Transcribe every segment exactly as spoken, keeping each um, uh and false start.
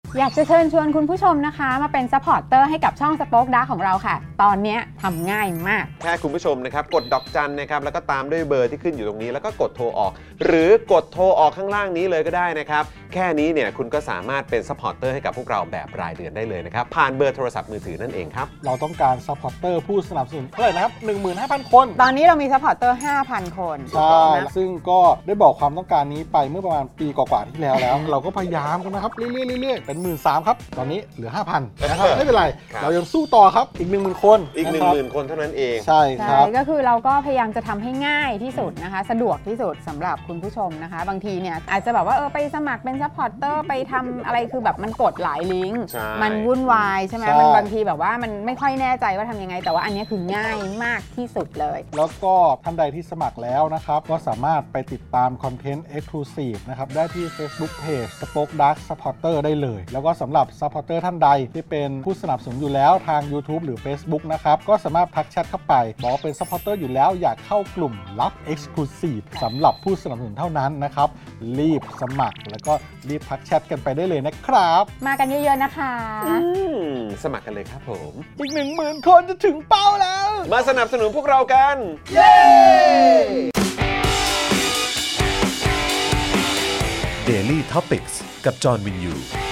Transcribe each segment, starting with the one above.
อยากจะเชิญชวนคุณผู้ชมนะคะมาเป็นซัพพอร์ตเตอร์ให้กับช่อง Spoke Dark ของเราค่ะตอนนี้ทำง่ายมากแค่คุณผู้ชมนะครับกดดอกจันนะครับแล้วก็ตามด้วยเบอร์ที่ขึ้นอยู่ตรงนี้แล้วก็กดโทรออกหรือกดโทรออกข้างล่างนี้เลยก็ได้นะครับแค่นี้เนี่ยคุณก็สามารถเป็นซัพพอร์ตเตอร์ให้กับพวกเราแบบรายเดือนได้เลยนะครับผ่านเบอร์โทรศัพท์มือถือนั่นเองครับเราต้องการซัพพอร์ตเตอร์ผู้สนับสนุนเท่าไหร่นะครับ หนึ่งหมื่นห้าพัน คนตอนนี้เรามีซัพพอร์ตเตอร์ ห้าพัน คนใช่ซึ่งก็ได้บอกความต้องการนี้ไปเมื่อประมาณปีกว่าๆที่แล้วแล้ว เราก็พยายามกันนะครับเรื่อยๆๆเป็นหมื่นสามครับตอนนี้เหลือ ห้าพัน นะครับไม่เป็นไรเรายังสู้ต่อครับอีก หนึ่งหมื่น คนอีก หนึ่งหมื่น คนเท่านั้นเองใช่ครับก็คือเราก็พยายามจะทำให้ง่ายที่สุดนะคะสะดวกที่สุดสำหรับคุณผู้ชมนะคะบางทีเนี่ยอาจจะแบบว่าเออไปสมัครเป็นซัพพอร์ตเตอร์ไปทำอะไรคือแบบมันกดหลายลิงก์มันวุ่นวายใช่ไหมมันบางทีแบบว่ามันไม่ค่อยแน่ใจว่าทำยังไงแต่ว่าอันนี้คือง่ายมากที่สุดเลยแล้วก็ท่านใดที่สมัครแล้วนะครับก็สามารถไปติดตามคอนเทนต์ Exclusive นะครับได้ที่ Facebook Page Spoke Dark Supporter ได้เลยแล้วก็สำหรับ Supporter ท่านใดที่เป็นผู้สนับสนุนอยู่แล้วทาง YouTube หรือ Facebook นะครับก็สามารถทักแชทเข้าไปบอกว่าเป็น Supporter อยู่แล้วอยากเข้ากลุ่มลับ Exclusive สำหรับผู้สนับสนุนเท่านั้นนะครับรีบสมัครแล้วก็รีบทักแชทกันไปได้เลยนะครับมากันเยอะๆนะคะสมัครกันเลยครับผมอีก หนึ่งหมื่น คนจะถึงเป้าแล้วมาสนับสนุนพวกเรากันเย้ Daily Topics กับจอห์นวินยู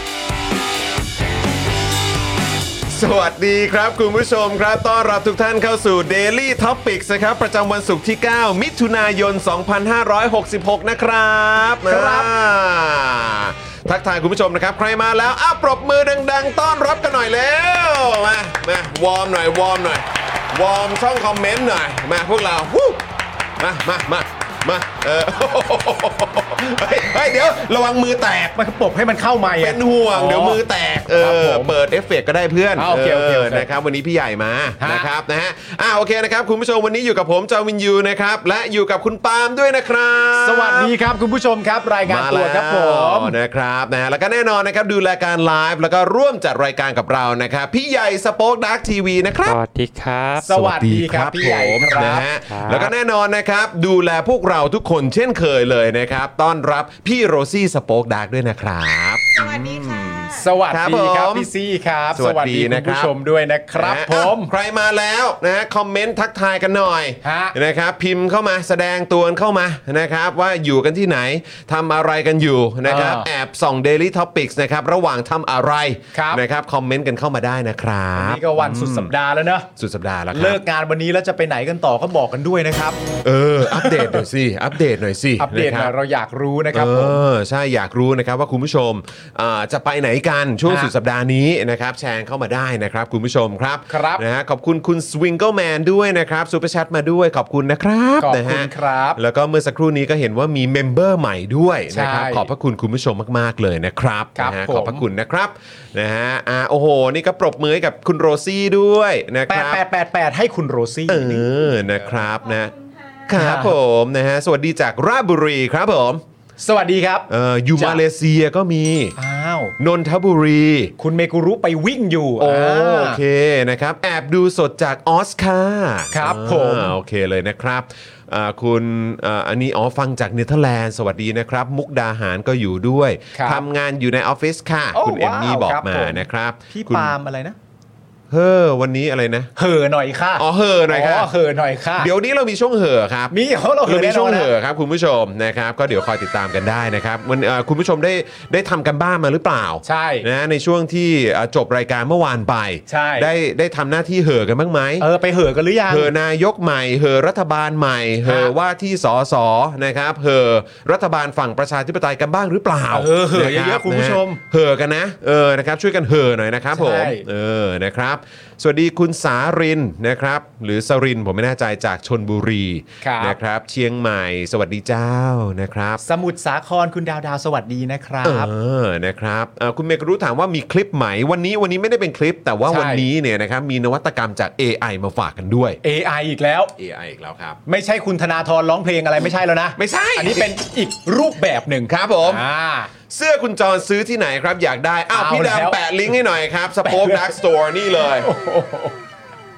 สวัสดีครับคุณผู้ชมครับต้อนรับทุกท่านเข้าสู่ Daily Topics นะครับประจำวันศุกร์ที่เก้ามิถุนายนสองพันห้าร้อยหกสิบหกนะครับครับทักทายคุณผู้ชมนะครับใครมาแล้วอ้าวปรบมือดังๆต้อนรับกันหน่อยแล้วมามาวอร์มหน่อยวอร์มหน่อยวอร์มช่องคอมเมนต์หน่อยมาพวกเรามามามามาเออเฮ้ยเดี๋ยวระวังมือแตกมันปบให้มันเข้าไมค์เป็นห่วงเดี๋ยวมือแตกเออเปิดเอฟเฟกต์ก็ได้เพื่อนโอเคโอเคนะครับวันนี้พี่ใหญ่มานะครับนะฮะอ่าโอเคนะครับคุณผู้ชมวันนี้อยู่กับผมจอวินยูนะครับและอยู่กับคุณปาล์มด้วยนะครับสวัสดีครับคุณผู้ชมครับรายงานตัวครับผมนะครับนะฮะแล้วก็แน่นอนนะครับดูรายการไลฟ์แล้วก็ร่วมจัดรายการกับเรานะครับพี่ใหญ่สป็อคดักทีวีนะครับสวัสดีครับสวัสดีครับพี่ใหญ่ครับนะฮะแล้วก็แน่นอนนะครับดูแลพวกเราทุกคนเช่นเคยเลยนะครับต้อนรับพี่โรซี่สป็อคดักด้วยนะครับสวัสดีค่ะสวัสดีครับพี่ซี่ครับสวัสดีคุณผู้ชมด้วยนะครับผมใครมาแล้วนะคอมเมนต์ทักทายกันหน่อยนะครับพิมพ์เข้ามาแสดงตัวเข้ามานะครับว่าอยู่กันที่ไหนทำอะไรกันอยู่นะครับแอบส่อง Daily Topics นะครับระหว่างทำอะไรนะครับคอมเมนต์กันเข้ามาได้นะครับนี่ก็วันสุดสัปดาห์แล้วเนอะสุดสัปดาห์แล้วเลิกงานวันนี้แล้วจะไปไหนกันต่อก็บอกกันด้วยนะครับเอออัปเดตหน่อยสิอัปเดตหน่อยสิอัปเดตหน่อยเราอยากรู้นะครับผมเออใช่อยากรู้นะครับว่าคุณผู้ชมจะไปไหนกันช่วงสุดสัปดาห์นี้นะครับแชร์เข้ามาได้นะครับคุณผู้ชมครับนะฮะขอบคุณคุณสวิงเกิลแมนด้วยนะครับซูเปอร์แชทมาด้วยขอบคุณนะครับขอบคุณครับแล้วก็เมื่อสักครู่นี้ก็เห็นว่ามีเมมเบอร์ใหม่ด้วยนะครับขอบพระคุณคุณผู้ชมมากๆเลยนะครับนะฮะขอบพระคุณนะครับนะฮะอ่าโอ้โหนี่ก็ปรบมือให้กับคุณโรซี่ด้วยนะครับแปด แปด แปด แปดให้คุณโรซี่เออนะครับนะครับผมนะฮะสวัสดีจากราชบุรีครับผมสวัสดีครับเอ่ออยู่มาเลเซียก็มีอ้าวนนทบุรีคุณเมกุรุไปวิ่งอยู่โอโอเคนะครับแอบดูสดจากออสการ์ครับผมโอเคเลยนะครับคุณอันนี้อ๋อฟังจากเนเธอร์แลนด์สวัสดีนะครับมุกดาหารก็อยู่ด้วยทำงานอยู่ในออฟฟิศค่ะคุณเอมมี่บอกมานะครับพี่ปาล์มอะไรนะเฮ้อวันนี้อะไรนะเห่อหน่อยค่ะอ๋อเห่อหน่อยค่ะอ๋อเห่อหน่อยค่ะเดี๋ยวนี้เรามีช่วงเห่อครับมีเขาเรามีช่วงเห่อครับคุณผู้ชมนะครับก็เดี๋ยวคอยติดตามกันได้นะครับมันคุณผู้ชมได้ได้ทำกันบ้านมาหรือเปล่าใช่นะในช่วงที่จบรายการเมื่อวานไปใช่ได้ได้ทำหน้าที่เห่อกันบ้างไหมเออไปเห่อกันหรือยังเห่อนายกใหม่เห่อรัฐบาลใหม่เห่อว่าที่สสนะครับเห่อรัฐบาลฝั่งประชาธิปไตยกันบ้างหรือเปล่าเออเห่อเยอะๆคุณผู้ชมเห่อกันนะเออนะครับช่วยกันเห่อหน่อยนะครับผมเออนะครับสวัสดีคุณสารินนะครับหรือสรินผมไม่แน่ใจจากชลบุรีนะครับเชียงใหม่สวัสดีเจ้านะครับสมุทรสาครคุณดาวดาวสวัสดีนะครับเออนะครับคุณเมกรู้ถามว่ามีคลิปไหมวันนี้วันนี้ไม่ได้เป็นคลิปแต่ว่าวันนี้เนี่ยนะครับมีนวัตกรรมจาก เอ ไอ มาฝากกันด้วยเอ ไอ อีกแล้วเอ ไอ อีกแล้วครับไม่ใช่คุณธนาธรร้องเพลงอะไรไม่ใช่แล้วนะไม่ใช่อันนี้เป็นอีกรูปแบบหนึ่งครับผมเสื้อคุณจรซื้อที่ไหนครับอยากได้อ้าวพี่ดำแปะลิงก์ให้หน่อยครับ Spoke Dark Store นี่เลยผ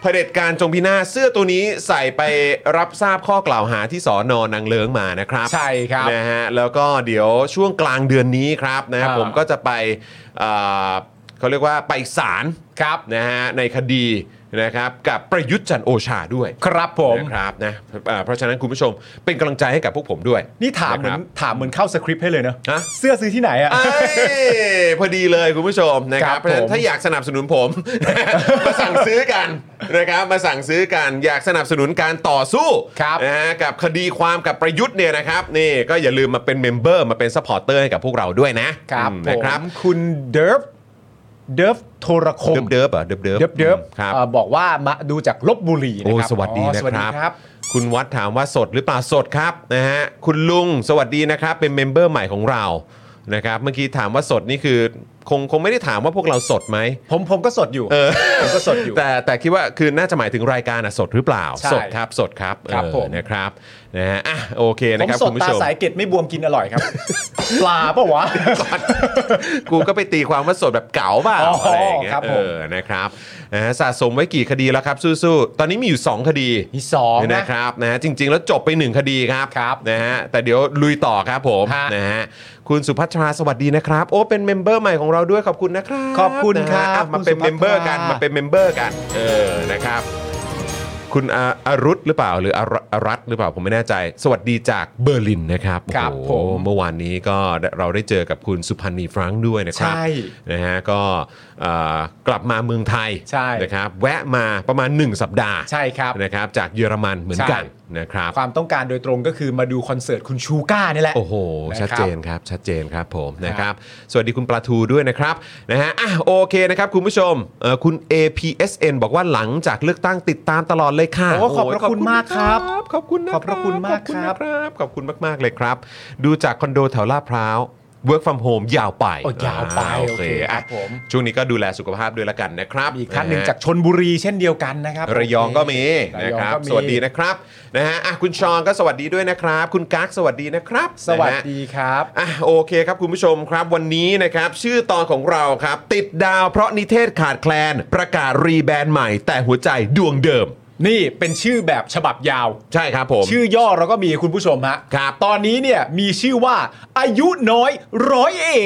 เผด็จการจงพินาศเสื้อตัวนี้ใส่ไปรับทราบข้อกล่าวหาที่สอนอนางเลิ้งมานะครับใช่ครับนะฮะแล้วก็เดี๋ยวช่วงกลางเดือนนี้ครับนะผมก็จะไปเขาเรียกว่าไปศาลครับนะฮะในคดีนะครับกับประยุทธ์จันทร์โอชาด้วยครับผมนะครับนะเพราะฉะนั้นคุณผู้ชมเป็นกำลังใจให้กับพวกผมด้วยนี่ถามเหมือนถามเหมือนเข้าสคริปต์ให้เลยเนอะะเสื้อซื้อที่ไหนอ่ะพอดีเลยคุณผู้ชมนะครับเพราะฉะนั้นถ้าอยากสนับสนุนผมมาสั่งซื้อกันนะครับมาสั่งซื้อกันอยากสนับสนุนการต่อสู้นะฮะกับคดีความกับประยุทธ์เนี่ยนะครับนี่ก็อย่าลืมมาเป็นเมมเบอร์มาเป็นซัพพอร์เตอร์ให้กับพวกเราด้วยนะครับนะครับคุณเดิร์ฟเดิร์ฟโทรคมเดิร์ฟเดิร์ฟอ่ะเดิร์ฟเดิร์ฟเดิร์ฟเดิร์ฟครับบอกว่ามาดูจากลพบุรีนะครับโอ้สวัสดีนะครับคุณวัดถามว่าสดหรือเปล่าสดครับนะฮะคุณลุงสวัสดีนะครับเป็นเมมเบอร์ใหม่ของเรานะครับเมื่อกี้ถามว่าสดนี่คือคงคงไม่ได้ถามว่าพวกเราสดไหมผมผมก็สดอยู่เออผมก็สดอยู่แต่แต่คิดว่าคือน่าจะหมายถึงรายการอ่ะสดหรือเปล่าสดครับสดครับครับผมนะครับนะฮะอ่ะโอเคนะครับคุณผู้ชมผมสดตาสายเกล็ดไม่บวมกินอร่อยครับปลาป่ะวะกูก็ไปตีความว่าสดแบบเก๋าเปล่าอะไรอย่างเงี้ยเออนะครับนะสะสมไว้กี่คดีแล้วครับสู้ๆตอนนี้มีอยู่สองคดีมีสองนะครับนะฮะจริงๆแล้วจบไปหนึ่งคดีครับนะฮะแต่เดี๋ยวลุยต่อครับผมนะฮะคุณสุภัทราสวัสดีนะครับโอ้เป็นเมมเบอร์ใหม่ของเราด้วยขอบคุณนะครับขอบคุณครับมาเป็นเมมเบอร์กันมาเป็นเมมเบอร์กันเออนะครับคุณอารุธหรือเปล่าหรืออารัตหรือเปล่าผมไม่แน่ใจสวัสดีจากเบอร์ลินนะครับโอ้โหเมื่อวานนี้ก็เราได้เจอกับคุณสุพันธ์นีฟรังค์ด้วยนะครับนะฮะก็กลับมาเมืองไทยนะครับแวะมาประมาณหนึ่งสัปดาห์ใช่ครับนะครับจากเยอรมันเหมือนกันนะครับความต้องการโดยตรงก็คือมาดูคอนเสิร์ตคุณชูก้านี่แหละโอ้โหชัดเจนครับชัดเจนครับผมนะครับสวัสดีคุณปลาทูด้วยนะครับนะฮะอ่ะโอเคนะครับคุณผู้ชมคุณ เอ พี เอส เอ็น บอกว่าหลังจากเลือกตั้งติดตามตลอดเลยค่ะโอ้ขอบพระคุณมากครับขอบคุณนะขอบพระคุณมากครับขอบคุณมากๆเลยครับดูจากคอนโดแถวลาดพร้าว work from home ยาวไปยาวไปโอเคครับผมช่วงนี้ก็ดูแลสุขภาพด้วยละกันนะครับอีกท่านหนึ่งจากชลบุรีเช่นเดียวกันนะครับระยองก็มีนะครับสวัสดีนะครับนะฮะอ่ะคุณชองก็สวัสดีด้วยนะครับคุณกั๊กสวัสดีนะครับสวัสดีครับอ่ะโอเคครับคุณผู้ชมครับวันนี้นะครับชื่อตอนของเราครับติดดาวเพราะนิเทศขาดแคลนประกาศรีแบรนด์ใหม่แต่หัวใจดวงเดิมนี่เป็นชื่อแบบฉบับยาวใช่ครับผมชื่อย่อเราก็มีคุณผู้ชมฮะครับตอนนี้เนี่ยมีชื่อว่าอายุน้อยร้อยเอก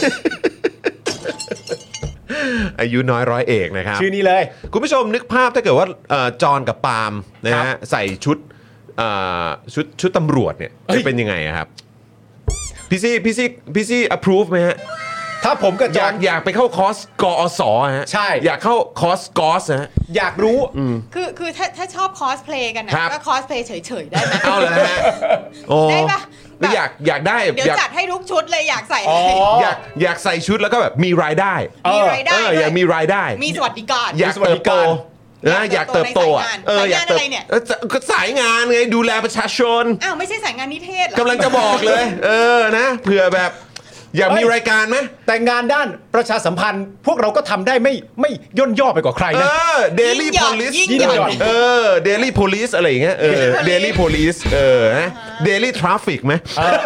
อายุน้อยร้อยเอกนะครับชื่อนี้เลยคุณผู้ชมนึกภาพถ้าเกิดว่าจอห์นกับปาล์มนะฮะใส่ชุดชุดชุดตำรวจเนี่ยจะเป็นยังไงครับพี่ซี่พี่ซี่พี่ซี่ approve ไหมฮะถ้าผมกับอยากอยากไปเข้าคอร์สกอสฮะใช่อยากเข้าคอร์สกอสฮะอยากรู้คือคือถ้าถ้าชอบคอสเพลย์กันนะก็คอสเพลย์เฉยๆได้ไหมเอาเลยฮะได้ปะไม่อยากอยากได้เดี๋ยวจัดให้ทุกชุดเลยอยากใส่อยากอยากใส่ชุดแล้วก็แบบมีรายได้มีรายได้อยากมีรายได้มีสวัสดิการอยากเติบโตนะอยากเติบโตอ่ะเอออยากเติบโตก็สายงานไงดูแลประชาชนอ้าวไม่ใช่สายงานนิเทศหรอกำลังจะบอกเลยเออนะเผื่อแบบอยากมีรายการไหมแต่งานด้านประชาสัมพันธ์พวกเราก็ทำได้ไม่ไม่ย่นย่อไปกว่าใครนะเออ Daily Police เออ Daily Police อะไรอย่างเงี้ยเออ Daily Police เออนะ Daily Traffic ไหม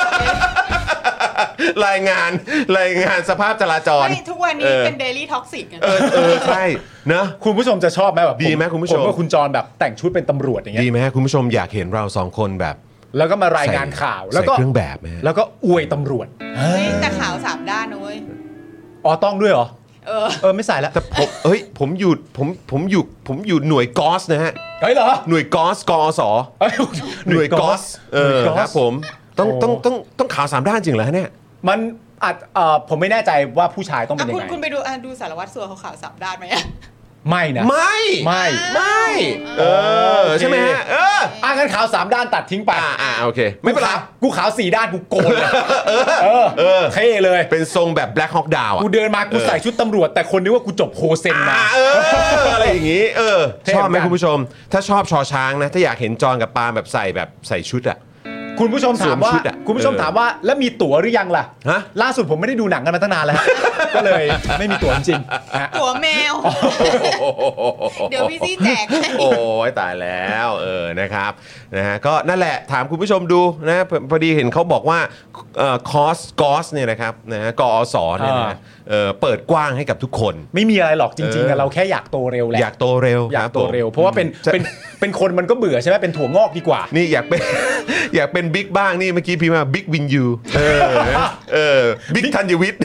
รายงานรายงานสภาพจราจรทุกวันนี้เป็น Daily Toxic เออเออใช่เนอะคุณผู้ชมจะชอบไหมแบบดีไหมคุณผู้ชมว่าคุณจรแบบแต่งชุดเป็นตำรวจอย่างเงี้ยดีไหมคุณผู้ชมอยากเห็นเราสองคนแบบแล้วก็มารายงานข่าวแล้วก็เครื่องแบบนะแล้วก็อวยตำรวจแต่ข่าวสามด้านนะเว้ยอ๋อต้องด้วยเหรอเออเออไม่ใส่แล้วแต่ผมเฮ้ยผมอยู่ผมผมอยู่ผมอยู่หน่วยกอสนะฮะเฮ้ยเหรอหน่วยกอสกอสหน่วยกอสเออครับผมต้องต้องต้องต้องข่าวสามด้านจริงเหรอเนี่ยมันอาจเอ่อผมไม่แน่ใจว่าผู้ชายต้องเป็นยังไงคุณไปดูดูสารวัตรสัวเขาข่าวสามด้านไหมอ่ะไม่นะไม่ไม่ไม่เออใช่ไหมฮะเอออ่ะงั้นขาวสามด้านตัดทิ้งไปอ่าอ่าโอเคไม่เป็นไรกูขาวสี่ด้านกูโกนเลยเออเออเท่เลยเป็นทรงแบบ Black Hawk Down อ่ะกูเดินมากูใส่ชุดตำรวจแต่คนนึกว่ากูจบโฮเซนมาเอออะไรอย่างงี้เออชอบไหมคุณผู้ชมถ้าชอบชอช้างนะถ้าอยากเห็นจอนกับปาล์มแบบใส่แบบใส่ชุดอ่ะคุณผู้ชมถามว่าคุณผู้ชมถามว่าแล้วมีตั๋วหรือยังล่ะล่าสุดผมไม่ได้ดูหนังกันมาตั้งนานแล้วก็เลยไม่มีตั๋วจริงตั๋วแมวเดี๋ยวพี่ซี่แจกโอ้ยตายแล้วเออนะครับนะฮะก็นั่นแหละถามคุณผู้ชมดูนะพอดีเห็นเขาบอกว่าคอสกอสเนี่ยนะครับนะกอสเนี่ยนะเอ่อเปิดกว้างให้กับทุกคนไม่มีอะไรหรอกจริงๆเออะอเราแค่อยากโตเร็วแหละอยากโตเร็วอยากโตคบผมเร็วเพราะว่าเป็นเป็นเป็นคนมันก็เบื่อใช่ไหมเป็นถั่วงอกดีกว่านี่อยากเป็น อยากเป็นบิ๊กบ้างนี่เมื่อกี้พี่มาบิ๊กวินยูเออเออบิ๊กธัญวิทย์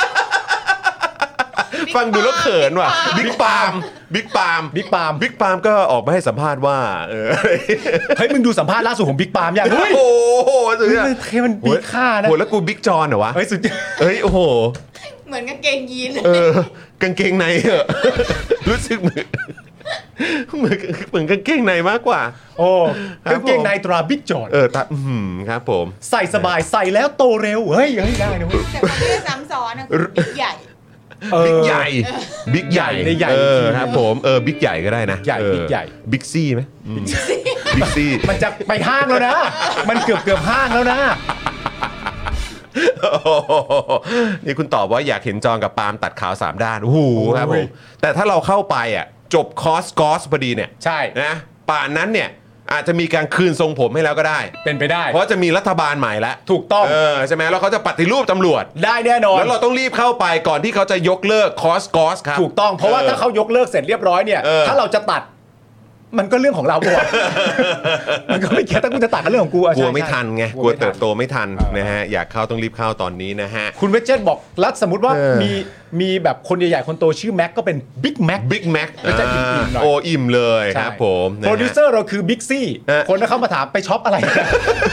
ฟังดูแล้วเขินว่ะบิ๊กปาล์มบิ๊กปาล์มบิ๊กปาล์มบิ๊กปาล์มก็ออกมาให้สัมภาษณ์ว่าเออเฮ้ยมึงดูสัมภาษณ์ล่าสุดของบิ๊กปาล์มยังโอ้เฮ้ยโหสุดยอดมันเทมันบิ๊กค่านะโหแล้วกูบิ๊กจอนเหรอวะเฮ้ยสุดยอดเฮ้ยโอ้โหเหมือนกางเกงยีนเลยเออกางเกงในเหอะ รู้สึกเหมือนเหมือนเหมือนกางเกงในมากกว่าโอ้ครับกางเกงในตราบิ๊กจอดเออตาอื้อหือครับผมใส่สบายใส่แล้วโตเร็วเฮ้ยเฮ้ยได้นะเว้ยแต่มันไม่ได้ซ้ำซ้อนนะคือบิ๊กใหญ่บิ๊กใหญ่บิ๊กใหญ่ในใหญ่เออจริงครับผมเออบิ๊กใหญ่ก็ได้นะใหญ่เออบิ๊กใหญ่บิ๊กซี่ไหมบิ๊กซี่มันจะไปห้างแล้วนะ มันเกือบเกือบห้างแล้วนะโอ้โหนี่คุณตอบว่าอยากเห็นจองกับปาล์มตัดขาวสามด้านโอ้โหครับผมแต่ถ้าเราเข้าไปอ่ะจบคอร์สกอสพอดีเนี่ยใช่นะป่านนั้นเนี่ยอาจจะมีการคืนทรงผมให้แล้วก็ได้เป็นไปได้เพราะจะมีรัฐบาลใหม่แล้วถูกต้องเออใช่ไหมแล้วเขาจะปฏิรูปตำรวจได้แน่นอนแล้วเราต้องรีบเข้าไปก่อนที่เขาจะยกเลิกคอร์สกอสครับถูกต้องเพราะว่าถ้าเขายกเลิกเสร็จเรียบร้อยเนี่ยเออถ้าเราจะตัด มันก็เรื่องของเราปะวะ มันก็ไม่แค่ถ้ากูจะตัดก็เรื่องของกูอะกลัวใช่ไม่ทันไงใช่กลัวไม่ทันเติบโตไม่ทันนะฮะอยากเข้าต้องรีบเข้าตอนนี้นะฮะคุณเวจเจตบอกแล้วสมมติว่าเออมีมีแบบคนใหญ่ๆคนโตชื่อแม็กก็เป็นบิ๊กแม็กบิ๊กแม็กก็จะอิ่มๆหน่อยโออิ่มเลยครับผมนะฮะโปรดิวเซอร์เราคือบิ๊กซี่เออคนก็เข้ามาถามไปช็อปอะไรกัน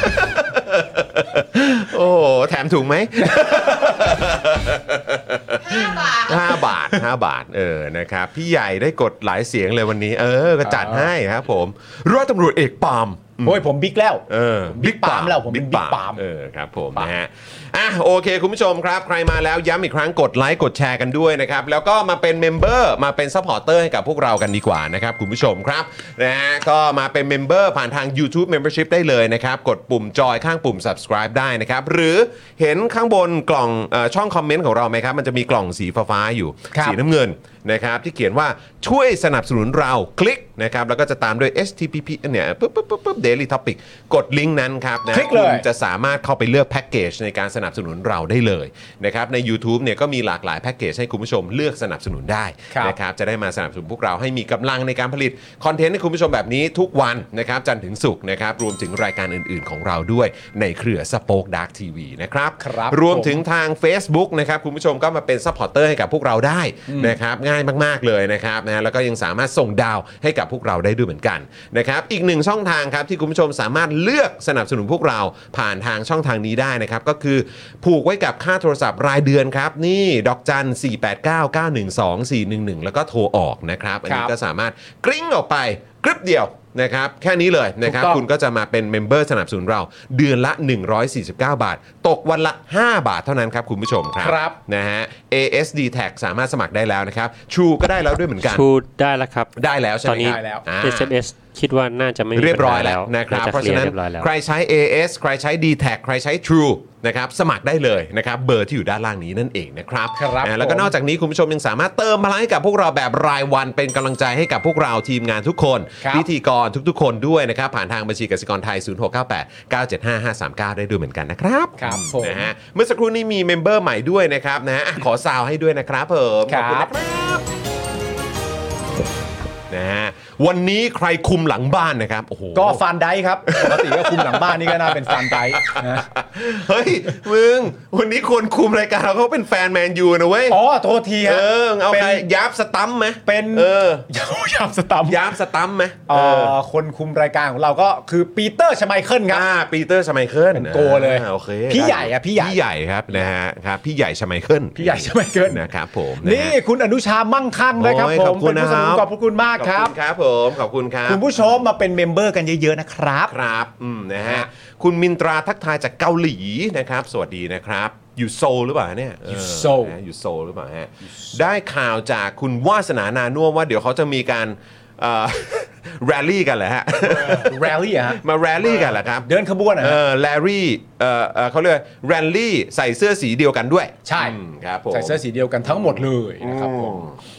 โอ้โหแถมถุงไหมห้าบาทห้าบาทห้าบาทเออนะครับพี่ใหญ่ได้กดหลายเสียงเลยวันนี้ เออก็จัดให้ครับผมร้อยตำรวจเอกปาล์มโอ้ยผมบิ๊กแล้วเออบิ๊กปาล์มแล้วผมเป็นบิ๊กปาล์มเออครับผมนะฮะอ่ะโอเคคุณผู้ชมครับ ใครมาแล้วย้ำอีกครั้งกดไลค์กดแชร์กันด้วยนะครับแล้วก็มาเป็นเมมเบอร์มาเป็นซัพพอร์เตอร์ให้กับพวกเรากันดีกว่านะครับคุณผู้ชมครับนะฮะก็มาเป็นเมมเบอร์ผ่านทาง YouTube Membership ได้เลยนะครับกดปุ่มจอยข้างปุ่ม subscribe ได้นะครับหรือเห็นข้างบนกล่องเอ่อช่องคอมเมนต์ของเราไหมครับมันจะมีกล่องสีฟ้าๆอยู่ครับสีน้ำเงินนะครับที่เขียนว่าช่วยสนับสนุนเราคลิกนะครับแล้วก็จะตามด้วย เอช ที ที พี เนี่ยปุ๊บปุ๊บปุ๊บปุ๊บ Daily Topic กดลิงก์นั้นครับนะคลิกเลยคุณจะสามารถเข้าไปเลือกแพ็กเกจในการสนับสนุนเราได้เลยนะครับใน YouTube เนี่ยก็มีหลากหลายแพ็กเกจให้คุณผู้ชมเลือกสนับสนุนได้ครับนะครับจะได้มาสนับสนุนพวกเราให้มีกำลังในการผลิตคอนเทนต์ให้คุณผู้ชมแบบนี้ทุกวันนะครับจันทร์ถึงศุกร์นะครับรวมถึงรายการอื่นๆของเราด้วยในเครือสป็อคดาร์กทีวีนะครับครับรวมถึงทาง Facebook นะครับคุณผู้ชมก็มาเป็นซัพพอร์เตอร์ให้กับพวกเราได้นะครับง่ายมากๆเลยนะครับนะแล้วก็ยังสามารถส่งดาวให้กับพวกเราได้ด้วยเหมือนกันนะครับอีกหนึ่งช่องทางครับที่คุณผู้ชมสามารถเลือกสนับสนุนพวกเราผ่านทางช่องทางนี้ได้นะครับก็คือผูกไว้กับค่าโทรศัพท์รายเดือนครับนี่ดอกจันสี่ แปด เก้า เก้า หนึ่ง สอง สี่ หนึ่ง หนึ่งแล้วก็โทรออกนะครับอันนี้ครับก็สามารถกริ้งออกไปกริบเดียวนะครับแค่นี้เลยนะครับถูกต้องคุณก็จะมาเป็นเมมเบอร์สนับสนุนเราเดือนละหนึ่งร้อยสี่สิบเก้าบาทตกวันละห้าบาทเท่านั้นครับคุณผู้ชมครับครับนะฮะ เอ เอส ดี Tag สามารถสมัครได้แล้วนะครับ True ก็ได้แล้วด้วยเหมือนกันชูได้แล้วครับได้แล้วใช่ไหมตอนนี้ครับได้แล้วอ่าเอส เอ็ม เอส คิดว่าน่าจะไม่มีเรียบร้อยปัญหาแล้วนะครับาจเพราะฉะนั้นคลียเรียบร้อยแล้วใครใช้ เอ เอส ใครใช้ ดี แท็ก ใครใช้ True นะครับสมัครได้เลยนะครับเบอร์ที่อยู่ด้านล่างนี้นั่นเองนะครับครับนะแล้วก็ผมนอกจากนี้คุณผู้ชมยังสามารถเติมพลังให้กับพวกเราแบบรายวันเป็นกำลังใจให้กับพวกเราทีมงานทุกคนครับพิธีกรทุกๆ คนด้วยนะครับผ่านทางบัญชีกสิกรไทยศูนย์ หก เก้า แปด เก้า เจ็ด ห้า ห้า สาม เก้าได้ด้วยเหมือนกันนะครับครับผมนะฮะเมื่อสักครู่นี้มีเมมเบอร์ใหม่ด้วยนะครับนะฮะอ่ะขอซาวให้ด้วยนะครับเพิ่มขอบคุณครันะบครับนะฮะวันนี้ใครคุมหลังบ้านนะครับโอ้โหก็ฟันไดครับปกติก็คุมหลังบ้านนี่ก็น่าเป็นฟันไดนะเฮ้ยมึงวันนี้คนคุมรายการเราเขาเป็นแฟนแมนยูนะเว้ยอ๋อโทษทีเอฮะอเอาเป็นใครยับสตัมป์ไหมเป็นเออยามสตัมยับสตัมป์ไหมเอ่อคนคุมรายการของเราก็คือปีเตอร์ชไมเคิลครับอ่าปีเตอร์ชไมเคิลเป็นโกเลยอ่าโอเคพี่ใหญ่อะพี่ใหญ่พี่ใหญ่ครับนะฮะครับพี่ใหญ่ชไมเคิลพี่ใหญ่ชไมเคิลนะครับผมะฮะนี่คุณอนุชามั่งคั่งนะครับโอ้ยผขอมบคุณเป็นผู้สนับสนุนะครับนขอบคุณมากครับขอบคุณครับผมขอบคุณครับคุณผู้ชมมาเป็นเมมเบอร์กันเยอะๆนะครับครับอืมนะฮะฮะคุณมินตราทักทายจากเกาหลีนะครับสวัสดีนะครับอยู่โซลหรือเปล่าเนี่ยอยู่เโซลนะอยู่โซลหรือเปล่าฮะได้ข่าวจากคุณวาสนานานุ่วมว่าเดี๋ยวเขาจะมีการเอ่อ แรลลี่กันเหรอฮะแรลลี่อะฮะมาแรลลี่กันเหรอครับเดินขบวนอะเอฮะอแลรี่เออเออเขาเรียกแรลลี่ใส่เสื้อสีเดียวกันด้วยใช่อืมครับผมใส่เสื้อสีเดียวกันทั้งหมดเลยนะครับผม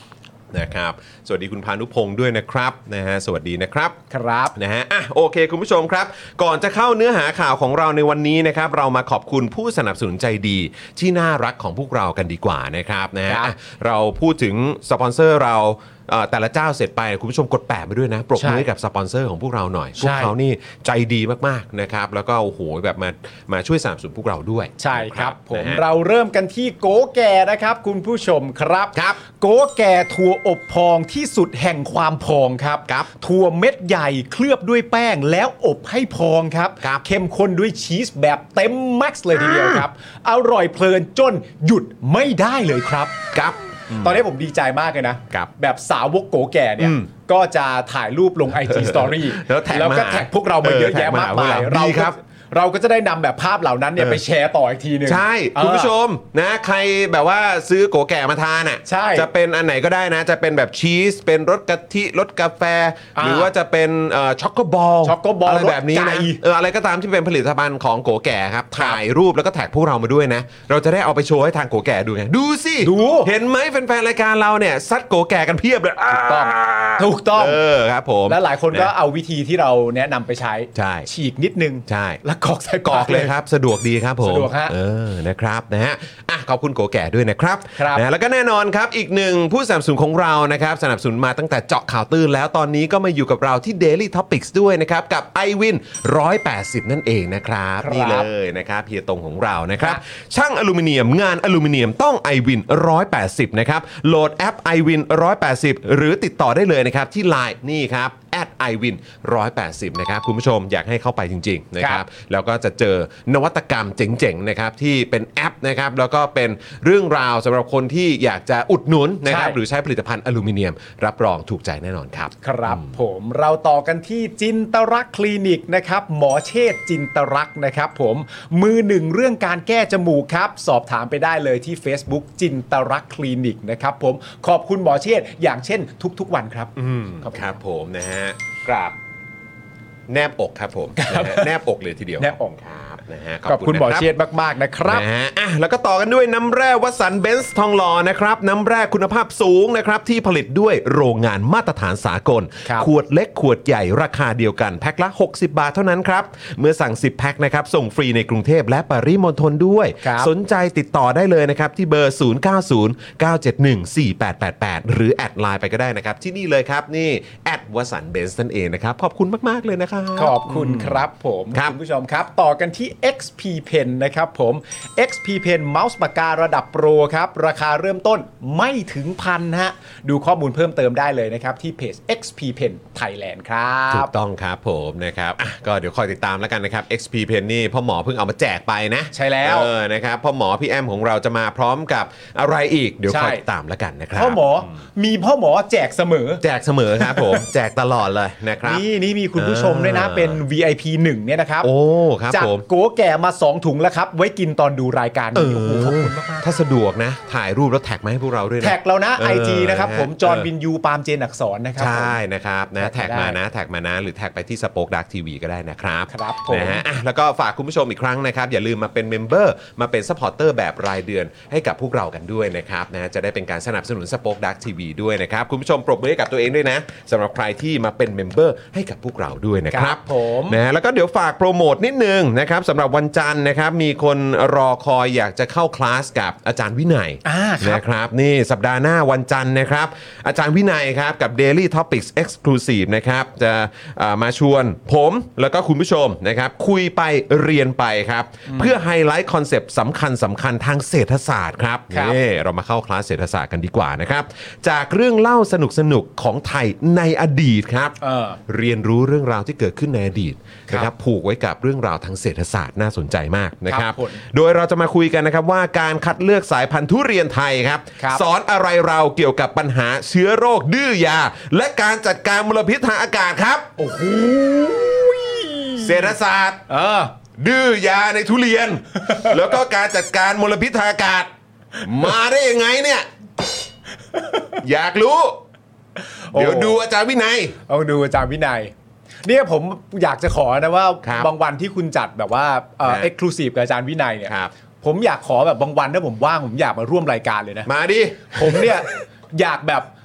นะครับสวัสดีคุณพานุพงศ์ด้วยนะครับนะฮะสวัสดีนะครับครับนะฮะอ่ะโอเคคุณผู้ชมครับก่อนจะเข้าเนื้อหาข่าวของเราในวันนี้นะครับเรามาขอบคุณผู้สนับสนุนใจดีที่น่ารักของพวกเรากันดีกว่านะครับนะฮะอ่ะเราพูดถึงสปอนเซอร์เราเอ่อแต่ละเจ้าเสร็จไปคุณผู้ชมกดแปะไปด้วยนะปรบมือให้กับสปอนเซอร์ของพวกเราหน่อยพวกเขานี่ใจดีมากๆนะครับแล้วก็โอ้โหแบบมามาช่วยสนับสนุนพวกเราด้วยใช่ครับผมนะฮะเราเริ่มกันที่โกแก่นะครับคุณผู้ชมครับครับโกแก่ถั่วอบพองที่สุดแห่งความพองครับครับถั่วเม็ดใหญ่เคลือบด้วยแป้งแล้วอบให้พองครับครับเข้มข้นด้วยชีสแบบเต็มแม็กซ์เลยทีเดียวครับอร่อยเพลินจนหยุดไม่ได้เลยครับครับตอนนี้ผมดีใจมากเลยนะครับ แบบสาวกโกแก่เนี่ยอืมก็จะถ่ายรูปลง ไอ จี Story แล้วแท็กแล้วก็มาแท็กพวกเรามาเยอะแยะมากมายเออแท็กมาหาพวกเราเราดีคก็รับเราก็จะได้นำแบบภาพเหล่านั้นเนี่ยเออไปแชร์ต่ออีกทีหนึงใช่เออคุณผู้ชมนะใครแบบว่าซื้อโกแก่มาทานอ่ะใช่จะเป็นอันไหนก็ได้นะ จะเป็นแบบชีสเป็นรสกะทิรสกาแฟอ่าหรือว่าจะเป็นเอ่อช็อกโกบอลช็อกโกบอลอะไรแบบนี้รสไก่นะเอออะไรก็ตามที่เป็นผลิตภัณฑ์ของโกแก่ครับถ่ายรูปแล้วก็แท็กพวกเรามาด้วยนะ เราจะได้เอาไปโชว์ให้ทางโกแก่ดูไงดูสิดูเห็นไหมแฟนๆรายการเราเนี่ยซัดโกแก่กันเพียบเลยถูกต้องถูกต้องเออครับผมและหลายคนก็เอาวิธีที่เราแนะนำไปใช้ใช่ฉีกนิดนึงใช่แล้วกรอกใส่กรอกเลยครับสะดวกดีครับผมสะดวกฮะเออนะครับนะฮะอ่ะขอบคุณโกแก่ด้วยนะครับครับนะแล้วก็แน่นอนครับอีกหนึ่งผู้สนับสนุนของเรานะครับสนับสนุนมาตั้งแต่เจาะข่าวตื้นแล้วตอนนี้ก็มาอยู่กับเราที่ Daily Topics ด้วยนะครับกับ ไอ วิน หนึ่งร้อยแปดสิบ นั่นเองนะครับครับนี่เลยนะครับเฮียตรงของเรานะครับครับช่างอลูมิเนียมงานอลูมิเนียมต้อง ไอ วิน หนึ่งร้อยแปดสิบ นะครับโหลดแอป ไอ วิน หนึ่งร้อยแปดสิบ หรือติดต่อได้เลยนะครับที่ ไลน์ นี่ครับ แอท ไอ วิน หนึ่งร้อยแปดสิบ นะครับคุณผู้ชมอยากให้เข้าไปจริงๆนะครับแล้วก็จะเจอนวัตกรรมเจ๋งๆนะครับที่เป็นแอปนะครับแล้วก็เป็นเรื่องราวสำหรับคนที่อยากจะอุดหนุนนะครับใช่หรือใช้ผลิตภัณฑ์อลูมิเนียมรับรองถูกใจแน่นอนครับครับผมเราต่อกันที่จินตรักษณ์คลินิกนะครับหมอเชษฐ์จินตรักษณ์นะครับผมมือหนึ่งเรื่องการแก้จมูกครับสอบถามไปได้เลยที่ Facebook จินตรักษณ์คลินิกนะครับผมขอบคุณหมอเชษฐ์อย่างเช่นทุกๆวันครับครับครับผมนะฮะกราบแนบอกครับผมนะฮะแนบอกเลยทีเดียวแนบอกครับนะฮะขอบคุณหมอนะรับเชษฐ์มากๆนะครับนะฮะอ่ะแล้วก็ต่อกันด้วยน้ำแร่วัสันเบนซ์ทองหล่อนะครับน้ำแร่คุณภาพสูงนะครับที่ผลิตด้วยโรงงานมาตรฐานสากลครับขวดเล็กขวดใหญ่ราคาเดียวกันแพ็คละหกสิบบาทเท่านั้นครับเมื่อสั่งสิบแพ็คนะครับส่งฟรีในกรุงเทพและปริมณฑลด้วยครับสนใจติดต่อได้เลยนะครับที่เบอร์ ศูนย์ เก้า ศูนย์ เก้า เจ็ด หนึ่ง สี่ แปด แปด แปด หรือแอดไลน์ไปก็ได้นะครับที่นี่เลยครับนี่แอดวัสันเบนซ์นั่นเองนะครับขอบคุณมากๆเลยนะครับขอบคุณครับผมครับณผู้ชมครับ ต่อกันที่ เอ็กซ์ พี Pen นะครับผม เอ็กซ์ พี Pen เมาส์ปากการะดับโปรครับราคาเริ่มต้นไม่ถึงพันฮะดูข้อมูลเพิ่มเติมได้เลยนะครับที่เพจ เอ็กซ์ พี Pen Thailand ครัถูบกต้องครับผมนะครับอ่ะก็เดี๋ยวคอยติดตามแล้วกันนะครับ เอ็กซ์ พี Pen นี่พ่อหมอเพิ่งเอามาแจกไปนะใช่แล้วเออนะครับพ่อหมอพี่แอมของเราจะมาพร้อมกับอะไรอีกเดี๋ยวใช่คอยติดตามแล้วกันนะครับพ่อหมอมีพ่อหมอแจกเสมอแจกเสมอครับผม แจกตลอดเลยนะครับนี่นี่มีคุณผู้ชมด้วยนะเออเป็น วี ไอ พี หนึ่งเนี่ยนะครับโอ้ครับจัดผมโกแก่มาสองถุงแล้วครับไว้กินตอนดูรายการเอนี้โอ้โหขอบอคุณมากๆถ้าสะดวกนะ ถ่ายรูปแล้วแท็กมาให้พวกเราด้วยนะแท็กเรานะเออไอ จี นะครับผมนะฮะจอห์นเออวินยูปาล์มเจนอักษรนะครับใช่นะครับนะแท็แท็กกมามาได้นะแท็กมานะหรือแท็กไปที่สป็อคดักทีวีก็ได้นะครับครับผมนะฮะอ่ะแล้วก็ฝากคุณผู้ชมอีกครั้งนะครับอย่าลืมมาเป็นเมมเบอร์มาเป็นซัพพอร์เตอร์แบบรายเดือนให้กับพวกเรากันด้วยนะครับนะจะได้เป็นการสนับสนุนสป็อคดักทีวีด้วยนะครับคุณผู้ชมปรบมือให้กับตัวเองด้วยนะสำหรับใครที่มาเป็นเมมเบอร์ให้กับพวกเราด้วยนะคครัรับบผมนะฮะแล้วก็เดี๋ยวฝากโปรโมทนิดนึงนะครับสำหรับวันจันทร์นะครับมีคนรอคอยอยากจะเข้าคลาสกับอาจารย์วินัยอ่าครับนะครับนี่สัปดาห์หน้าวันจันทร์นะครับอาจารย์วินัยครับกับ Daily Topics Exclusive นะครับจะเอ่อมาชวนผมแล้วก็คุณผู้ชมนะครับคุยไปเรียนไปครับเพื่อไฮไลท์คอนเซปต์สำคัญสำคัญทางเศรษฐศาสตร์ครับครับนี่เรามาเข้าคลาสเศรษฐศาสตร์กันดีกว่านะครับจากเรื่องเล่าสนุกสนุกๆของไทยในอดีตครับเออเรียนรู้เรื่องราวที่เกิดขึ้นในอดีตครับนะครับผูกไว้กับเรื่องราวทางเศรษฐศาสตร์น่าสนใจมากนะครับครับผมโดยเราจะมาคุยกันนะครับว่าการคัดเลือกสายพันธุ์ทุเรียนไทยครับครับสอนอะไรเราเกี่ยวกับปัญหาเชื้อโรคดื้อยา และการจัดการมลพิษทางอากาศครับโอ้โหเศรษฐศาสตร์เออดื้อยาในทุเรียน แล้วก็การจัดการมลพิษทางอากาศ มาได้ยังไงเนี่ย อยากรู้โอ้เดี๋ยวดูอาจารย์วินัยเอาดูอาจารย์วินัยเนี่ยผมอยากจะขอนะว่าครับบางวันที่คุณจัดแบบว่าเอ่อฮะเอ็กซ์คลูซีฟกับอาจารย์วินัยเนี่ยครับผมอยากขอแบบบางวันถ้าผมว่างผมอยากมาร่วมรายการเลยนะมาดิผมเนี่ยอยากแบบ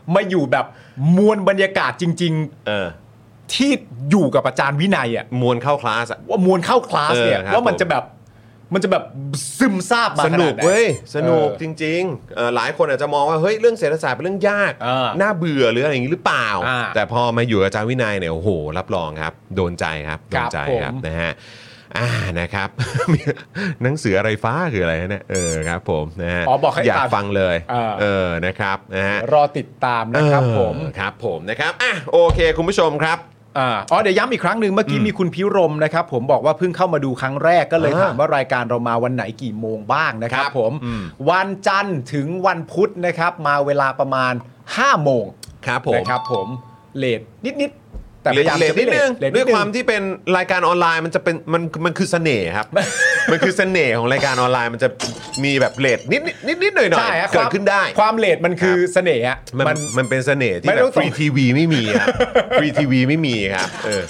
มาอยู่แบบมวลบรรยากาศจริงๆเออที่อยู่กับอาจารย์วินัยอ่ะมวลเข้าคลาสอ่ะว่ามวลเข้าคลาสเนี่ยว่ามันจะแบบมันจะแบบซึมซาบมาสนุกเว้ยสนุกจริงๆหลายคนอาจจะมองว่าเฮ้ยเรื่องเศรษฐศาสตร์เป็นเรื่องยากน่าเบื่อหรืออะไรอย่างนี้หรือเปล่าแต่พอมาอยู่กับอาจารย์วินัยเนี่ยโอ้โหรับรองครับโดนใจครับโดนใจครับนะฮะอ่านะครับหนังสืออะไรฟ้าคืออะไรเนี่ยเออครับผมนะฮะอ๋อบอกให้อยากฟังเลยเออนะครับนะฮะรอติดตามนะครับผมครับผมนะครับอ่ะโอเคคุณผู้ชมครับอ๋อเดี๋ยวย้ำอีกครั้งหนึ่งเมื่อกี้มีคุณพิรมนะครับผมบอกว่าเพิ่งเข้ามาดูครั้งแรกก็เลยถามว่ารายการเรามาวันไหนกี่โมงบ้างนะครับผมวันจันทร์ถึงวันพุธนะครับมาเวลาประมาณห้าโมงครับผมนะครับผมเลทนิดๆแต่พยายามจะนิดนึงด้วยความที่เป็นรายการออนไลน์มันจะเป็นมันมันคือเสน่ห์ครับมันคือเสน่ห์ของรายการออนไลน์มันจะมีแบบเลทนิดนิดนิดหน่อยหน่อยเกิดขึ้นได้ความเลทมันคือเสน่ห์ฮะมันมันเป็นเสน่ห์ที่แบบฟรีทีวีไม่มีครับฟรีทีวีไม่มีครับเออ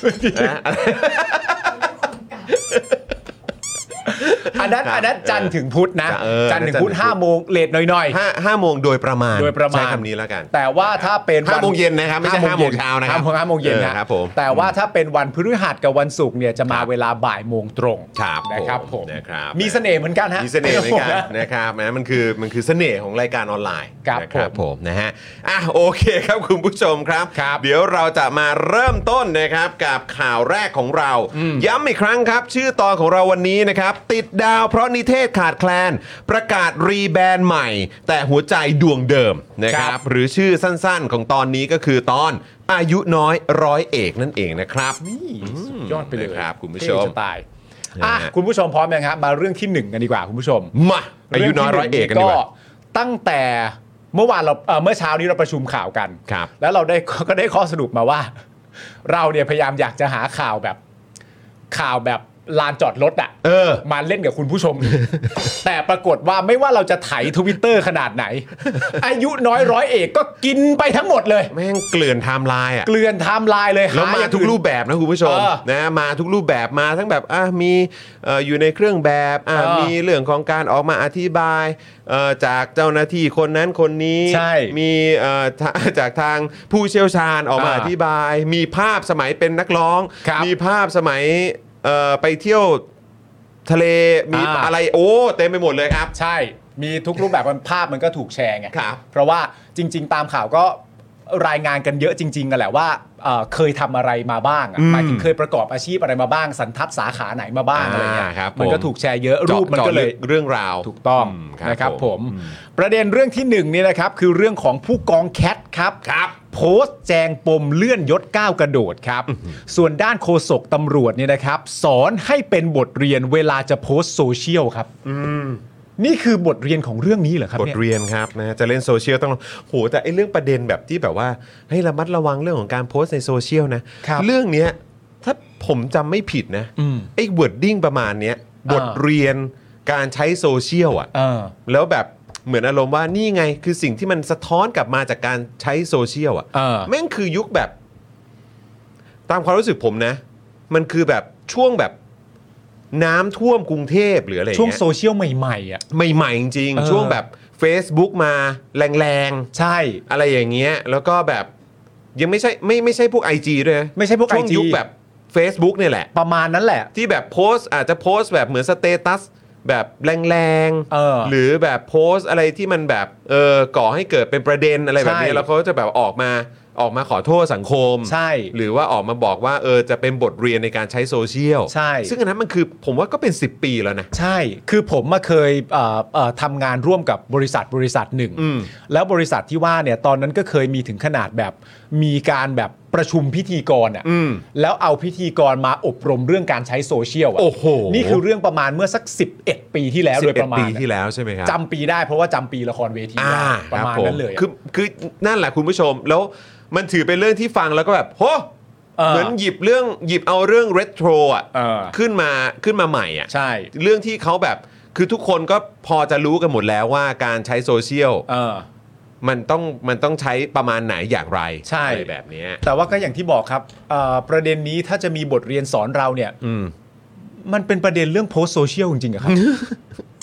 อันนั้นอันนั้นจันทร์ถึงพุธนะจันทร์ถึงพุธห้าโมงเลทหน่อยๆห้าห้าโมงโดยประมาณโดยประมาณใช้คำนี้แล้วกันแต่ว่าถ้าเป็นห้าโมงเย็นนะครับไม่ใช่ห้าโมงเช้านะครับห้าโมงเย็นนะครับผมแต่ว่าถ้าเป็นวันพฤหัสกับวันศุกร์เนี่ยจะมาเวลาบ่ายโมงตรงนะครับผมมีเสน่ห์เหมือนกันฮะมีเสน่ห์เหมือนกันนะครับนะมันคือมันคือเสน่ห์ของรายการออนไลน์นะครับผมนะฮะอ่ะโอเคครับคุณผู้ชมครับเดี๋ยวเราจะมาเริ่มต้นนะครับกับข่าวแรกของเราย้ำอีกครั้งครับชื่อตอนของเราวันนี้นะครับติดดาวเพราะนิเทศขาดแคลนประกาศรีแบรนด์ใหม่แต่หัวใจดวงเดิมนะครับหรือชื่อสั้นๆของตอนนี้ก็คือตอนอายุน้อยร้อยเอกนั่นเองนะครับนี่สุดยอดไปเลยครับคุณผู้ชมตายอ่ะคุณผู้ชมพร้อมยังครับมาเรื่องที่หนึ่งกันดีกว่าคุณผู้ชมมาอายุน้อยร้อยเอกกันดีกว่าตั้งแต่เมื่อวานเราเมื่อเช้านี้เราประชุมข่าวกันแล้วเราได้ก็ได้ข้อสรุปมาว่าเราเนี่ยพยายามอยากจะหาข่าวแบบข่าวแบบลานจอดรถอ่ะเออมาเล่นกับคุณผู้ชม แต่ปรากฏว่าไม่ว่าเราจะไถ Twitter ขนาดไหน อายุน้อยร้อยเอกก็กินไปทั้งหมดเลยแม่งเกลื่อนไทม์ไลน์อ่ะเกลื่อนไทม์ไลน์เลยแล้วมาทุกรูปแบบนะคุณผู้ชมนะมาทุกรูปแบบมาทั้งแบบอ่ะมีเอ่ออยู่ในเครื่องแบบอ่ะมีเรื่องของการออกมาอธิบายเอ่อจากเจ้าหน้าที่คนนั้นคนนี้มีเอ่อจากทางผู้เชี่ยวชาญออกมาอธิบายมีภาพสมัยเป็นนักร้องมีภาพสมัยเอ่อไปเที่ยวทะเลมีอะไรโอ้เต็มไปหมดเลยครับใช่มีทุกรูปแบบภาพมันก็ถูกแชร์ไงเพราะว่าจริงๆตามข่าวก็รายงานกันเยอะจริงๆกันแหละว่าเอ่อเคยทำอะไรมาบ้างหมายถึงเคยประกอบอาชีพอะไรมาบ้างสันทัดสาขาไหนมาบ้างอะไรเงี้ยมันก็ถูกแชร์เยอะรูปมันก็เลยเรื่องราวถูกต้องนะครับผมประเด็นเรื่องที่หนึ่งนี่นะครับคือเรื่องของผู้กองแคทครับโพสต์แจงปมเลื่อนยศก้าวกระโดดครับส่วนด้านโฆษกตำรวจเนี่ยนะครับสอนให้เป็นบทเรียนเวลาจะโพสต์โซเชียลครับนี่คือบทเรียนของเรื่องนี้เหรอครับบทเรียนครับนะจะเล่นโซเชียลต้องโหแต่ไอ้เรื่องประเด็นแบบที่แบบว่าให้ระมัดระวังเรื่องของการโพสต์ในโซเชียลนะเรื่องเนี้ยถ้าผมจำไม่ผิดนะไอ้วอร์ดดิ้งประมาณเนี้ยบทเรียนการใช้โซเชียลอ่ะแล้วแบบเหมือนอารมณ์ว่านี่ไงคือสิ่งที่มันสะท้อนกลับมาจากการใช้โซเชียลอ่ะแม่งคือยุคแบบตามความรู้สึกผมนะมันคือแบบช่วงแบบน้ำท่วมกรุงเทพหรืออะไรช่วงโซเชียลใหม่ๆอ่ะใหม่ๆจริงๆช่วงแบบ Facebook มาแรงๆใช่อะไรอย่างเงี้ยแล้วก็แบบยังไม่ใช่ไม่ไม่ใช่พวก ไอ จี ด้วยไม่ใช่พวก ไอ จีช่วงยุคแบบ Facebook เนี่ยแหละประมาณนั้นแหละที่แบบโพสอาจจะโพสแบบเหมือนสเตตัสแบบแรงๆหรือแบบโพสอะไรที่มันแบบเออก่อให้เกิดเป็นประเด็นอะไรแบบนี้แล้วเขาจะแบบออกมาออกมาขอโทษสังคมใช่หรือว่าออกมาบอกว่าเออจะเป็นบทเรียนในการใช้โซเชียลใช่ซึ่งอันนั้นมันคือผมว่าก็เป็นสิบปีแล้วนะใช่คือผมมาเคยเอ่อเอ่อทำงานร่วมกับบริษัทบริษัทหนึ่งแล้วบริษัทที่ว่าเนี่ยตอนนั้นก็เคยมีถึงขนาดแบบมีการแบบประชุมพิธีกรอ่ะแล้วเอาพิธีกรมาอบรมเรื่องการใช้โซเชียลอ่ะโอ้โหนี่คือเรื่องประมาณเมื่อสักสิบเอ็ดปีที่แล้วโดยประมาณปีที่แล้วใช่ไหไหมครับจำปีได้เพราะว่าจำปีละครเวทีประมาณนั้นเลยคือคือนั่นแหละคุณผู้ชมแล้วมันถือเป็นเรื่องที่ฟังแล้วก็แบบโหเหมือนหยิบเรื่องหยิบเอาเรื่องเรโทรอ่ะขึ้นมาขึ้นมาใหม่อ่ะใช่เรื่องที่เขาแบบคือทุกคนก็พอจะรู้กันหมดแล้วว่าการใช้โซเชียลมันต้องมันต้องใช้ประมาณไหนอย่างไรใช่แบบนี้แต่ว่าก็อย่างที่บอกครับประเด็นนี้ถ้าจะมีบทเรียนสอนเราเนี่ยมันเป็นประเด็นเรื่องโพสต์โซเชียลจริงๆครับ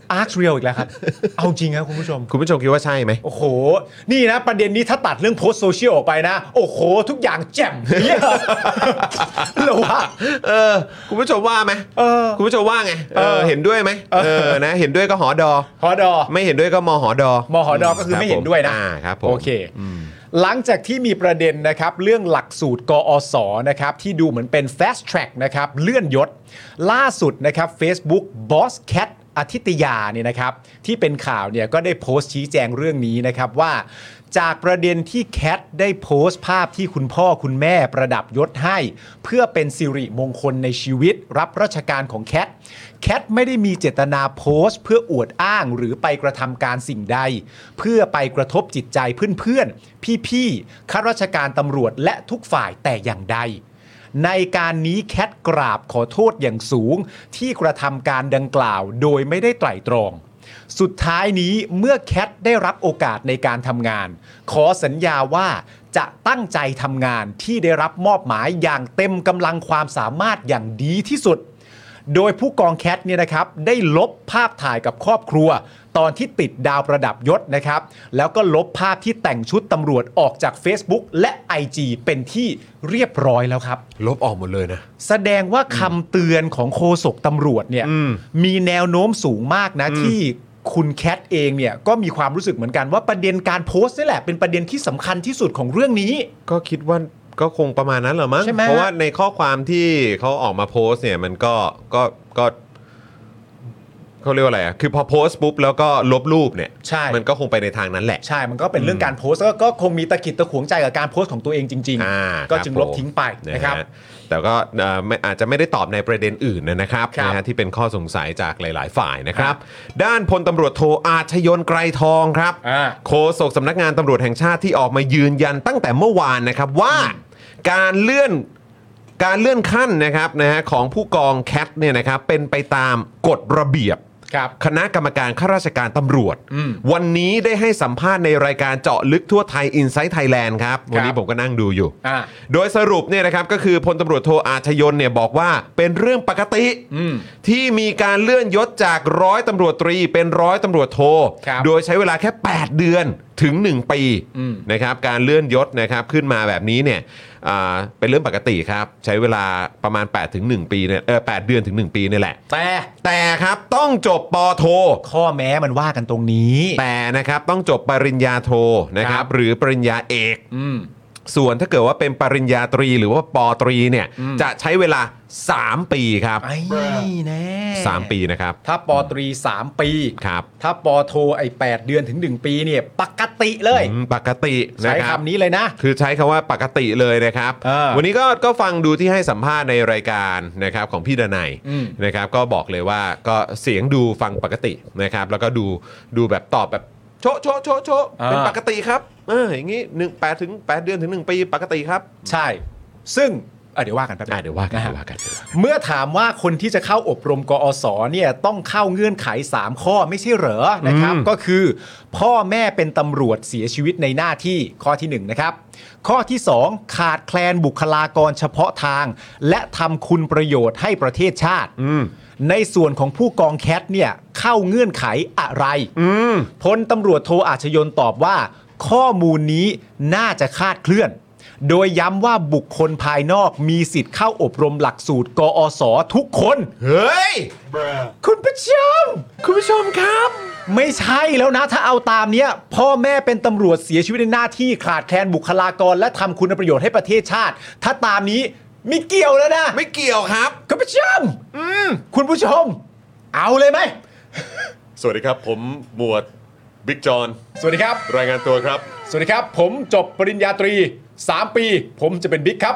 อาร์คเรียลอีกแล้วครับ เอาจริงครับคุณผู้ชมคุณผู้ชมคิดว่าใช่ไหมโอ้โหนี่นะประเด็นนี้ถ้าตัดเรื่องโพสต์โซเชียลออกไปนะโอ้โหทุกอย่างแจ่มเนี่ยเหรอวะเออคุณผู้ชมว่าไหมเออคุณผู้ชมว่าไงเอเอออเห็นด้วยไหมเออนะเห็นด้วยก็หอดอหอดอไม่เห็นด้วยก็มหอดอมหอดอก็คือไม่เห็นด้วยนะอ่าครับผมโอเค หลังจากที่มีประเด็นนะครับเรื่องหลักสูตรกอสนะครับที่ดูเหมือนเป็น fast track นะครับเลื่อนยศล่าสุดนะครับ Facebook Boss Cat อธิตยาเนี่ยนะครับที่เป็นข่าวเนี่ยก็ได้โพสต์ชี้แจงเรื่องนี้นะครับว่าจากประเด็นที่แคทได้โพสต์ภาพที่คุณพ่อคุณแม่ประดับยศให้เพื่อเป็นสิริมงคลในชีวิตรับราชการของแคทแคทไม่ได้มีเจตนาโพสต์เพื่ออวดอ้างหรือไปกระทำการสิ่งใดเพื่อไปกระทบจิตใจเพื่อนๆพี่ๆข้าราชการตำรวจและทุกฝ่ายแต่อย่างใดในการนี้แคทกราบขอโทษอย่างสูงที่กระทำการดังกล่าวโดยไม่ได้ไตร่ตรองสุดท้ายนี้เมื่อแคทได้รับโอกาสในการทำงานขอสัญญาว่าจะตั้งใจทำงานที่ได้รับมอบหมายอย่างเต็มกำลังความสามารถอย่างดีที่สุดโดยผู้กองแคทเนี่ยนะครับได้ลบภาพถ่ายกับครอบครัวตอนที่ติดดาวประดับยศนะครับแล้วก็ลบภาพที่แต่งชุดตำรวจออกจาก Facebook และ ไอ จี เป็นที่เรียบร้อยแล้วครับลบออกหมดเลยนะแสดงว่าคำเตือนของโฆษกตำรวจเนี่ยมีแนวโน้มสูงมากนะที่คุณแคทเองเนี่ยก็มีความรู้สึกเหมือนกันว่าประเด็นการโพสต์นี่แหละเป็นประเด็นที่สำคัญที่สุดของเรื่องนี้ก็คิดว่าก็คงประมาณนั้นเหรอมั้งเพราะว่าในข้อความที่เขาออกมาโพสต์เนี่ยมันก็ก็ก็เขาเรียกว่าอะไรอ่ะคือพอโพสต์ปุ๊บแล้วก็ลบรูปเนี่ยมันก็คงไปในทางนั้นแหละใช่มันก็เป็นเรื่องการโพสต์ก็คงมีตะกิดตะขวงใจกับการโพสต์ของตัวเองจริงๆก็จึงลบทิ้งไปนะครับแต่ก็อาจจะไม่ได้ตอบในประเด็นอื่นนะครับนะฮะที่เป็นข้อสงสัยจากหลายๆฝ่ายนะครับด้านพลตำรวจโทอาชญนไกรทองครับโฆษกสำนักงานตำรวจแห่งชาติที่ออกมายืนยันตั้งแต่เมื่อวานนะครับว่าการเลื่อนการเลื่อนขั้นนะครับนะฮะของผู้กองแคทเนี่ยนะครับเป็นไปตามกฎระเบียบคณะกรรมการข้าราชการตำรวจวันนี้ได้ให้สัมภาษณ์ในรายการเจาะลึกทั่วไทย Inside Thailand ครับวันนี้ผมก็นั่งดูอยู่โดยสรุปเนี่ยนะครับก็คือพลตำรวจโทอาชญนเนี่ยบอกว่าเป็นเรื่องปกติที่มีการเลื่อนยศจากร้อยตำรวจตรีเป็นร้อยตำรวจโทโดยใช้เวลาแค่แปดเดือนถึงหนึ่งปีนะครับการเลื่อนยศนะครับขึ้นมาแบบนี้เนี่ยเป็นเรื่องปกติครับใช้เวลาประมาณแปดถึงหนึ่งปีเนี่ยเออแปดเดือนถึงหนึ่งปีนี่แหละแต่แต่ครับต้องจบปโทข้อแม้มันว่ากันตรงนี้แต่นะครับต้องจบปริญญาโทนะครับหรือปริญญาเอกส่วนถ้าเกิดว่าเป็นปริญญาตรีหรือว่าปตรีเนี่ยจะใช้เวลาสามปีครับไอ้แน่สามปีนะครับถ้าปตรีสามปีครับถ้าปโทไอ้แปดเดือนถึงหนึ่งปีเนี่ยปกติเลยปกติใช้คำนี้เลยนะคือใช้คำว่าปกติเลยนะครับวันนี้ก็ก็ฟังดูที่ให้สัมภาษณ์ในรายการนะครับของพี่ดนัยนะครับก็บอกเลยว่าก็เสียงดูฟังปกตินะครับแล้วก็ดูดูแบบตอบแบบโชโชโชโชเป็นปกติครับเอออย่างงี้หนึ่งแปดถึงแปดเดือนถึงหนึ่งปีปกติครับใช่ซึ่งเดี๋ยวว่ากันแป๊บเดี๋ยวว่ากันว่ากันเมื่อถามว่าคนที่จะเข้าอบรมกอสเนี่ยต้องเข้าเงื่อนไขสามข้อไม่ใช่เหรอนะครับก็คือพ่อแม่เป็นตำรวจเสียชีวิตในหน้าที่ข้อที่หนึ่งนะครับข้อที่สองขาดแคลนบุคลากรเฉพาะทางและทำคุณประโยชน์ให้ประเทศชาติในส่วนของผู้กองแคทเนี่ยเข้าเงื่อนไขอะไรพลตำรวจโทอาชญนตอบว่าข้อมูลนี้น่าจะคลาดเคลื่อนโดยย้ำว่าบุคคลภายนอกมีสิทธิ์เข้าอบรมหลักสูตรกอสทุกคนเฮ้ยคุณผู้ชมคุณผู้ชมครับไม่ใช่แล้วนะถ้าเอาตามเนี้ยพ่อแม่เป็นตำรวจเสียชีวิตในหน้าที่ขาดแคลนบุคลากรและทำคุณประโยชน์ให้ประเทศชาติถ้าตามนี้ไม่เกี่ยวแล้วนะไม่เกี่ยวครับคุณผู้ชมอืมคุณผู้ชมเอาเลยไหมสวัสดีครับผมหมวดบิ๊กจอนสวัสดีครับรายงานตัวครับสวัสดีครับผมจบปริญญาตรีสามปีผมจะเป็นบิ๊กครับ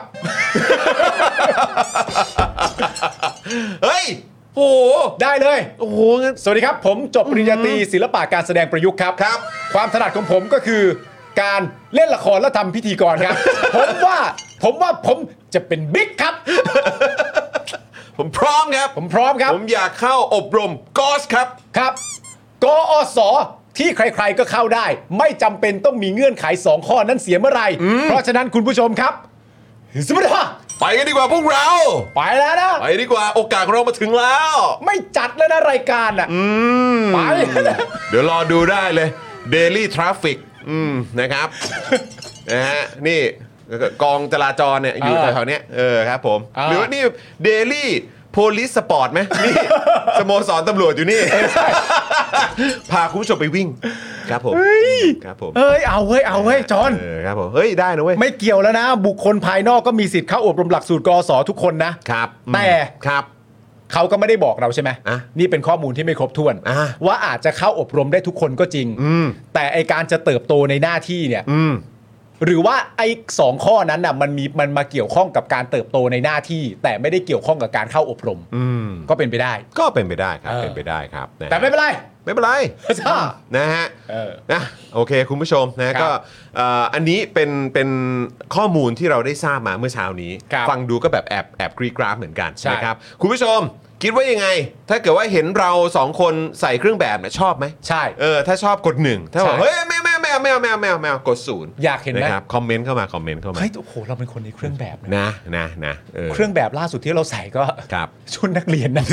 เฮ้ยโอ้ได้เลยโอ้โหสวัสดีครับผมจบปริญญาตรีศิลปะการแสดงประยุกต์ครับครับความถนัดของผมก็คือการเล่นละครและทำพิธีกรครับ ผมว่าผมว่าผมจะเป็นบิ๊กครับผมพร้อมครับผมพร้อมครับผมอยากเข้าอบรมกอสครับครับกอสที่ใครๆก็เข้าได้ไม่จำเป็นต้องมีเงื่อนไขสองข้อนั้นเสียเมื่อไหร่เพราะฉะนั้นคุณผู้ชมครับสมมติว่าไปกันดีกว่าพวกเราไปแล้วนะไปดีกว่าโอกาสของเรามาถึงแล้วไม่จัดแล้วนะรายการอ่ะอืมไปเดี๋ยวรอดูได้เลย Daily Traffic อืมนะครับ นะฮะนี่กองจราจรเนี่ยอยู่แถวๆเนี้ยเออครับผมอ่าหรือว่านี่ Daily Police Sport ไหมนี่สโมสรตำรวจอยู่นี่ พาคุณผู้ชมไปวิ่งครับผมครับผมเอ้ยเอาเฮ้ยเอาเฮ้ยจอนเออครับผมเฮ้ยได้นะเว้ยไม่เกี่ยวแล้วนะ บุคคลภายนอกก็มีสิทธิ์เข้าอบรมหลักสูตรกสทุกคนนะครับ แต่ครับเขาก็ไม่ได้บอกเราใช่ไหมอ่ะนี่เป็นข้อมูลที่ไม่ครบถ้วนอ่ะว่าอาจจะเข้าอบรมได้ทุกคนก็จริงอืมแต่ไอการจะเติบโตในหน้าที่เนี่ยอืมหรือว่าไอ้สองข้อนั้นน่ะมันมีมันมาเกี่ยวข้องกับการเติบโตในหน้าที่ แต่ไม่ได้เกี่ยวข้องกับการเข้าอบรมอืมก็เป็นไปได้ก็เป็นไปได้ครับเออเป็นไปได้ครับนะฮะแต่ไม่เป็นไรไม่เป็นไรจ้านะฮะเออนะโอเคคุณผู้ชมนะครับก็เอ่ออันนี้เป็นเป็นข้อมูลที่เราได้ทราบมาเมื่อเช้านี้ครับฟังดูก็แบบแอบแอบกรีดกราฟเหมือนกันใช่นะครับคุณผู้ชมคิดว่ายังไง ถ้าเกิดว่าเห็นเราสองคนใส่เครื่องแบบเนี่ยชอบไหมใช่เออถ้าชอบกดหนึ่งถ้าบอกใช่เฮ้ยไม่ไม่ไม่เอาไม่เอาไม่เอาไม่เอาไม่เอากดศูนย์อยากเห็นไหมนะครับคอมเมนต์เข้ามาคอมเมนต์เข้ามาเฮ้ยโอ้โหเราเป็นคนในเครื่องแบบนะนะนะนะเออเครื่องแบบล่าสุดที่เราใส่ก็ครับชุดนักเรียนนะ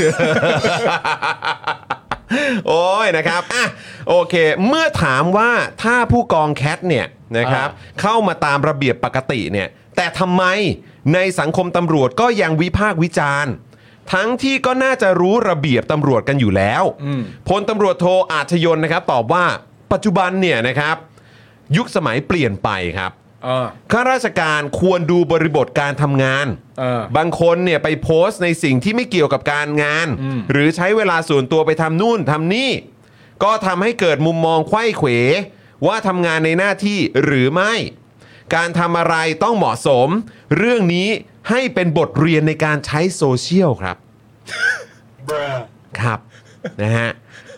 โอ้ยนะครับอ่ะโอเค เมื่อถามว่าถ้าผู้กองแคทเนี่ยนะครับอ่าเข้ามาตามระเบียบปกติเนี่ยแต่ทำไมในสังคมตำรวจก็ยังวิพากษ์วิจารณ์ ทั้งที่ก็น่าจะรู้ระเบียบตำรวจกันอยู่แล้วพลตำรวจโทอาชยนนะครับตอบว่าปัจจุบันเนี่ยนะครับยุคสมัยเปลี่ยนไปครับเออข้าราชการควรดูบริบทการทำงานเออบางคนเนี่ยไปโพสต์ในสิ่งที่ไม่เกี่ยวกับการงานอืมหรือใช้เวลาส่วนตัวไปทำนู่นทำนี่ ก็ทำให้เกิดมุมมองไขว้เขวว่าทำงานในหน้าที่หรือไม่ การทำอะไรต้องเหมาะสม เรื่องนี้ให้เป็นบทเรียนในการใช้โซเชียลครับ ครับนะฮะ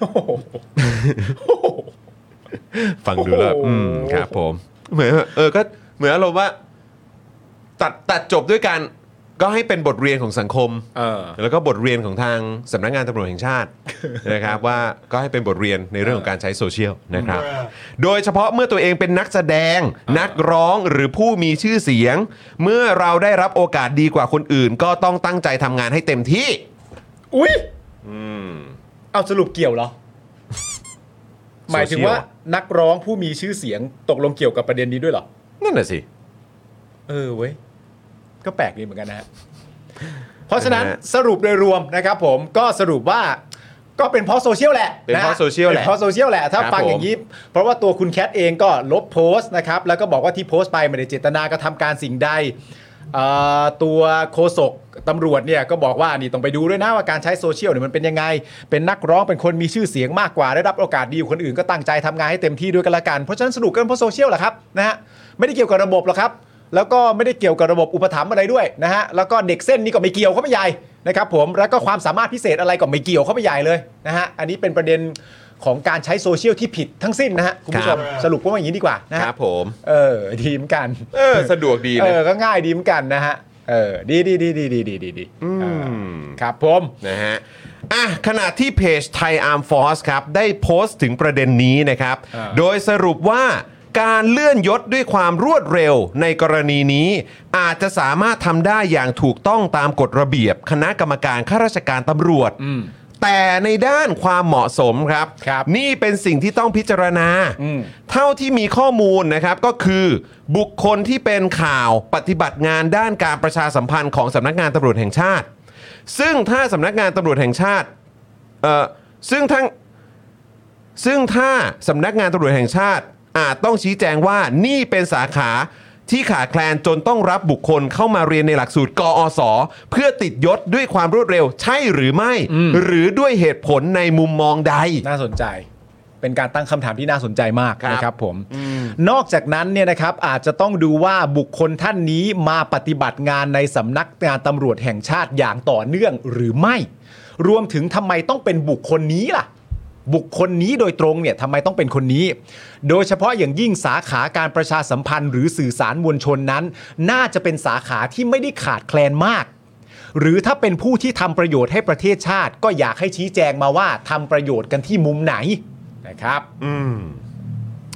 ฟังดูแล้วอืมครับผมเหมือนเออก็เหมือนอารมณ์ว่าตัดตัดจบด้วยกันก็ให้เป็นบทเรียนของสังคมเออแล้วก็บทเรียนของทางสำนักงานตำรวจแห่งชาติ นะครับว่าก็ให้เป็นบทเรียนในเรื่องของการใช้โซเชียลนะครับ โดยเฉพาะเมื่อตัวเองเป็นนักแสดง นักร้องหรือผู้มีชื่อเสียง เมื่อเราได้รับโอกาสดีกว่าคนอื่น ก็ต้องตั้งใจทำงานให้เต็มที่อุ้ยอืมเอาสรุปเกี่ยวเหรอ หมายถึงว่านักร้องผู้มีชื่อเสียงตกลงเกี่ยวกับประเด็นนี้ด้วยเหรอนั่นน่ะสิเออเว้ย ก็แปลกดีเหมือนกันนะฮะ เพราะฉะนั้นนะฮะสรุปโดยรวมนะครับผมก็สรุปว่าก็เป็นเพราะโซเชียลแหละเป็นเพราะฮโซเชียลแหละเป็นเพราะโซเชียลแหละถ้าครับฟังอย่างนี้ เพราะว่าตัวคุณแคทเองก็ลบโพสต์นะครับแล้วก็บอกว่าที่โพสต์ไปไม่ได้เจตนากระทำการสิ่งใดเอ่อตัวโฆษกตำรวจเนี่ยก็บอกว่านี่ต้องไปดูด้วยนะว่าการใช้โซเชียลเนี่ยมันเป็นยังไงเป็นนักร้องเป็นคนมีชื่อเสียงมากกว่าได้รับโอกาสดีกว่าคนอื่นก็ตั้งใจทำงานให้เต็มที่ด้วยกันละกันเพราะฉะนั้นสรุปกันเพราะโซเชียลแหละครับนะฮะไม่ได้เกี่ยวกับระบบหรอกครับแล้วก็ไม่ได้เกี่ยวกับระบบอุปถัมภ์อะไรด้วยนะฮะแล้วก็เด็กเส้นนี่ก็ไม่เกี่ยวเข้าไปใหญ่นะครับผมแล้วก็ความสามารถพิเศษอะไรก็ไม่เกี่ยวเข้าไปใหญ่เลยนะฮะอันนี้เป็นประเด็นของการใช้โซเชียลที่ผิดทั้งสิ้นนะฮะคุณผู้ชมสรุปว่าอย่างนี้ดีกว่านะฮะครับผมเออดีเหมือนกันเออสะดวกดีเอนะอก็ง่ายดีเหมือนกันนะฮะเออดีดีดีดีดีดีดีดีอืมเออครับผมนะฮะอ่ะขณะที่เพจ Thai Armed Force ครับได้โพสต์ถึงประเด็นนี้นะครับอ่าโดยสรุปว่าการเลื่อนยศด้วยความรวดเร็วในกรณีนี้ อาจจะสามารถทำได้อย่างถูกต้องตามกฎระเบียบคณะกรรมการข้าราชการตำรวจอืมแต่ในด้านความเหมาะสมครับครับนี่เป็นสิ่งที่ต้องพิจารณาอืมเท่าที่มีข้อมูลนะครับก็คือบุคคลที่เป็นข่าวปฏิบัติงานด้านการประชาสัมพันธ์ของสำนักงานตำรวจแห่งชาติ ซึ่งถ้าสำนักงานตำรวจแห่งชาติเอ่อซึ่งทั้งซึ่งถ้าสำนักงานตำรวจแห่งชาติอาจต้องชี้แจงว่านี่เป็นสาขาที่ขาดแคลนจนต้องรับบุคคลเข้ามาเรียนในหลักสูตรกอสเพื่อติดยศด้วยความรวดเร็วใช่หรือไม่ หรือด้วยเหตุผลในมุมมองใดน่าสนใจ เป็นการตั้งคำถามที่น่าสนใจมากครับนะครับผมนอกจากนั้นเนี่ยนะครับอาจจะต้องดูว่าบุคคลท่านนี้มาปฏิบัติงานในสำนักงานตำรวจแห่งชาติอย่างต่อเนื่องหรือไม่ รวมถึงทำไมต้องเป็นบุคคลนี้ล่ะ บุคคลนี้โดยตรงเนี่ยทำไมต้องเป็นคนนี้ โดยเฉพาะอย่างยิ่งสาขาการประชาสัมพันธ์หรือสื่อสารมวลชนนั้น น่าจะเป็นสาขาที่ไม่ได้ขาดแคลนมาก หรือถ้าเป็นผู้ที่ทำประโยชน์ให้ประเทศชาติ ก็อยากให้ชี้แจงมาว่าทำประโยชน์กันที่มุมไหนนะครับอืม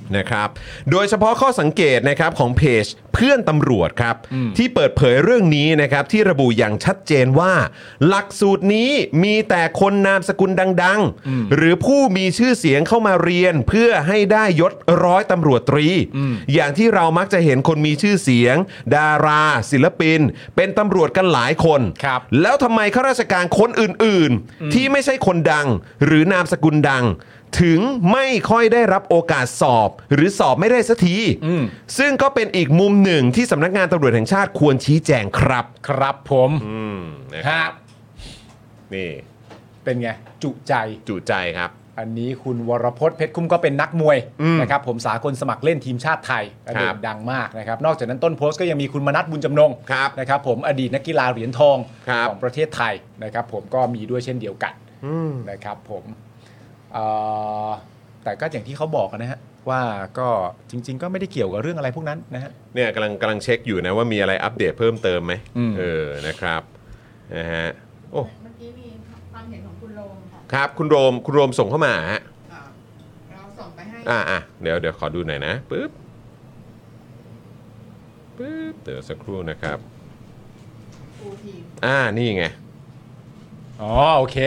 นะครับโดยเฉพาะข้อสังเกตนะครับของเพจเพื่อนตำรวจครับที่เปิดเผยเรื่องนี้นะครับที่ระบุอย่างชัดเจนว่าหลักสูตรนี้มีแต่คนนามสกุลดังๆหรือผู้มีชื่อเสียงเข้ามาเรียนเพื่อให้ได้ยศร้อยตำรวจตรีอย่างที่เรามักจะเห็นคนมีชื่อเสียงดาราศิลปินเป็นตำรวจกันหลายคนแล้วทำไมข้าราชการคนอื่นๆที่ไม่ใช่คนดังหรือนามสกุลดังถึงไม่ค่อยได้รับโอกาสสอบหรือสอบไม่ได้สักทีซึ่งก็เป็นอีกมุมหนึ่งที่สำนักงานตำรวจแห่งชาติควรชี้แจงครับครับผมนะครับนี่เป็นไงจุใจจุใจครับอันนี้คุณวรพจน์เพชรคุ้มก็เป็นนักมวยนะครับผมสากลสมัครเล่นทีมชาติไทยอดีตดังมากนะครับนอกจากนั้นต้นโพสต์ก็ยังมีคุณมนัสบุญจำนงนะครับผมอดีตนักกีฬาเหรียญทองของประเทศไทยนะครับผมก็มีด้วยเช่นเดียวกันนะครับผมแต่ก็อย่างที่เขาบอกนะฮะว่าก็จริงๆก็ไม่ได้เกี่ยวกับเรื่องอะไรพวกนั้นนะฮะเนี่ยกำลังกำลังเช็คอยู่นะว่ามีอะไรอัปเดตเพิ่มเติมไหมเออนะครับนะฮะโอ้เมื่อกี้มีความเห็นของคุณโรมค่ะครับคุณโรมคุณโรมส่งเข้ามาฮะเราส่งไปให้อ่าอ่ะเดี๋ยวเดี๋ยวขอดูหน่อยนะปึ๊บปึ๊บเดี๋ยวสักครู่นะครับอ่านี่ไงอ๋อโอเค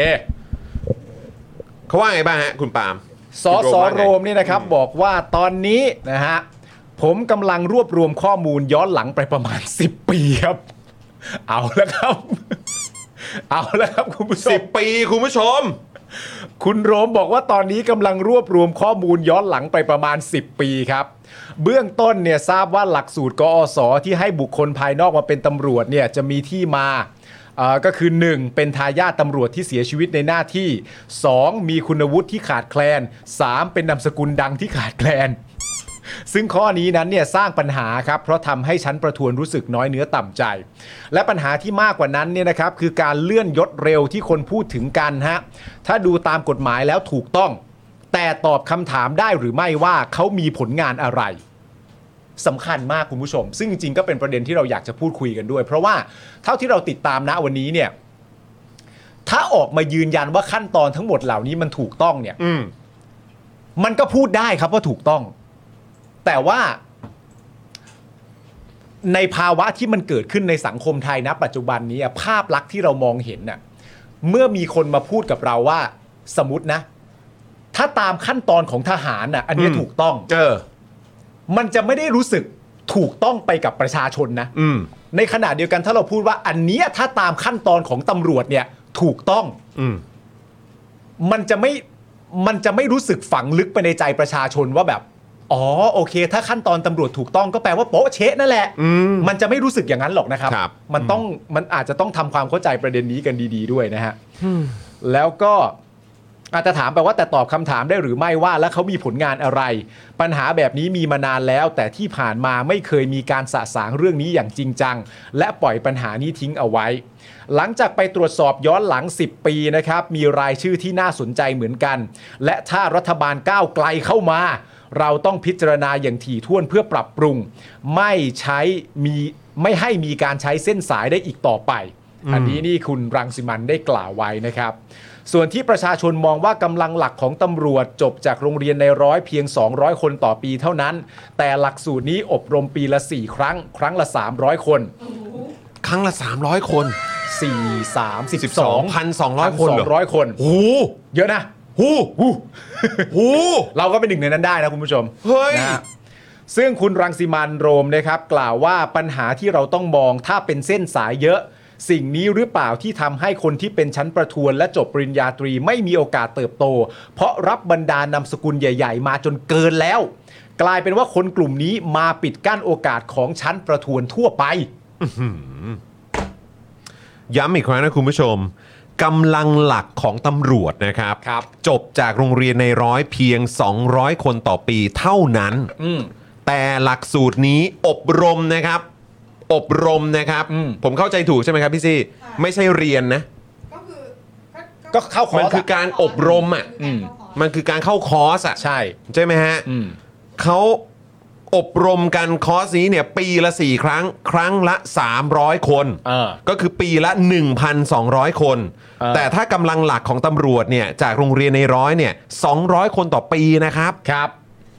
เขาว่าไงบ้างฮะคุณปาล์มสสโรมนี่นะครับบอกว่าตอนนี้นะฮะผมกำลังรวบรวมข้อมูลย้อนหลังไปประมาณสิบปีครับเอาแล้วครับเอาแล้วครับคุณผู้ชมสิบปีคุณผู้ชมคุณโรมบอกว่าตอนนี้กำลังรวบรวมข้อมูลย้อนหลังไปประมาณสิบปีครับเบื้องต้นเนี่ยทราบว่าหลักสูตรกอสที่ให้บุคคลภายนอกมาเป็นตำรวจเนี่ยจะมีที่มาก็คือหนึ่งเป็นทายาทตำรวจที่เสียชีวิตในหน้าที่สองมีคุณวุฒิที่ขาดแคลนสามเป็นนามสกุลดังที่ขาดแคลนซึ่งข้อนี้นั้นเนี่ยสร้างปัญหาครับเพราะทำให้ชั้นประทวนรู้สึกน้อยเนื้อต่ำใจและปัญหาที่มากกว่านั้นเนี่ยนะครับคือการเลื่อนยศเร็วที่คนพูดถึงกันฮะถ้าดูตามกฎหมายแล้วถูกต้องแต่ตอบคำถามได้หรือไม่ว่าเขามีผลงานอะไรสำคัญมากคุณผู้ชมซึ่งจริงๆก็เป็นประเด็นที่เราอยากจะพูดคุยกันด้วยเพราะว่าเท่าที่เราติดตามณวันนี้เนี่ยถ้าออกมายืนยันว่าขั้นตอนทั้งหมดเหล่านี้มันถูกต้องเนี่ยมันก็พูดได้ครับว่าถูกต้องแต่ว่าในภาวะที่มันเกิดขึ้นในสังคมไทยณปัจจุบันนี้ภาพลักษณ์ที่เรามองเห็นน่ะเมื่อมีคนมาพูดกับเราว่าสมมตินะถ้าตามขั้นตอนของทหารน่ะอันนี้ถูกต้องเออมันจะไม่ได้รู้สึกถูกต้องไปกับประชาชนนะในขณะเดียวกันถ้าเราพูดว่าอันนี้ถ้าตามขั้นตอนของตำรวจเนี่ยถูกต้องมันจะไม่มันจะไม่รู้สึกฝังลึกไปในใจประชาชนว่าแบบอ๋อโอเคถ้าขั้นตอนตำรวจถูกต้องก็แปลว่าโป๊ะเช๊ะนั่นแหละมันจะไม่รู้สึกอย่างนั้นหรอกนะครับมันต้องมันอาจจะต้องทำความเข้าใจประเด็นนี้กันดีๆด้วยนะฮะแล้วก็อาจจะถามไปว่าแต่ตอบคำถามได้หรือไม่ว่าแล้วเขามีผลงานอะไรปัญหาแบบนี้มีมานานแล้วแต่ที่ผ่านมาไม่เคยมีการสะสางเรื่องนี้อย่างจริงจังและปล่อยปัญหานี้ทิ้งเอาไว้หลังจากไปตรวจสอบย้อนหลังสิบปีนะครับมีรายชื่อที่น่าสนใจเหมือนกันและถ้ารัฐบาลก้าวไกลเข้ามาเราต้องพิจารณาอย่างถี่ถ้วนเพื่อปรับปรุงไม่ใช้มีไม่ให้มีการใช้เส้นสายได้อีกต่อไปอันนี้นี่คุณรังสิมันได้กล่าวไว้นะครับส่วนที่ประชาชนมองว่ากำลังหลักของตำรวจจบจากโรงเรียนในร้อยเพียงสองร้อยคนต่อปีเท่านั้นแต่หลักสูตรนี้อบรมปีละสี่ครั้งครั้งละสามร้อยคนครั้งละสามร้อยคนสี่ สาม สิบสองพันสองร้อยคนเหรอสองร้อยคนโอ้โหเยอะนะหูหูหูเราก็เป็นหนึ่งในนั้นได้นะคุณผู้ชมเฮ้ยนะซึ่งคุณรังสิมันโรมนะครับกล่าวว่าปัญหาที่เราต้องมองถ้าเป็นเส้นสายเยอะสิ่งนี้หรือเปล่าที่ทำให้คนที่เป็นชั้นประทวนและจบปริญญาตรีไม่มีโอกาสเติบโตเพราะรับบรรดานามสกุลใหญ่ๆมาจนเกินแล้วกลายเป็นว่าคนกลุ่มนี้มาปิดกั้นโอกาสของชั้นประทวนทั่วไปย้ำอีกครั้งนะคุณผู้ชมกำลังหลักของตำรวจนะครับจบจากโรงเรียนในร้อยเพียงสองร้อยคนต่อปีเท่านั้นแต่หลักสูตรนี้อบรมนะครับอบรมนะครับผมเข้าใจถูกใช่ไหมครับพี่ซี่ไม่ใช่เรียนนะก็คือก็เข้าคอร์สมันคือการอบรมอ่ะมันคือการเข้าคอร์สอ่ะใช่ใช่ไหมฮะเขาอบรมกันคอร์สนี้เนี่ยปีละสี่ครั้งครั้งละสามร้อยคนก็คือปีละ หนึ่งพันสองร้อย คนแต่ถ้ากำลังหลักของตำรวจเนี่ยจากโรงเรียนในร้อยเนี่ยสองร้อยคนต่อปีนะครับครับ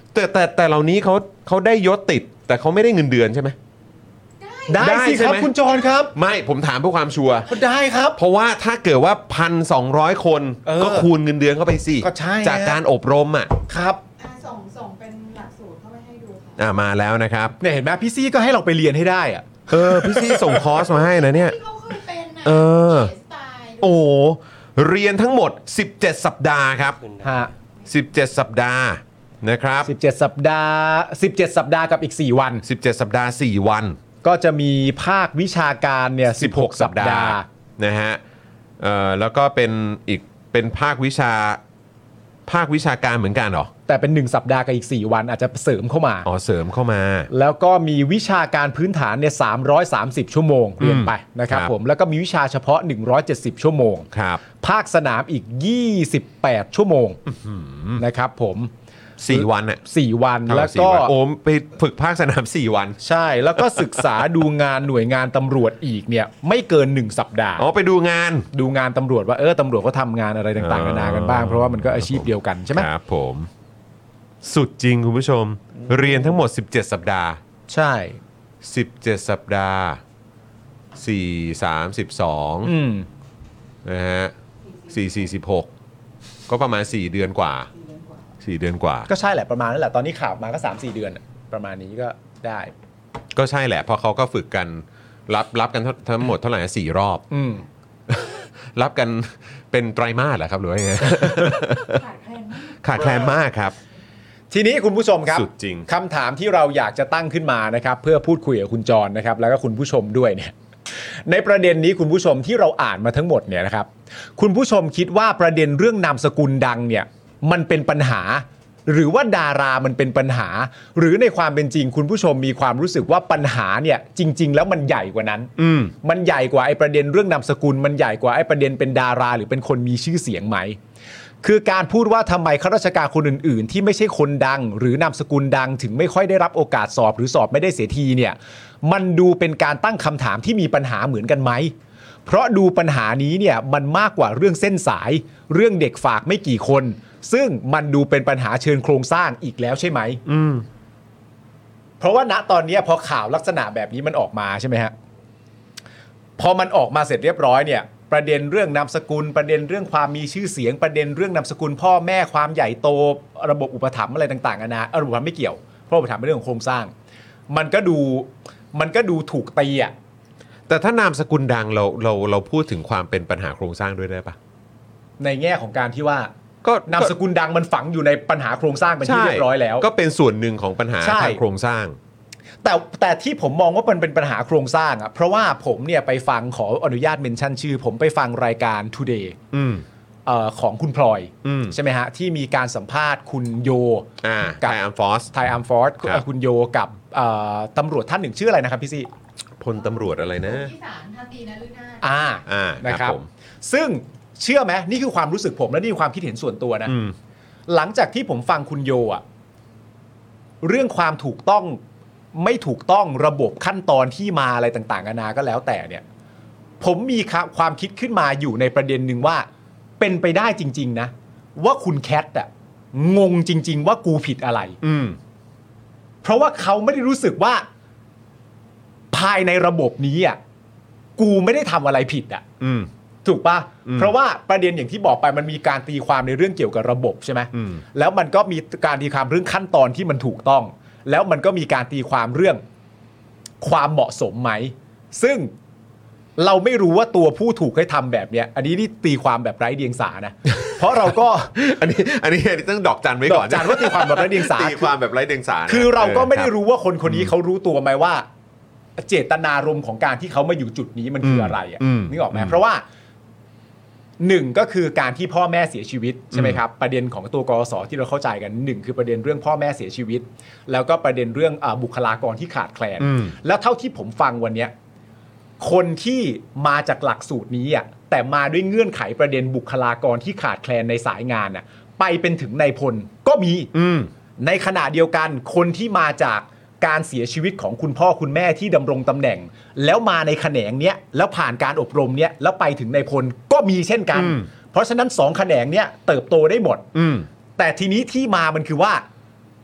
แต่แต่แต่เหล่านี้เขาเขาได้ยศติดแต่เขาไม่ได้เงินเดือนใช่ไหมได้ได้สิใช่ครับไหมคุณจรครับไม่ผมถามเพื่อความชัวร์ได้ครับเพราะว่าถ้าเกิดว่าพันสองร้อยคนเออก็คูณเงินเดือนเข้าไปสิก็ใช่จากการอบรมอ่ะครับอ่ะส่งส่งเป็นหลักสูตรเข้าไปให้ดูค่ะอ่ามาแล้วนะครับเนี่ยเห็นไหมพี่ซี่ก็ให้เราไปเรียนให้ได้อะเออพี่ซี่ส่งคอร์สมาให้นะเนี่ยที่เขาเคยเป็นนะเออสไตล์โอ้โหเรียนทั้งหมดสิบเจ็ดสัปดาห์ครับฮะสิบเจ็ดสัปดาห์นะครับสิบเจ็ดสัปดาห์สิบเจ็ดสัปดาห์กับอีกสี่วันสิบเจ็ดสัปดาห์สี่วันก็จะมีภาควิชาการเนี่ยสิบหกสัปดาห์นะฮะเอ่อแล้วก็เป็นอีกเป็นภาควิชาภาควิชาการเหมือนกันเหรอแต่เป็นหนึ่งสัปดาห์กับอีกสี่วันอาจจะเสริมเข้ามาอ๋อเสริมเข้ามาแล้วก็มีวิชาการพื้นฐานเนี่ยสามร้อยสามสิบชั่วโมงเรียนไปนะครับครับผมแล้วก็มีวิชาเฉพาะหนึ่งร้อยเจ็ดสิบชั่วโมงครับภาคสนามอีกยี่สิบแปดชั่วโมงนะครับผมสี่วันอ่ะสี่วันเท่าแล้กับวสี่ก็วันโอ้ไปฝึกภาคสนามสี่วันใช่แล้วก็ศึกษาดูงานหน่วยงานตำรวจอีกเนี่ยไม่เกินหนึ่งสัปดาห์อ๋อไปดูงานดูงานตำรวจว่าเออตำรวจเขาทำงานอะไรต่างๆอ๋อนานากันบ้างเพราะว่ามันก็อาชีพเดียวกันใช่ไหมครับผมสุดจริงคุณผู้ชม เรียนทั้งหมดสิบเจ็ดสัปดาห์ใช่สิบเจ็ดสัปดาห์สี่ สาม สิบสองอืมนะฮะสี่ สี่ สิบหกก็ประมาณสี่เดือนกว่าสี่เดือนกว่าก็ใช่แหละประมาณนั้นแหละตอนนี้ข่าวมาก็ สามสี่ เดือนอะประมาณนี้ก็ได้ก็ใช่แหละเพราะเขาก็ฝึกกันรับรับกันทั้งหมดเท่าไหร่นะสี่รอบอืมรับกันเป็นไตรมาสเหรอครับหรือว่ายังไงขาดแคลนมากขาดแคลนมากครับทีนี้คุณผู้ชมครับสุดจริงคำถามที่เราอยากจะตั้งขึ้นมานะครับเพื่อพูดคุยกับคุณจรนะครับแล้วก็คุณผู้ชมด้วยเนี่ยในประเด็นนี้คุณผู้ชมที่เราอ่านมาทั้งหมดเนี่ยนะครับคุณผู้ชมคิดว่าประเด็นเรื่องนามสกุลดังเนี่ยมันเป็นปัญหา หรือว่าดารามันเป็นปัญหา หรือในความเป็นจริงคุณผู้ชมมีความรู้สึกว่าปัญหาเนี่ยจริง ๆ แล้วมันใหญ่กว่านั้นอืมมันใหญ่กว่าไอ้ประเด็นเรื่องนามสกุลมันใหญ่กว่าไอ้ประเด็นเป็นดาราหรือเป็นคนมีชื่อเสียงไหมคือการพูดว่าทำไมข้าราชการคนอื่นๆที่ไม่ใช่คนดังหรือนามสกุลดังถึงไม่ค่อยได้รับโอกาสสอบหรือสอบไม่ได้เสียทีเนี่ยมันดูเป็นการตั้งคำถามที่มีปัญหาเหมือนกันไหมเพราะดูปัญหานี้เนี่ยมันมากกว่าเรื่องเส้นสายเรื่องเด็กฝากไม่กี่คนซึ่งมันดูเป็นปัญหาเชิงโครงสร้างอีกแล้วใช่ไหมอืมเพราะว่าณตอนนี้พอข่าวลักษณะแบบนี้มันออกมาใช่ไหมฮะพอมันออกมาเสร็จเรียบร้อยเนี่ยประเด็นเรื่องนามสกุลประเด็นเรื่องความมีชื่อเสียงประเด็นเรื่องนามสกุลพ่อแม่ความใหญ่โตระบบอุปถัมภ์อะไรต่างๆนานาระบบอุปถัมภ์ไม่เกี่ยวเพราะอุปถัมภ์เป็นเรื่องของโครงสร้างมันก็ดูมันก็ดูถูกตีอ่ะแต่ถ้านามสกุลดังเราเราเราพูดถึงความเป็นปัญหาโครงสร้างด้วยได้ปะในแง่ของการที่ว่าก็นามสกุลดังมันฝังอยู่ในปัญหาโครงสร้างเป็นที่เรียบร้อยแล้วก็เป็นส่วนหนึ่งของปัญหาใช่ทางโครงสร้างแต่แต่ที่ผมมองว่ามันเป็นปัญหาโครงสร้างอ่ะเพราะว่าผมเนี่ยไปฟังขออนุญาตเมนชั่นชื่อ ผมไปฟังรายการ Today อืมเอ่อของคุณพลอยอืมใช่ไหมฮะที่มีการสัมภาษณ์คุณโยอ่ากัไทยอาร์มฟอสไทยอาร์มฟอร์สครับคุณโยกับเอ่อตำรวจท่านหนึ่งชื่ออะไรนะครับพี่ซี่พลตำรวจอะไรนะที่ศาลทันตีนะลือนาถอ่าอ่านะคครัรับบ ผมซึ่งเชื่อไหมนี่คือความรู้สึกผมและนี่คือความคิดเห็นส่วนตัวนะอืมหลังจากที่ผมฟังคุณโยอะเรื่องความถูกต้องไม่ถูกต้องระบบขั้นตอนที่มาอะไรต่างๆนานาก็แล้วแต่เนี่ยผมมีความคิดขึ้นมาอยู่ในประเด็นหนึ่งว่าเป็นไปได้จริงๆนะว่าคุณแคทอะงงจริงๆว่ากูผิดอะไรอืมเพราะว่าเขาไม่ได้รู้สึกว่าภายในระบบนี้อ่ะกูไม่ได้ทำอะไรผิดอ่ะอืมถูกปะอืมเพราะว่าประเด็นอย่างที่บอกไปมันมีการตีความในเรื่องเกี่ยวกับระบบใช่ไหมอืมแล้วมันก็มีการตีความเรื่องขั้นตอนที่มันถูกต้อง แล้วมันก็มีการตีความเรื่องความเหมาะสมไหมซึ่งเราไม่รู้ว่าตัวผู้ถูกให้ทำแบบเนี้ยอันนี้นี่ตีความแบบไร้เดียงสานะ เพราะเราก็อันนี้อันนี้อันนี้ต้องดอกจันไว้ดก่ออนกจันว่าตีความแบบไร้เดียงสาตีความแบบไร้เดียงสานะคือเราก็ไม่ได้เออรู้ว่าคนคนนี้เขารู้ตัวไหมว่า เจตนารมณ์ของการที่เขามาอยู่จุดนี้มันคืออะไรอ่ะอืมนึกออกไหมอืมเพราะว่าหนึ่งก็คือการที่พ่อแม่เสียชีวิตใช่ไหมครับประเด็นของตัวกสที่เราเข้าใจกันหนึ่งคือประเด็นเรื่องพ่อแม่เสียชีวิต แล้วก็ประเด็นเรื่องอาบุคลากรที่ขาดแคลนอืมแล้วเท่าที่ผมฟังวันเนี้ยคนที่มาจากหลักสูตรนี้อ่ะแต่มาด้วยเงื่อนไขประเด็นบุคลากรที่ขาดแคลนในสายงานอ่ะไปเป็นถึงนายพลก็มีอืมในขณะเดียวกันคนที่มาจากการเสียชีวิตของคุณพ่อคุณแม่ที่ดำรงตำแหน่ง แล้วมาในแขนงเนี้ยแล้วผ่านการอบรมเนี้ยแล้วไปถึงนายพลก็มีเช่นกันอืมเพราะฉะนั้นสองแขนงเนี้ยเติบโตได้หมดอืมแต่ทีนี้ที่มามันคือว่า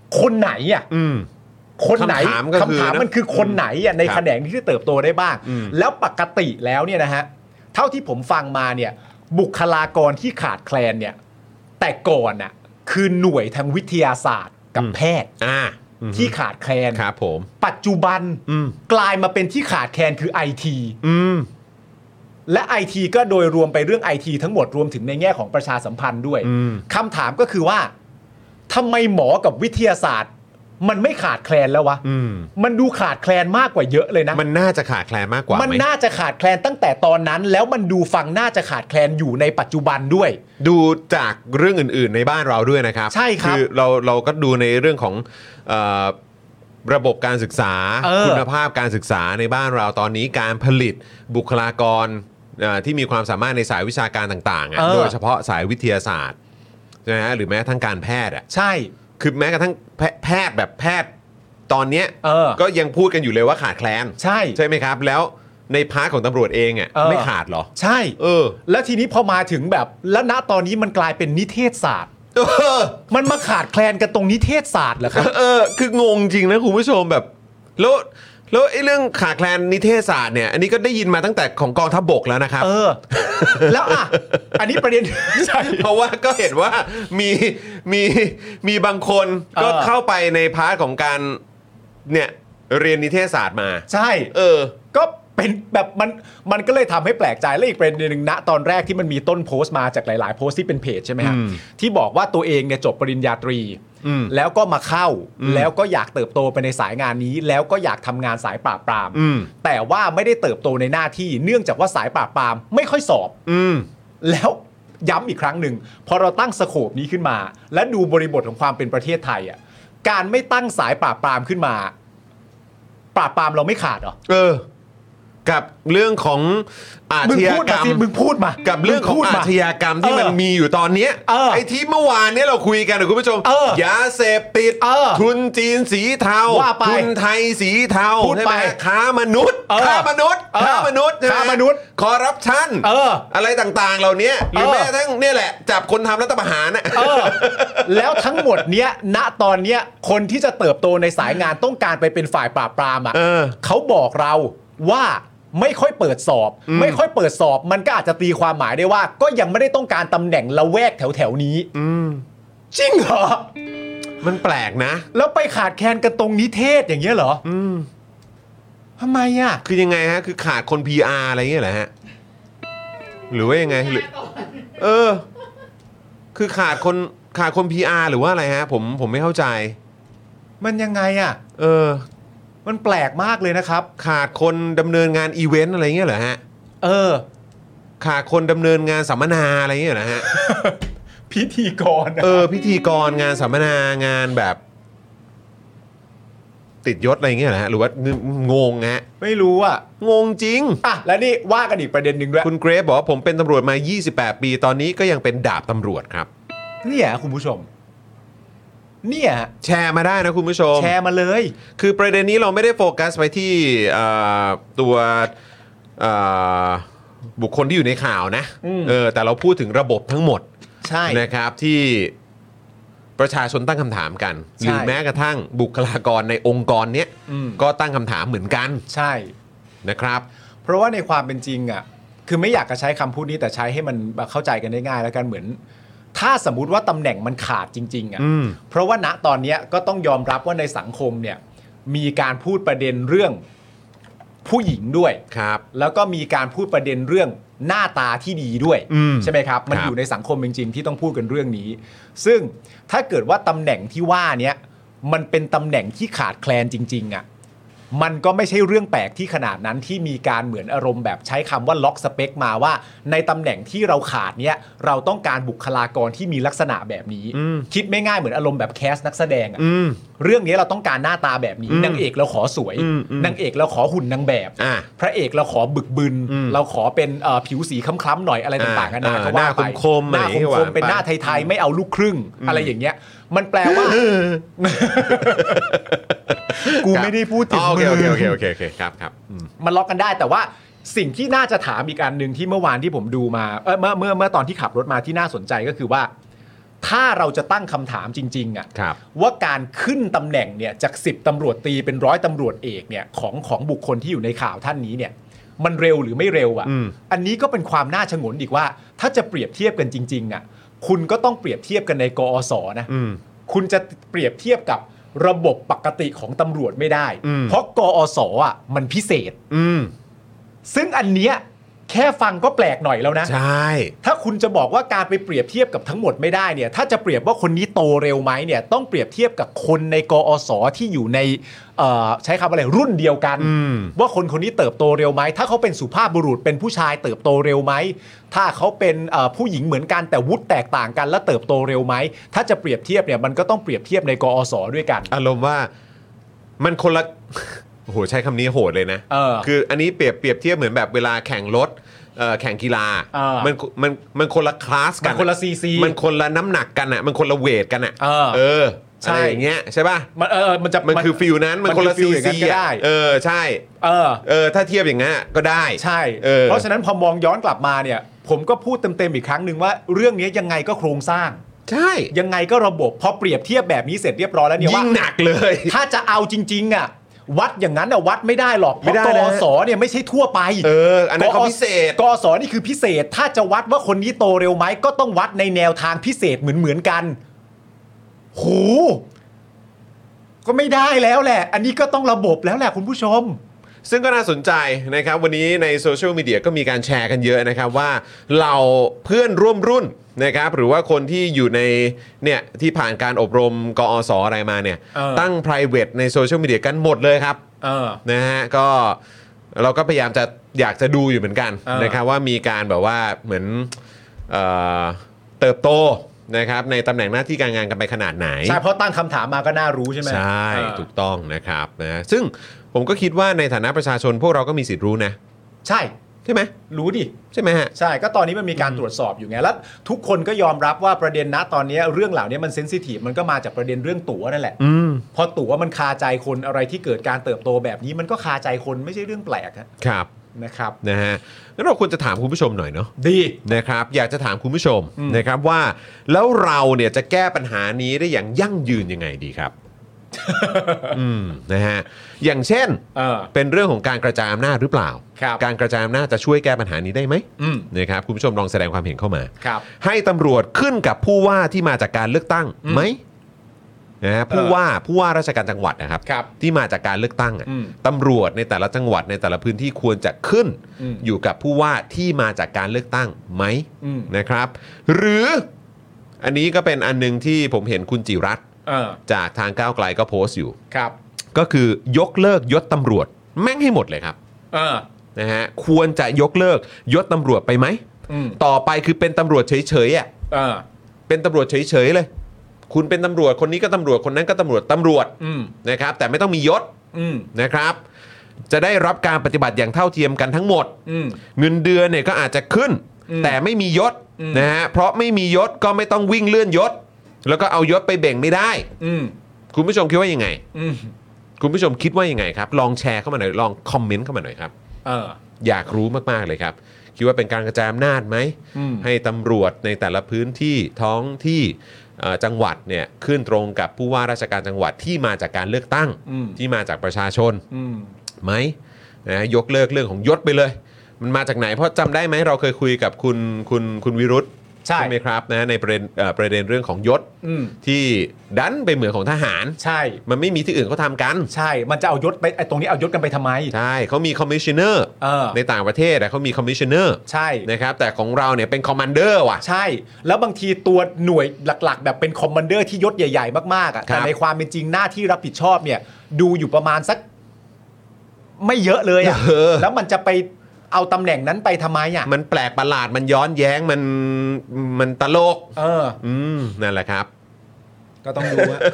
คนไหนอ่ะอืมคนไหนคำถามก็คือคำถามมันคือคนไหนอ่ะในครับแขนงที่จะเติบโตได้บ้างอืมแล้วปกติแล้วเนี่ยนะฮะเท่าที่ผมฟังมาเนี่ยบุคลากรที่ขาดแคลนเนี่ยแต่ก่อนน่ะคือหน่วยทางวิทยาศาสตร์กับแพทย์อ่าอืมที่ขาดแคลนครับผมปัจจุบันอืมกลายมาเป็นที่ขาดแคลนคือ ไอ ทีอืมและ ไอ ที ก็โดยรวมไปเรื่อง ไอ ที ทั้งหมดรวมถึงในแง่ของประชาสัมพันธ์ด้วยอืมคำถามก็คือว่าทำไมหมอกับวิทยาศาสตร์ มันไม่ขาดแคลนแล้ววะอืมมันดูขาดแคลนมากกว่าเยอะเลยนะมันน่าจะขาดแคลนมากกว่ามันไหมน่าจะขาดแคลนตั้งแต่ตอนนั้น แล้วมันดูฟังน่าจะขาดแคลนอยู่ในปัจจุบันด้วยดูจากเรื่องอื่น ๆ ในบ้านเราด้วยนะครับใช่ครับอเราเราก็ดูในเรื่องของเอ่อระบบการศึกษาเออคุณภาพการศึกษาในบ้านเราตอนนี้การผลิตบุคลากรเอ่อที่มีความสามารถในสายวิชาการต่างๆอะเออโดยเฉพาะสายวิทยาศาสตร์ใช่ไหมฮะหรือแม้กระทั่งการแพทย์อ่ะใช่คือแม้กระทั่งแพแพทย์แบบแพทย์ตอนเนี้ยเออก็ยังพูดกันอยู่เลยว่าขาดแคลนใช่ใช่ไหมครับ แล้วในพาร์ทของตำรวจเองอ่ะเออไม่ขาดเหรอใช่เออแล้วทีนี้พอมาถึงแบบแล้วณตอนนี้มันกลายเป็นนิเทศศาสตร์เออมันมาขาดแคลนกันตรงนิเทศศาสตร์เหรอครับเออ คืองงจริงนะคุณผู้ชมแบบ แล้วแล้วไอ้เรื่องขาดแคลนนิเทศศาสตร์เนี่ย อันนี้ก็ได้ยินมาตั้งแต่ของกองทัพบกแล้วนะครับเออ แล้วอ่ะ อันนี้ประเด็น ใช่เพราะว่าก็เห็นว่ามีมีมีบางคนก็เออเข้าไปในพาร์ทของการเนี่ยเรียนนิเทศศาสตร์มาใช่เออก็เป็นแบบมันมันก็เลยทำให้แปลกใจและอีกประเด็นหนึ่งณตอนแรกที่มันมีต้นโพสต์มาจากหลาย ๆ โพสต์ที่เป็นเพจใช่ไหมฮะอืมที่บอกว่าตัวเองเนี่ยจบปริญญาตรีอืมแล้วก็มาเข้าอืมแล้วก็อยากเติบโตไปในสายงานนี้ แล้วก็อยากทำงานสายปราบปรามอืมแต่ว่าไม่ได้เติบโตในหน้าที่เนื่องจากว่าสายปราบปรามไม่ค่อยสอบอืมแล้วย้ำอีกครั้งหนึ่งพอเราตั้งสโคปนี้ขึ้นมา และดูบริบทของความเป็นประเทศไทยอ่ะการไม่ตั้งสายปราบปรามขึ้นมา ปราบปรามเราไม่ขาดเหรอเออ กับเรื่องของอามึงชญาพูดกรมารมสิมึงพูดมากับเรื่องของมึพูดอามาชญากรรมที่เออมันมีอยู่ตอนเนี้ยเออไอ้ที่เมื่อวานเนี้ยเราคุยกันนะคุณผู้ชมเออยาเสพติดเออทุนจีนสีเทาว่าไปทุนไทยสีเทาพูดใช่ไปไหมค้ามนุษย์เออค้ามนุษย์เออค้ามนุษย์ใช่ไหค้ามนุษย์คอร์รัปชันเอออะไรต่างๆ เหล่านี้หรือเออแม้กระทั่งเนี่ยแหละ จับคนทำรัฐประหารน่ะเออ แล้วทั้งหมดเนี้ยณตอนเนี้ยคนที่จะเติบโตในสายงานต้องการไปเป็นฝ่ายปราบปรามอ่ะเออเขาบอกเราว่าไม่ค่อยเปิดสอบ ไม่ค่อยเปิดสอบ มันก็อาจจะตีความหมายได้ว่า ก็ยังไม่ได้ต้องการตำแหน่งละแวกแถวแถวๆนี้อืมจริงเหรอมันแปลกนะแล้วไปขาดแคลนกันตรงนิเทศอย่างเงี้ยเหรออืมทำไมอ่ะคือยังไงฮะ คือขาดคน พี อาร์ อะไรเงี้ยเหรอฮะ หรือว่ายังไงหรือเออ คือขาดคนขาดคน พี อาร์ หรือว่าอะไรฮะ ผมผมไม่เข้าใจมันยังไงอ่ะเออมันแปลกมากเลยนะครับขาดคนดำเนินงานอีเวนต์อะไรเงี้ยเหรอฮะเออขาดคนดำเนินงานสัมมนาอะไรเงี้ยเหรอฮะพิธีกรนะเออ พิธีกรงานสัมมนางานแบบ ติดยศอะไรเงี้ยเหรอฮะ หรือว่างงฮะไม่รู้อ่ะงงจริงอ่ะแล้วนี่ว่ากันอีกประเด็นหนึ่งด้วยคุณเกรฟบอกว่าผมเป็นตำรวจมา ยี่สิบแปด ปีตอนนี้ก็ยังเป็นดาบตำรวจครับเนี่ยคุณผู้ชม เนี่ยแชร์มาได้นะคุณผู้ชมแชร์มาเลยคือประเด็นนี้เราไม่ได้โฟกัสไปที่เอ่อตัวเอ่อบุคคลที่อยู่ในข่าวนะอืมเออแต่เราพูดถึงระบบทั้งหมดใช่นะครับที่ประชาชนตั้งคำถามกันใช่หรือแม้กระทั่งบุคลากรในองค์กรเนี้ยอืมก็ตั้งคำถามเหมือนกันใช่นะครับเพราะว่าในความเป็นจริงอ่ะ คือไม่อยากจะใช้คำพูดนี้แต่ใช้ให้มันแบบเข้าใจกันได้ง่ายแล้วกันเหมือน ถ้าสมมุติว่าตำแหน่งมันขาดจริงๆอ่ะอืมเพราะว่าณตอนเนี้ยก็ต้องยอมรับว่าในสังคมเนี่ยมีการพูดประเด็นเรื่องผู้หญิงด้วยครับแล้วก็มีการพูดประเด็นเรื่องหน้าตาที่ดีด้วยอืมใช่ไหมครับ มันครับอยู่ในสังคมจริงๆที่ต้องพูดกันเรื่องนี้ ซึ่งถ้าเกิดว่าตำแหน่งที่ว่าเนี้ยมันเป็นตำแหน่งที่ขาดแคลนจริงๆอ่ะมันก็ไม่ใช่เรื่องแปลกที่ขนาดนั้นที่มีการเหมือนอารมณ์แบบใช้คำว่าล็อกสเปคมาว่า ในตำแหน่งที่เราขาดเนี้ยเราต้องการบุคลากรที่มีลักษณะแบบนี้อืมคิดไม่ง่ายเหมือนอารมณ์แบบแคสนักแสดงอ่ะอืมเรื่องนี้เราต้องการหน้าตาแบบนี้อืมนางเอกเราขอสวยอืมอืมนางเอกเราขอหุ่นนางแบบอ่ะพระเอกเราขอบึกบึนอืมเราขอเป็นเอ่อผิวสีคล้ำๆหน่อยอะไรต่างๆกันานาอ่าก็ว่าไปหน้าคมๆหน้าอะไรอย่างเงี้ยคมๆเป็นหน้าว่าไปไทยๆไม่เอาลูกครึ่งอะไรอย่างเงี้ย มันแปลว่า กูไม่ได้พูดถึงอ๋อโอเคมึงโอเคโอเคโอเคโอเคครับครับอืมมันล็อกกันได้แต่ว่าสิ่งที่น่าจะถามอีกอันหนึ่งที่เมื่อวานที่ผมดูมาเออเมื่อเมื่อเมื่อตอนที่ขับรถมาที่น่าสนใจก็คือว่าถ้าเราจะตั้งคำถามจริงๆอ่ะครับว่าการขึ้นตำแหน่งเนี่ยจากสิบตำรวจตรีเป็นร้อยตำรวจเอกเนี่ยของของบุคคลที่อยู่ในข่าวท่านนี้เนี่ยมันเร็วหรือไม่เร็วอ่ะอืมอันนี้ก็เป็นความน่าชงนอีกว่า ถ้าจะเปรียบเทียบกันจริงๆอ่ะคุณก็ต้องเปรียบเทียบกันในกอสนะอืมคุณจะเปรียบเทียบกับระบบปกติของตำรวจไม่ได้อืมเพราะกอสอ่ะมันพิเศษอืมซึ่งอันเนี้ยแค่ฟังก็แปลกหน่อยแล้วนะใช่ถ้าคุณจะบอกว่าการไปเปรียบเทียบกับทั้งหมดไม่ได้เนี่ยถ้าจะเปรียบว่าคนนี้โตเร็วไหมเนี่ยต้องเปรียบเทียบกับคนในกอสที่อยู่ในเอ่อใช้คำอะไรรุ่นเดียวกันอืมว่าคนคนนี้เติบโตเร็วไหมถ้าเขาเป็นสุภาพบุรุษเป็นผู้ชายเติบโตเร็วไหมถ้าเขาเป็นเอ่อผู้หญิงเหมือนกันแต่วุฒิแตกต่างกันแล้วเติบโตเร็วไหมถ้าจะเปรียบเทียบเนี่ยมันก็ต้องเปรียบเทียบในกอสด้วยกันอารมณ์ว่ามันคนละ โอ้โหใช้คำนี้โหดเลยนะเออคืออันนี้เปรียบเปรียบเทียบเหมือนแบบเวลาแข่งรถเอ่อแข่งกีฬาเออมันมันมันคนละคลาสกันมันคนละ ซี ซีมันคนละน้ำหนักกันอ่ะมันคนละเวทกันอ่ะเออเออใช่อะไรอย่างเงี้ยใช่ป่ะมันเออมันจะมันคือฟิลนั้นมันคนละฟิซีลอย่างนั้ซีนก็ได้เออใช่เออเออถ้าเทียบอย่างงั้นก็ได้ใช่เออเพราะฉะนั้นพอมองย้อนกลับมาเนี่ยผมก็พูดเต็มๆอีกครั้งหนึ่งว่าเรื่องนี้ยังไงก็โครงสร้างใช่ยังไงก็ระบบพอเปรียบเทียบแบบนี้เสร็จเรียบร้อยแล้วเนี่ยยิ่ว่างหนักเลยถ้าจะเอาจริงๆอ่ะวัดอย่างนั้นอ่ะวัดไม่ได้หรอกเพไม่ราะได้กนะอสเนี่ยไม่ใช่ทั่วไปเอออันนั้นเขาพิเศษกอสนี่คือพิเศษ ถ้าจะวัดว่าคนนี้โตเร็วไหมก็ต้องวัดในแนวทางพิเศษเหมือนๆกันโหก็ไม่ได้แล้วแหละ อันนี้ก็ต้องระบบแล้วแหละคุณผู้ชมซึ่งก็น่าสนใจนะครับวันนี้ในโซเชียลมีเดียก็มีการแชร์กันเยอะนะครับว่าเราเพื่อนร่วมรุ่นนะครับหรือว่าคนที่อยู่ในเนี่ยที่ผ่านการอบรมกอสอะไรมาเนี่ยเออตั้ง private ในโซเชียลมีเดียกันหมดเลยครับเออนะฮะก็เราก็พยายามจะอยากจะดูอยู่เหมือนกันเออนะครับว่ามีการแบบว่าเหมือนเอ่อเติบโตนะครับในตำแหน่งหน้าที่การงานกันไปขนาดไหนใช่เพราะตั้งคำถามมาก็น่ารู้ใช่ไหมใช่เออถูกต้องนะครับนะซึ่งผมก็คิดว่าในฐานะประชาชนพวกเราก็มีสิทธิ์รู้นะใช่ใช่ไหมรู้ดิใช่ไหมฮะใช่ก็ตอนนี้มันมีการตรวจสอบอยู่ไงแล้วทุกคนก็ยอมรับว่าประเด็นณตอนนี้เรื่องเหล่านี้มันเซนซิทีฟมันก็มาจากประเด็นเรื่องตั๋วนั่นแหละอืมพอตั๋วมันคาใจคนอะไรที่เกิดการเติบโตแบบนี้มันก็คาใจคนไม่ใช่เรื่องแปลกฮะครับนะครับนะฮะแล้วเราควรจะถามคุณผู้ชมหน่อยเนาะดีนะครับอยากจะถามคุณผู้ชมอืมนะครับว่าแล้วเราเนี่ยจะแก้ปัญหานี้ได้อย่างยั่งยืนยังไงดีครับ อืมนะฮะอย่างเช่นเออเป็นเรื่องของการกระจายอำนาจหรือเปล่าครับการกระจายอำนาจจะช่วยแก้ปัญหานี้ได้ไหมอืมนะครับคุณผู้ชมลองแสดงความเห็นเข้ามาครับให้ตำรวจขึ้นกับผู้ว่าที่มาจากการเลือกตั้งอืมไหมนะฮะผู้ว่าผู้ว่าราชการจังหวัดนะครับครับที่มาจากการเลือกตั้งอะอืมตำรวจในแต่ละจังหวัดในแต่ละพื้นที่ควรจะขึ้นอืมอยู่กับผู้ว่าที่มาจากการเลือกตั้งไหมอืมนะครับ หรืออันนี้ก็เป็นอันนึงที่ผมเห็นคุณจิรัตน์เออจากทางก้าวไกลก็โพสต์อยู่ครับก็คือยกเลิกยศตำรวจแม่งให้หมดเลยครับเออนะฮะควรจะยกเลิกยศตำรวจไปไหมอืมต่อไปคือเป็นตำรวจเฉยๆอ่ะเออเป็นตำรวจเฉยๆเลย คุณเป็นตำรวจคนนี้ก็ตำรวจคนนั้นก็ตำรวจตำรวจอืมนะครับ แต่ไม่ต้องมียศอืมนะครับ จะได้รับการปฏิบัติอย่างเท่าเทียมกันทั้งหมดอืมเงินเดือนเนี่ยก็อาจจะขึ้นอืมแต่ไม่มียศอืมนะฮะเพราะไม่มียศก็ไม่ต้องวิ่งเลื่อนยศ แล้วก็เอายศไปเบ่งไม่ได้อืมคุณผู้ชมคิดว่ายังไงอืมคุณผู้ชมคิดว่ายังไงครับ ลองแชร์เข้ามาหน่อยลองคอมเมนต์เข้ามาหน่อยครับเอออยากรู้มากๆเลยครับ คิดว่าเป็นการกระจายอำนาจไหมอืมให้ตำรวจในแต่ละพื้นที่ท้องที่เอ่อจังหวัดเนี่ยขึ้นตรงกับผู้ว่าราชการจังหวัดที่มาจากการเลือกตั้งอืมที่มาจากประชาชนอืมไหมนะยกเลิกเรื่องของยศไปเลย มันมาจากไหนเพราะจำได้ไหมเราเคยคุยกับคุณคุณคุณวิรุธใช่ไหมครับนะในประเด็นเอ่อประเด็นเรื่องของยศอืมที่ดันไปเหมือนของทหารใช่มันไม่มีที่อื่นเขาทำกันใช่ มันจะเอายศไปไอ้ตรงนี้เอายศกันไปทำไมใช่เขามีคอมมิชชันเนอร์เออในต่างประเทศอะเขามีคอมมิชชันเนอร์ใช่นะครับแต่ของเราเนี่ยเป็นคอมมานเดอร์ว่ะใช่ แล้วบางทีตัวหน่วยหลักๆ แบบเป็นคอมมานเดอร์ที่ยศใหญ่ๆ มากๆอ่ะครับแต่ในความเป็นจริงหน้าที่รับผิดชอบเนี่ย ดูอยู่ประมาณสัก ไม่เยอะเลยอ่ะเออแล้วมันจะไปเอาตำแหน่งนั้นไปทำไมอ่ะมันแปลกประหลาดมันย้อนแย้งมันมันตลกเอออืมนั่นแหละครับก็ต้องดูว่า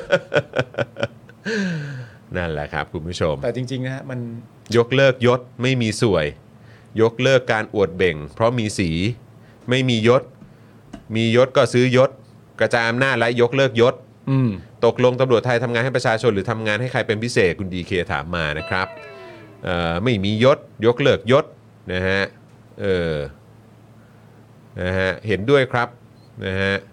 นั่นแหละครับคุณผู้ชมแต่จริงๆนะฮะมันยกเลิกยศไม่มีสวย ยกเลิกการอวดเบ่ง เพราะมีสีไม่มียศ มียศก็ซื้อยศ กระจายอำนาจและยกเลิกยศอืมตกลงตำรวจไทยทำงานให้ประชาชนหรือทำงานให้ใครเป็นพิเศษคุณดีเคถามมานะครับเอ่อไม่มียศ ยกเลิกยศนะฮะเออนะฮะเห็นด้วยครับนะฮะ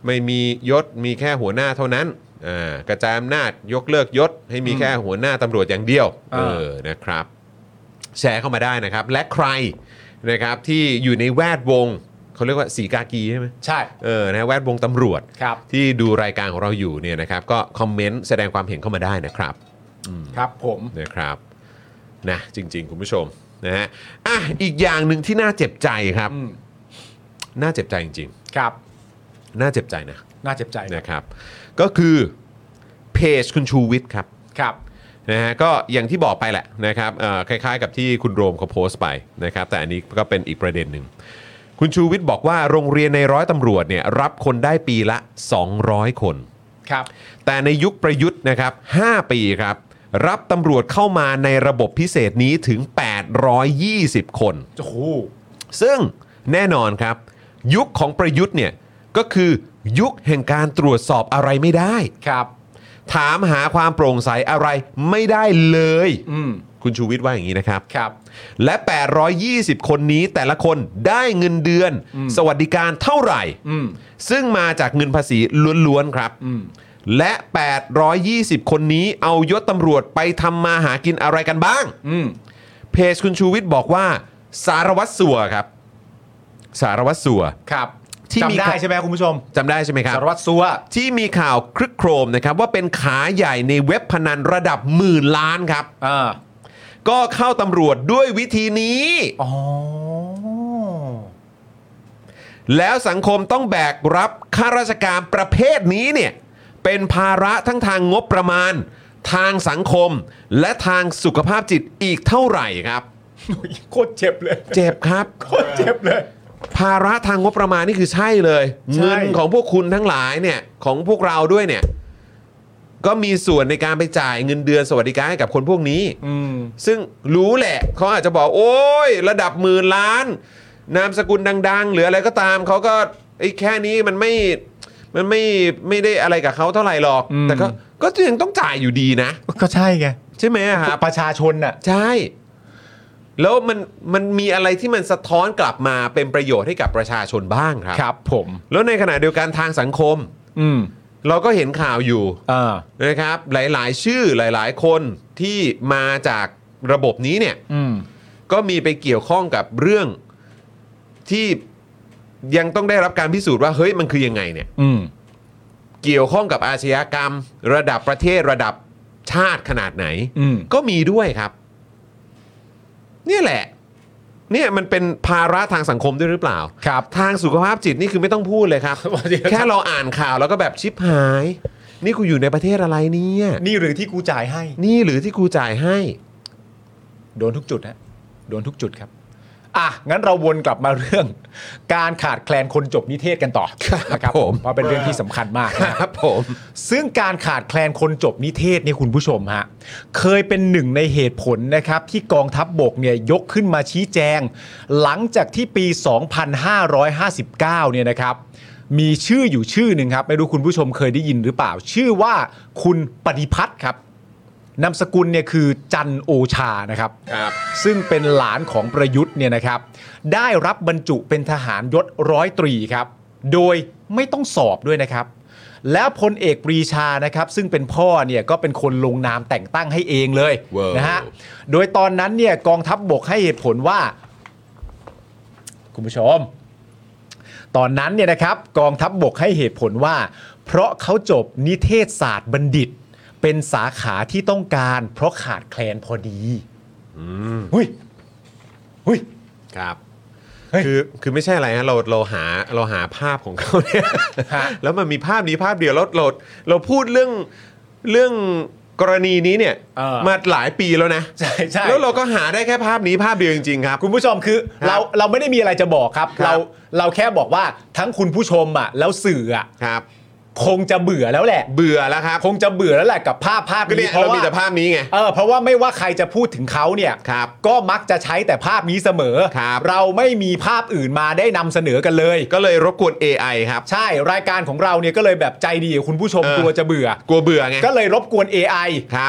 ไม่มียศมีแค่หัวหน้าเท่านั้นอ่ากระจายอำนาจยกเลิกยศให้มีแค่หัวหน้าตำรวจอย่างเดียวเออนะครับแชร์เข้ามาได้นะครับและใครนะครับที่อยู่ในแวดวงเขาเรียกว่าสีกากีใช่ไหมใช่เออนะแวดวงตำรวจที่ดูรายการของเราอยู่เนี่ยนะครับก็คอมเมนต์แสดงความเห็นเข้ามาได้นะครับครับผมนะครับนะจริงๆคุณผู้ชมนะฮะอ่ะอีกอย่างหนึ่งที่น่าเจ็บใจครับน่าเจ็บใจจริงๆครับน่าเจ็บใจนะน่าเจ็บใจนะครับก็คือเพจคุณชูวิทย์ครับครับนะฮะก็อย่างที่บอกไปแหละนะครับคล้ายๆกับที่คุณโรมเขาโพสต์ไปนะครับแต่อันนี้ก็เป็นอีกประเด็นหนึ่งคุณชูวิทย์บอกว่าโรงเรียนในร้อยตำรวจเนี่ยรับคนได้ปีละสองร้อยคนครับแต่ในยุคประยุทธ์นะครับห้าปีครับรับตำรวจเข้ามาในระบบพิเศษนี้ถึงแปดร้อยยี่สิบคนโอ้โหซึ่งแน่นอนครับยุคของประยุทธ์เนี่ยก็คือยุคแห่งการตรวจสอบอะไรไม่ได้ครับถามหาความโปร่งใสอะไรไม่ได้เลยอืคุณชูวิทย์ว่าอย่างนี้นะครับครับและแปดร้อยยี่สิบคนนี้แต่ละคนได้เงินเดือนสวัสดิการเท่าไหร่ซึ่งมาจากเงินภาษีล้วนๆครับและแปดร้อยยี่สิบคนนี้เอายศตำรวจไปทำมาหากินอะไรกันบ้างเพจคุณชูวิทย์บอกว่าสารวัตรสัวครับสารวัตรสัวครับจำได้ใช่ไหมคุณผู้ชมจำได้ใช่ไหมครับสารวัตรสัวที่มีข่าวครึกโครมนะครับว่าเป็นขาใหญ่ในเว็บพนันระดับหมื่นล้านครับก็เข้าตำรวจด้วยวิธีนี้อ๋อแล้วสังคมต้องแบกรับข้าราชการประเภทนี้เนี่ยเป็นภาระทั้งทางงบประมาณทางสังคมและทางสุขภาพจิตอีกเท่าไหร่ครับโคตรเจ็บเลยเจ็บครับโคตรเจ็บเลยภาระทางงบประมาณนี่คือใช่เลยเงินของพวกคุณทั้งหลายเนี่ยของพวกเราด้วยเนี่ยก็มีส่วนในการไปจ่ายเงินเดือนสวัสดิการให้กับคนพวกนี้ซึ่งรู้แหละเขาอาจจะบอกโอ้ยระดับหมื่นล้านนามสกุลดังๆหรืออะไรก็ตามเขาก็ไอ้แค่นี้มันไม่มันไม่ไม่ได้อะไรกับเขาเท่าไหร่หรอกแต่ก็ก็ยังต้องจ่ายอยู่ดีนะก็ใช่ไงใช่ไหมครับประชาชนน่ะใช่แล้วมันมันมีอะไรที่มันสะท้อนกลับมาเป็นประโยชน์ให้กับประชาชนบ้างครับครับผมแล้วในขณะเดียวกันทางสังคมอืมเราก็เห็นข่าวอยู่นะครับหลายๆชื่อหลายๆคนที่มาจากระบบนี้เนี่ยก็มีไปเกี่ยวข้องกับเรื่องที่ยังต้องได้รับการพิสูจน์ว่าเฮ้ยมันคือยังไงเนี่ยเกี่ยวข้องกับอาชญากรรมระดับประเทศระดับชาติขนาดไหนก็มีด้วยครับเนี่ยแหละเนี่ยมันเป็นภาระทางสังคมด้วยหรือเปล่าครับทางสุขภาพจิตนี่คือไม่ต้องพูดเลยครับ แค่เราอ่านข่าวแล้วก็แบบชิบหายนี่กูอยู่ในประเทศอะไรเนี่ยนี่หรือที่กูจ่ายให้นี่หรือที่กูจ่ายให้โดนทุกจุดฮะโดนทุกจุดครับอ่ะงั้นเราวนกลับมาเรื่องการขาดแคลนคนจบนิเทศกันต่อนะครับผมเพราะเป็นเรื่องที่สำคัญมากครับผมซึ่งการขาดแคลนคนจบนิเทศนี่คุณผู้ชมฮะเคยเป็นหนึ่งในเหตุผลนะครับที่กองทัพบกเนี่ยยกขึ้นมาชี้แจงหลังจากที่ปีสองพันห้าร้อยห้าสิบเก้าเนี่ยนะครับมีชื่ออยู่ชื่อหนึ่งครับไม่รู้คุณผู้ชมเคยได้ยินหรือเปล่าชื่อว่าคุณปฏิพัฒน์ครับนามสกุลเนี่ยคือจันโอชานะครับซึ่งเป็นหลานของประยุทธ์เนี่ยนะครับได้รับบรรจุเป็นทหารยศร้อยตรีครับโดยไม่ต้องสอบด้วยนะครับแล้วพลเอกปรีชานะครับซึ่งเป็นพ่อเนี่ยก็เป็นคนลงนามแต่งตั้งให้เองเลย wow. นะฮะโดยตอนนั้นเนี่ยกองทัพบกให้เหตุผลว่าคุณผู้ชมตอนนั้นเนี่ยนะครับกองทัพบกให้เหตุผลว่าเพราะเขาจบนิเทศศาสตร์บัณฑิตเป็นสาขาที่ต้องการเพราะขาดแคลนพอดีอืมหุ้ยหุ้ยครับคือคือไม่ใช่อะไรฮะเราเราหาเราหาภาพของเขาเนี่ยแล้วมันมีภาพนี้ภาพเดียวแล้วเราเราพูดเรื่องเรื่องกรณีนี้เนี่ยมาหลายปีแล้วนะใช่ใช่แล้วเราก็หาได้แค่ภาพนี้ภาพเดียวจริงๆครับคุณผู้ชมคือเราเราไม่ได้มีอะไรจะบอกครับเราเราแค่บอกว่าทั้งคุณผู้ชมอ่ะแล้วสื่ออ่ะครับคงจะเบื่อแล้วแหละเบื่อแล้วครับคงจะเบื่อแล้วแหละกับภาพภาพนี้เพราะว่ามีแต่ภาพนี้ไงเออเพราะว่าไม่ว่าใครจะพูดถึงเขาเนี่ยก็มักจะใช้แต่ภาพนี้เสมอเราไม่มีภาพอื่นมาได้นำเสนอกันเลยก็เลยรบกวน เอ ไอ ครับใช่รายการของเราเนี่ยก็เลยแบบใจดีคุณผู้ชมกลัวจะเบื่อกลัวเบื่อไงก็เลยรบกวน เอ ไอครับ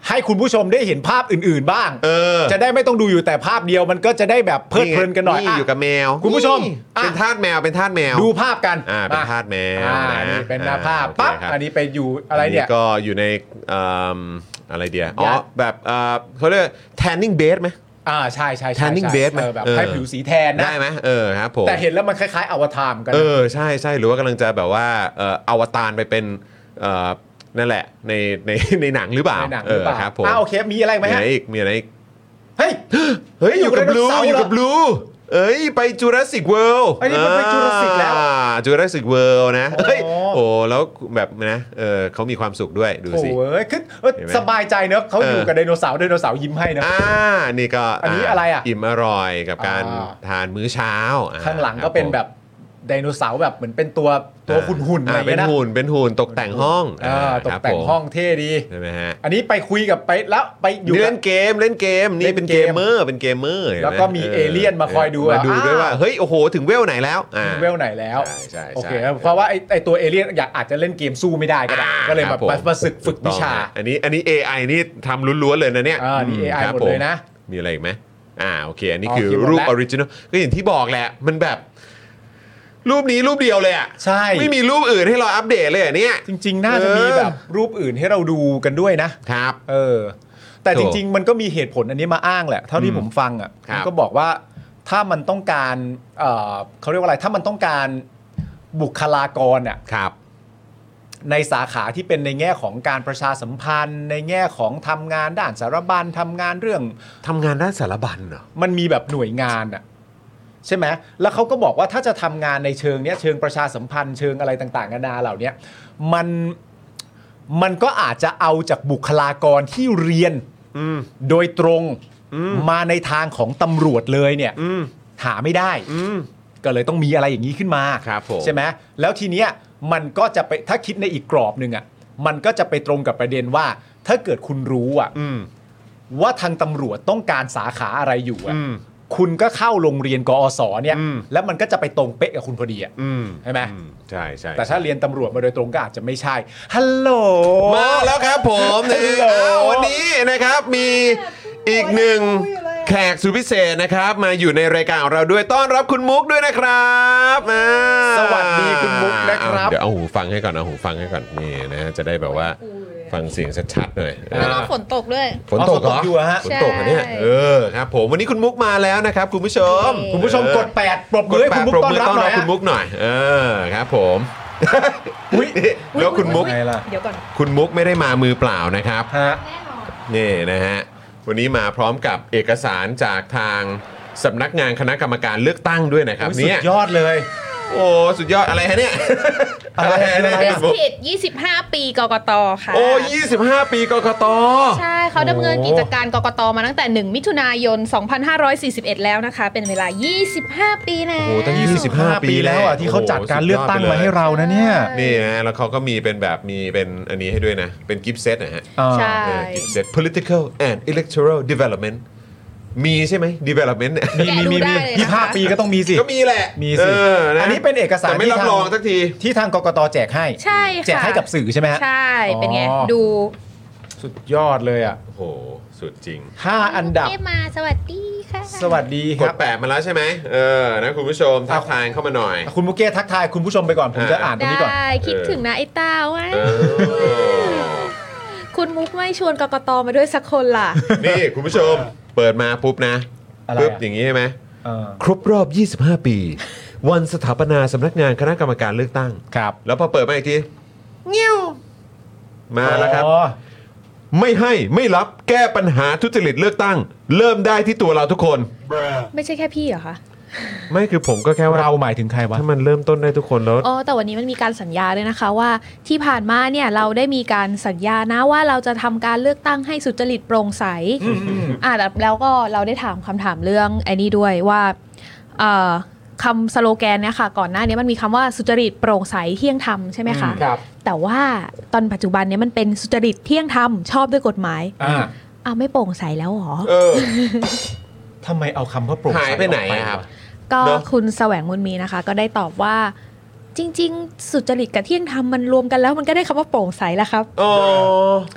ให้คุณผู้ชมได้เห็นภาพอื่นๆบ้างเออจะได้ไม่ต้องดูอยู่แต่ภาพเดียวมันก็จะได้แบบเพลิดเพลินกันหน่อยนี่อยู่กับแมวคุณผู้ชมนี่เป็นทาสแมวเป็นทาสแมวดูภาพกันอ่าเป็นทาสแมวอ่าะนี่เป็นหน้าภาพโเคปั๊บครับอันนี้ไปอยู่อะไรเนี่ยก็อยู่ในเอิ่มอะไรเดียอ๋อยัดแบบเอ่อเขาเรียก tanning bed ไหมอ่าใช่ใช่ใช่ Tanning ใช่ bed ไหมเออแบบเออให้ผิวสีแทนนะได้ไหมเออครับผมแต่เห็นแล้วมันคล้ายๆอวตารเหมือนกันเอนะอใช่ใช่หรือว่ากำลังจะแบบว่าเอ่ออวตารไปเป็นเอ่อนั่นแหละในในในหนังหรือเปล่าในหนังหรือเปล่าครับผมอ่าโอเคมีอะไรไหมมีอะฮะไรอีกมีอะไรอีกเฮ้ยเฮ้ยอยู่กับบลูอยู่ไดโนเสาร์อยู่กับเหรอบลูเอ้ยไปจูราสสิกเวิลด์เอ้ยนี่มันไป Jurassic แล้วจูราสสิกเวิลด์นะอ๋อเฮ้ยโอ้แล้วแบบนะเออเขามีความสุขด้วยดูโอ้สิยคือเอ้ยเห็นไหมสบายใจเนอะเขาอยู่เออกับไดโนเสาร์ไดโนเสาร์ยิ้มให้นะอ่านี่ก็อันนี้อะไรอ่ะอิ่มอร่อยกับการอ่าทานมื้อเช้าอ่ข้างหลังคก็รับเป็นผมแบบไดโนเสาร์แบบเหมือนเป็นตัวตัวหุ่นๆอะไรอ่าอย่างเป็เงี้นยนะหุ่นเป็นหุ่นตกแต่งห้องอ่าตกแต่งครับผมห้องเท่ดีใช่ไหมฮะอันนี้ไปคุยกับไปแล้วไปอยู่นี่กับเล่นเกมเล่นเกมนี่เล่นเป็นเกเกมมเมอร์เป็นเกมเมอร์ห็นไหแล้วก็มีเอเลี่ยนมาคอยดูมาดูอ่ะด้วยว่าอ่าเฮ้ยโอ้โหถึงเวลไหนแล้วอ่าเวลไหนแล้วใช่ใช่ใช่โอเคเพราะว่าไอไอตัวเอเลี่ยนอยากอาจจะเล่นเกมสู้ไม่ได้ก็ได้อ่าก็เลยคแบรับบ ผมมามาศึกฝึกวิชาถูต้องฮะอันนี้อันนี้ เอ ไอ นี่ทำล้วนๆเลยนะเนี่ยอ่านี่ เอ ไอครับหมดเลยนะผมีอะไรอีกไหมอ่าโอเค อันนี้อ๋อคือเขียนหมดรูปแล้วออริจินอลก็อย่างที่บอกแหละมันแบบ รูปนี้รูปเดียวเลยอ่ะใช่ไม่มีรูปอื่นให้เราอัปเดตเลยอ่ะเนี่ยจริง ๆ น่าจะมีเออแบบรูปอื่นให้เราดูกันด้วยนะครับ เออ แต่จริง ๆ มันก็มีเหตุผลอันนี้มาอ้างแหละ เท่าที่อืมผมฟังอ่ะครับมันก็บอกว่าถ้ามันต้องการเอ่อเขาเรียกว่าอะไร ถ้ามันต้องการบุคลากรอ่ะครับในสาขาที่เป็นในแง่ของการประชาสัมพันธ์ ในแง่ของทำงานด้านสารบัญทำงานเรื่องทำงานด้านสารบัญเหรอมันมีแบบหน่วยงานอ่ะใช่ไหมแล้วเขาก็บอกว่าถ้าจะทำงานในเชิงเนี้ยเชิงประชาสัมพันธ์เชิงอะไรต่างๆนานาเหล่านี้มันมันก็อาจจะเอาจากบุคลากรที่เรียนอืมโดยตรงอืมมาในทางของตำรวจเลยเนี่ยอืมหาไม่ได้อืมก็เลยต้องมีอะไรอย่างนี้ขึ้นมาครับผมใช่ไหมแล้วทีเนี้ยมันก็จะไปถ้าคิดในอีกกรอบหนึ่งอ่ะมันก็จะไปตรงกับประเด็นว่า ถ้าเกิดคุณรู้อ่ะอืมว่าทางตำรวจต้องการสาขาอะไรอยู่อ่ะอืมคุณก็เข้าโรงเรียนกอศเนี่ยอืมแล้วมันก็จะไปตรงเป๊ะกับคุณพอดีอ่ะอืมใช่ไหมอืใช่ใช่แต่ถ้าเรียนตำรวจมาโดยตรงก็อาจจะไม่ใช่ฮัลโหลมาแล้วครับผมนะฮัลโหลอ้าววันนี้นะครับมีอีกหนึ่งแขกสุดพิเศษนะครับ มาอยู่ในรายการของเราด้วยต้อนรับคุณมุกด้วยนะครับอ่าสวัสดีคุณมุกนะครับเดี๋ยวเอาหูฟังให้ก่อนเอาหูฟังให้ก่อนนี่นะจะได้แบบว่าฟังเสียงชัดๆหน่อยแล้วก็ฝนตกด้วยฝนตกเหรอฝนตกอยู่อะฮะฝนตกเหรอเนี่ยใช่เออครับผมวันนี้คุณมุกมาแล้วนะครับคุณผู้ชมเย้คุณผู้ชมกดแปดปรบกมืดอให้แปคุดณมุกปรบต้อนมือรับต้อนหน่รัอบ ยคุณมุกหน่อยเออครับผมอุ๊ยแล้วคุณมุกไงล่ะเดี๋ยวก่อนคุณมุกไม่ได้มามือเปล่านะครับฮะแน่นอนนี่นะฮะวันนี้มาพร้อมกับเอกสารจากทางสำนักงานคณะกรรมการเลือกตั้งด้วยนะครับโอ้ยสุเนี่ดยยอดเลยโอ้สุดยอดอะไรฮะเนี่ยอะไรฮะเนี่ยอะไรเดอะสพิดยี่สิบห้า ปีกกตค่ะโอ้ยี่สิบห้าปีกกตใช่เขาดำเนินกิจการกกตมาตั้งแต่หนึ่งมิถุนายนสองพันห้าร้อยสี่สิบเอ็ดแล้วนะคะ เป็นเวลายี่สิบห้าปีแล้วโอ้ตั้งยี่สิบห้า ปีปีแล้วอ่ะที่เขาจัดการเลือกตั้งมาให้เรานะเนี่ยนี่นะแล้วเขาก็มีเป็นแบบมีเป็นอันนี้ให้ด้วยนะ เป็นกิฟต์เซตนะฮะใช่กิฟต์เซต political and electoral development มีใช่ไหม development เนี่ยมีมีมีมียี่ห้าปีก็ต้องมีสิก็มีแหละมีเอสิอนะอันนี้เป็นเอกสารแต่ไม่ที่รับทางรองสักทีที่ทางกกตแจกให้ใช่ค่ะแจกให้กับสื่อใช่ไหมฮะใช่ เป็นไงอ๋อดูสุดยอดเลยอ่ะโอ้โหสุดจริงห้าอันดับเทพมาสวัสดีค่ะสวัสดีคกรัดบแปะมาแล้วใช่ไหมเออนะคุณผู้ชมทักทายเข้ามาหน่อยคุณมุกเก้ทักทายคุณผู้ชมไปก่อน ผมจะอ่านตรงนี้ก่อนได้คิดถึงนะไอ้เต้าว่ะเออคุณมุกไม่ชวนกกตมาด้วยสักคนล่ะนี่คุณผู้ชมเปิดมาปุ๊บนะอะไรปุ๊บอะอย่างนี้ใช่ไหมเออครบรอบ ยี่สิบห้า ปี วันสถาปนาสำนักงานคณะกรรมการเลือกตั้งครับแล้วพอเปิดมาอีกทีเงี้ยวมาแล้วครับอ๋อไม่ให้ไม่รับแก้ปัญหาทุจริตเลือกตั้ง เริ่มได้ที่ตัวเราทุกคนไม่ใช่แค่พี่เหรอคะไม่คือผมก็แค่ว่าเราหมายถึงใครวะถ้ามันเริ่มต้นได้ทุกคนแล้วอ๋อแต่วันนี้มันมีการสัญญาด้วยนะคะว่าที่ผ่านมาเนี่ยเราได้มีการสัญญานะว่าเราจะทำการเลือกตั้งให้สุจริตโปร่งใสอ่าแล้วก็เราได้ถามคำถามเรื่องไอ้นี่ด้วยว่าเอ่อคำสโลแกนเนี่ยค่ะก่อนหน้านี้มันมีคำว่าสุจริตโปร่งใสเที่ยงธรรมใช่ไหมคะครับแต่ว่าตอนปัจจุบันเนี่ยมันเป็นสุจริตเที่ยงธรรมชอบด้วยกฎหมายอ่าอ้าวไม่โปร่งใสแล้วเหรอเออทำไมเอาคำว่าโปร่งใสหายไปไหนอะครับออกก็เนอะคุณแสวงบุญมีนะคะ ก็ได้ตอบว่าจริง ๆ สุจริตกับเที่ยงธรรมมันรวมกันแล้วมันก็ได้คำว่าโปร่งใสแล้วครับอ๋อ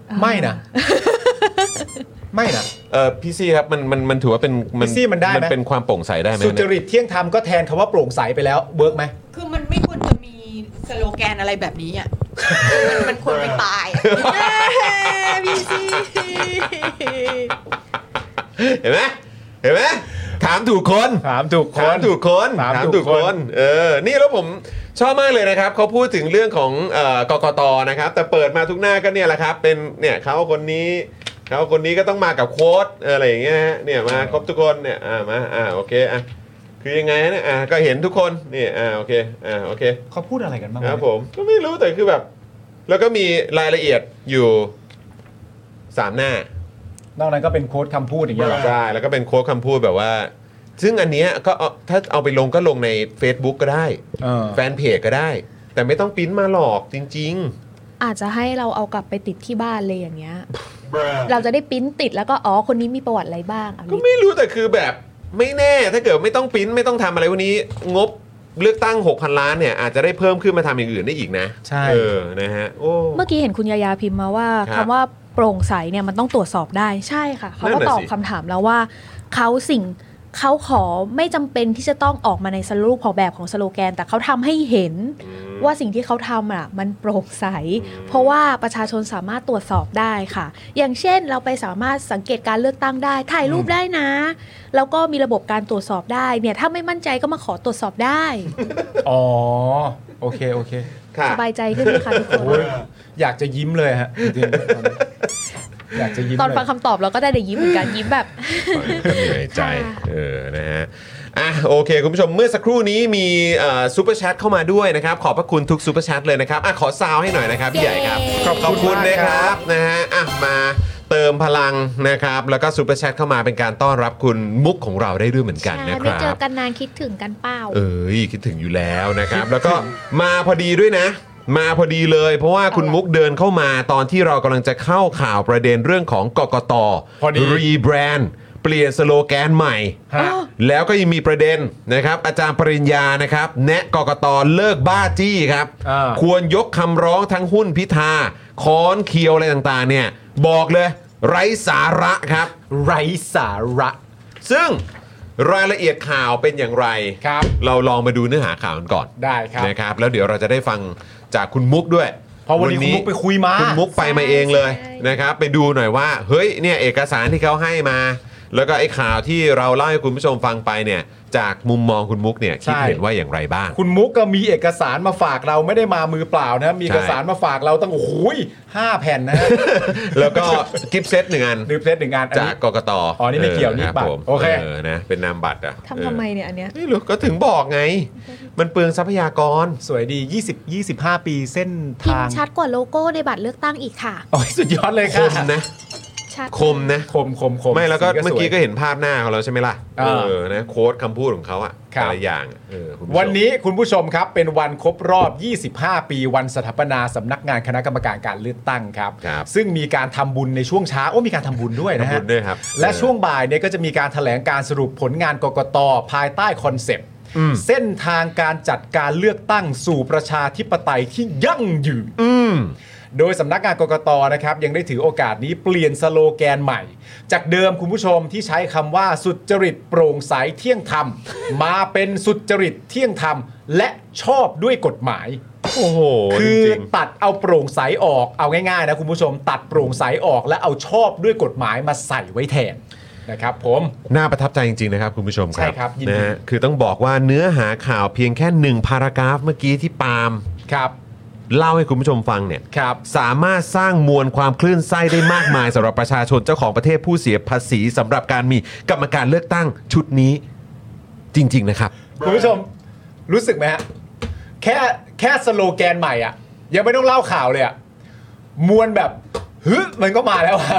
ไม่นะ ไม่นะเออพี่ซี่ครับมันมันมันถือว่าเป็นพี่ซี่มันได้ไหมมันเป็นความโปร่งใสได้ไหมสุจริตเที่ยงธรรมก็แทนคำว่าโปร่งใสไปแล้วเวิร์กไหมคือมันไม่ควรจะมีสโลแกนอะไรแบบนี้อ่ะ มันมันควรไปตายอะพี่ซี่เห็นไหมเห็นไหมถามถูกคนถามถูกคนถามถูกคนถามถูกคนเออนี่แล้วผมชอบมากเลยนะครับเขาพูดถึงเรื่องของเอ่อกกตนะครับแต่เปิดมาทุกหน้าก็เนี่ยแหละครับเป็นเนี่ยเขาคนนี้เขาคนนี้ก็ต้องมากับโค้ดเอออะไรอย่างเงี้ยฮะเนี่ยมาครบทุกคนเนี่ยอ่ามาอ่าโอเคอ่ะคือยังไงฮะเนี่ยอ่าก็เห็นทุกคนนี่อ่าโอเคอ่าโอเคเขาพูดอะไรกันบ้างครับผมก็ไม่รู้แต่คือแบบ แล้วก็มีรายละเอียดอยู่สามหน้านอกนั้นก็เป็นโค้ดคำพูดอย่างเงี้ยเหรอใช่แล้วก็เป็นโค้ดคำพูดแบบว่า ซึ่งอันเนี้ยก็เอาถ้าเอาไปลงก็ลงใน Facebook ก็ได้เออแฟนเพจก็ได้ แต่ไม่ต้องปริ้นมาหรอกจริงอาจจะให้เราเอากลับไปติดที่บ้านเลยอย่างเงี้ย เราจะได้ปริ้นติดแล้วก็อ๋อคนนี้มีประวัติอะไรบ้างอันๆ ก็นี้ไม่รู้แต่คือแบบไม่แน่ถ้าเกิดไม่ต้องปริ้นไม่ต้องทำอะไรพวกนี้ งบเลือกตั้ง หกพัน ล้านเนี่ยอาจจะได้เพิ่มขึ้นมาทำอย่างอื่นได้อีกนะใช่เออนะฮะโอ้เมื่อกี้เห็นคุณยายาพิมพ์มาว่าครัคำบว่าโปร่งใสเนี่ยมันต้องตรวจสอบได้ใช่ค่ะเขานั่ก็นน่ะตอบสิคำถามแล้วว่าเขาสิ่งเขาขอไม่จำเป็นที่จะต้องออกมาในสรูปของแบบของสโลแกน แต่เขาทำให้เห็นว่าสิ่งที่เขาทำอ่ะมันโปร่งใส เพราะว่าประชาชนสามารถตรวจสอบได้ค่ะ อย่างเช่นเราไปสามารถสังเกตการเลือกตั้งได้ถ่ายรูปได้นะ แล้วก็มีระบบการตรวจสอบได้เนี่ยถ้าไม่มั่นใจก็มาขอตรวจสอบได้อ๋อโอเคโอเคค่ะสบายใจขึ้นไหมคะทุกคนโอ้ยอยากจะยิ้มเลยฮะจริงๆอยากจะยิ้มตอนเลยฟังคำตอบเราก็ได้แต่ยิ้มเหมือนกันยิ้มแบบก็เหนื่อยใจเออนะฮะอ่ะโอเคคุณผู้ชมเมื่อสักครู่นี้มีซูเปอร์แชทเข้ามาด้วยนะครับขอบพระคุณทุกซูเปอร์แชทเลยนะครับอ่ะขอซาวให้หน่อยนะครับพี่ใหญ่ครับเย้ขอบคุณนะครับนะฮะอ่ะมาเติมพลังนะครับแล้วก็ซูเปอร์แชทเข้ามาเป็นการต้อนรับคุณมุกของเราได้ด้วยเหมือนกันนะคไม่รัเจอบ กันนานคิดถึงกันเปล่าเอ้ยคิดถึงอยู่แล้วนะครับ แล้วก็มาพอดีด้วยนะ มาพอดีเลย เพราะว่าคุณมุกเดินเข้ามาตอนที่เรากำลังจะเข้าข่าวประเด็นเรื่องของกกตพอดีรีแบรนด์เปลี่ยนสโลแกนใหม่ฮะแล้วก็ยังมีประเด็นนะครับ อาจารย์ปริญญานะครับ แนะกกตเลิกบ้าจี้ครับอ่าควรยกคำร้องทั้งหุ้นพิธาค้อนเคียวอะไรต่างๆเนี่ยบอกเลยไร้สาระครับไร้สาระซึ่งรายละเอียดข่าวเป็นอย่างไรครับเราลองมาดูเนื้อหาข่าวกันก่อนได้ครับนะครับแล้วเดี๋ยวเราจะได้ฟังจากคุณมุกด้วยเพราะวันนี้คุณมุกไปคุยมาคุณมุกไปมาเองเลยใช่นะครับไปดูหน่อยว่าเฮ้ยเนี่ยเอกสารที่เขาให้มา แล้วก็ไอ้ข่าวที่เราเล่าให้คุณผู้ชมฟังไปเนี่ยจากมุมมองคุณมุกเนี่ยคิดใช่เห็นว่าอย่างไรบ้างคุณมุกก็มีเอกสารมาฝากเราไม่ได้มามือเปล่านะมีเอกสารมาฝากเราตั้งโอ้โหห้าแผ่นนะฮะแล้วก็กิฟต์เซตหนึ่งอันรีเพลสหนึ่งงานอันจากนี้กกตอ๋อนี่ไม่เกี่ยวนี่ครับบัตรผมโอเคนะเป็นนามบัตรอ่ะทำทำไมเนี่ยอันเนี้ยไม่รู้ก็ถึงบอกไง มันเปลืองทรัพยากรสวยดียี่สิบ ยี่สิบห้าปีเส้นพิมทางพ์ชัดกว่าโลโก้ในบัตรเลือกตั้งอีกค่ะโอ้ยสุดยอดเลยคค่ะมนะชัดคมนะคมคมคมไม่แล้วก็สีเมื่อกี้สวยก็เห็นภาพหน้าเขาแล้วใช่ไหมล่ะอ่าเออนะโค้ดคำพูดของเขาอะครับแต่ละอย่างอะเออคุณผู้ชมวันนี้คุณผู้ชมครับเป็นวันครบรอบ ยี่สิบห้า ปีวันสถาปนาสำนักงานคณะกรรมการการเลือกตั้งครับครับซึ่งมีการทำบุญในช่วงเช้าโอ้มีการทำบุญด้วยนะขอบฮะคุณด้วยครับและเออช่วงบ่ายเนี่ยก็จะมีการแถลงการสรุปผลงานกกตภายใต้คอนเซปต์อืมเส้นทางการจัดการเลือกตั้งสู่ประชาธิปไตยที่ยั่งยืนอืมโดยสำนักงานกกตนะครับยังได้ถือโอกาสนี้เปลี่ยนสโลแกนใหม่ จากเดิมคุณผู้ชมที่ใช้คำว่าสุจริตโปร่งใสเที่ยงธรรม มาเป็นสุจริตเที่ยงธรรม และชอบด้วยกฎหมายโอ้โหคือจริงตัดเอาโปร่งใสออกเอาง่ายๆนะคุณผู้ชม ตัดโปร่งใสออกและเอาชอบด้วยกฎหมายมาใส่ไว้แทนนะครับผมๆน่าประทับใจจริงๆนะครับคุณผู้ชมครับใช่ครับยินดีนะฮะคือต้องบอกว่าเนื้อหาข่าวเพียงแค่หนึ่งพารากราฟเมื่อกี้ที่ปาล์มครับเล่าให้คุณผู้ชมฟังเนี่ยครับสามารถสร้างมวลความคลื่นไส้ได้มากมายสำหรับประชาชนเจ้าของประเทศผู้เสียภาษีสำหรับการมีกรรมการเลือกตั้งชุดนี้จริง ๆ นะครับคุณผู้ชมรู้สึกไหมฮะแค่แค่สโลแกนใหม่อ่ะยังไม่ต้องเล่าข่าวเลยอ่ะมวลแบบฮึมันก็มาแล้วอะ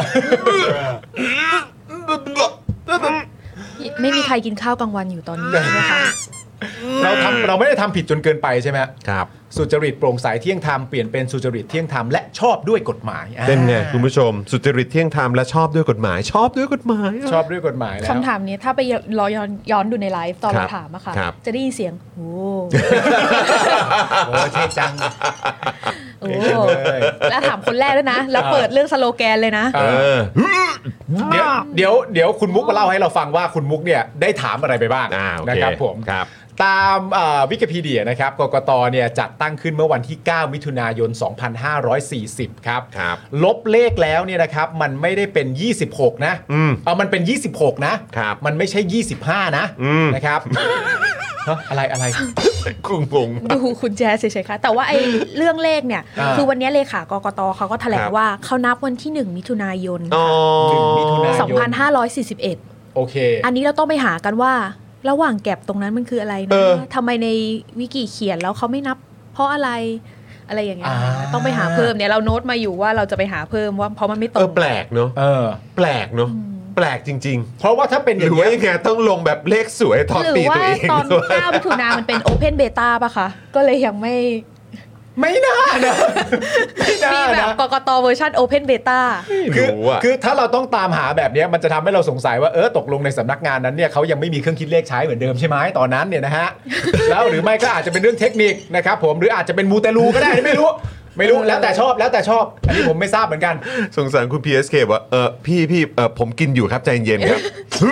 ไม่มีใครกินข้าวกลางวันอยู่ตอนนี้ใช่ไหมคะเราทำเราไม่ได้ทำผิดจนเกินไปใช่ไหมฮะครับสุจริตโปร่งใสเที่ยงธรรมเปลี่ยนเป็นสุจริตเที่ยงธรรมและชอบด้วยกฎหมายอ่าเป็นไงคุณผู้ชม สุจริตเที่ยงธรรมและชอบด้วยกฎหมาย ชอบด้วยกฎหมายะชอบด้วยกฎหมายแล้วคำถามนี้ถ้าไปรอย้อนย้อนดูในไลฟ์ตอนครัเราบถามอะค่ะครับจะได้ยินเสียงโอ้โอ้เท่จังโอ้แล้วถามคนแรกด้วยนะ แล้วเปิดเรื่องสโลแกนเลยนะเออเดี๋ยวเดี๋ยวเดี๋ยวคุณมุกมาเล่าให้เราฟังว่าคุณมุกเนี่ยได้ถามอะไรไปบ้างอ่าโอเคนะครับผมครับตามวิกิพีเดียนะครับกกตเนี่ยจัดตั้งขึ้นเมื่อวันที่เก้ามิถุนายนสองพันห้าร้อยสี่สิบครับครับลบเลขแล้วเนี่ยนะครับมันไม่ได้เป็นยี่สิบหกนะอืมเอามันเป็นยี่สิบหกนะครับ มันไม่ใช่ยี่สิบห้านะอืมนะครับฮะอะไรอะไรกูงงดูคุณแจ๊สเฉยๆค่ะแต่ว่าไอ้เรื่องเลขเนี่ยอ่าคือวันนี้เลขากกตเขาก็แถลคงรับว่าเขานับวันที่หนึ่งมิถุนายนอ๋อหนึ่งมิถุนายนสองพันห้าร้อยสี่สิบเอ็ดโอเคอันนี้เราต้องไปหากันว่าระหว่างแก็บตรงนั้นมันคืออะไรเอนะอทำไมในวิกิเขียนแล้วเขาไม่นับ เพราะอะไรอะไรอย่างเงี้ยอ่าต้องไปหาเพิ่มเนี่ยเราโน้ตมาอยู่ว่าเราจะไปหาเพิ่มว่าเพราะมันไม่ตรเออง แปลกเนอะเออแปลกเนอะแปลกจริงเพราะว่าถ้าเป็นๆอหรืย่างอว่าเงี้ยยังไงต้องลงแบบเลขสวยทอดหรืปีว่าตัวเองตอนเก้ามิถุนามันเป็นโอเพนเบต้าป่ะคะก็เลยยังไม่ไม่น่านะไม่น่ามีแบบนะกกตเวอร์ชันโอเพนเบต้าคือรู้อะคือถ้าเราต้องตามหาแบบเนี้ยมันจะทำให้เราสงสัยว่าเออตกลงในสำนักงานนั้นเนี่ยเขายังไม่มีเครื่องคิดเลขใช้เหมือนเดิมใช่ไหมตอนนั้นเนี่ยนะฮะ แล้วหรือไม่ก็อาจจะเป็นเรื่องเทคนิคนะครับผมหรืออาจจะเป็นมูเตลูก็ได้ไม่รู้ ไม่รู้แล้วแต่ชอบแล้วแต่ชอบ อันนี้ผมไม่ทราบเหมือนกันสงสารคุณ พี เอส เค บอกว่าเออพี่พี่เออผมกินอยู่ครับใจเย็นครับ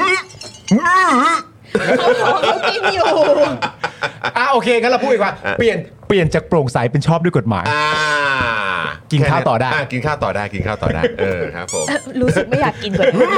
เขาบอกเขากินอยู่อ่ะโอเคงั้นเราพูดอีกว่าเปลี่ยนเปลี่ยนจากโปร่งใสเป็นชอบด้วยกฎหมายอ่ากินข้าวต่อได้กินข้าวต่อได้กินข้าวต่อได้เออครับผมรู้สึกไม่อยากกินกว่านี้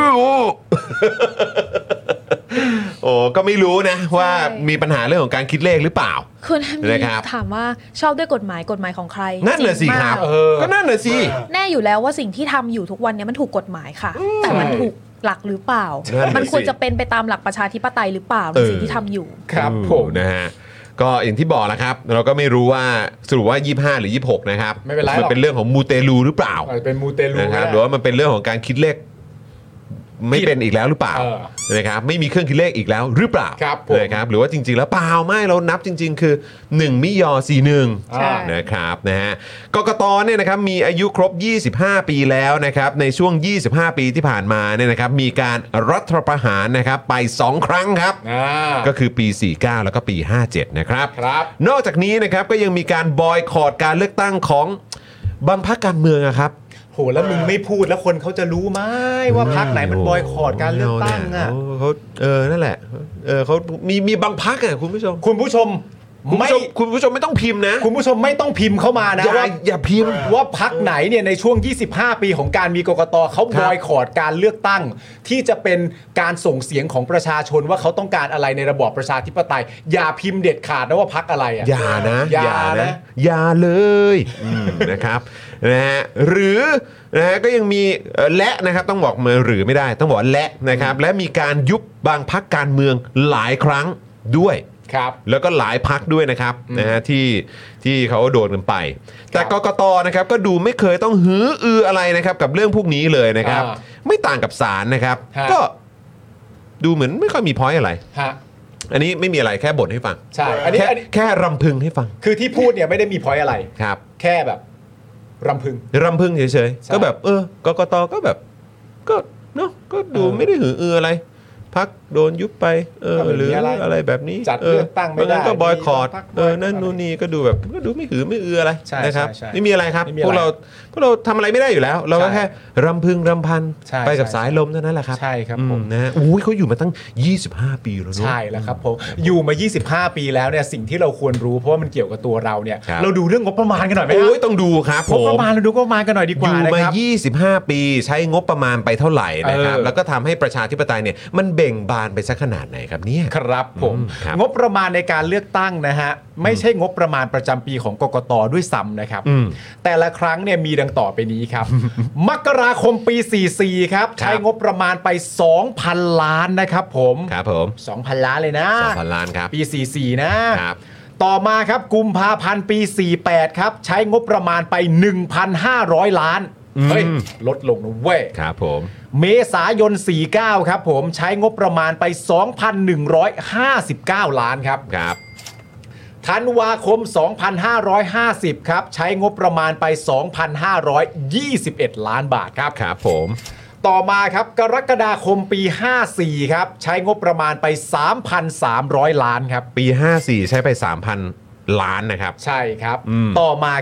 โอ้ก็ไม่รู้นะว่าใช่มีปัญหาเรื่องของการคิดเลขหรือเปล่าคุณแฮมนะครับถามว่าชอบด้วยกฎหมายกฎหมายของใครนั่นน่ะสิจงคมารักบเออก็นั่นน่ะสิแน่อยู่แล้วว่าสิ่งที่ทำอยู่ทุกวันเนี้มันถูกกฎหมายค่ะ แต่มันถูกหลักหรือเปล่านั่นน่ะสิมันควรจะเป็นไปตามหลักประชาธิปไตยหรือเปล่าในสิ่งที่ทำอยู่ครับผมนะฮะก็อย่างที่บอกแหล้วครับ เราก็ไม่รู้ว่าสรุปว่ายี่สิบห้าหรือยี่สิบหกนะครับไม่เป็นไรหรอกมันเป็นเรื่องของมูเตลูหรือเปล่าอาจจะเป็นมูเตลูนะครับหก็ได้รือว่ามันเป็นเรื่องของการคิดเลขไม่เป็นอีกแล้วหรือเปล่าเออนะครับไม่มีเครื่องคิดเลขอีกแล้วหรือเปล่าครับผมนะครับหรือว่าจริงๆแล้วเปล่าไม่เรานับจริง ๆ คือหนึ่งมิยอสี่หนึ่งใช่นะครับนะฮะกกตเนี่ยนะครับมีอายุครบยี่สิบห้าปีแล้วนะครับในช่วงยี่สิบห้าปีที่ผ่านมาเนี่ยนะครับมีการรัฐประหารนะครับไปสองครั้งครับอ่าก็คือปีสี่สิบเก้าแล้วก็ปีห้าเจ็ดนะครับครับนอกจากนี้นะครับก็ยังมีการบอยคอรดการเลือกตั้งของบางพรรคการเมืองอะครับโหแล้วมึงไม่พูดแล้วคนเขาจะรู้ไหมว่าพรรคไหนมันบอยคอรดการเลือกตั้งอ่ะโเขาเออนั่นแหละเออเขามีมีบางพรรคอะคุณผู้ชมคุณผู้ชมคุณไม่ผู้ชมคุณผู้ชมไม่ต้องพิมพ์นะคุณผู้ชมไม่ต้องพิมพ์เข้ามานะอย่าว่าอย่าพิมพ์ว่าพักไหนเนี่ยในช่วง ยี่สิบห้า ปีของการมีกกตเขาครับบอยคอรดการเลือกตั้ง ที่จะเป็นการส่งเสียงของประชาชนว่าเขาต้องการอะไรในระบอบประชาธิปไตย อย่าพิมพ์เด็ดขาดนะว่าพักอะไรอ่ะอย่านะอย่านะอย่าเลยอืมนะครับนะฮะหรือนะฮะก็ยังมีเอ่อและนะครับต้องบอกมาหรือไม่ได้ต้องบอกว่าและนะครับและมีการยุบบางพรรคการเมืองหลายครั้งด้วยครับแล้วก็หลายพักด้วยนะครับนะฮะที่ที่เขาโดนกันไป แต่กกตนะครับก็ดูไม่เคยต้องหืออืออะไรนะครับกับเรื่องพวกนี้เลยนะครับอ่าไม่ต่างกับศาลนะครับฮะก็ดูเหมือนไม่ค่อยมีพอยต์อะไรฮะอันนี้ไม่มีอะไรแค่บ่นให้ฟังใช่อันนี้แค่อันนี้แค่รำพึงให้ฟังคือที่พูดเนี่ยไม่ได้มีพอยอะไรครับแค่แบบรำพึงรำพึงเฉยใช่ๆก็แบบเออกกตก็แบบก็เนาะก็ดูเออไม่ได้หืออืออะไรพักโดนยุบไปเออก็ไม่มีหรืออะไรอะไรแบบนี้จัดเลือกตั้งไม่ได้บางั้นก็บอยคอรดมีพรรคเออนั่นบอยคอรดนู่นนี่ก็ดูแบบก็ดูไม่หือไม่อืออะไรใช่นะครับใช่ใช่ไม่มีอะไรครับไม่มีพวกอะไรเราพวกเราทำอะไรไม่ได้อยู่แล้ว เราก็ใช่แค่รำพึงรำพันใช่ไปกับใช่สายลมเท่านั้นแหละครับใช่ครับผมอืนะฮะอุ้ยเขาอยู่มาตั้งยี่สิบห้าปีแล้วเนอะใช่แล้วครับผมอยู่มา ยี่สิบห้า ปีแล้วเนี่ยสิ่งที่เราควรรู้เพราะว่ามันเกี่ยวกับตัวเราเนี่ยครับเราดูเรื่องงบประมาณกันหน่อยไหมโอ้ยฮะต้องดูครับผงบประมมาณเราดูงบประมาณกันหน่อยดีกอว่ายู่นะมาครับยี่สิบห้า ปีใช้งบประมาณไปเท่าไหร่นะครับเออแล้วก็ทำให้ประชาธิปไตยเนี่ยมันเบ่งบานไปสักขนาดไหนครับเนี่ยครับผมอืมครับงบประมาณในการเลือกตั้งนะฮะไม่ใช่งบประมาณประจำปีของกกตด้วยซ้ำนะครับอืมแต่ละครั้งเนี่ยมีดังต่อไปนี้ครับ มกราคมปี สี่สิบสี่ ครับ ใช้งบประมาณไป สองพัน ล้านนะครับผมครับผมสองพัน ล้านเลยนะสองพันล้านครับปี สี่สิบสี่ นะครับ ต่อมาครับกุมภาพันธ์ปี สี่สิบแปด ครับ ใช้งบประมาณไป หนึ่งพันห้าร้อย ล้าน เฮ้ย ลดลงนะเว้ยครับผมเมษายน สี่สิบเก้า ครับผมใช้งบประมาณไป สองพันหนึ่งร้อยห้าสิบเก้า ล้านครับครับธันวาคม สองพันห้าร้อยห้าสิบ ครับ ใช้งบประมาณไป สองพันห้าร้อยยี่สิบเอ็ด ล้านบาทครับครับผมต่อมาครับกรกฎาคมปี ห้าสิบสี่ ครับ ใช้งบประมาณไป สามพันสามร้อย ล้านครับปี ห้าสิบสี่ ใช้ไป สามพัน ล้านนะครับใช่ครับอืมต่อมาครับ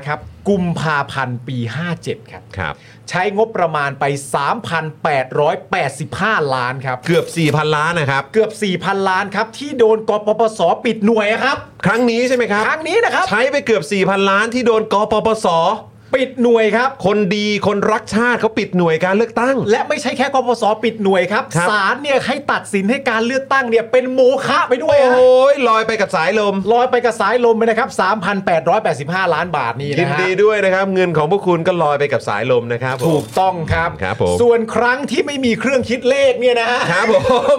กุมภาพันธ์ปีห้าเจ็ดครับครับใช้งบประมาณไป สามพันแปดร้อยแปดสิบห้า ล้านครับเกือบ สี่พัน ล้านนะครับเกือบ สี่พัน ล้านครับที่โดนกปปสปิดหน่วยครับครั้งนี้ใช่ไหมครับครั้งนี้นะครับใช้ไปเกือบ สี่พัน ล้านที่โดนกปปสปิดหน่วยครับคนดีคนรักชาติเขาปิดหน่วยการเลือกตั้งและไม่ใช่แค่กปปสปิดหน่วยครับศาลเนี่ยให้ตัดสินให้การเลือกตั้งเนี่ยเป็นโมฆะไปด้วยโอ้ยลอยไปกับสายลมลอยไปกับสายลมไปนะครับ สามพันแปดร้อยแปดสิบห้า ล้านบาทนี่นะฮะยินดีด้วยนะครับเงินของพวกคุณก็ลอยไปกับสายลมนะครับถูกต้องครับครับผมส่วนครั้งที่ไม่มีเครื่องคิดเลขเนี่ยนะฮะครับผม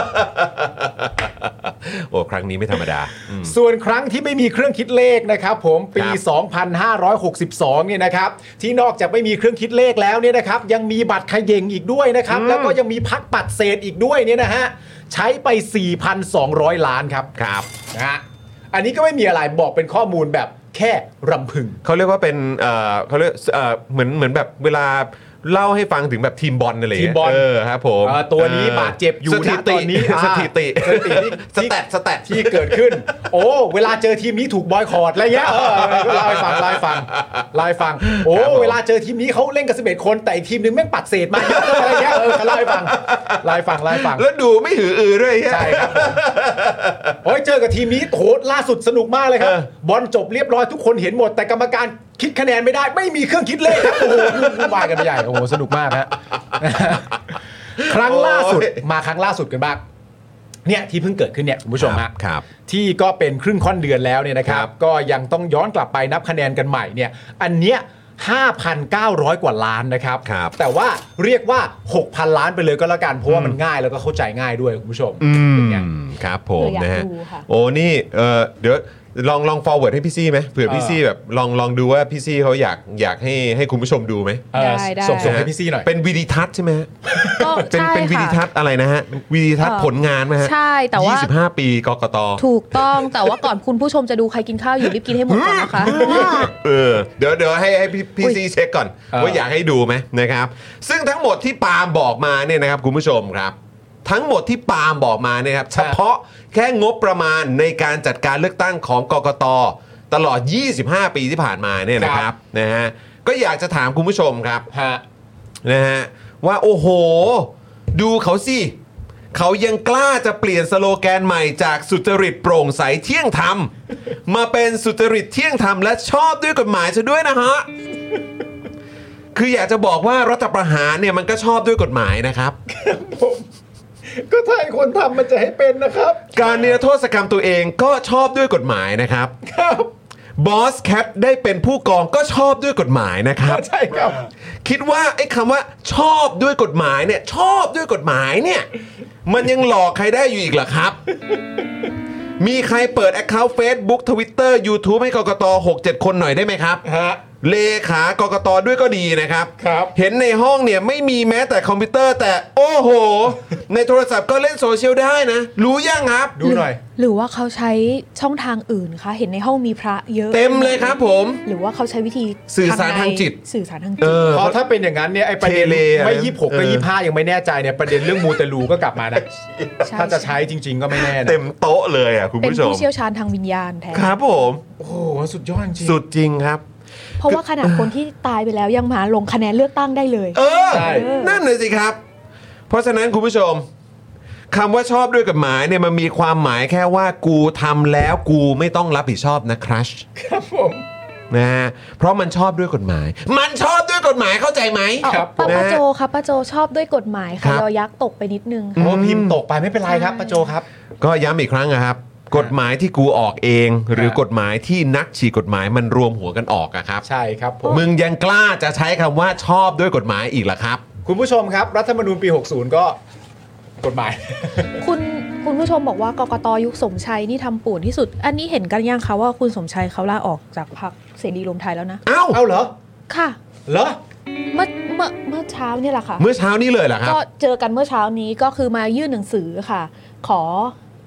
โอ้ครั้งนี้ไม่ธรรมดาส่วนครั้งที่ไม่มีเครื่องคิดเลขนะครับผมปีสองพันห้าร้อยหกสิบสองเนี่ยนะครับที่นอกจากไม่มีเครื่องคิดเลขแล้วเนี่ยนะครับยังมีบัตรเขย่งอีกด้วยนะครับแล้วก็ยังมีพักปัดเศษอีกด้วยเนี่ยนะฮะใช้ไป สี่พันสองร้อย ล้านครับครับนะฮะอันนี้ก็ไม่มีอะไรบอกเป็นข้อมูลแบบแค่รำพึงเขาเรียกว่าเป็นเอ่อเขาเรียกเอ่อเหมือนเหมือนแบบเวลาเล่าให้ฟังถึงแบบทีมบอลอะไรทีมบอลเออครับผมตัวนี้บาดเจ็บอยู่นะตอนนี้สถิติสถิติสแตทสแตทที่เกิดขึ้นโอ้เวลาเจอทีมนี้ถูกบอยคอตอะไรเงี้ยเออเล่าให้ฟังเล่าให้ฟังเล่าให้ฟังโอ้เวลาเจอทีมนี้เขาเล่นกันสิบเอ็ดคนแต่อีกทีมนึงแม่งปัดเศษมาเยอะอะไรเงี้ยเออเล่าให้ฟังเล่าให้ฟังเล่าให้ฟังแล้วดูไม่หืออือด้วยใช่ครับโอ้ยเจอกับทีมนี้โหล่าสุดสนุกมากเลยครับบอลจบเรียบร้อยทุกคนเห็นหมดแต่กรรมการคิดคะแนนไม่ได้ไม่มีเครื่องคิดเลขครับโอ้โหวุ่นวายกันไปใหญ่โอ้โหสนุกมากฮะครั้งล่าสุดมาครั้งล่าสุดกันบ้างเนี่ยที่เพิ่งเกิดขึ้นเนี่ยคุณผู้ชมฮะที่ก็เป็นครึ่งค่อนเดือนแล้วเนี่ยนะครับก็ยังต้องย้อนกลับไปนับคะแนนกันใหม่เนี่ยอันเนี้ย ห้าพันเก้าร้อย กว่าล้านนะครับแต่ว่าเรียกว่า หกพัน ล้านไปเลยก็แล้วกันเพราะว่ามันง่ายแล้วก็เข้าใจง่ายด้วยคุณผู้ชมเป็นไงครับผมนะฮะโอ้นี่เออเดี๋ยวลองลอง forward ให้พี่ซี่ไหมเผื่อพี่ซี่แบบลองลองดูว่าพี่ซี่เขาอยากอยากให้ให้คุณผู้ชมดูไหมได้ได้ส่งส่งให้พี่ซี่หน่อยเป็นวิดีทัศน์ใช่ไหมก็เป็นเป็นวิดีทัศน์อะไรนะฮะวิดีทัศน์ผลงานไหมฮะใช่แต่ว่ายี่สิบห้าปีกกตถูกต้องแต่ว่าก่อนคุณผู้ชมจะดูใครกินข้าวอยู่รีบกินให้หมดก่อนนะคะเออเดี๋ยวเดี๋ยวให้ให้พี่พี่ซี่เช็คก่อนว่าอยากให้ดูไหมนะครับซึ่งทั้งหมดที่ปาล์มบอกมาเนี่ยนะครับคุณผู้ชมครับทั้งหมดที่ปาล์มบอกมาเนี่ยครับเฉพาะแค่งบประมาณในการจัดการเลือกตั้งของกกต.ตลอดยี่สิบห้าปีที่ผ่านมาเนี่ยนะครับนะฮะก็อยากจะถามคุณผู้ชมครับนะฮะว่าโอ้โหดูเขาสิเขายังกล้าจะเปลี่ยนสโลแกนใหม่จากสุจริตโปร่งใสเที่ยงธรรมมาเป็นสุจริตเที่ยงธรรมและชอบด้วยกฎหมายซะด้วยนะฮะคืออยากจะบอกว่ารัฐประหารเนี่ยมันก็ชอบด้วยกฎหมายนะครับก็ถ้าคนทำมันจะให้เป็นนะครับการนิรโทษกรรมตัวเองก็ชอบด้วยกฎหมายนะครับครับบอสแคทได้เป็นผู้กองก็ชอบด้วยกฎหมายนะครับใช่ครับคิดว่าไอ้คำว่าชอบด้วยกฎหมายเนี่ยชอบด้วยกฎหมายเนี่ยมันยังหลอกใครได้อยู่อีกเหรอครับมีใครเปิด account Facebook Twitter YouTube ให้กกต หกเจ็ด คนหน่อยได้ไหมครับฮะเลขากกตด้วยก็ดีนะครับครับเห็นในห้องเนี่ยไม่มีแม้แต่คอมพิวเตอร์แต่โอ้โหในโทรศัพท์ก็เล่นโซเชียลได้นะรู้ยังครับดูหน่อยหรือว่าเขาใช้ช่องทางอื่นคะเห็นในห้องมีพระเยอะเต็มเลยครับผมหรือว่าเขาใช้วิธีสื่อสารทางจิตสื่อสารทางจิตเพราะถ้าเป็นอย่างนั้นเนี่ยไอ้ประเด็นไม่ยี่สิบหกก็ยี่สิบห้ายังไม่แน่ใจเนี่ยประเด็นเรื่องมูเตลูก็กลับมานะถ้าจะใช้จริงๆก็ไม่แน่นะเต็มโต๊ะเลยอ่ะคุณผู้ชมเป็นผู้เชี่ยวชาญทางวิญญาณแทนครับผมโอ้โหสุดยอดจริงสุดจริงครับเพราะว่าขนาดคนที่ตายไปแล้วยังมาลงคะแนนเลือกตั้งได้เลยเออนั่นเลยสิครับเพราะฉะนั้นคุณผู้ชมคำว่าชอบด้วยกฎหมายเนี่ยมันมีความหมายแค่ว่ากูทำแล้วกูไม่ต้องรับผิดชอบนะครัชครับผมนะฮะเพราะมันชอบด้วยกฎหมายมันชอบด้วยกฎหมายเข้าใจไหมครับป้าโจครับป้าโจชอบด้วยกฎหมายค่ะยอยักษ์ตกไปนิดนึงโอ้พิมพ์ตกไปไม่เป็นไรครับป้าโจครับก็ย้ำอีกครั้งนะครับกฎหมายที่กูออกเองหรือกฎหมายที่นักฉีกกฎหมายมันรวมหัวกันออกอะครับใช่ครับผมมึงยังกล้าจะใช้คำว่าชอบด้วยกฎหมายอีกเหรอครับคุณผู้ชมครับรัฐธรรมนูญปีหกสิบก็กฎหมายคุณคุณผู้ชมบอกว่ากกต.ยุคสมชัยนี่ทำป่วนที่สุดอันนี้เห็นกันยังคะว่าคุณสมชัยเขาลาออกจากพรรคเสรีรวมไทยแล้วนะอ้าวเอาเหรอค่ะเหรอเมื่อเมื่อเมื่อเช้านี่แหละค่ะเมื่อเช้านี้เลยเหรอครับก็เจอกันเมื่อเช้านี้ก็คือมายื่นหนังสือค่ะขอ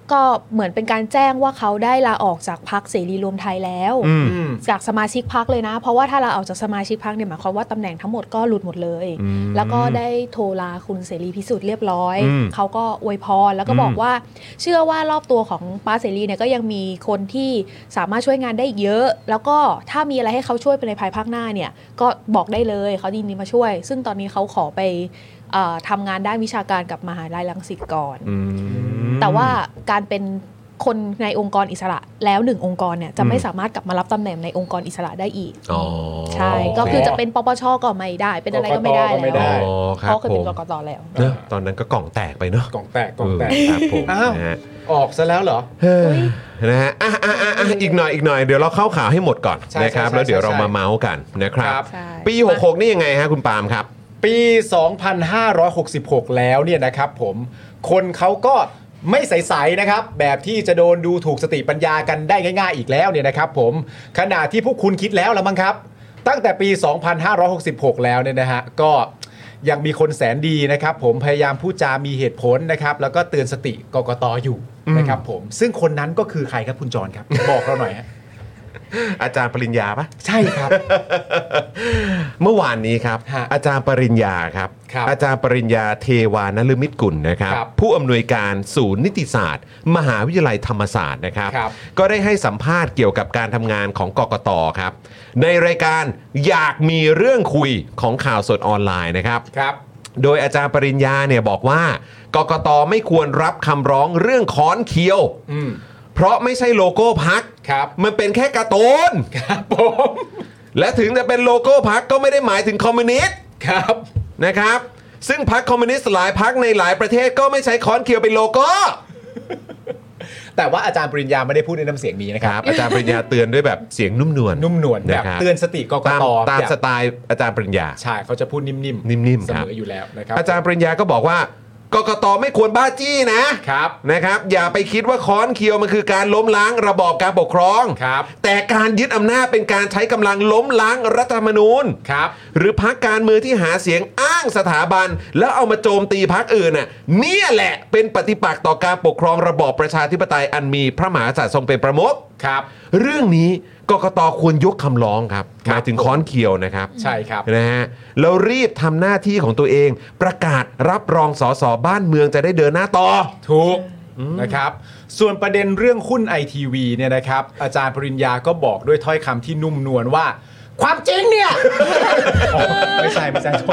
ก็เหมือนเป็นการแจ้งว่าเขาได้ลาออกจากพรรคเสรีรวมไทยแล้วจากสมาชิกพรรคเลยนะเพราะว่าถ้าลาออกจากสมาชิกพรรคเนี่ยหมายความว่าตำแหน่งทั้งหมดก็หลุดหมดเลยแล้วก็ได้โทรลาคุณเสรีพิสุทธิ์เรียบร้อยเขาก็อวยพรแล้วก็บอกว่าเชื่อว่ารอบตัวของป้าเสรีเนี่ยก็ยังมีคนที่สามารถช่วยงานได้อีกเยอะแล้วก็ถ้ามีอะไรให้เขาช่วยไปในภายภาคหน้าเนี่ยก็บอกได้เลยเขายินดีมาช่วยซึ่งตอนนี้เขาขอไปทำงานด้านวิชาการกับมหาวิทยาลัยรังสิตก่อนแต่ว่าการเป็นคนในองค์กรอิสระแล้วหนึ่งองค์กรเนี่ยจะไม่สามารถกลับมารับตำแหน่งในองค์กรอิสระได้อีกใช่ก็คือจะเป็นปปชก็ไม่ได้เป็นอะไรก็ไม่ได้แล้วเพราะเคยเป็นกกตแล้วตอนนั้นก็กล่องแตกไปเนาะกล่องแตกกล่องแตกครับผมอ้าวออกซะแล้วเหรอนะฮะอ่ะอ่ะอ่ะอีกหน่อยอีกหน่อยเดี๋ยวเราเข้าข่าวให้หมดก่อนนะครับแล้วเดี๋ยวเรามาเมาส์กันนะครับปีหกสิบหกนี่ยังไงฮะคุณปาล์มครับปีสองพันห้าร้อยหกสิบหกแล้วเนี่ยนะครับผมคนเขาก็ไม่ใสๆนะครับแบบที่จะโดนดูถูกสติปัญญากันได้ง่ายๆอีกแล้วเนี่ยนะครับผมขณะที่พวกคุณคิดแล้วละมั้งครับตั้งแต่ปีสองพันห้าร้อยหกสิบหกแล้วเนี่ยนะฮะก็ยังมีคนแสนดีนะครับผมพยายามพูดจามีเหตุผลนะครับแล้วก็เตือนสติกกต.อยู่นะครับผมซึ่งคนนั้นก็คือใครครับคุณจรครับบอกเราหน่อยฮะอาจารย์ปริญญาปะใช่ครับเมื่อวานนี้ครับอาจารย์ปริญญาครับอาจารย์ปริญญาเทวานฤมิตกุลนะครับผู้อำนวยการศูนย์นิติศาสตร์มหาวิทยาลัยธรรมศาสตร์นะครับก็ได้ให้สัมภาษณ์เกี่ยวกับการทำงานของกกต.ครับในรายการอยากมีเรื่องคุยของข่าวสดออนไลน์นะครับโดยอาจารย์ปริญญาเนี่ยบอกว่ากกต.ไม่ควรรับคำร้องเรื่องค้อนเคี้ยวเพราะไม่ใช่โลโก้พรรคมันเป็นแค่การ์ตูนครับผมและถึงจะเป็นโลโก้พรรคก็ไม่ได้หมายถึงคอมมิวนิสต์ครับนะครับซึ่งพรรคคอมมิวนิสต์หลายพรรคในหลายประเทศก็ไม่ใช้ค้อนเคี้ยวเป็นโลโก้แต่ว่าอาจารย์ปริญญาไม่ได้พูดในน้ำเสียงนี้นะครับอาจารย์ปริญญาเตือนด้วยแบบเสียงนุ่มนวลนุ่มนวลแบบเตือนสติกกต. ตามสไตล์อาจารย์ปริญญาใช่เขาจะพูดนิ่มๆนิ่มๆเสมออยู่แล้วนะครับอาจารย์ปริญญาก็บอกว่ากกต.ไม่ควรบ้าจี้นะครับนะครับอย่าไปคิดว่าค้อนเคี้ยวมันคือการล้มล้างระบอบการปกครองครับแต่การยึดอำนาจเป็นการใช้กำลังล้มล้างรัฐธรรมนูญครับหรือพรรคการเมืองที่หาเสียงอ้างสถาบันแล้วเอามาโจมตีพรรคอื่นน่ะเนี่ยแหละเป็นปฏิปักษ์ต่อการปกครองระบอบประชาธิปไตยอันมีพระมหากษัตริย์ทรงเป็นประมุขครับเรื่องนี้กกต.ควรยกคำร้องครับหมายถึงค้อนเคี้ยวนะครับใช่ครับนะฮะแล้วรีบทำหน้าที่ของตัวเองประกาศรับรองสสบ้านเมืองจะได้เดินหน้าต่อถูกนะครับส่วนประเด็นเรื่องหุ้น ไอ ที วี เนี่ยนะครับอาจารย์ปริญญาก็บอกด้วยถ้อยคำที่นุ่มนวลว่าความจริงเนี่ยไม่ใช่ไม่ใช่โทษ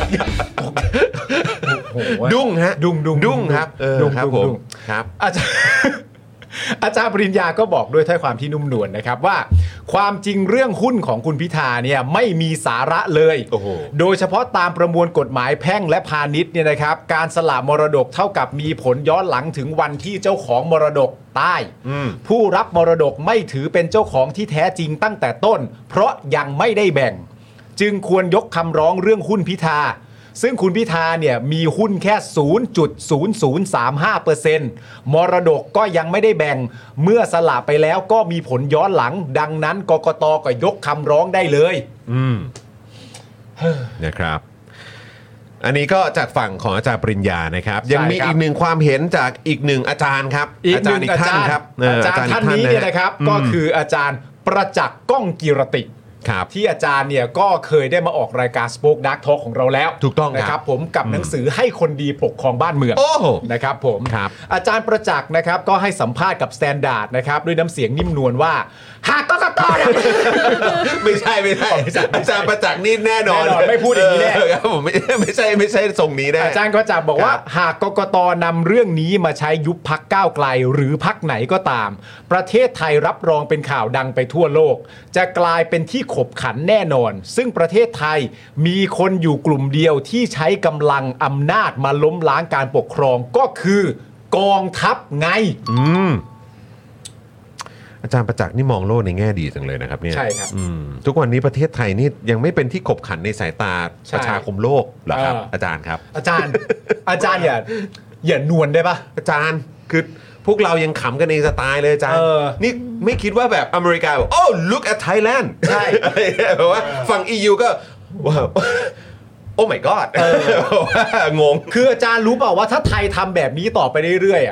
ดุ้งฮะดุ้งดุ้งดุ้งครับดุ้งครับผมครับอาจารย์อาจารย์ปริญญาก็บอกด้วยถ้อยความที่นุ่มนวลนะครับว่าความจริงเรื่องหุ้นของคุณพิธาเนี่ยไม่มีสาระเลยโดยเฉพาะตามประมวลกฎหมายแพ่งและพาณิชย์เนี่ยนะครับการสละมรดกเท่ากับมีผลย้อนหลังถึงวันที่เจ้าของมรดกตายผู้รับมรดกไม่ถือเป็นเจ้าของที่แท้จริงตั้งแต่ต้นเพราะยังไม่ได้แบ่งจึงควรยกคำร้องเรื่องหุ้นพิธาซึ่งคุณพิธาเนี่ยมีหุ้นแค่ ศูนย์จุดศูนย์ศูนย์สามห้าเปอร์เซ็นต์ มรดกก็ยังไม่ได้แบ่งเมื่อสละไปแล้วก็มีผลย้อนหลังดังนั้นกกต.ก็ยกคำร้องได้เลยอืมนะครับอันนี้ก็จากฝั่งของอาจารย์ปริญญานะครับยังมีอีกหนึ่งความเห็นจากอีกหนึ่งอาจารย์ครับอาจารย์อีกท่านครับอาจารย์ท่านนี้เนี่ยนะครับก็คืออาจารย์ประจักษ์ก้องกิรติที่อาจารย์เนี่ยก็เคยได้มาออกรายการ Spoke Dark Talk ของเราแล้วถูกต้องนะครับผมกับหนังสือให้คนดีปกครองบ้านเมืองนะครับผมอาจารย์ประจักษ์นะครับก็ให้สัมภาษณ์กับ Standard นะครับด้วยน้ำเสียงนิ่มนวลว่าหากกกต. ไม่ใช่ไม่ใช่อาจารย์ประจักษ์นี่แน่นอนไม่พูดอย่างนี้แน่ครับผมไม่ไม่ใช่ไม่ใช่ทรงนี้แน่อาจารย์ประจักษ์บอกว่าหากกกต.นำเรื่องนี้มาใช้ยุบพรรคก้าวไกลหรือพรรคไหนก็ตามประเทศไทยรับรองเป็นข่าวดังไปทั่วโลกจะกลายเป็นที่ขบขันแน่นอนซึ่งประเทศไทยมีคนอยู่กลุ่มเดียวที่ใช้กำลังอำนาจมาล้มล้างการปกครองก็คือกองทัพไงอืมอาจารย์ประจักษ์นี่มองโลกในแง่ดีจังเลยนะครับเนี่ยใช่ครับทุกวันนี้ประเทศไทยนี่ยังไม่เป็นที่ขบขันในสายตาประชาคมโลกเหรอครับอาจารย์ครับอาจารย์อาจารย์อย่าอย่านวลได้ปะอาจารย์คือพวกเรายังขำกันในสไตล์เลยอาจารย์นี่ไม่คิดว่าแบบอเมริกาแบบโอ้ look at Thailand ใช่แบบว่าฝั่ง อี ยู ก็ว้าวโอ้ my god งงคืออาจารย์รู้เปล่าว่าถ้าไทยทำแบบนี้ต่อไปเรื่อยๆอ่ะ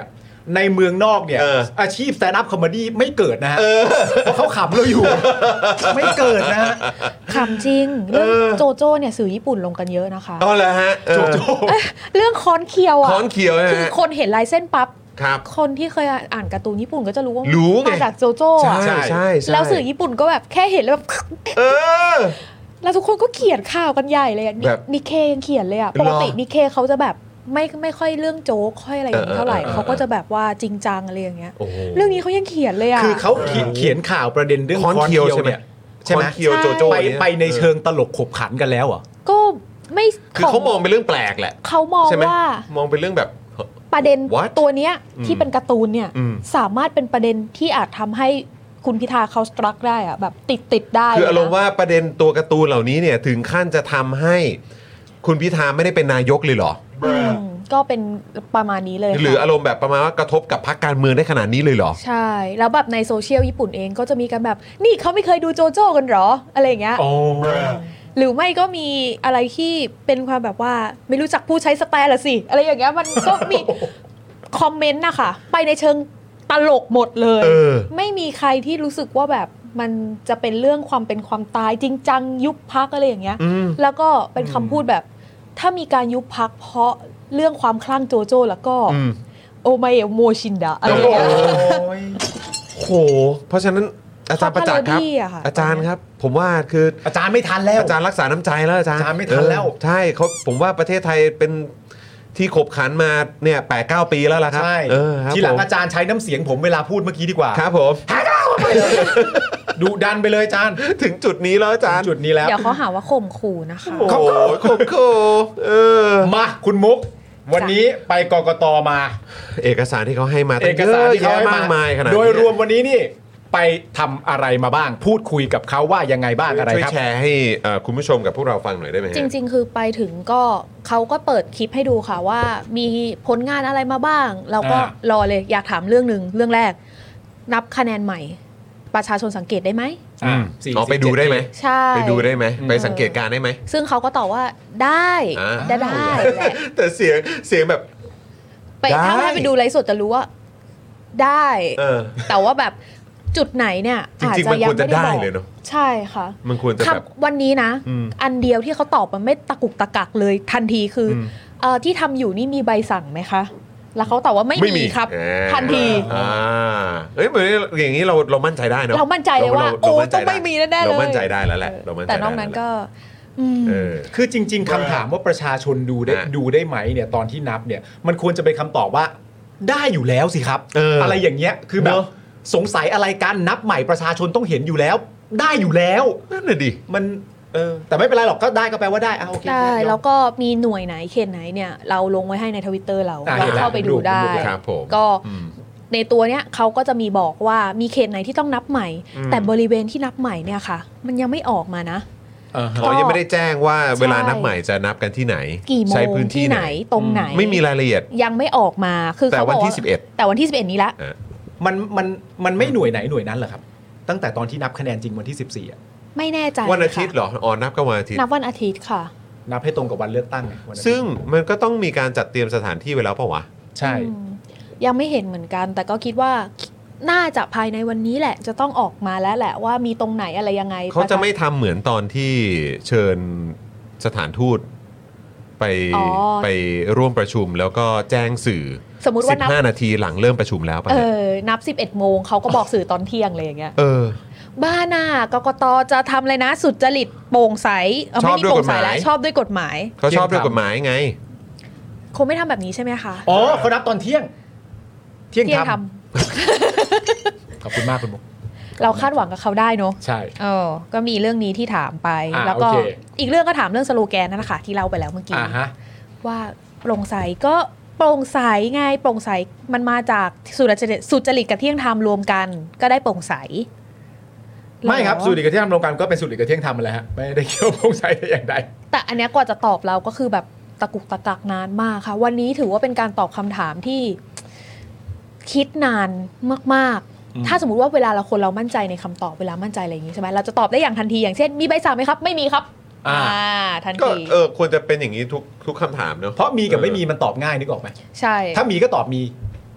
ในเมืองนอกเนี่ยเอออาชีพสแตนด์อัพคอมเมดี้ไม่เกิดนะฮะเพราะเขาขำเราอยู่ ไม่เกิดนะฮะขำจริงเรื่องโจโจ้เนี่ยสื่อญี่ปุ่นลงกันเยอะนะคะอ๋อเหรอฮะเออโจโจ้เรื่องค้อนเคียวอ่ะค้อนเคียวนะฮะคือคนเห็นลายเส้นปั๊บครับคนที่เคยอ่านการ์ตูนญี่ปุ่นก็จะรู้ว่ารู้ไงมาจากโจโจ้อะใช่ใช่ใช่แล้วสื่อญี่ปุ่นก็แบบแค่เห็นแล้วแบบเออแล้วทุกคนก็เขียนข่าวกันใหญ่เลยอะแบบนิเคยังเขียนเลยอะหรอปกตินิเคเขาจะแบบไม่ไม่ค่อยเรื่องโจ๊กค่อยอะไรอย่างนี้เท่าไหร่เออเออเออเขาก็จะแบบว่าจริงจังอะไรอย่างเงี้ยโอ้โหเรื่องนี้เขายังเขียนเลยอะคือเขาเขียนเขียนข่าวประเด็นเรื่องค้อนค้อนเคีเคียยว วใช่ไหมเนี่ยใช่ไหมค้อนเคียวโจโจ้ไปเนี่ยไปในเชิงตลกขบขันกันแล้วเหรอก็ไม่คือเขามองเป็นเรื่องแปลกแหละเขามองใช่ไหมว่ามองเป็นเรื่องแบบประเด็น What? ตัวเนี้ยอืมที่เป็นการ์ตูนเนี่ยอืมสามารถเป็นประเด็นที่อาจทำให้คุณพิธาเขาสตรักได้อะแบบติดติดได้คืออารมณ์นะว่าประเด็นตัวการ์ตูนเหล่านี้เนี่ยถึงขั้นจะทำให้คุณพิธาไม่ได้เป็นนายกเลยเหรออืมก็เป็นประมาณนี้เลยค่ะหรืออารมณ์แบบประมาณว่ากระทบกับพรรคการเมืองได้ขนาดนี้เลยเหรอใช่ แล้วแบบในโซเชียลญี่ปุ่นเองก็จะมีกันแบบ นี่เขาไม่เคยดูโจโจ้กันเหรอ อะไรอย่างเงี้ยโอ้หรือไม่ก็มีอะไรที่เป็นความแบบว่าไม่รู้จักผู้ใช้สแตนละสิ อะไรอย่างเงี้ยมันก็มี คอมเมนต์นะคะไปในเชิงตลกหมดเลยเออไม่มีใครที่รู้สึกว่าแบบมันจะเป็นเรื่องความเป็นความตายจริงจังยุบพักอะไรอย่างเงี้ยอืมแล้วก็เป็นคำพูดแบบ ถ้ามีการยุบพักเพราะเรื่องความคลั่งโจโจ้แล้วก็อืมโอไมเอลโมชินดะอะไรอย่างเงี้ยโห เพราะฉะนั้นอาจารย์ประจักษ์ครับเขา parody อะค่ะอาจารย์ครับ ผมว่าคืออาจารย์ไม่ทันแล้วอาจารย์รักษาน้ำใจแล้วอาจารย์อาจารย์ไม่ทันแล้วเออใช่เขาผมว่าประเทศไทยเป็นที่ขบขันมาเนี่ยแปดเก้าปีแล้วล่ะครับใช่เออครับทีหลังผมอาจารย์ใช้น้ำเสียงผมเวลาพูดเมื่อกี้ดีกว่าครับผมดุดันไปเลยอาจารย์ถึงจุดนี้แล้วอาจารย์จุดนี้แล้วเดี๋ยวเขาหาว่าข่มขู่นะคะโอ้โหขบโคเออมาคุณมุก วันนี้ไปกกตมาเอกสารที่เขาให้มาตั้เอง กเยสารอะที่เขาแยะให้มากมายขนาดโดยนี้รวมวันนี้นี่ไปทำอะไรมาบ้าง พูดคุยกับเขาว่ายังไงบ้างอะไรช่วยครับแชร์ให้เอ่อคุณผู้ชมกับพวกเราฟังหน่อยได้ไหมฮะจริงๆ คือไปถึงก็เขาก็เปิดคลิปให้ดูค่ะว่ามีผลงานอะไรมาบ้าง เราก็อ่ารอเลยอยากถามเรื่องหนึ่งเรื่องแรก นับคะแนนใหม่ ประชาชนสังเกตได้ไหมอืมสี่อ๋อสิบไปดูได้ไหมใช่ไปดูได้ไหมไปสังเกตการณ์ได้ไหมซึ่งเขาก็ตอบว่าได้อ่าได้ได้แหละแต่เสียงเสียงแบบไปถ้าได้ให้ไปดูไลฟ์สดจะรู้ว่าได้เออแต่ว่าแบบจุดไหนเนี่ยจริงๆอาจจะยังมันควรจะไม่ได้บอกได้เลยเนอะใช่ค่ะมันควรจะแบบคำวันนี้นะอืมอันเดียวที่เขาตอบมันไม่ตะกุกตะกักเลยทันทีคืออมเอ่อที่ทำอยู่นี่มีใบสั่งไหมคะ แล้วเขาตอบว่าไม่มีครับอ่าทันทีอ่าเอ้ยเหมือนอย่างนี้เราเรามั่นใจได้เนอะเรามั่นใจเลยว่ารรโอ้มั่นใจต้องไม่มีแน่ๆเลยเรามั่นใจได้แล้วแหละเรามั่นใจแต่ได้นอกนั้นแล้วก็อืมเออคือจริง ๆคำถามว่าประชาชนดูได้อ่ะดูได้ไหมเนี่ยตอนที่นับเนี่ยมันควรจะเป็นคำตอบว่าได้อยู่แล้วสิครับเออออะไรอย่างเงี้ยคือแบบเนอะสงสัยอะไรกันนับใหม่ประชาชนต้องเห็นอยู่แล้ว ได้อยู่แล้วนั่นน่ะดิมันเออแต่ไม่เป็นไรหรอกก็ได้ก็แปลว่าได้อ่ะโอเคได้ยอมแล้วก็มีหน่วยไหนเขตไหนเนี่ย เราลงไว้ให้ในทวิตเตอร์เราอ่ะเราเห็นแล้วเข้าไปดูได้ผมดูครับผมก็อืมในตัวเนี้ยเขาก็จะมีบอกว่ามีเขตไหนที่ต้องนับใหม่อืมแต่บริเวณที่นับใหม่เนี่ยค่ะ มันยังไม่ออกมานะอ่าฮะเขายังไม่ได้แจ้งว่าใช่เวลานับใหม่จะนับกันที่ไหนกี่โมใช้งพื้นที่ที่ไหไหนนตรงไหนไม่มีรายละเอียดยังไม่ออกมาคือแต่เขาวับนอกที่ว่าสิบเอ็ดแต่วันที่สิบเอ็ดนี้ละอ่ะมันมันมันไม่หน่วยไหนหน่วยนั้นเหรอครับ ตั้งแต่ตอนที่นับคะแนนจริงวันที่สิบสี่อ่ะไม่แน่ใจวันอาทิตย์ค่ะเหรออ๋อนับก็วันอาทิตย์นับวันอาทิตย์ค่ะนับให้ตรงกับวันเลือกตั้งไงวันนั้นซึ่งมันก็ต้องมีการจัดเตรียมสถานที่ไว้แล้วเปล่าวะใช่อืมยังไม่เห็นเหมือนกัน แต่ก็คิดว่าน่าจะภายในวันนี้แหละ จะต้องออกมาแล้วแหละว่ามีตรงไหนอะไรยังไงเขาจะไม่ทำเหมือนตอนที่เชิญสถานทูตไปอ๋อไปร่วมประชุมแล้วก็แจ้งสื่อสมมุติว่านับสิบห้านาทีหลังเริ่มประชุมแล้วป่ะเอเนี่ยอนับสิบเอ็ดโมงเขาก็บอกสื่อตอนเที่ยงเลยอย่างเงี้ยเออบ้าน่ะกกตจะทำอะไรนะ สุจริตโปร่งใสเออชไม่อบมีด้วยโปร่กงฎใสหมายแล้วชอบด้วยกฎหมายเขาชอบด้วยกฎหมายไงคงไม่ทำแบบนี้ใช่ไหมคะอ๋อเขานับตอนเที่ยง เที่ยงเที่ยงททำขอบคุณมากคุณมุกำเราคาดหวังกับเขาได้เนอะใช่เออก็มีเรื่องนี้ที่ถามไปอ่าแล้วก็โอเคอีกเรื่องก็ถามเรื่องสโลแกนนั่นแหละค่ะที่เล่าไปแล้วเมื่อกี้อ่าฮะว่าโปร่งใสก็โปร่งใสไงโปร่งใสมันมาจากสุจริตสุจริตกับเที่ยงธรรมรวมกัน ก็ได้โปร่งใสไม่ครับหอสูตรกับเที่ยงทำรวมกันก็เป็นสูตรกับเที่ยงทำมาแล้วฮะไม่ได้เกี่ยวกับโปร่งใสแต่อย่างใดแต่อันเนี้ยกว่าจะตอบเราก็คือแบบตะกุกตะกักนานมากค่ะ วันนี้ถือว่าเป็นการตอบคำถามที่คิดนานมากอืมๆ ถ้าสมมติว่าเวลาเราคนเรามั่นใจในคำตอบเวลามั่นใจอะไรอย่างงี้ใช่ไหมเราจะตอบได้อย่างทันทีอย่างเช่นมีใบสั่งไหมครับ ไม่มีครับอ่าทันก็ทีเออควรจะเป็นอย่างนี้ทุกทุกคำถามเนอะเพราะมีกับไม่มีมันตอบง่ายนึกออกไหมใช่ถ้ามีก็ตอบมี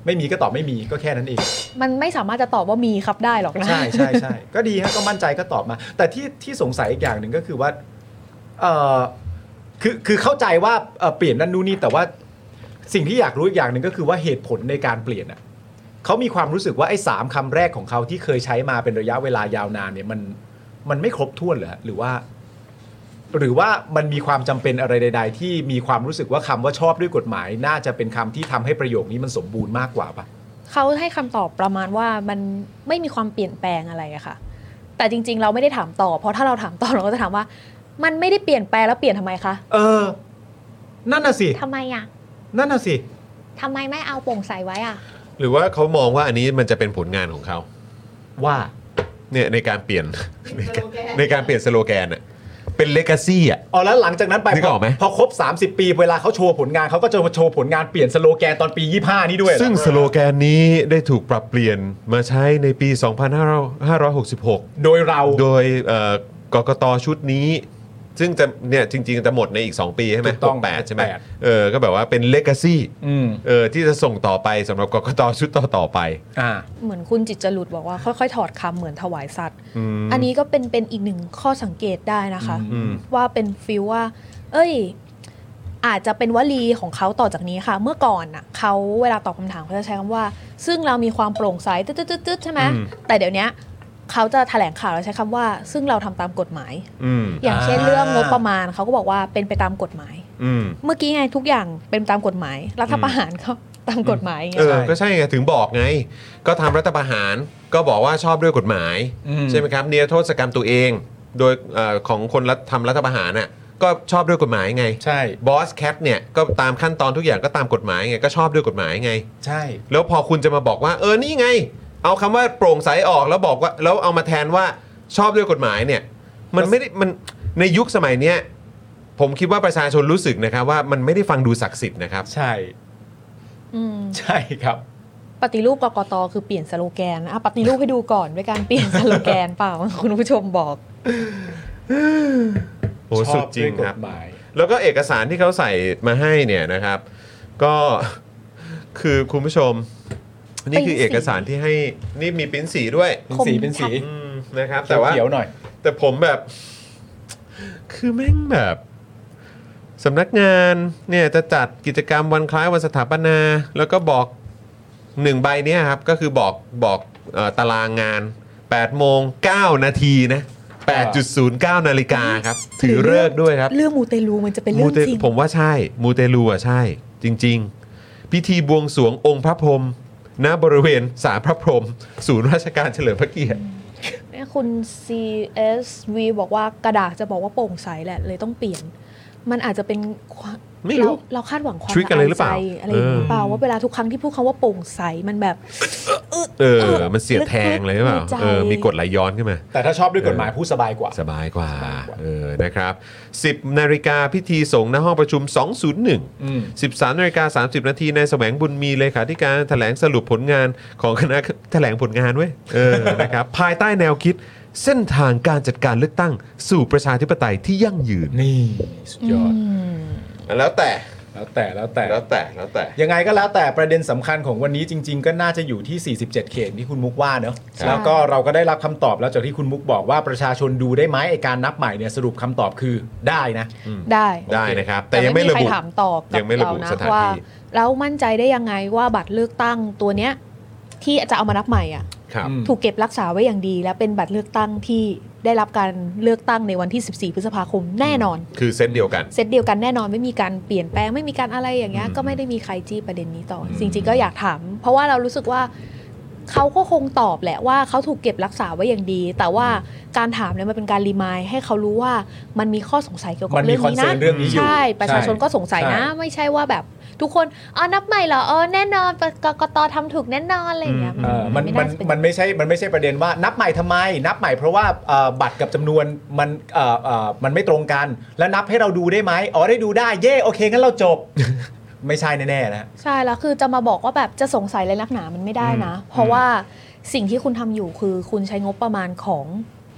ไม่มีก็ตอบไม่มีก็แค่นั้นเองมันไม่สามารถจะตอบว่ามีครับได้หรอกนะใช่ใช่ใช่ก็ดีฮะก็มั่นใจก็ตอบมา แต่ที่ที่สงสัยอีกอย่างหนึ่งก็คือว่าเออคือคือเข้าใจว่าเอ่อเปลี่ยนนั่นนู่นนี่แต่ว่าสิ่งที่อยากรู้อีกอย่างหนึ่งก็คือว่าเหตุผลในการเปลี่ยนอ่ะเขามีความรู้สึกว่าไอ้สามคำแรกของเขาที่เคยใช้มาเป็นระยะเวลายาวนานเนี่ยมันมันไม่ครบถ้วนเหรอหรือว่า หรือว่ามันมีความจำเป็นอะไรใดๆที่มีความรู้สึกว่าคำว่าชอบด้วยกฎหมาย น่าจะเป็นคำที่ทำให้ประโยคนี้มันสมบูรณ์มากกว่าปะเขาให้คำตอบประมาณว่ามันไม่มีความเปลี่ยนแปลงอะไรอะค่ะแต่จริงๆเราไม่ได้ถามต่อเพราะถ้าเราถามต่อเราก็จะถามว่ามันไม่ได้เปลี่ยนแปลงแล้วเปลี่ยนทำไมคะเออนั่นน่ะสิทำไมอะนั่นน่ะสิทำไมไม่เอาโปร่งใสไว้อะหรือว่าเขามองว่าอันนี้มันจะเป็นผลงานของเขาว่าเนี่ยในการเปลี่ยน ในการในการเปลี่ยนสโลแกนอะเป็นเลกาซี่อ่ะอ๋อแล้วหลังจากนั้นไปนึกออกไหมพอครบสามสิบปีเวลาเขาโชว์ผลงานเขาก็จะมาโชว์ผลงานเปลี่ยนสโลแกนตอนปียี่สิบห้านี่ด้วยเหรอซึ่งสโลแกนนี้ได้ถูกปรับเปลี่ยนมาใช้ในปี สองพันห้าร้อยหกสิบหกโดยเราโดยเอ่อกกตชุดนี้ ซึ่งจะเนี่ยจริงๆจะหมดในอีกสองปีใช่ไหมถูกต้องหกแปดใช่ไหมหกแปดเออก็แบบว่าเป็นเลกาซี่อืมเออที่จะส่งต่อไปสำหรับกกตชุดต่อๆไปอ่าเหมือนคุณจิตจรุดบอกว่าค่อยๆถอดคำเหมือนถวายสัตว์อืมอันนี้ก็เป็นเป็นอีกหนึ่งข้อสังเกตได้นะคะอืมว่าเป็นฟิลว่า เอ้ย อาจจะเป็นวลีของเขาต่อจากนี้ค่ะ เมื่อก่อนน่ะเขาเวลาตอบคำถามเขาจะใช้คำว่า ซึ่งเรามีความโปร่งใสตึ๊ดๆๆใช่ไหมแต่เดี๋ยวนี้เขาจะแถลงข่าวแล้วใช้คำว่า ซึ่งเราทำตามกฎหมายอืมอย่างเช่นอ่าเรื่องงบประมาณเขาก็บอกว่าเป็นไปตามกฎหมายอืมเมื่อกี้ไงทุกอย่างเป็นตามกฎหมายรัฐประหารก็ตามกฎหมายไงเออก็ใช่ไงถึงบอกไง ก็ทำรัฐประหารก็บอกว่าชอบด้วยกฎหมายอืมใช่ไหมครับเนียโทษกรรมตัวเอง โดยเอ่อของคนรัฐทำรัฐประหารน่ะก็ชอบด้วยกฎหมายไงใช่บอสแคทเนี่ยก็ตามขั้นตอนทุกอย่างก็ตามกฎหมายไงก็ชอบด้วยกฎหมายไงใช่แล้วพอคุณจะมาบอกว่าเออนี่ไง เอาคำว่าโปร่งใสออกแล้วบอกว่าแล้วเอามาแทนว่าชอบด้วยกฎหมายเนี่ยมันไม่ได้มันในยุคสมัยเนี้ยผมคิดว่าประชาชนรู้สึกนะครับว่ามันไม่ได้ฟังดูศักดิ์สิทธิ์นะครับใช่อืมใช่ครับปฏิรูปกกตคือเปลี่ยนสโลแกนนะอ่ะปฏิรูปให้ดูก่อนด้วยการเปลี่ยนสโลแกนเปล่าคุณผู้ชมบอกโอ้ชอบสุดจริงครับด้วยกฎหมายแล้วก็เอกสารที่เขาใส่มาให้เนี่ยนะครับ ก็คือคุณผู้ชม นี่คือเอกสารที่ให้นี่มีปริ้นสีด้วยเป็นสีเป็นสีอืมนะครับ แต่ว่าเขียวๆหน่อยแต่ผมแบบ คือแม่งแบบสำนักงานเนี่ยจะจัดกิจกรรมวันคล้ายวันสถาปนา แล้วก็บอกหนึ่งใบเนี้ยครับ ก็คือบอกบอกเอ่อตารางงานแปดโมงเก้านาทีนะแปดจุดศูนย์เก้านาฬิกาครับ ถือเลิกษ์ด้วยครับเรื่องมูเตลูมันจะเป็นเรื่มูองเตจริงผมว่าใช่ มูเตลูอ่ะใช่ จริง ๆ พิธีบวงสรวงองค์พระพรหมณบริเวณศาลพระพรหมศูนย์ราชการเฉลิมพระเกียรติเนี่ยคุณ ซี เอส วี บอกว่ากระดาษจะบอกว่าโปร่งใสแหละเลยต้องเปลี่ยน มันอาจจะเป็นความไม่รู้เราเราคาดหวังความทริคอะไรหรือเปล่าละยใจอะไรอย่างนี้เออเปล่าว่าเวลาทุกครั้งที่พูดคำว่าโปร่งใสมันแบบเออ มันเสียดแทงเลยหรือเปล่าในใจเออ มีกฎไหลย้อนขึ้นมาแต่ถ้าชอบด้วยกฎหมายพูดสบายกว่าสบายกว่าสบายกว่าเออ นะครับ สิบนาฬิกาพิธีสงฆ์ณห้องประชุม สองศูนย์หนึ่งอืมสิบสามนาฬิกาสามสิบนาทีนายแสวงบุญมีเลขาธิการแถลงสรุปผลงานของคณะแถลงผลงานเว้ย เออ นะครับ ภายใต้แนวคิดเส้นทางการจัดการเลือกตั้งสู่ประชาธิปไตยที่ยั่งยืนนี่สุดยอดแล้วแต่แล้วแต่แล้วแต่แล้วแต่ แล้วแต่ยังไงก็แล้วแต่ประเด็นสำคัญของวันนี้จริง ๆ ก็น่าจะอยู่ที่ สี่สิบเจ็ด เขตที่คุณมุกว่าเนอะแล้วก็เราก็ได้รับคำตอบแล้วจากที่คุณมุกบอกว่าประชาชนดูได้ไหมไอการนับใหม่เนี่ยสรุปคำตอบคือได้นะได้ได้นะครับ แต่ยังไม่ระใครบุถามตอบกับยังไม่ระเราบุนะสถานว่าที่แล้วมั่นใจได้ยังไงว่าบัตรเลือกตั้งตัวเนี้ยที่จะเอามานับใหม่อ่ะครับอืมถูกเก็บรักษาไว้อย่างดี และเป็นบัตรเลือกตั้งที่ได้รับการเลือกตั้งในวันที่สิบสี่พฤษภาคมแน่นอนคือเซตเดียวกันเซตเดียวกันแน่นอนไม่มีการเปลี่ยนแปลงไม่มีการอะไรอย่างเงี้ยก็ไม่ได้มีใครจี้ประเด็นนี้ต่อจริงๆก็อยากถาม เพราะว่าเรารู้สึกว่าเขาก็คงตอบแหละว่าเขาถูกเก็บรักษาไว้อย่างดี แต่ว่าการถามเนี่ยมันเป็นการรีมายให้เขารู้ว่ามันมีข้อสงสัยเกี่ยวกับมันมีเรื่องนี้นะ concern เรื่องนี้อยู่ใช่ประชาชนก็สงสัยนะใช่ไม่ใช่ว่าแบบทุกคนอ๋อนับใหม่เหรออ๋อแน่นอนกกตทำถูกแน่นอนอะไรอย่างเงี้ยเออมันไมันาจะเป็มันไม่ใช่มันไม่ใช่ประเด็นว่านับใหม่ทำไม นับใหม่เพราะว่าเอ่อบัตรกับจำนวนมันเอ่อเอ่อมันไม่ตรงกัน แล้วนับให้เราดูได้ไหมอ๋อได้ดูได้เย่โอเคงั้นเราจบ ไม่ใช่แน่ๆนะใช่แล้วคือจะมาบอกว่าแบบจะสงสัยอะไรนักหนามันไม่ได้นะ เพราะว่าสิ่งที่คุณทำอยู่คือคุณใช้งบประมาณของภ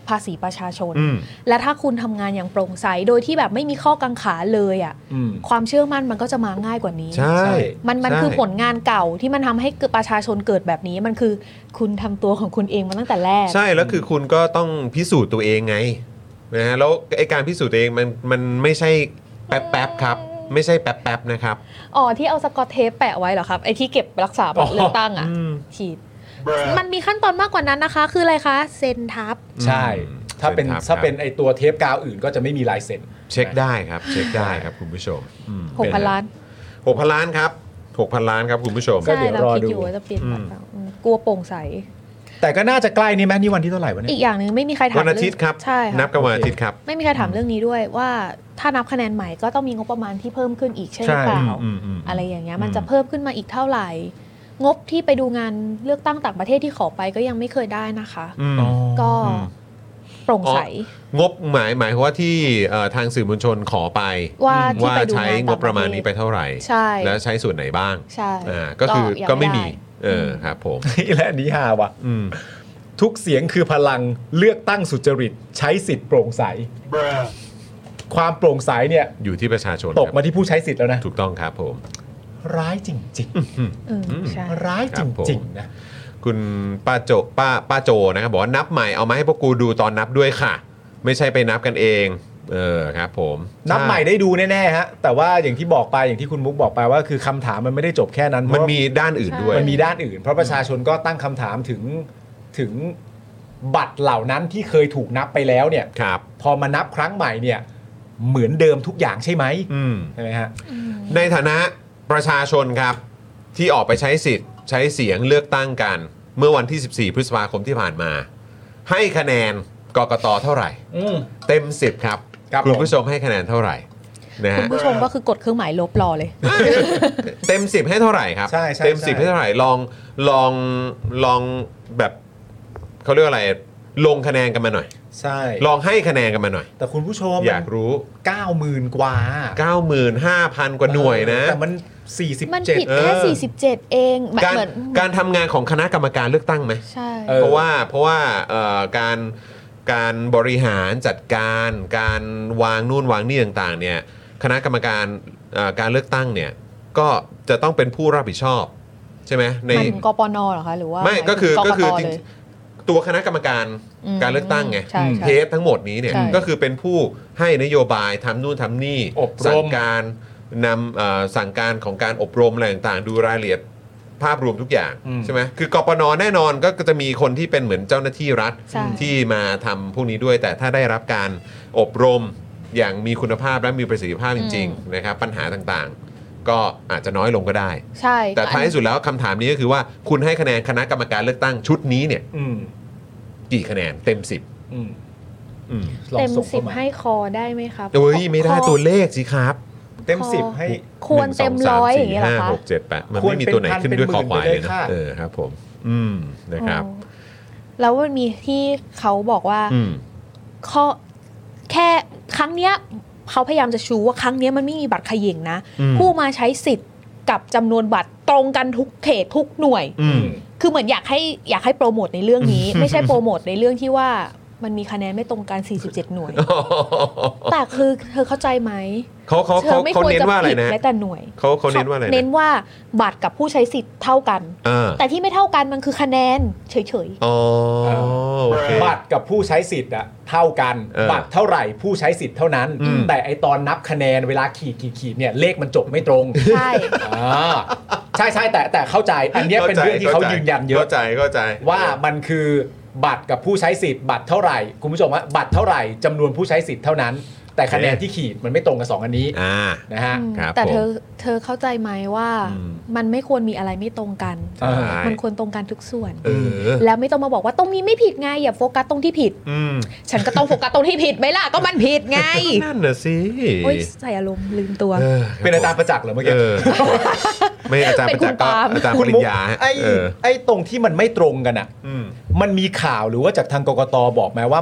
ภาษีประชาชนอืมและถ้าคุณทำงานอย่างโปร่งใสโดยที่แบบไม่มีข้อกังขาเลยอ่ะอืมความเชื่อมั่นมันก็จะมาง่ายกว่านี้ใช่มันมันใช่คือผลงานเก่าที่มันทำให้เกิดประชาชนเกิดแบบนี้มันคือคุณทำตัวของคุณเองมาตั้งแต่แรกใช่แล้วคือคุณก็ต้องพิสูจน์ตัวเองไงนะฮะแล้วไอการพิสูจน์ตัวเองมันมันไม่ใช่แป๊บแป๊บๆครับ ไม่ใช่แป๊บแป๊บๆนะครับอ๋อที่เอาสกอตเทปแปะไว้เหรอครับไอ้ที่เก็บรักษาบัตรเลือกตั้งอ่ะอืมฉีดมันมีขั้นตอนมากกว่านั้นนะคะ คืออะไรคะเซ็นทับใช่ ถ้าเป็นเซ็นทับถ้าเป็นไอตัวเทปกาวอื่นก็จะไม่มีลายเซ็นเช็คได้ครับเช็คได้ครับคุณผู้ชมอืมหกพันล้านหกพันล้านครับหกพันล้านครับคุณผู้ชมก็ใช่เดี๋ยวเรารอคิดดูอยู่ว่าจะเปลี่ยนบัตรเปล่าอืมกลัวโปร่งใสแต่ก็น่าจะใกล้นี่ไหมนี่วันที่เท่าไหร่วะเนี่อียกอย่างหนึ่งไม่มีใครถามวันอาทิตย์ครับใช่นับค่ะกันวันอาทิตย์ครับไม่มีใครถามเรื่องนี้ด้วยว่าถ้านับคะแนนใหม่ก็ต้องมีงบประมาณที่เพิ่มขึ้นอีกใช่หรือเปล่าอืมอืมอะไรอย่างเงี้ยอืมมันจะเพิ่มขึ้นมาอีกเท่าไหร่ งบที่ไปดูงานเลือกตั้งต่างประเทศที่ขอไปก็ยังไม่เคยได้นะคะอืมก็อืมโปร่งใสงบหมายหมายความว่าที่เอ่อทางสื่อมวลชนขอไปว่าที่ว่าไปดูใช้งานงต่าบงปประ ระมาณเทนี้ศไปเท่าไหร่ใช่แล้วใช้ส่วนไหนบ้างใช่อ่าก็คือยังก็ไม่มีด้เออครับผมและอันนี้ฮาว่ะอืมทุกเสียงคือพลังเลือกตั้งสุจริต ใช้สิทธิ์โปร่งใส ความโปร่งใสเนี่ยอยู่ที่ประชาชนตกครับมาที่ผู้ใช้สิทธิ์แล้วนะถูกต้องครับผมร้ายจริงเออใช่ๆ ร้ายคจรับผมริงๆนะคุณป้าโจป้าป้าโจนะครับบอกว่านับใหม่เอามาให้พวกกูดูตอนนับด้วยค่ะ ไม่ใช่ไปนับกันเอง เออครับผมนับใหม่ได้ดูแน่ๆฮะแต่ว่าอย่างที่บอกไปอย่างที่คุณมุกบอกไปว่าคือคำถามมันไม่ได้จบแค่นั้นมันเพราะมีด้านอื่นด้วยมันมีด้านอื่น เพราะประชาชนก็ตั้งคำถามถึงถึงบัตรเหล่านั้นที่เคยถูกนับไปแล้วเนี่ยครับพอมานับครั้งใหม่เนี่ยเหมือนเดิมทุกอย่างใช่ไหมอืมใช่ไหมฮะในฐานะประชาชนครับ ที่ออกไปใช้สิทธิ์ใช้เสียงเลือกตั้งกัน เมื่อวันที่ สิบสี่ พฤษภาคมที่ผ่านมา ให้คะแนนกกตเท่าไหร่อืมเต็มสิบครับครับคุณผมผู้ชมให้คะแนนเท่าไหร่นะคุณฮะผู้ชมก็คือกดเครื่องหมายลบรอเลยเต็มสิบให้เท่าไหร่ครับใช่ใช่เต็มสิบใช่ให้เท่าไหร่ลองลองลองแบบเขาเรียกว่าอะไรลงคะแนนกันมาหน่อยใช่ลองให้คะแนนกันมาหน่อยแต่คุณผู้ชมอยากรู้เก้าหมื่นกว่าเก้าหมื่นห้าพัน กว่าหน่วยนะแต่มันสี่สิบมันเจ็ดผิดเออแค่สี่สิบเจ็ดเองแบบการเหมือนการทำงานของคณะกรรมการเลือกตั้งไหมใช่เออเพราะว่าเพราะว่าเอ่อการการบริหารจัดการการวางนู่นวางนี่ต่างๆเนี่ยคณะกรรมการเอ่อการเลือกตั้งเนี่ยก็จะต้องเป็นผู้รับผิดชอบใช่ไหมในหมายถึงกปนเหรอคะหรือว่าไม่ก็คือหมายถึงก็คือตจริงเลยตัวคณะกรรมการอืมการเลือกตั้งไงใช่ใช่เทสทั้งหมดนี้เนี่ยใช่ก็คือเป็นผู้ให้นโยบายทำนู่นทำนี่อบรมสั่งการนำเอ่อสั่งการของการอบรมอะไรต่างๆ ดูรายละเอียดภาพรวมทุกอย่างใช่ไหมคือกปนแน่นอนก็จะมีคนที่เป็นเหมือนเจ้าหน้าที่รัฐใช่ที่มาทำพวกนี้ด้วย แต่ถ้าได้รับการอบรมอย่างมีคุณภาพและมีประสิทธิภาพจริงๆนะครับปัญหาต่างๆ ก็อาจจะน้อยลงก็ได้ใช่แต่ท้ายที่สุดแล้วคำถามนี้ก็คือว่าคุณให้คะแนนคณะกรรมการเลือกตั้งชุดนี้เนี่ยอืมกี่คะแนนเต็มสิบอืมอืมลองเต็มส่งสิบเข้ามาให้คอได้ไหมครับเอ้ยไม่ได้คอตัวเลขสิครับเต็มสิบให้ควรเต็มหนึ่งสร้อยสอย่างเงี้ยเหรอห้าคะหกเจ็ดแปดมันควรไม่มีตัวไหนขึ้นด้วยเป็นคพัอน ควายเป็นหมื่นเลยนะไปเลยค่ะเออครับผม อืมนะครับอ๋อแล้วมันมีที่เขาบอกว่าอืมข้อแค่ครั้งเนี้ยเขาพยายามจะชูว่าครั้งเนี้ยมันไม่มีบัตรเขย่งนะอืมผู้มาใช้สิทธิ์กับจำนวนบัตรตรงกันทุกเขตทุกหน่วยอืมคือเหมือนอยากให้อยากให้โปรโมทในเรื่องนี้ ไม่ใช่โปรโมทในเรื่องที่ว่ามันมีคะแนนไม่ตรงกัน สี่สิบเจ็ด หน่วย แต่คือเธอเข้าใจไหมเขาเขาเธเขาอไม่เขาควรเน้นจะว่าอะไรผิดนะแม้แต่หน่วยเขาเขาเน้นว่าอะไรนะเน้นว่าบัตรกับผู้ใช้สิทธิ์เท่ากันอ่าแต่ที่ไม่เท่ากันมันคือคะแนนเฉยอ๋อโอเคบัตรกับผู้ใช้สิทธิ์อะเท่ากันเออบัตรเท่าไหร่ผู้ใช้สิทธิ์เท่านั้นอืมแต่ไอตอนนับคะแนนเวลาขีดขีดขีดเนี่ยเลขมันจบไม่ตรงๆ ใช่อ่าใช่ใช่แต่แต่เข้าใจอันเนี้ยเป็นเรื่องที่เขายืนยันเยอะเข้าใจเข้าใจว่ามันคือบัตรกับผู้ใช้สิทธิ์บัตรเท่าไหร่คุณผู้ชมว่าบัตรเท่าไหร่จำนวนผู้ใช้สิทธิ์เท่านั้น แต่คะแนนที่ขีดมันไม่ตรงกับสองอันนี้อ่านะฮะอืมครับแต่ผมเธอเธอเข้าใจไหมว่าอืมมันไม่ควรมีอะไรไม่ตรงกันใช่มันควรตรงกันทุกส่วนเออแล้วไม่ต้องมาบอกว่าตรงนี้ไม่ผิดไงอย่าโฟกัสตรงที่ผิดอืมฉันก็ต้องโฟกัสตรงที่ผิดไหมล่ะก็มันผิดไงนั่นน่ะสิโอ๊ยใส่อารมณ์ลืมตัวออเป็นอาจารย์ประจักษ์เหรอเมื่อกี้เออไม่อาจารย์ประจักษ์ก็เป็นคุณปาล์มอาจารย์ปคุณริมุญกญาฮะไอ้เออไอ้ตรงที่มันไม่ตรงกันอ่ะอืมมันมีข่าวหรือว่าจากทางกกตบอกไหมว่ามัน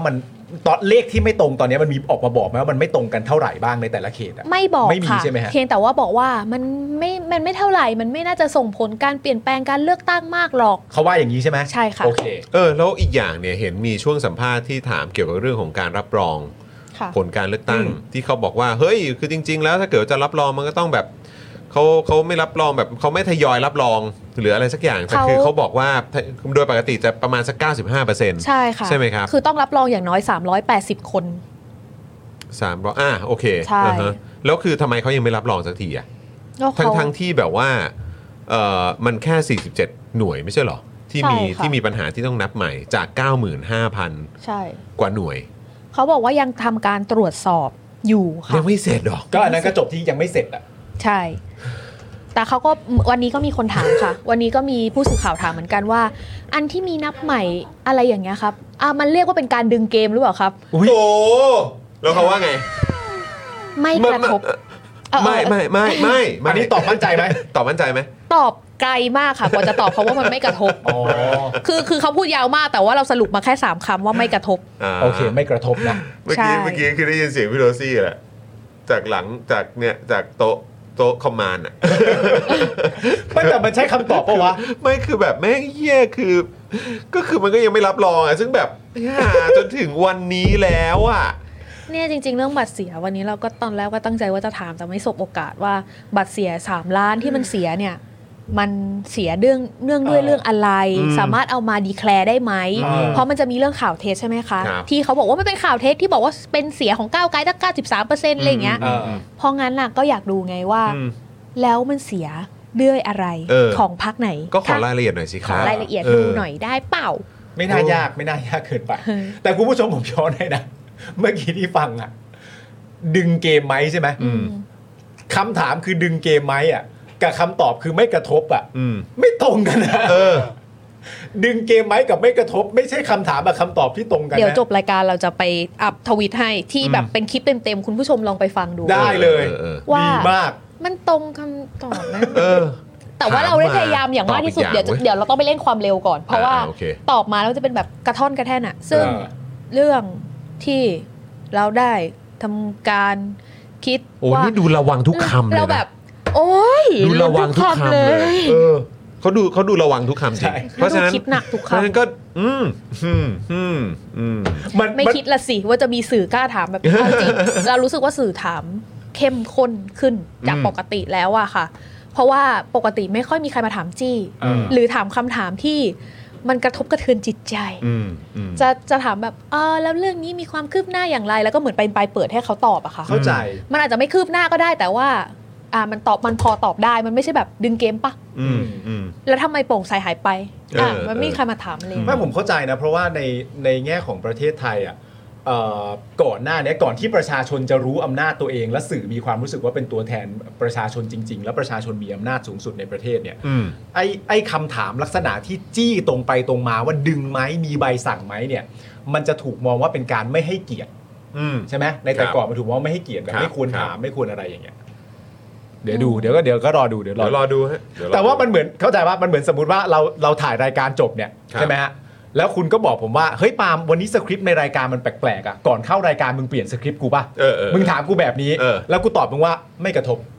ตอนเลขที่ไม่ตรงตอนนี้มันมีออกมาบอกไหมว่ามันไม่ตรงกันเท่าไหร่บ้างในแต่ละเขตอะไม่บอกไม่มีค่ะใช่ไหมฮะเพียงแต่ว่าบอกว่ามันไม่มันไม่เท่าไหร่มันไม่น่าจะส่งผลการเปลี่ยนแปลงการเลือกตั้งมากหรอกเขาว่าอย่างนี้ใช่ไหมใช่ค่ะโอเคเออแล้วอีกอย่างเนี่ยเห็นมีช่วงสัมภาษณ์ที่ถามเกี่ยวกับเรื่องของการรับรองค่ะผลการเลือกตั้งอืมที่เขาบอกว่าเฮ้ยคือจริง ๆ แล้วถ้าเกิดจะรับรองมันก็ต้องแบบเขาเขาไม่รับรองแบบเขาไม่ทยอยรับรองหรืออะไรสักอย่างแต่เขาคือเขาบอกว่าโดยปกติจะประมาณสัก เก้าสิบห้าเปอร์เซ็นต์ใช่ค่ะใช่ไหมครับคือต้องรับรองอย่างน้อยสามร้อยแปดสิบคนสามร้อยอ่ะโอเคใช่อ่าฮะแล้วคือทำไมเขายังไม่รับรองสักทีอ่ะก็ทั้งเขาทั้งที่แบบว่าเอ่อมันแค่สี่สิบเจ็ดหน่วยไม่ใช่เหรอที่มีใช่ค่ะที่มีปัญหาที่ต้องนับใหม่จาก เก้าหมื่นห้าพันใช่กว่าหน่วยเขาบอกว่ายังทำการตรวจสอบอยู่ค่ะยังไม่เสร็จหรอก็อันนั้นก็จบที่ยังไม่เสร็จอ่ะใช่ แต่เขาก็วันนี้ก็มีคนถามค่ะ วันนี้ก็มีผู้สื่อข่าวถามเหมือนกันว่า อันที่มีนับใหม่อะไรอย่างเงี้ยครับอ่ะมันเรียกว่าเป็นการดึงเกมหรือเปล่าครับโอ้โหแล้วเขาว่าไงไม่กระทบเออไม่ไม่ไม่ไม่ไม่อันนี้ตอบมั่นใจไหมตอบมั่นใจไหมตอบไกลมากค่ะกว่าจะตอบเขาว่ามันไม่กระทบอ๋อคือคือเขาพูดยาวมากแต่ว่าเราสรุปมาแค่สามคำว่าไม่กระทบาโอเคไม่กระทบนะเมื่อใช่กี้เมื่อกี้คือได้ยินเสียงพี่โรซี่แหละจากหลังจากเนี่ยจากโต๊ะโต๊ะคอมมานด์อ่ะไม่แต่มันใช้คำตอบปะวะไม่คือแบบแม่งเหี้ยคือ ก็คือมันก็ยังไม่รับรองอ่ะซึ่งแบบหาจนถึงวันนี้แล้วอ่ะเนี่ยจริงๆเรื่องบัตรเสียวันนี้เราก็ตอนแรกก็ตั้งใจว่าจะถามแต่ไม่สบโอกาสว่าบัตรเสียสามล้านที่มันเสียเนี่ยมันเสียเรื่องเรื่องด้วยเออเรื่องอะไรอืมสามารถเอามาดีแคลร์ได้ไหมเออเพราะมันจะมีเรื่องข่าวเท็จใช่ไหมคะครับที่เขาบอกว่ามันเป็นข่าวเท็จที่บอกว่าเป็นเสียของก้าวไกลตั้งเก้าสิบสามเปอร์เซ็นต์อะไรอย่างเงี้ยเออเพราะงั้นน่ะก็อยากดูไงว่าอืมแล้วมันเสียด้วยอะไรเออของพรรคไหนก็ขอรายละเอียดหน่อยสิคขรัอบ รายละเอียดเออดูหน่อยได้เปล่าไม่น่ายากไม่น่ายากเกินไป แต่คุณผู้ชมผมย้อนให้นะ เมื่อกี้ที่ฟังอ่ะ ดึงเกมไหมใช่ไหมอืมคำถามคือดึงเกมไหมอ่ะกับคำตอบคือไม่กระทบอ่ะอืมไม่ตรงกันนะเออดึงเกมไหมกับไม่กระทบ ไม่ใช่คำถามกับคำตอบที่ตรงกันนะเดี๋ยวจบรายการเราจะไปอัพทวิตให้ที่แบบเป็นคลิปเต็มๆคุณผู้ชมลองไปฟังดูได้เลยเออเออว่าดีมากมันตรงคำตอบนะเออแต่ว่าเราได้พยายามอย่างมากที่สุดตอบเดี๋ยวอีกอย่างเดี๋ยวเราต้องไปเล่นความเร็วก่อน เพราะว่าอ่าโอเคตอบมาแล้วจะเป็นแบบกระท่อนกระแท่นอะซึ่งเออเรื่องที่เราได้ทำการคิดโอ้ว่านี่ดูระวังทุกคำเลยเรานะแบบ โอ้ยดูระวังทุกคำเลย เออเขาดูเขาดูระวังทุกคำจริงใช่เพราะฉะนั้นดูคิดหนักทุกเพราะฉะนั้นคำก็ อืมอืมอืมอืมมันไม่มันคิดละสิว่าจะมีสื่อกล้าถามแบบนี้เอาจริง เรารู้สึกว่าสื่อถามเข้มข้นขึ้นจากอืมปกติแล้วอะค่ะ เพราะว่าปกติไม่ค่อยมีใครมาถามจี้เออหรือถามคำถามที่มันกระทบกระเทือนจิตใจอืมอืมจะจะถามแบบเออแล้วเรื่องนี้มีความคืบหน้าอย่างไร แล้วก็เหมือนไปไปเปิดให้เขาตอบอะค่ะเข้าใจมันอาจจะไม่คืบหน้าก็ได้แต่ว่าอ่ามันตอบมันพอตอบได้มันไม่ใช่แบบดึงเกมปะอืมอืมแล้วทำไมโปร่งใสหายไปอ่ะเออมันไม่มีเออใครมาถามเลยไม่ผมเข้าใจนะ เพราะว่าในในแง่ของประเทศไทยอ่ะเอ่อก่อนหน้านี้ก่อนที่ประชาชนจะรู้อำนาจตัวเอง และสื่อมีความรู้สึกว่าเป็นตัวแทนประชาชนจริง ๆ และประชาชนมีอำนาจสูงสุดในประเทศเนี่ยอืมไอ้ไอ้คำถามลักษณะที่จี้ตรงไปตรงมาว่าดึงไหมมีใบสั่งไหมเนี่ย มันจะถูกมองว่าเป็นการไม่ให้เกียรติอืมใช่ไหมในแต่ครับก่อนมันถูกมองว่าไม่ให้เกียรติแบบครับไม่ควรครับถามไม่ควรอะไรอย่างเงี้ยเดี๋ยวดูเดี๋ยวก็เดี๋ยวก็รอดูเดี๋ยวรเดี๋ยวรออดูดูฮะเดี๋ยรอแต่ว่าดูมันเหมือนเข้าใจว่ามันเหมือนสมมติว่าเราเราถ่ายรายการจบเนี่ยครับใช่ไหมฮะแล้วคุณก็บอกผมว่าเฮ้ยปาล์มวันนี้สคริปต์ในรายการมันแปลกๆอ่ะก่อนเข้ารายการมึงเปลี่ยนสคริปต์กูป่ะเออเออมึงถามกูแบบนี้เออแล้วกูตอบมึงว่าไม่กระทบ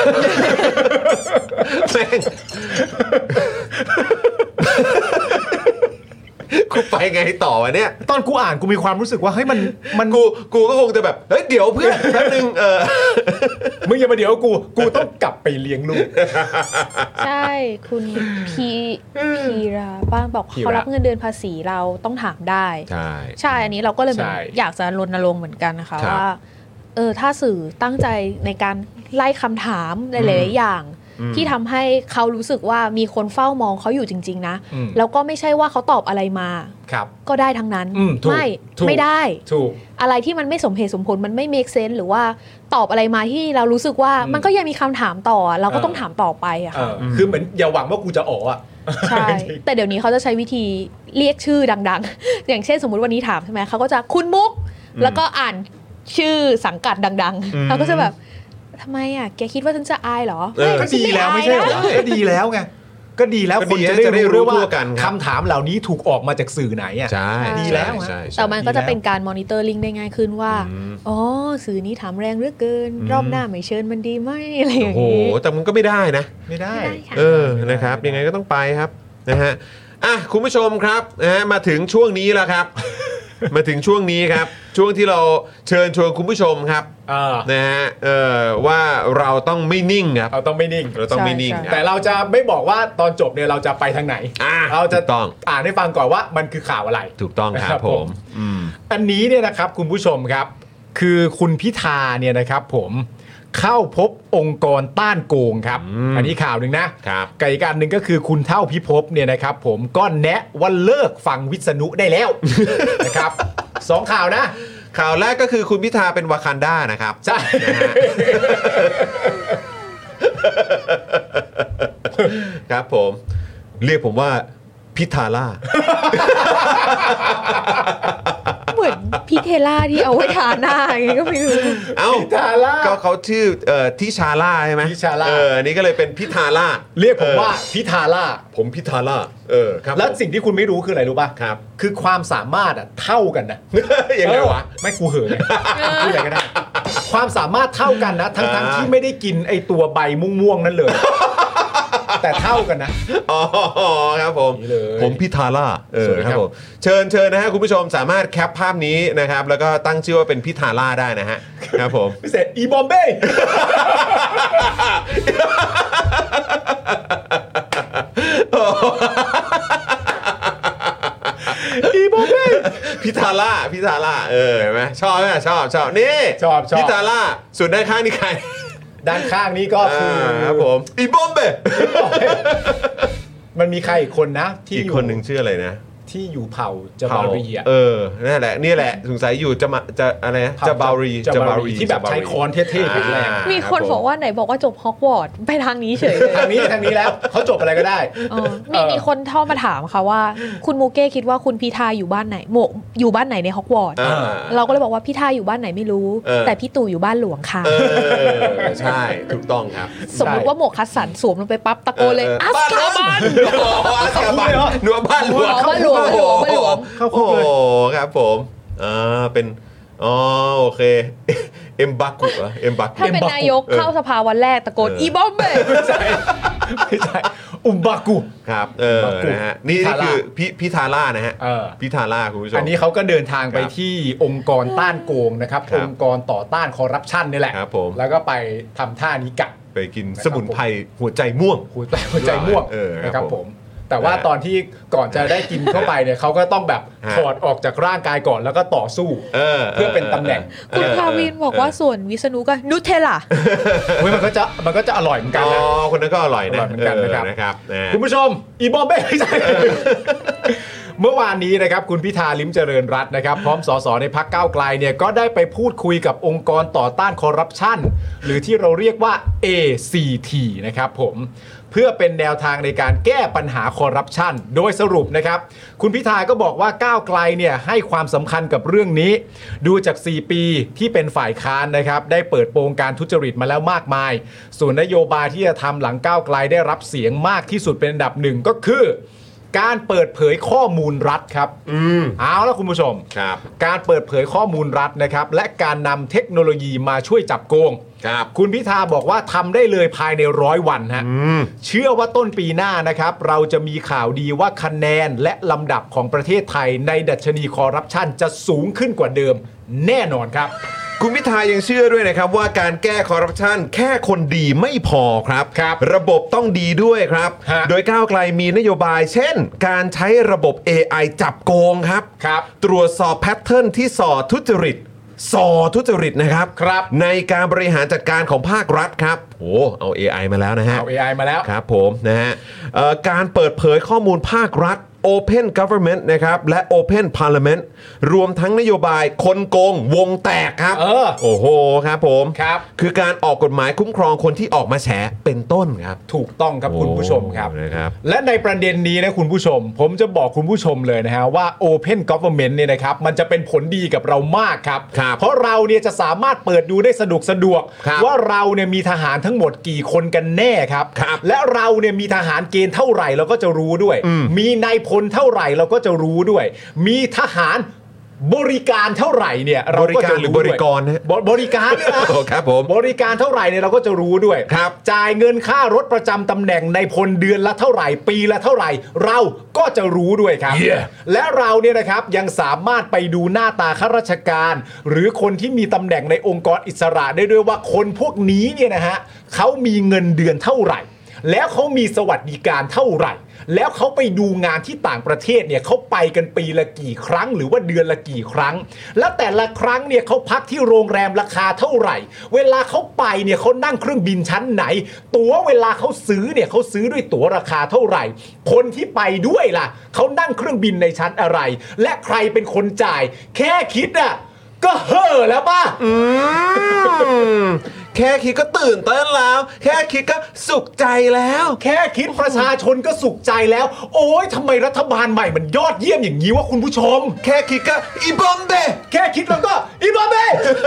แม่งกูไปไงต่อวะเนี่ยตอนกูอ่านกูมีความรู้สึกว่าเฮ้ยมันมันกูกูก็คงจะแบบเฮ้ยเดี๋ยวเพื่อนแป๊บนึงเออมึงอย่ามาเดี๋ยวกูกูต้องกลับไปเลี้ยงลูกใช่คุณพีพีราบ้างบอกพีระเขารับเงินเดือนภาษีเราต้องถามได้ใช่ใช่อันนี้เราก็เลยเหมือนใช่อยากจะรณรงค์เหมือนกันนะคะครับว่าเออถ้าสื่อตั้งใจในการไล่คำถามหลายๆอย่างอืมที่ทำให้เขารู้สึกว่ามีคนเฝ้ามองเขาอยู่จริง ๆ นะอืมแล้วก็ไม่ใช่ว่าเขาตอบอะไรมาครับก็ได้ทั้งนั้นอืมถูกไม่ถูกไม่ได้ถูกอะไรที่มันไม่สมเหตุสมผลมันไม่ make sense หรือว่าตอบอะไรมาที่เรารู้สึกว่าอืมมันก็ยังมีคำถามต่อ เราก็เออต้องถามต่อไปอะเอค่ะอคือเหมือนอย่าหวังว่ากูจะอ๋ออ่ะใช่ แต่เดี๋ยวนี้เขาจะใช้วิธีเรียกชื่อดังๆ อย่างเช่นสมมุติวันนี้ถามใช่ไหมเขาก็จะคุณมุก แล้วก็อ่านชื่อสังกัดดังอืมๆเขาก็จะแบบทำไมอ่ะแกคิดว่าฉันจะอายเหรอเออก็ดีแล้วไม่ใช่เหรอฉันก็ดีแล้วไงก็ดีแล้วก็คนดีจะได้จะได้รู้ด้วยรู้ว่าทั่วกันครับคำถามเหล่านี้ถูกออกมาจากสื่อไหนอ่ะใช่ดีแล้วใช่ใช่แต่มันก็ดีแล้จะวเป็นการมอนิเตอร์ลิงได้ง่ายขึ้นว่าอืมอ๋อสื่อนี้ถามแรงเหลือเกินอืมรอบหน้าไม่เชิญมันดีไหมอะไรอโอ้ย่างโหนี้แต่มันก็ไม่ได้นะไม่ได้ไม่ได้ค่ะเออ นะครับ ยังไงก็ต้องไปครับ นะฮะ อ่ะ คุณผู้ชมครับ นะฮะ มาถึงช่วงนี้แล้วครับ มาถึงช่วงนี้ครับ ช่วงที่เราเชิญชวนคุณผู้ชมครับเออนะฮะ เออว่าเราต้องไม่นิ่งครับเราต้องไม่นิ่งเราต้องไม่นิ่งใช่คแต่รับเราจะไม่บอกว่าตอนจบเนี่ยเราจะไปทางไหนอ่าเราจะถูกต้องอ่านให้ฟังก่อนว่ามันคือข่าวอะไรถูกต้องคครัรับบ ผผม มอืมอันนี้เนี่ยนะครับคุณผู้ชมครับ คือคุณพิธาเนี่ยนะครับผมเข้าพบองค์กรต้านโกงครับอืมอันนี้ข่าวหนึ่งนะครับ กับอีกการหนึ่งก็คือคุณเท่าพิภพเนี่ยนะครับผมก็แนะว่าเลิกฟังวิษณุได้แล้ว นะครับสองข่าวนะข่าวแรกก็คือคุณพิธาเป็นวากันดานะครับใช่นะฮะ ครับผม เรียกผมว่าพิธาล่าเหมือนพิเทล่าที่เอาไว้ทาหน้าอย่างงี้ก็ไม่รู้เอ้าพิธาล่าก็เขาชื่อเอ่อทิชาล่าใช่ไหมทิชาล่าเอออันนี้ก็เลยเป็นพิธาล่าเรียกผมว่าเออพิธาล่าผมพิธาล่าเออครับแล้วผมสิ่งที่คุณไม่รู้คืออะไรรู้ป่ะครับคือความสามารถอะเท่ากันนะยังไงวะเออไม่กูเหอะไงพูดอะไรก็ได้ ความสามารถเท่ากันนะ ทั้งอ่าทั้งที่ไม่ได้กินไอตัวใบม่วงๆนั้นเลย แต่เท่ากันนะอ๋อครับผมนี่เลยผมพิธาล่าเออสวัสดีคครัรับบ ผมเชิญเชิญนะฮะคุณผู้ชมสามารถแคปภาพนี้นะครับ แล้วก็ตั้งชื่อว่าเป็นพิธาล่าได้นะฮะครับผมพิเศษอีบอมเบ้ อีบอมเบ้พิธาล่าพิธาล่าเออเห็นไหมชอบไหมชอบชอบนี่ชอบชอบพิธาล่าส่วนด้านข้างนี่ใครด้านข้างนี้ก็คืออ่าครับผมอีบอมเบ้มันมีใครอีกคนนะ ที่อีกอยู่คนหนึ่งชื่ออะไรนะที่อยู่เผ่าจาบารีอะเออนั่นแหละนี่แหละสงสัยอยู่จะมาจะอะไรนะจะบารีจาบารีที่แบบใช้ค้อนเท่ๆแข็งแรงอ่ามีคนบอกว่าไหนบอกว่าจบฮอกวอตส์ไปทางนี้เฉยเลยทางนี้ทางนี้แล้วเขาจบอะไรก็ได้อ๋อมีมีคนเข้ามาถามค่ะว่า คุณมูเก้คิดว่าคุณพิธาอยู่บ้านไหนหมวกอยู่บ้านไหนในฮอกวอตส์อ่าเราก็เลยบอกว่าพิธาอยู่บ้านไหนไม่รู้เออแต่พี่ตู่อยู่บ้านหลวงค่ะเออใช่ถูกต้องครับสมมติว่าหมวกคัสสันสวมลงไปปั๊บตะโกนเลยอออัสคาบันโอ้โหอัสคาบันหนัวบ้านหลวงอ๋อบ้านหลวงบ้านหลวงบ้านหลวงเข้าคุโอ้กเลยโหครับผมอ่าเป็นอ๋อโอเคเอ็มบักกุเหรอเอ็มบักกุถ้าเป็นนายกเข้าสภาวันแรกตะโกนเอออีอีบอมเบ้ไม่ใช่ไม่ใช่อุมบากุครับเออบักกุนะฮะนี่พินี่ธาล่าคือพิพิธาล่านะฮะเออพิธาล่าคุณผู้ชมอันนี้เขาก็เดินทางไปครับที่องค์กรต้านโกงนะครับครับองค์กรต่อต้านคอร์รัปชันนี่แหละครับผมแล้วก็ไปทำท่านี้กับไปกินสมุนไพรหัวใจม่วงหัวใจหัวใจม่วงเออครับนะครับผผม ม แต่ว่านะฮะตอนที่ก่อนจะได้กินเข้าไปเนี่ยเขาก็ต้องแบบฮะถอดออกจากร่างกายก่อนแล้วก็ต่อสู้เออเพื่อเป็นตำแหน่งคุณพาวินบอกว่าส่วนวิษณุก็นูเทลล่าเฮ้ยมันก็จะมันก็จะอร่อยเหมือนกันอ๋อนะคนนั้นก็อร่อยนะอร่อยเหมือนกันนะครับเนะครับนะฮะคุณผู้ชม อีบอมเบ้ไม่ใช่ เมื่อวานนี้นะครับคุณพิธาลิ้มเจริญรัตน์นะครับพร้อมสสในพรรคก้าวไกลเนี่ยก็ได้ไปพูดคุยกับองค์กรต่อต้านคอร์รัปชันหรือที่เราเรียกว่า เอ ซี ที นะครับผมเพื่อเป็นแนวทางในการแก้ปัญหาคอร์รัปชันโดยสรุปนะครับคุณพิธาก็บอกว่าก้าวไกลเนี่ยให้ความสำคัญกับเรื่องนี้ ดูจาก สี่ ปีที่เป็นฝ่ายค้านนะครับได้เปิดโปงการทุจริตมาแล้วมากมาย ส่วนนโยบายที่จะทำหลังก้าวไกลได้รับเสียงมากที่สุดเป็นอันดับหนึ่งก็คือ การเปิดเผยข้อมูลรัฐครับอืมเอาละคุณผู้ชมครับการเปิดเผยข้อมูลรัฐนะครับและการนำเทคโนโลยีมาช่วยจับโกงครับคุณพิธาบอกว่าทำได้เลยภายในร้อยวันฮะอืมเชื่อว่าต้นปีหน้านะครับเราจะมีข่าวดีว่าคะแนนและลำดับของประเทศไทยในดัชนีคอร์รัปชันจะสูงขึ้นกว่าเดิมแน่นอนครับคุณพิธายังเชื่อด้วยนะครับว่าการแก้คอร์รัปชันแค่คนดีไม่พอครับครับระบบต้องดีด้วยครับฮะโดยก้าวไกลมีนโยบายเช่น การใช้ระบบ เอ ไอ จับโกงครับครับตรวจสอบแพทเทิร์นที่ส่อทุจริตส่อทุจริตนะครับครับในการบริหารจัดการของภาครัฐครับโอ้เอา เอ ไอ มาแล้วนะฮะเอา เอ ไอ มาแล้วครับผมนะฮะเอ่อการเปิดเผยข้อมูลภาครัฐ Open Government นะครับและ Open Parliament รวมทั้งนโยบายคนโกงวงแตกครับเออโอ้โหครับผมครับคือการออกกฎหมายคุ้มครองคนที่ออกมาแฉเป็นต้นครับถูกต้องครับคุณผู้ชมครับโอ้นะครับและในประเด็นนี้นะคุณผู้ชม ผมจะบอกคุณผู้ชมเลยนะฮะว่า Open Government เนี่ยนะครับมันจะเป็นผลดีกับเรามากครับครับเพราะเราเนี่ยจะสามารถเปิดดูได้สะดวกสะดวกครับว่าเราเนี่ยมีทหารทั้งทั้งหมดกี่คนกันแน่ครับครับและเราเนี่ยมีทหารเกณฑ์เท่าไหร่เราก็จะรู้ด้วยอืมมีนายพลเท่าไหร่เราก็จะรู้ด้วย มีทหารบริการเท่าไหร่เนี่ยเราก็จะรู้ด้วยบริการหรือบริกรนะบริการเนี่ยนะโอ้ครับผมบริการเท่าไหร่เนี่ยเราก็จะรู้ด้วยครับจ่ายเงินค่ารถประจำตำแหน่งในพลเดือนละเท่าไหร่ปีละเท่าไหร่ เราก็จะรู้ด้วยครับ Yeah และเราเนี่ยนะครับยังสามารถไปดูหน้าตาข้าราชการ หรือคนที่มีตำแหน่งในองค์กรอิสระได้ด้วยว่าคนพวกนี้เนี่ยนะฮะเขามีเงินเดือนเท่าไหร่ แล้วเขามีสวัสดิการเท่าไหร่ แล้วเขาไปดูงานที่ต่างประเทศเนี่ยเขาไปกันปีละกี่ครั้งหรือว่าเดือนละกี่ครั้ง และแต่ละครั้งเนี่ยเขาพักที่โรงแรมราคาเท่าไหร่ เวลาเขาไปเนี่ยเขานั่งเครื่องบินชั้นไหน ตั๋วเวลาเขาซื้อเนี่ยเขาซื้อด้วยตั๋วราคาเท่าไหร่ คนที่ไปด้วยล่ะเขานั่งเครื่องบินในชั้นอะไร และใครเป็นคนจ่าย แค่คิดอ่ะก็เฮ่อแล้วป่ะอืมแค่คิดก็ตื่นเต้นแล้ว แค่คิดก็สุขใจแล้วแค่คิดประชาชนก็สุขใจแล้ว โอ้ยทำไมรัฐบาลใหม่มันยอดเยี่ยมอย่างนี้วะคุณผู้ชมแค่คิดก็อีบอมเบแค่คิดแล้วก็อีบอมเบ้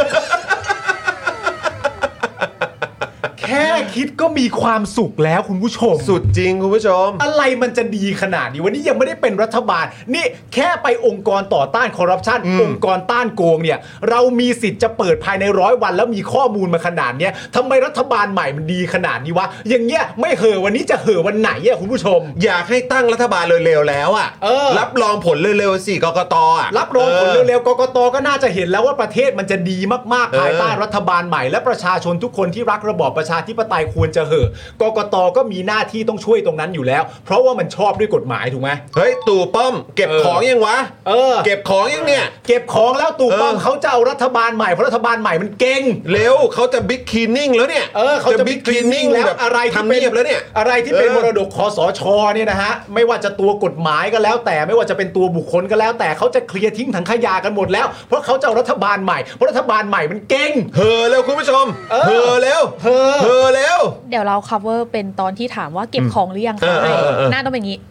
แค่คิดก็มีความสุขแล้วคุณผู้ชมสุดจริงคุณผู้ชมอะไรมันจะดีขนาดนี้วันนี้ยังไม่ได้เป็นรัฐบาลนี่แค่ไปองค์กรต่อต้านคอร์รัปชันอืมองค์กรต้านโกงเนี่ยเรามีสิทธิ์จะเปิดภายในร้อยวันแล้วมีข้อมูลมาขนาดเนี้ยทำไมรัฐบาลใหม่มันดีขนาดนี้วะอย่างเงี้ยไม่เห่อวันนี้จะเห่อวันไหนอะคุณผู้ชมอยากให้ตั้งรัฐบาลเร็วๆแล้วอ่ะเออรับรองผลเร็วๆสิกกตอ่ะรับรองผลเร็วๆกกตก็น่าจะเห็นแล้วว่าประเทศมันจะดีมากๆภายใต้รัฐบาลใหม่และประชาชนทุกคนที่รักระบอบประชาธิปไตยควรจะเห่อกกตก็มีหน้าที่ต้องช่วยตรงนั้นอยู่แล้ว เพราะว่ามันชอบด้วยกฎหมายถูกไหมเฮ้ยตู่ป้อมเก็บเออของยังวะเออเก็บของยังเนี่ยเก็บของแล้วตู่ป้อมเออเขาจะเอารัฐบาลใหม่เพราะรัฐบาลใหม่มันเก่งเร็วเขาจะบิ๊กคลีนนิ่งแล้วเนี่ยเออเขาจะบิ๊กคลีนนิ่งแล้วอะไรที่ทำเป็นเนียบแล้วเนี่ยอะไรที่เป็นเออมรดกคสชเนี่ยนะฮะไม่ว่าจะตัวกฎหมายก็แล้ว แต่ไม่ว่าจะเป็นตัวบุคคลก็แล้ว แต่เขาจะเคลียร์ทิ้งถังขยะกันหมดแล้วเพราะเขาจะเอารัฐบาลใหม่เพราะรัฐบาลใหม่มันเก่งเห่อเร็วคุณผู้ชมเออเห่อเร็วเห่อเห่อเร็วเดี๋ยวเรา cover เป็นตอนที่ถามว่าเก็บของหรือยังเอคะอเออเออเออหน้าต้องเป็นอย่างนี้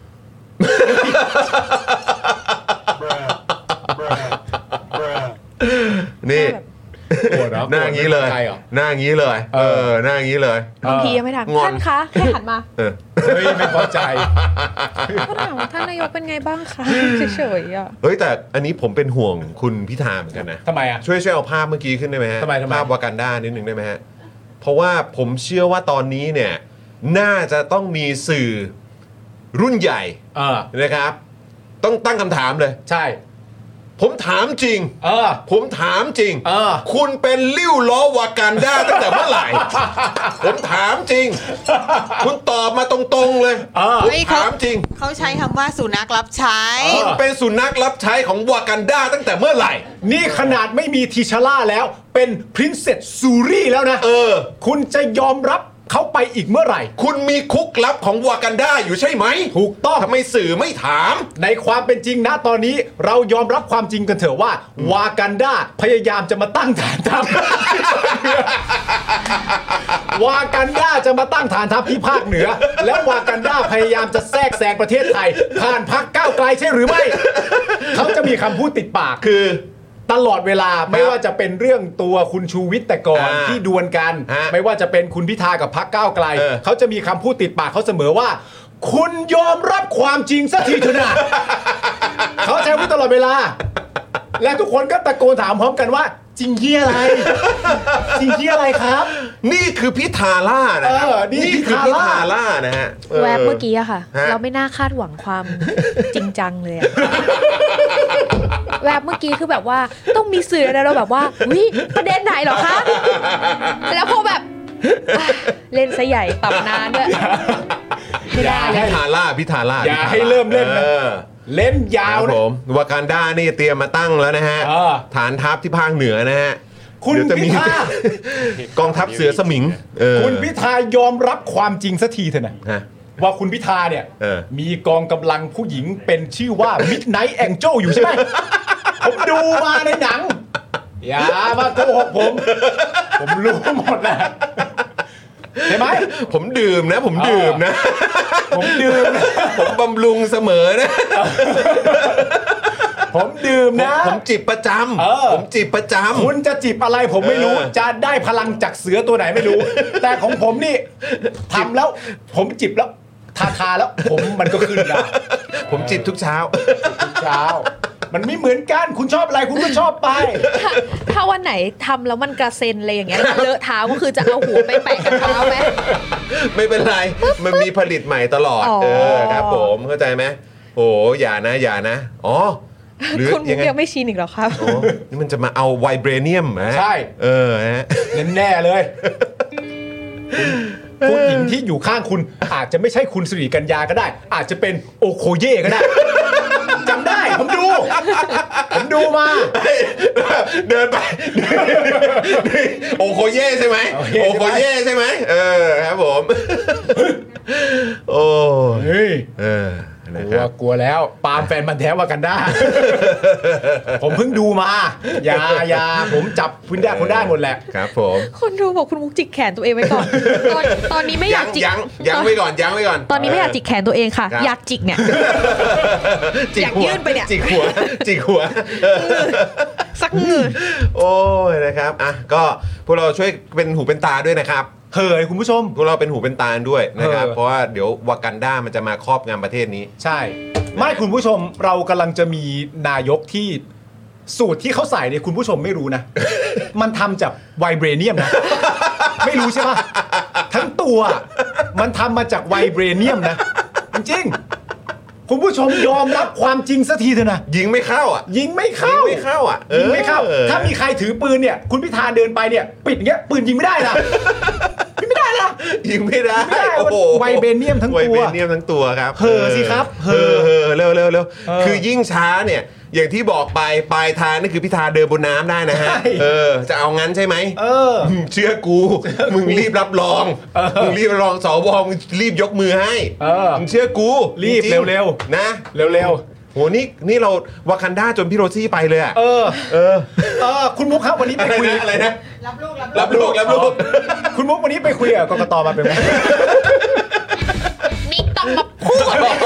นี่โกรธเหรอหน้าอย่างนี้เลยโกรธไม่พอใจเหรอหน้าอย่างนี้เลยเอเอออหน้าอย่างนี้เลยบางทียังไม่ถามงอนท่านคะแค่หันมาเออเฮ้ยไม่พอใจก็ถามว่าท่านนายกเป็นไงบ้างคะเฉยๆอ่ะเฮ้ยแต่อันนี้ผมเป็นห่วงคุณพิธาเหมือนกันนะทำไมอ่ะช่วยช่วยเอาภาพเมื่อกี้ขึ้นได้ไหมฮะทำไมทำไมภาพวากันดานิดนึงได้ไหมฮะเพราะว่าผมเชื่อว่าตอนนี้เนี่ยน่าจะต้องมีสื่อรุ่นใหญ่เออนะครับ ต้องตั้งคำถามเลยใช่ผมถามจริงเออผมถามจริงเออคุณเป็นลิ้วล้อวากันดาตั้งแต่เมื่อไหร่ ผมถามจริง คุณตอบมาตรงๆเลยเออผมเฮ้ยเขาถามจริงเขาใช้คำว่าสุนัขรับใช้คุณเป็นสุนัขรับใช้ของวากันดาตั้งแต่เมื่อไหร่นี่ขนาดไม่มีทิชาร่าแล้วเป็นพรินเซสซูรี่แล้วนะเออคุณจะยอมรับเขาไปอีกเมื่อไหร่คุณมีคุกลับของวากันดาอยู่ใช่ไหมถูกต้องทำไมสื่อไม่ถามในความเป็นจริงนะตอนนี้เรายอมรับความจริงกันเถอะว่า วากันดาพยายามจะมาตั้งฐานทัพ วากันดาจะมาตั้งฐานทัพที่ภาคเหนือ แล้ววากันดาพยายามจะแทรกแซงประเทศไทย ผ่านพรรคก้าวไกลใช่หรือไม่ เขาจะมีคำพูดติดปากคือตลอดเวลาไม่ว่าจะเป็นเรื่องตัวคุณชูวิทย์แต่ก่อนอ่าที่ดวลกันฮะไม่ว่าจะเป็นคุณพิธากับพรรคก้าวไกลเออเขาจะมีคำพูดติดปากเขาเสมอว่า คุณยอมรับความจริงสักทีเถอะนะ เขาใช้พูดตลอดเวลา และทุกคนก็ตะโกนถามพร้อมกันว่า จริงเฮียอะไร จริงเฮียอะไรครับนี่คือพิธาล่านะครัเออนี่นี่คือพิพิธาธาล่าล่านะฮะแวบเมื่อกี้อะค่ะฮะเราไม่น่าคาดหวังความ จริงจังเลยอะแวบเมื่อกี้คือแบบว่าต้องมีสื่ออะไรเราแบบว่าวิประเด็นไหนเหรอคะแล้วพอแบบอ่ะเล่นซะใหญ่ปรับนานด้วยไม่ได้เลพิยธาล่าพิธาล่าอย่าให้เริ่มเล่นนะออเล่นยาคว รับนะผมวากันดานี่เตรียมมาตั้งแล้วนะฮะเออฐานทัพที่ภาคเหนือนะฮะคุณเดี๋ยวจะมีพิธากองทัพเสือสมิงเออคุณพิธายอมรับความจริงสักทีเถอะนะฮะว่าคุณพิธาเนี่ยเออมีกองกำลังผู้หญิงเป็นชื่อว่า Midnight Angel อยู่ใช่ไหม ผมดูมาในหนัง อย่ามาโกหกผม ผมรู้หมดแหละใช่ไหมผมดื่มนะ ผมดื่มนะผมดื่มนะผมบำรุงเสมอนะผมดื่มผมนะผมจิบประจเออำผมจิบประจำคุณจะจิบอะไรผมไม่รู้เออจะได้พลังจากเสือตัวไหนไม่รู้ แต่ของผมนี่ทำแล้วผมจิบแล้วทาทาแล้วผมมันก็ขึ้นนะผมจิบทุกเช้าทุกเช้า มันไม่เหมือนกันคุณชอบอะไรคุณก็ชอบไปถ้าถ้าวันไหนทำแล้วมันกระเซ็นอะไรอย่างเงี้ยแล้วมันเลอะเท้าก็คือจะเอาหัวไปแปะกับเท้าไหมไม่เป็นไร มันมีผลิตใหม่ตลอดอ๋อเออครับผมเข้าใจไหมโอ้อย่านะอย่านะอ๋อหรือคุณมุยักงไงยังไม่ชินอีกเหรอครับโอ้นี่มันจะมาเอาไวเบรเนียมนะใช่เออฮะแน่ๆเลยคุณผู้หญิงที่อยู่ข้างคุณอาจจะไม่ใช่คุณสิริกัญญาก็ได้ อาจจะเป็นโอโคเย่ก็ได้จำได้ผมดู ผมดูมาเดินไปโอโคเย่ใช่ไหมโอโคเย่ใช่ไหมเออครับผมโอ้เฮ้ยเออนะกคลัวรับกลัวแล้วปาล์มแฟนมันธุ์แท้วากันด้า ผมเพิ่งดูมาอย่าอย่าผมจับคุณได้คุณได้หมดแหละครับผมคนดูบอกคุณมุกจิกแขนตัวเองไว้ก่อน ตอนตอนนี้ไม่อยากจิกยังยังไว้ก่อนยังไว้ก่อนตอนนี้ไม่อยากจิกแขนตัวเองค่ะครับอยากจิกเนี่ยจิกอยากหัวยื่นไปเนี่ยจิกหัวจิกหัวสักเหงือโอ้ยนะครับอ่ะก็พวกเราช่วยเป็นหูเป็นตาด้วยนะครับเฮ้ยคุณผู้ชมพวกเราเป็นหูเป็นตาด้วยนะครับเออเพราะว่าเดี๋ยววากันดามันจะมาครอบงำประเทศนี้ใช่ ไม่คุณผู้ชมเรากำลังจะมีนายกที่สูตรที่เขาใส่เนี่ยคุณผู้ชมไม่รู้นะ มันทำจากไวเบรเนียมนะ ไม่รู้ใช่ปะทั้งตัวมันทำมาจากไวเบรเนียมนะ จริงๆคุณผู้ชมยอมรับความจริงสักทีเถอะนะยิงไม่เข้าอ่ะยิงไม่เข้ายิงไม่เข้าอ่ะยิงไม่เข้าออถ้ามีใครถือปืนเนี่ย คุณพิธาเดินไปเนี่ย ปิดอย่างเงี้ยปืนยิงไม่ได้นะยิงไม่ได้นะยิงไม่ได้ไม่ได้โอ้โหไวเบรเนียมทั้งตัวไวเบรเนียมทั้งตัวครับเห่อสิครับเห่อเห่อเร็วเร็วเร็วเออคือยิ่งช้าเนี่ยอย่างที่บอกไปปลายทางนี่คือพิธาเดินบนน้ำได้นะฮะใช่เออจะเอางั้นใช่ไหมเออเชื่อกู มึงรีบรับรอง มึงรีบรับรองสวมึงรีบยกมือให้เออมึงเชื่อกูรีบจงๆเร็วนะเร็วโหนี่นี่เราวากันดาจนพี่โรซี่ไปเลยอ่ะๆเออเออเออคุณมุกครับวันนี้อะไปไรคุยนะอะไรนะรับลูก รับรับลูกรับลูกคุณมุกวันนี้ไปคุยกับกกตมาเป็นไงนี่ต้องมาพูด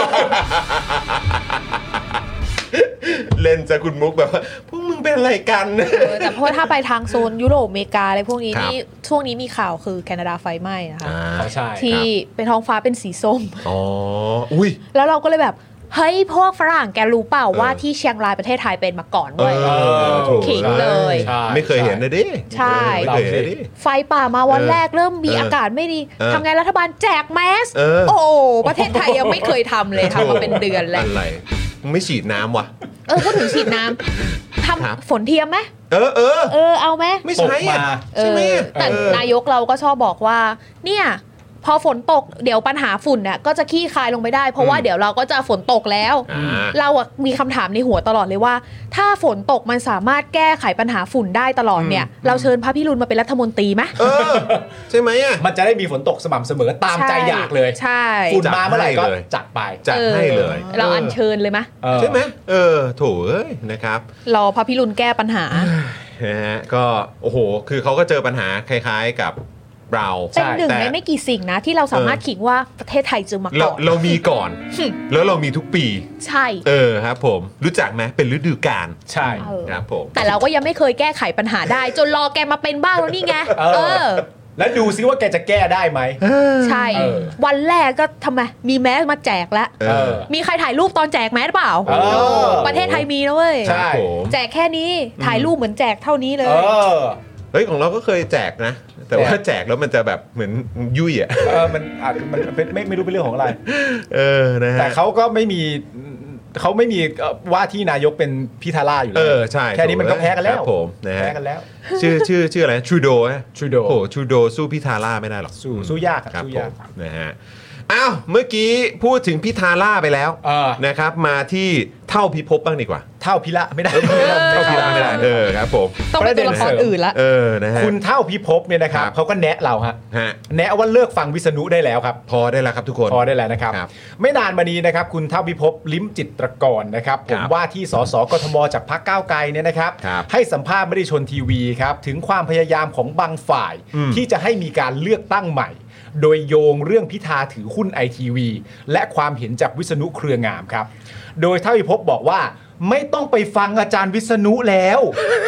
เล่นจะคุณมุกแบบว่าพวกมึงเป็นอะไรกันเออแต่เพราะถ้าไปทางโซนยุโรปอเมริกาอะไรพวกนี้ครับนี่ช่วงนี้มีข่าวคือแคนาดาไฟไหม้นะคะอ่าใช่ที่เป็นท้องฟ้าเป็นสีส้มอ๋ออุ้ยแล้วเราก็เลยแบบ เฮ้ยพวกฝรั่งแกรู้เปล่าเออว่าที่เชียงรายประเทศไทยเป็นมาก่อนเว้ยเออถูกขิงเลยใช่ไม่เคยเห็นนะดิใช่ไม่เคยเห็นนะดิไฟป่ามาวันเออแรกเริ่มมีเออออากาศไม่ดีเออทำไงรัฐบาลแจกแมสเออโอ้ประเทศไทยยังไม่เคยทำเลยทำมาเป็นเดือนแล้วอะไรมึงไม่ฉีดน้ำวะเออพูดถึงฉีดน้ำทครับำฝนเทียมไหมเออเออเออเอาไหมไม่ใช่อ่ะตกมาเอใช่ไหมออ่ะแต่เออนายกเราก็ชอบบอกว่า เนี่ย พอฝนตกเดี๋ยวปัญหาฝุ่นเนี่ยก็จะขี้คายลงไปได้ เพราะว่าเดี๋ยวเราก็จะฝนตกแล้วอ่าเราอะมีคำถามในหัวตลอดเลยว่า ถ้าฝนตกมันสามารถแก้ไขปัญหาฝุ่นได้ตลอดเนี่ย เราเชิญพระพิรุณมาเป็นรัฐมนตรีไหมเออใช่ไหมอ่ะมันจะได้มีฝนตกสม่ำเสมอตามใจอยากเลยใช่ฝุ่นมาเมื่อไหร่ก็จัดให้เลยจัดไปจัดให้เลยออเราอัญเชิญเลยไหมเออใช่ไหมเออโถเอ้ยนะครับรอพระพิรุณแก้ปัญหานะฮะก็โอ้โหคือเขาก็เจอปัญหาคล้ายๆกับเราเป็นหนึ่งแต่ในไม่กี่สิ่งนะ ที่เราสามารถขิงว่าประเทศไทยเจอมาเราก่อนเรามีก่อน แล้วเรามีทุกปีใช่เออครับผมรู้จักไหมเป็นฤดูกาลใช่เออครับผมแต่เราก็ยังไม่เคยแก้ไขปัญหาได้ จนรอแกมาเป็นบ้างแล้วนี่ไงเออเออแล้วดูซิว่าแกจะแก้ได้ไหมใช่เออวันแรกก็ทำไม มีแมสมาแจกแล้วเออมีใครถ่ายรูปตอนแจกแมสเปล่าเออประเทศไทยมีนะเว้ยใช่ครับผมแจกแค่นี้ ถ่ายรูปเหมือนแจกเท่านี้เลเอย อเฮ้ยของเราก็เคยแจกนะ แต่ว่าแจกแล้วมันจะแบบเหมือนยุ่ยอ่ะเออมันอาจมันเป็นไม่ไม่รู้เป็นเรื่องของอะไรเออนะฮะแต่เขาก็ไม่มีเขาไม่มีเอ่อว่าที่นายกเป็นพิธาร่าอยู่แล้เอวอใช่แค่นี้มันก็แพ้กันแล้วครับผมนะฮะแพ้กันแล้วชื่อชื่อชื่ออะไรทรูโดฮะ Trudeau โอ้ทรูโดสู้พิธาร่าไม่ได้หรอกสู้สู้ยากอะครับสู้ผยากมนะฮะอ้าวเมื่อกี้พูดถึงพิธาร่าไปแล้วเออนะครับมาที่เท่าพิภพบ้างดีกว่าเท่าพิละไม่ได้เท่าพิธาไม่ได้เออครับผมต้องเป็นตัวละครอื่นละเออนะฮะคุณเท่าพิภพเนี่ยนะครับครับเขาก็แนะเราฮะฮะแนะว่าเลิกฟังวิษณุได้แล้วครับพอได้แล้วครับทุกคนพอได้แล้วนะครับครับไม่นานมานี้นะครับ คุณเท่าพิภพลิ้มจิตรกรนะครับผครัมบว่าที่สสกทมจากพรรคก้าวไกลเนี่ยนะครับครับให้สัมภาษณ์ไม่ได้ชนทีวีครับถึงความพยายามของบางฝ่ายอืมที่จะให้มีการเลือกตั้งใหม่ โดยโยงเรื่องพิธาถือหุ้นไอทีวีและความเห็นจากวิษณุเครืองามครับ โดยเท่าพิภพบอกว่าไม่ต้องไปฟังอาจารย์วิษณุแล้ว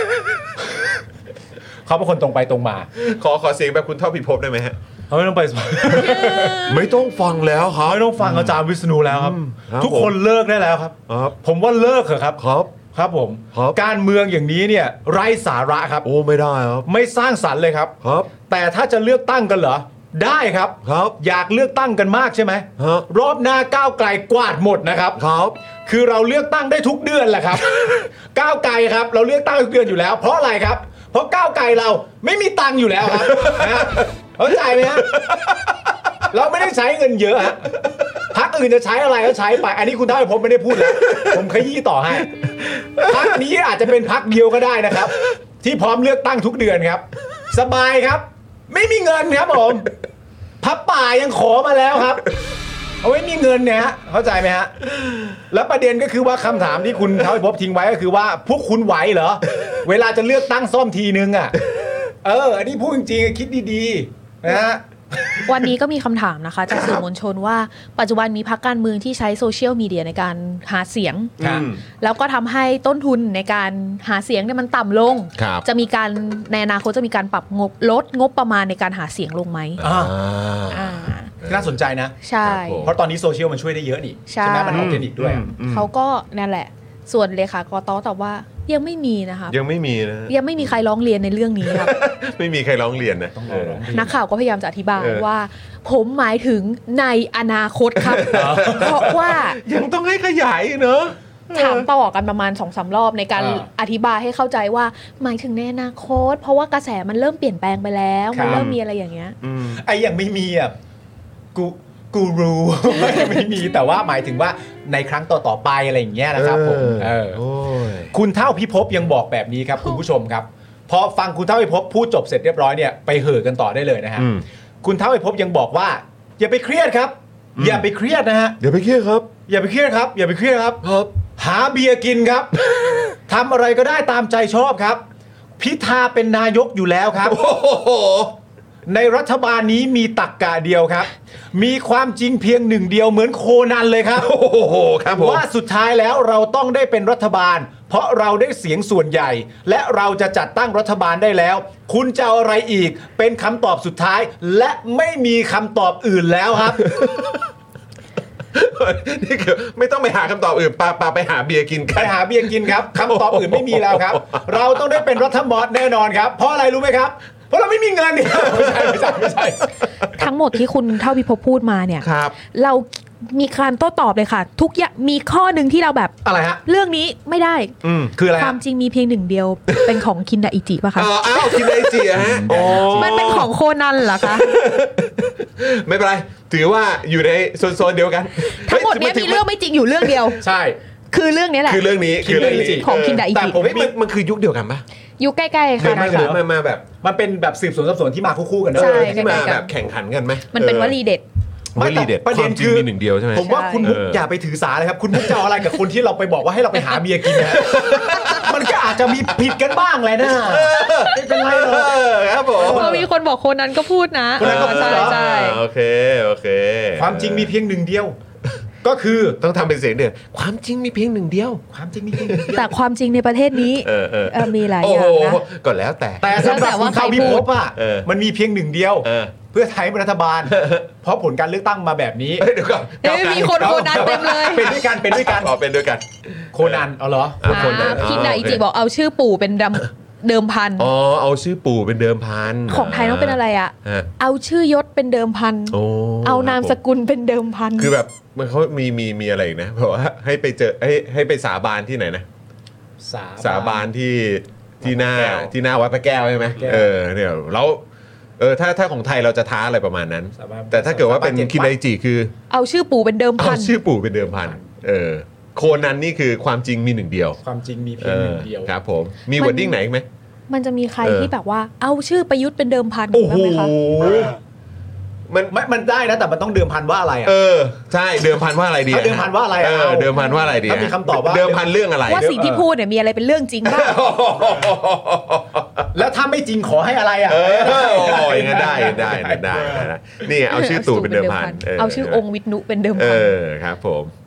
เขาเป็นคนตรงไปตรงมาขอขอเสียงแบบคุณเท่าพิภพได้ไหมฮะเขาไม่ต้องไปไม่ต้องฟังแล้วครับไม่ต้องฟังอาจารย์วิษณุแล้วครับทุกคนเลิกได้แล้วครับผมว่าเลิกเถอะครับครับครับผมการเมืองอย่างนี้เนี่ยไร้สาระครับโอ้ไม่ได้ครับไม่สร้างสรรค์เลยครับครับแต่ถ้าจะเลือกตั้งกันเหรอได้ครับครับอยากเลือกตั้งกันมากใช่ไหมรอบหน้าก้าวไกลกวาดหมดนะครับครับคือเราเลือกตั้งได้ทุกเดือนแหละครับ ก้าวไกลครับเราเลือกตั้งทุกเดือนอยู่แล้วเพราะอะไรครับเพราะก้าวไกลเราไม่มีตังค์อยู่แล้วครับเข้าใจไหมฮะเราไม่ได้ใช้เงินเยอะฮะพรรคอื่นจะใช้อะไรก็ใช้ไปอันนี้คุณเท่าผมไม่ได้พูดแล้วผมขยี้ต่อให้พรรคนี้อาจจะเป็นพรรคเดียวก็ได้นะครับที่พร้อมเลือกตั้งทุกเดือนครับสบายครับไม่มีเงินครับผมพับป่ายังขอมาแล้วครับเอาไว้มีเงินเนี่ยฮะเข้าใจไหมฮะแล้วประเด็นก็คือว่าคำถามที่คุณเท้าพิภพทิ้งไว้ก็คือว่าพวกคุณไหวเหรอเวลาจะเลือกตั้งซ่อมทีนึงอ่ะเอออันนี้พูดจริงๆคิดดีๆนะฮะวันนี้ก็มีคำถามนะคะจากสื่อมวลชนว่าปัจจุบันมีพรรคการเมืองที่ใช้โซเชียลมีเดียในการหาเสียงแล้วก็ทำให้ต้นทุนในการหาเสียงเนี่ยมันต่ำลงจะมีการในอนาคตจะมีการปรับงบลดงบประมาณในการหาเสียงลงไหมน่าสนใจนะใช่เพราะตอนนี้โซเชียลมันช่วยได้เยอะนี่ใช่ไหมมันออร์แกนิกด้วยเขาก็นั่นแหละส่วนเลขากต.ตอบว่ายังไม่มีนะคะยังไม่มีนะยังไม่มีใครร้องเรียนในเรื่องนี้ครับไม่มีใครร้องเรียนนะนักข่าวก็พยายามจะอธิบายว่าผมหมายถึงในอนาคตครับ เพราะว่ายังต้องให้ขยายเนอะถามต่อกันประมาณ สองสาม รอบในการอธิบายให้เข้าใจว่าหมายถึงในอนาคตเพราะว่ากระแสมันเริ่มเปลี่ยนแปลงไปแล้วมันเริ่มมีอะไรอย่างเงี้ยไอ้ยังไม่มีอ่ะกูกูรู้ไม่มีแต่ว่าหมายถึงว่าในครั้งต่อๆไปอะไรอย่างเงี้ยนะครับผมคุณเท่าพิภพยังบอกแบบนี้ครับคุณผู้ชมครับพอฟังคุณเท่าพิภพพูดจบเสร็จเรียบร้อยเนี่ยไปเห่อกันต่อได้เลยนะฮะคุณเท่าพิภพยังบอกว่าอย่าไปเครียดครับอย่าไปเครียดนะฮะอย่าไปเครียดครับอย่าไปเครียดครับอย่าไปเครียดครับหาเบียร์กินครับทำอะไรก็ได้ตามใจชอบครับพิธาเป็นนายกอยู่แล้วครับในรัฐบาลนี้มีตรรกะเดียวครับมีความจริงเพียงหนึ่งเดียวเหมือนโคนันเลยครับโอ้โหครับผมว่าสุดท้ายแล้วเราต้องได้เป็นรัฐบาลเพราะเราได้เสียงส่วนใหญ่และเราจะจัดตั้งรัฐบาลได้แล้วคุณจะเอาอะไรอีกเป็นคำตอบสุดท้ายและไม่มีคำตอบอื่นแล้วครับนี่คือไม่ต้องไปหาคำตอบอื่นปาปาไปหาเบียร์กินไปหาเบียร์กินครับคำตอบอื่นไม่มีแล้วครับเราต้องได้เป็นรัฐบาลแน่นอนครับเพราะอะไรรู้ไหมครับเพราะเราไม่มีเงินเนี่ยไม่ใช่ไม่ใช่ไม่ใช่ทั้งหมดที่คุณเท่าพิภพพูดมาเนี่ยเรามีการโต้ตอบเลยค่ะทุกอย่างมีข้อหนึ่งที่เราแบบอะไรฮะเรื่องนี้ไม่ได้คืออะไรความจริงมีเพียงหนึ่งเดียวเป็นของคินดาอิจิป่ะคะอ้าวคินดาอิจิฮะมันเป็นของโคนันเหรอคะไม่เป็นไรถือว่าอยู่ในโซนๆเดียวกันทั้งหมดนี้มีเรื่องไม่จริงอยู่เรื่องเดียวใช่คือเรื่องนี้แหละคือเรื่องนี้คือเรื่องนี้ของคินดาอิจิแต่ผมมันมันคือยุคเดียวกันปะยุคใกล้ๆค่ะมามาแบบมันเป็นแบบสืบสวนสอบสวนที่มาคู่ๆกันที่มาแบบแข่งขันกันไหมมันเป็นวลีเด็ดวลีเด็ดประเด็นคือมีหนึ่งเดียวใช่ไหมผมว่าคุณมุกอย่าไปถือสาเลยครับคุณมุกจะเอาอะไรกับคนที่เราไปบอกว่าให้เราไปหาเบียร์กินนะมันก็อาจจะมีผิดกันบ้างแหละนะไม่เป็นไรหรอกครับผมมีคนบอกคนนั้นก็พูดนะคนนั้นก็พูดเหรอใช่โอเคโอเคความจริงมีเพียงหนึ่งเดียวก็คือต้องทำเป็นเสียงเดียวความจริงมีเพียงหนึ่งเดียวความจริงมีเพียงหนึ่งเดียวแต่ความจริงในประเทศนี้เออเออมีหลายอย่างนะก็แล้วแต่แต่สำหรับคุณเท่าพิภพอ่ะมันมีเพียงหนึ่งเดียวเพื่อไทยเป็นรัฐบาลเพราะผลการเลือกตั้งมาแบบนี้เดี๋ยวก่อนมีคนโคนันเต็มเลยเป็นด้วยกันเป็นด้วยกันอ๋อเป็นด้วยกันโคนันเอาเหรอโคนันคิดไหนจีบอกเอาชื่อปู่เป็นดำเดิมพันอ๋อเอาชื่อปู่เป็นเดิมพันของไทยต้องเป็นอะไรอ่ะเอาชื่อยศเป็นเดิมพันเอานามสกุลเป็นเดิมพันคือแบบมันเขามีมีมีอะไรอีกนะเพราะว่าให้ไปเจอให้ให้ไปสาบานที่ไหนนะสาบานที่ที่หน้าที่หน้าวัดพระแก้วใช่ไหมเออเนี่ยแล้วเออถ้าถ้าของไทยเราจะท้าอะไรประมาณนั้นแต่ถ้าเกิดว่าเป็นคินไดจิคือเอาชื่อปู่เป็นเดิมพันเอาชื่อปู่เป็นเดิมพันเออโคนันนี่คือความจริงมีหนึ่งเดียวความจริงมีเพียงหนึ่งเดียวครับผมมีวอร์ดดิ้งไหนอีกไหมมันจะมีใครที่แบบว่าเอาชื่อประยุทธ์เป็นเดิมพันถูกไหมคะมันมันได้นะแต่มันต้องเดิมพันว่าอะไรอ่ะเออใช่เดิมพันว่าอะไรดีเดิมพันว่าอะไรเออเดิมพันว่าอะไรดีถ้ามีคำตอบว่าเดิมพันเรื่องอะไรว่าสิ่งที่พูดเนี่ยมีอะไรเป็นเรื่องจริงบ้างแล้วถ้าไม่จริงขอให้อะไรอ่ะเอออย่างนั้นได้ได้ได้นี่เอาชื่อตู่เป็นเดิมพันเอาชื่อองค์วิษณุเป็นเดิมพันเออครับผม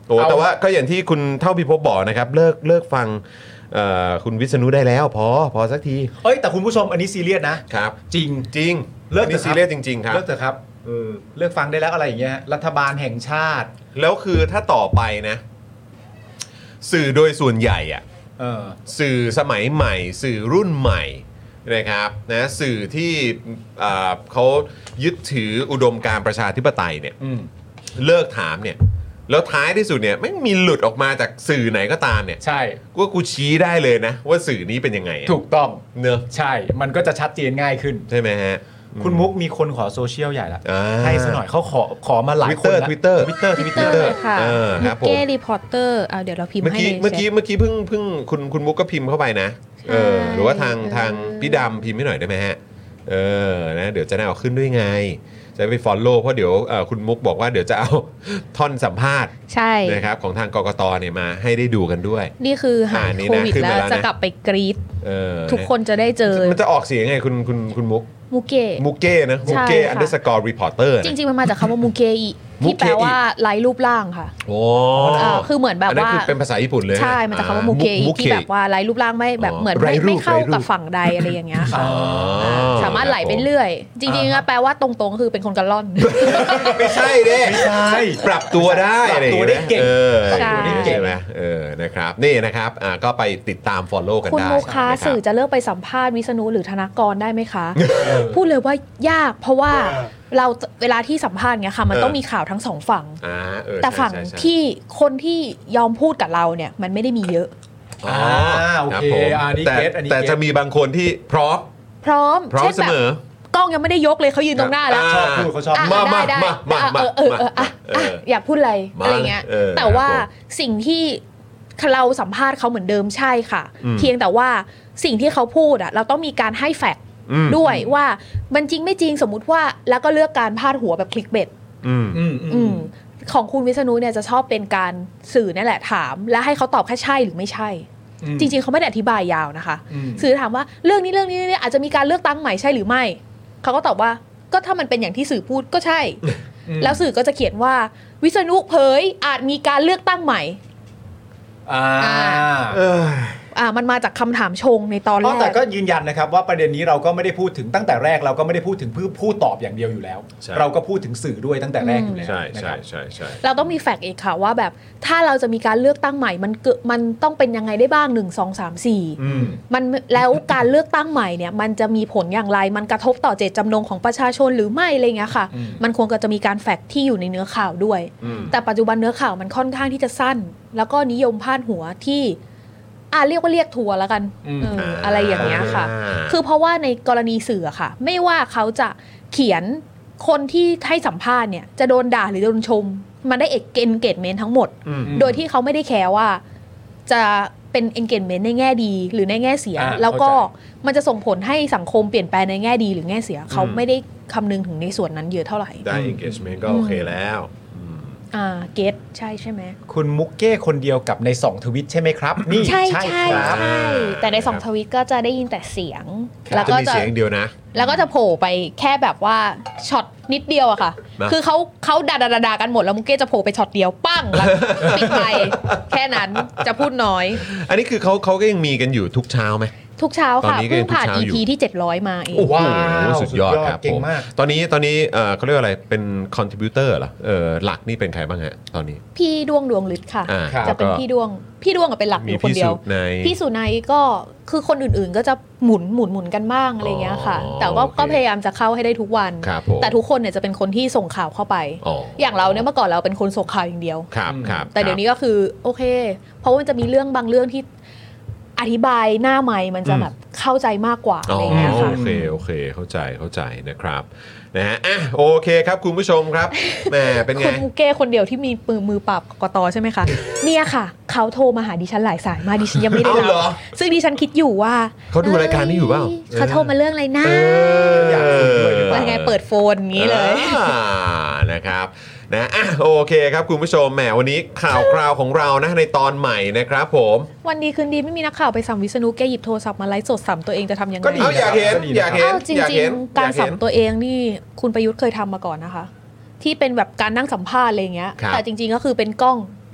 โอ้แต่ว่าก็อย่างที่คุณเท่าพิภพบอกนะครับเลิกเลิกฟังเอ่อคุณวิษณุได้แล้วพอพอสักทีเอ้ยแต่คุณผู้ชมอันนี้ซีเรียสนะครับจริงจริงเลิกนี่ซีเรียสจริงๆครับเลิกเถอะครับเออเลิกฟังได้แล้วอะไรอย่างเงี้ยรัฐบาลแห่งชาติแล้วคือถ้าต่อไปนะสื่อโดยส่วนใหญ่อะเออสื่อสมัยใหม่สื่อรุ่นใหม่นะครับนะสื่อที่อ่าเขายึดถืออุดมการณ์ประชาธิปไตยเนี่ยเลิกถามเนี่ยแล้วท้ายที่สุดเนี่ยไม่มีหลุดออกมาจากสื่อไหนก็ตามเนี่ยใช่ก็กูชี้ได้เลยนะว่าสื่อนี้เป็นยังไงถูกต้องเนอะใช่มันก็จะชัดเจนง่ายขึ้นใช่ไหมฮะคุณมุกมีคนขอโซเชียลใหญ่ละให้ซะหน่อยเขาขอขอมาหลายคนแล้ว Twitter Twitter Twitter ค่ะมุกเก้รีพอร์เตอร์เดี๋ยวเราพิมพ์ให้เมื่อกี้เมื่อกี้เพิ่งเพิ่งคุณคุณมุกก็พิมพ์เข้าไปนะเออหรือว่าทางทางพี่ดำพิมพ์ให้หน่อยได้ไหมฮะเออนะเดี๋ยวจะได้เอาขึ้นด้วยไงจะไป follow เพราะเดี๋ยวคุณมุกบอกว่าเดี๋ยวจะเอาท่อนสัมภาษณ์ใช่นะครับของทางกกตเนี่ยมาให้ได้ดูกันด้วยนี่คือหายโควิดแล้วจะกลับไปกรี๊ดทุกคนจะได้เจอมันจะออกเสียงไงคุณคุณคุณมุกมูเกะมูเก้นะมูเก้ underscore reporter จริงๆมันมาจากคำว่ามูเกอิที่แปลว่าไร้รูปร่างค่ะโอ้คือเหมือนแบบว่าเป็นภาษาญี่ปุ่นเลยใช่มันจากคำว่ามูเกอิที่แบบว่าไร้รูปร่างไม่แบบเหมือนไม่เข้ากับฝั่งใดอะไรอย่างเงี้ยค่ะสามารถไหลไปเรื่อยจริงๆแปลว่าตรงๆคือเป็นคนกระล่อนไม่ใช่เด้ไม่ใช่ปรับตัวได้ปรับตัวได้เก่งปรับตัวได้เก่งไหมเออนะครับนี่นะครับก็ไปติดตาม follow กันได้คุณมุกคะสื่อจะเลิกไปสัมภาษณ์วิษณุหรือธนกรได้ไหมคะพูดเลยว่ายากเพราะว่าเราเวลาที่สัมภาษณ์เงี้ยค่ะมันต้องมีข่าวทั้งสองฝั่งแต่ฝั่งที่คนที่ยอมพูดกับเราเนี่ยมันไม่ได้มีเยอะอ่าโอเคอันนี้เก็ตอันนี้แต่จะมีบางคนที่พร้อมพร้อมพร้อมเสมอกล้องยังไม่ได้ยกเลยเขายืนตรงหน้าแล้วชอบพูดเขาชอบมามามามามาเอออยากพูดอะไรอะไรเงี้ยแต่ว่าสิ่งที่เราสัมภาษณ์เขาเหมือนเดิมใช่ค่ะเพียงแต่ว่าสิ่งที่เขาพูดอ่ะเราต้องมีการให้แฟกต์ด้วยว่ามันจริงไม่จริงสมมุติว่าแล้วก็เลือกการพาดหัวแบบคลิกเบ็ดของคุณวิษณุเนี่ยจะชอบเป็นการสื่อนั่นแหละถามและให้เขาตอบแค่ใช่หรือไม่ใช่จริงๆเขาไม่ได้อธิบายยาวนะคะสื่อถามว่าเรื่องนี้เรื่องนี้อาจจะมีการเลือกตั้งใหม่ใช่หรือไม่เขาก็ตอบว่าก็ถ้ามันเป็นอย่างที่สื่อพูดก็ใช่แล้วสื่อก็จะเขียนว่าวิษณุเผยอาจมีการเลือกตั้งใหม่อ่าอ่ามันมาจากคำถามชงในตอนแรกแต่ก็ยืนยันนะครับว่าประเด็นนี้เราก็ไม่ได้พูดถึงตั้งแต่แรกเราก็ไม่ได้พูดถึงเพื่อพูดตอบอย่างเดียวอยู่แล้วเราก็พูดถึงสื่อด้วยตั้งแต่แรกอยู่แล้วใช่ใช่ใช่ใช่เราต้องมีแฟกต์เอกค่ะว่าแบบถ้าเราจะมีการเลือกตั้งใหม่มันเกิดมันต้องเป็นยังไงได้บ้างหนึ่ง สอง สาม สี่มันแล้วการเลือกตั้งใหม่เนี่ยมันจะมีผลอย่างไรมันกระทบต่อเจตจำนงของประชาชนหรือไม่อะไรเงี้ยค่ะมันควรจะมีการแฟกต์ที่อยู่ในเนื้อข่าวด้วยแต่ปัจจุบันเนื้อข่าวมันค่อนข้างที่จะสั้นแล้วก็นิยมพาดหัวที่อ่าเรียกว่าเรียกทัวร์แล้วกันเอออะไรอย่างเงี้ยค่ะคือเพราะว่าในกรณีสื่อค่ะไม่ว่าเขาจะเขียนคนที่ให้สัมภาษณ์เนี่ยจะโดนด่าหรือโดนชมมันได้เอนเกจเมนต์ทั้งหมดโดยที่เขาไม่ได้แคร์ว่าจะเป็นเอนเกจเมนต์ในแง่ดีหรือในแง่เสียแล้วก็มันจะส่งผลให้สังคมเปลี่ยนแปลงในแง่ดีหรือแง่เสียเขาไม่ได้คำนึงถึงในส่วนนั้นเยอะเท่าไหร่ได้ engagement ก็โอเคแล้วอ่าเกตใช่ใช่ไหมคุณมุกเก้คนเดียวกับในสองทวิตใช่ไหมครับนี่ใช่ใช่ใช่แต่ในสองทวิตก็จะได้ยินแต่เสียงแล้วก็จะเสียงเดียวนะแล้วก็จะโผล่ไปแค่แบบว่าช็อตนิดเดียวอะค่ะคือเขาเขาด่าด่าด่ากันหมดแล้วมุกเก้จะโผล่ไปช็อตเดียวปั้งแล้วปิดไปแค่นั้นจะพูดน้อยอันนี้คือเขาเขาก็ยังมีกันอยู่ทุกเช้าไหมทุกเช้าค่ะเพิ่งผ่าน อี พี ที่เจ็ดร้อยมาเองว้าวสุดยอดครับผมตอนนี้ตอนนี้เขาเรียกว่าอะไรเป็นคอนทริบิวเตอร์เหรอเออหลักนี่เป็นใครบ้างฮะตอนนี้พี่ดวงดวงฤทธิ์ค่ะจะเป็นพี่ดวงพี่ดวงเป็นหลักอยู่คนเดียวพี่สุนัยก็คือคนอื่นๆก็จะหมุนหมุนหมุนกันบ้างอะไรเงี้ยค่ะแต่ว่าก็พยายามจะเข้าให้ได้ทุกวันแต่ทุกคนเนี่ยจะเป็นคนที่ส่งข่าวเข้าไปอย่างเราเนี่ยเมื่อก่อนเราเป็นคนส่งข่าวอย่างเดียวแต่เดี๋ยวนี้ก็คือโอเคเพราะว่ามันจะมีเรื่องบางเรื่องที่อธิบายหน้าไมค์มันจะแบบเข้าใจมากกว่าอะไรเงี้ยค่ะโอเคโอเคเข้าใจเข้าใจนะครับนะฮะอ่ะโอเคครับคุณผู้ชมครับแหมเป็นไงคุณมุกเก้คนเดียวที่มีมือมือปราบกกตใช่ไหมคะเนี่ยค่ะเขาโทรมาหาดิฉันหลายสายมาดิฉันยังไม่ได้รับซึ่งดิฉันคิดอยู่ว่าเขาดูรายการนี้อยู่เปล่าเขาโทรมาเรื่องอะไรนะอยากคุยด้วยเป็นไงเปิดโฟนอย่างนี้เลยนะครับนะอ่ะโอเคครับคุณผู้ชมแหมวันนี้ข่าวคราวของเรานะในตอนใหม่นะครับผมวันดีคืนดีไม่มีนักข่าวไปสัมวิษณุแกหยิบโทรศัพท์มาไลฟ์สดสัมตัวเองจะทำยังไงก็อยากเห็นอยากเห็นจริงๆการสัมตัวเองนี่คุณประยุทธ์เคยทำมาก่อนนะคะที่เป็นแบบการนั่งสัมภาษณ์อะไรเงี้ยแต่จริงๆก็คือเป็นกล้อง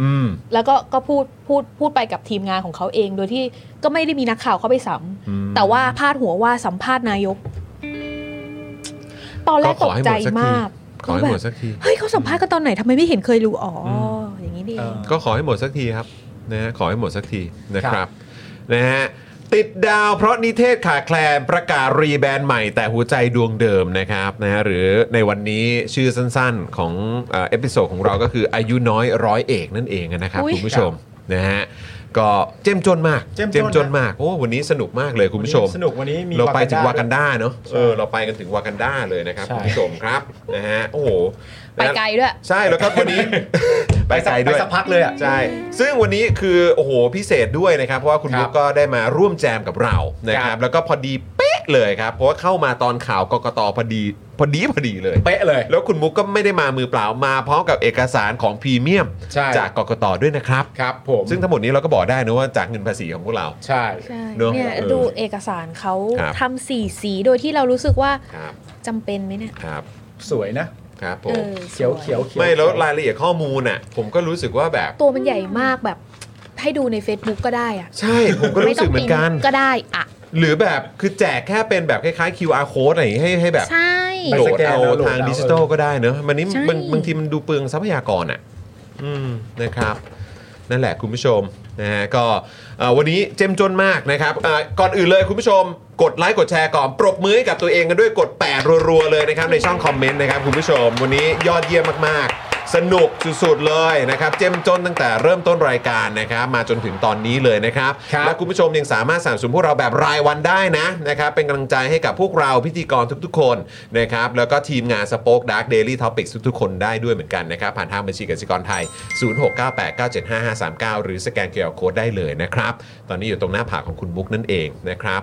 อืมแล้วก็ก็พูดพูดพูดไปกับทีมงานของเขาเองโดยที่ก็ไม่ได้มีนักข่าวเข้าไปสัมอืมแต่ว่าพาดหัวว่าสัมภาษณ์นายก ตอนแรกตกใจมากขอให้หมดสักทีเฮ้ยเขาสัมภาษณ์กันตอนไหนทำไมไม่เห็นเคยรู้อ๋ออมอย่างนี้ดีเออก็ขอให้หมดสักทีครับนะฮะขอให้หมดสักทีนะครับนะฮะติดดาวเพราะนิเทศขาดแคลนประกาศรีแบรนด์ใหม่แต่หัวใจดวงเดิมนะครับนะฮะหรือในวันนี้ชื่อสั้นๆของเอ่อพิโซดของเราก็คืออายุน้อยร้อยเอกนั่นเองนะครับอุ๊ยคุณผู้ชมนะฮะก็เจ้มจนมากเจ้มจนจนมากโอ้วันนี้สนุกมากเลยคุณผู้ชมสนุกวันนี้มีเราไปถึงวา Wakanda กันดาเนาะใช่เออเราไปกันถึงวากันดาเลยนะครับใช่คุณผู้ชมครับนะฮะโอ้โหไปไกลด้วยใช่แล้วก็วันนี้ ไปไกลด้วยไปสักพักเลยอ่ะใช่ ซึ่งวันนี้คือโอ้โหพิเศษด้วยนะครับ เพราะว่าคุณครับบุ๊กก็ได้มาร่วมแจมกับเรานะคครัรับบแล้วก็พอดีเป๊ะเลยครับ เพราะว่าเข้ามาตอนข่าวกกตพอดีพอดีพอดีเลยเป๊ะเลยแล้วคุณมุกก็ไม่ได้มามือเปล่ามาพร้อมกับเอกสารของพรีเมียมใช่จากกกตด้วยนะครับครับผมซึ่งทั้งหมดนี้เราก็บอกได้นะว่าจากเงินภาษีของพวกเราใช่ใช่เนอะเนี่ยเออดูเอกสารเขาครับทำสีสีโดยที่เรารู้สึกว่าครับจำเป็นไหมเนี่ยครับสวยนะครับผเอมอเขียวสเขียวเขียวไม่แล้วรายละเอียดข้อมูลน่ะผมก็รู้สึกว่าแบบตัวมันใหญ่มากแบบให้ดูใน Facebook ก็ได้อะใช่ผมก็รู้สึกเหมือนกันไต้งพิมพ์ก็ได้อะหรือแบบคือแจกแค่เป็นแบบคล้ายๆ คิว อาร์ code อะไรอย่างงี้ให้ให้แบบใช่โหลดเอาทางดิจิทัลก็ได้เนอะมันนี้ใช่บางบางทีมันดูเปลืองทรัพยากรอ่ะอืมนะครับนั่นแหละคุณผู้ชมนะฮะก็เอ่อวันนี้เจ้มจนมากนะครับเอ่อก่อนอื่นเลยคุณผู้ชมกดไลค์กดแชร์ก่อนปรบมือให้กับตัวเองกันด้วยกดแปดรัวๆเลยนะครับในช่องคอมเมนต์นะครับคุณผู้ชมวันนี้ยอดเยี่ยมมากๆ สนุกสุดๆเลยนะครับเจ้มจนตั้งแต่เริ่มต้นรายการนะครับมาจนถึงตอนนี้เลยนะครับครับและคุณผู้ชมยังสามารถสนับสนุนพวกเราแบบรายวันได้นะนะครับเป็นกำลังใจให้กับพวกเราพิธีกรทุกๆคนนะครับแล้วก็ทีมงานสป็อคดักเดลี่ท็อปิกทุกๆคนได้ด้วยเหมือนกันนะครับผ่านทางบัญชีกสิกรไทยศูนย์ หก เก้า แปด เก้า เจ็ด ห้า ห้า สาม เก้าหรือสแกน คิว อาร์ Code ได้เลยนะครับตอนนี้อยู่ตรงหน้าผากของคุณบุ๊กนั่นเองนะครับ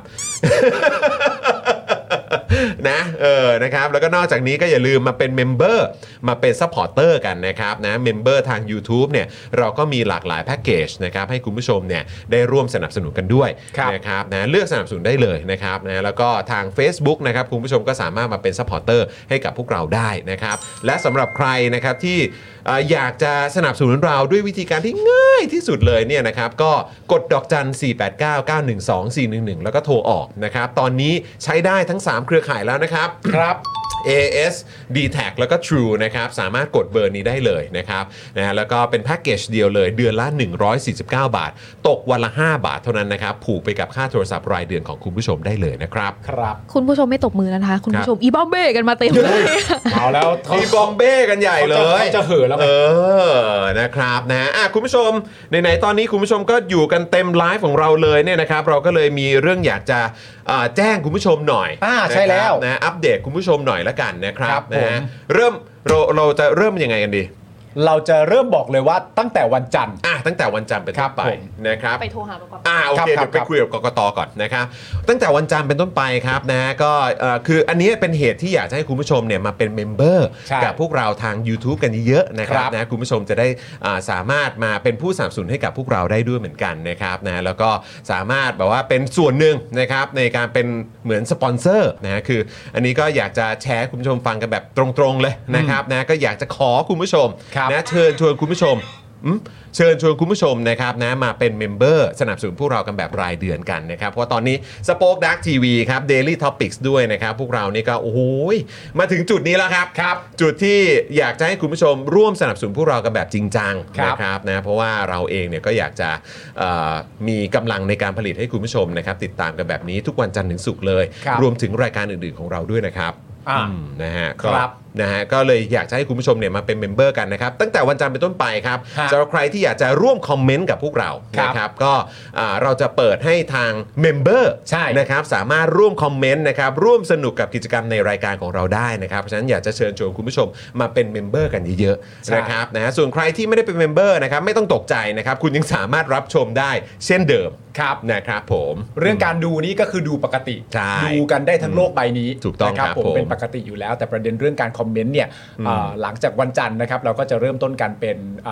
นะเออนะครับแล้วก็นอกจากนี้ก็อย่าลืมมาเป็นเมมเบอร์มาเป็นซัพพอร์เตอร์กันนะครับนะเมมเบอร์ทาง YouTube เนี่ยเราก็มีหลากหลายแพ็กเกจนะครับให้คุณผู้ชมเนี่ยได้ร่วมสนับสนุนกันด้วยครับนะครับนะเลือกสนับสนุนได้เลยนะครับนะแล้วก็ทาง Facebook นะครับคุณผู้ชมก็สามารถมาเป็นซัพพอร์เตอร์ให้กับพวกเราได้นะครับและสำหรับใครนะครับที่เอ่ออยากจะสนับสนุนเราด้วยวิธีการที่ง่ายที่สุดเลยเนี่ยนะครับก็กดดอกจัน สี่ แปด เก้า เก้า หนึ่ง สอง สี่ หนึ่ง หนึ่ง แล้วก็โทรออกนะครับตอนนี้ใช้ได้ทั้งสามเครือข่ายแล้วนะครับครับเอ เอส ดี แท็ก แล้วก็ True นะครับสามารถกดเบอร์นี้ได้เลยนะครับนะแล้วก็เป็นแพ็กเกจเดียวเลยเดือนละหนึ่งร้อยสี่สิบเก้าบาทตกวันละห้าบาทเท่านั้นนะครับผูกไปกับค่าโทรศัพท์รายเดือนของคุณผู้ชมได้เลยนะครับครับคุณผู้ชมไม่ตบมือแล้วนะคะ คุณครับผู้ชมอีบอมเบ้กันมาเต็มเลยเอาแล้วเขามีบอมเบ้กันใหญ่เลยเขาจะเห่อแล้วไงเออนะครับนะอ่ะคุณผู้ชมไหนๆตอนนี้คุณผู้ชมก็อยู่กันเต็มไลฟ์ของเราเลยเนี่ยนะครับเราก็เลยมีเรื่องอยากจะอ่าแจ้งคุณผู้ชมหน่อยอ่าใช่แล้วนะครับนะอัปเดตคุณผู้ชมหน่อยละกันนะครับครับนะฮะผมเริ่มเราเราจะเริ่มยังไงกันดีเราจะเริ่มบอกเลยว่าตั้งแต่วันจันทร์อ่ะตั้งแต่วันจันทร์เป็นต้นไปครับผมนะครับไปโทรหาประกอบอ่าโอเคครับเดี๋ยวไปครับคุยกับกกตก่อนนะครับตั้งแต่วันจันทร์เป็นต้นไปครับนะก็เอ่อคืออันนี้เป็นเหตุที่อยากจะให้คุณผู้ชมเนี่ยมาเป็นเมมเบอร์ใช่กับพวกเราทาง YouTube กันเยอะๆนะครับครับนะคุณผู้ชมจะได้อ่าสามารถมาเป็นผู้สนับสนุนให้กับพวกเราได้ด้วยเหมือนกันนะครับนะแล้วก็สามารถแบบว่าเป็นส่วนหนึ่งนะครับในการเป็นเหมือนสปอนเซอร์นะคืออันนี้ก็อยากจะแชร์ให้คุณผู้ชมฟังกันแบบตรงๆเลยนะครับนะก็อยากจะขอคุณผู้ชมครับนะเชิญชวนคุณผู้ชมอืมเชิญชวนคุณผู้ชมนะครับนะมาเป็นเมมเบอร์สนับสนุนพวกเรากันแบบรายเดือนกันนะครับเพราะว่าตอนนี้ Spoke Dark ที วี ครับ Daily Topics ด้วยนะครับพวกเรานี่ก็โอ้โหมาถึงจุดนี้แล้วครับครับจุดที่อยากจะให้คุณผู้ชมร่วมสนับสนุนพวกเรากันแบบจริงจังครับนะครับนะเพราะว่าเราเองเนี่ยก็อยากจะเอ่อมีกำลังในการผลิตให้คุณผู้ชมนะครับติดตามกันแบบนี้ทุกวันจันทร์ถึงศุกร์เลยครับรวมถึงรายการอื่นๆของเราด้วยนะครับอ่าอืมนะฮะคก็รับนะฮะก็เลยอยากจะให้คุณผู้ชมเนี่ยมาเป็นเมมเบอร์กันนะครับตั้งแต่วันจันทร์เป็นต้นไปครับฮะสำหรับใครที่อยากจะร่วมคอมเมนต์กับพวกเราครับนะครับก็อ่าเราจะเปิดให้ทางเมมเบอร์ใช่นะครับสามารถร่วมคอมเมนต์นะครับร่วมสนุกกับกิจกรรมในรายการของเราได้นะครับเพราะฉะนั้นอยากจะเชิญชวนคุณผู้ชมมาเป็นเมมเบอร์กันเยอะใช่ๆนะครับนะฮะส่วนใครที่ไม่ได้เป็นเมมเบอร์นะครับไม่ต้องตกใจนะครับคุณยังสามารถรับชมได้เช่นเดิมครับนะครับผมเรื่องการดูนี้ก็คือดูปกติใช่ดูกันได้ทั้งโลกใบนี้ถูกต้องนะครับครับผมผมเป็นปกติอยู่แล้วแต่ประเด็นเรื่องการคอมเมนต์เนี่ยอืมเอ่อหลังจากวันจันทร์นะครับเราก็จะเริ่มต้นกันเป็นเอ่อ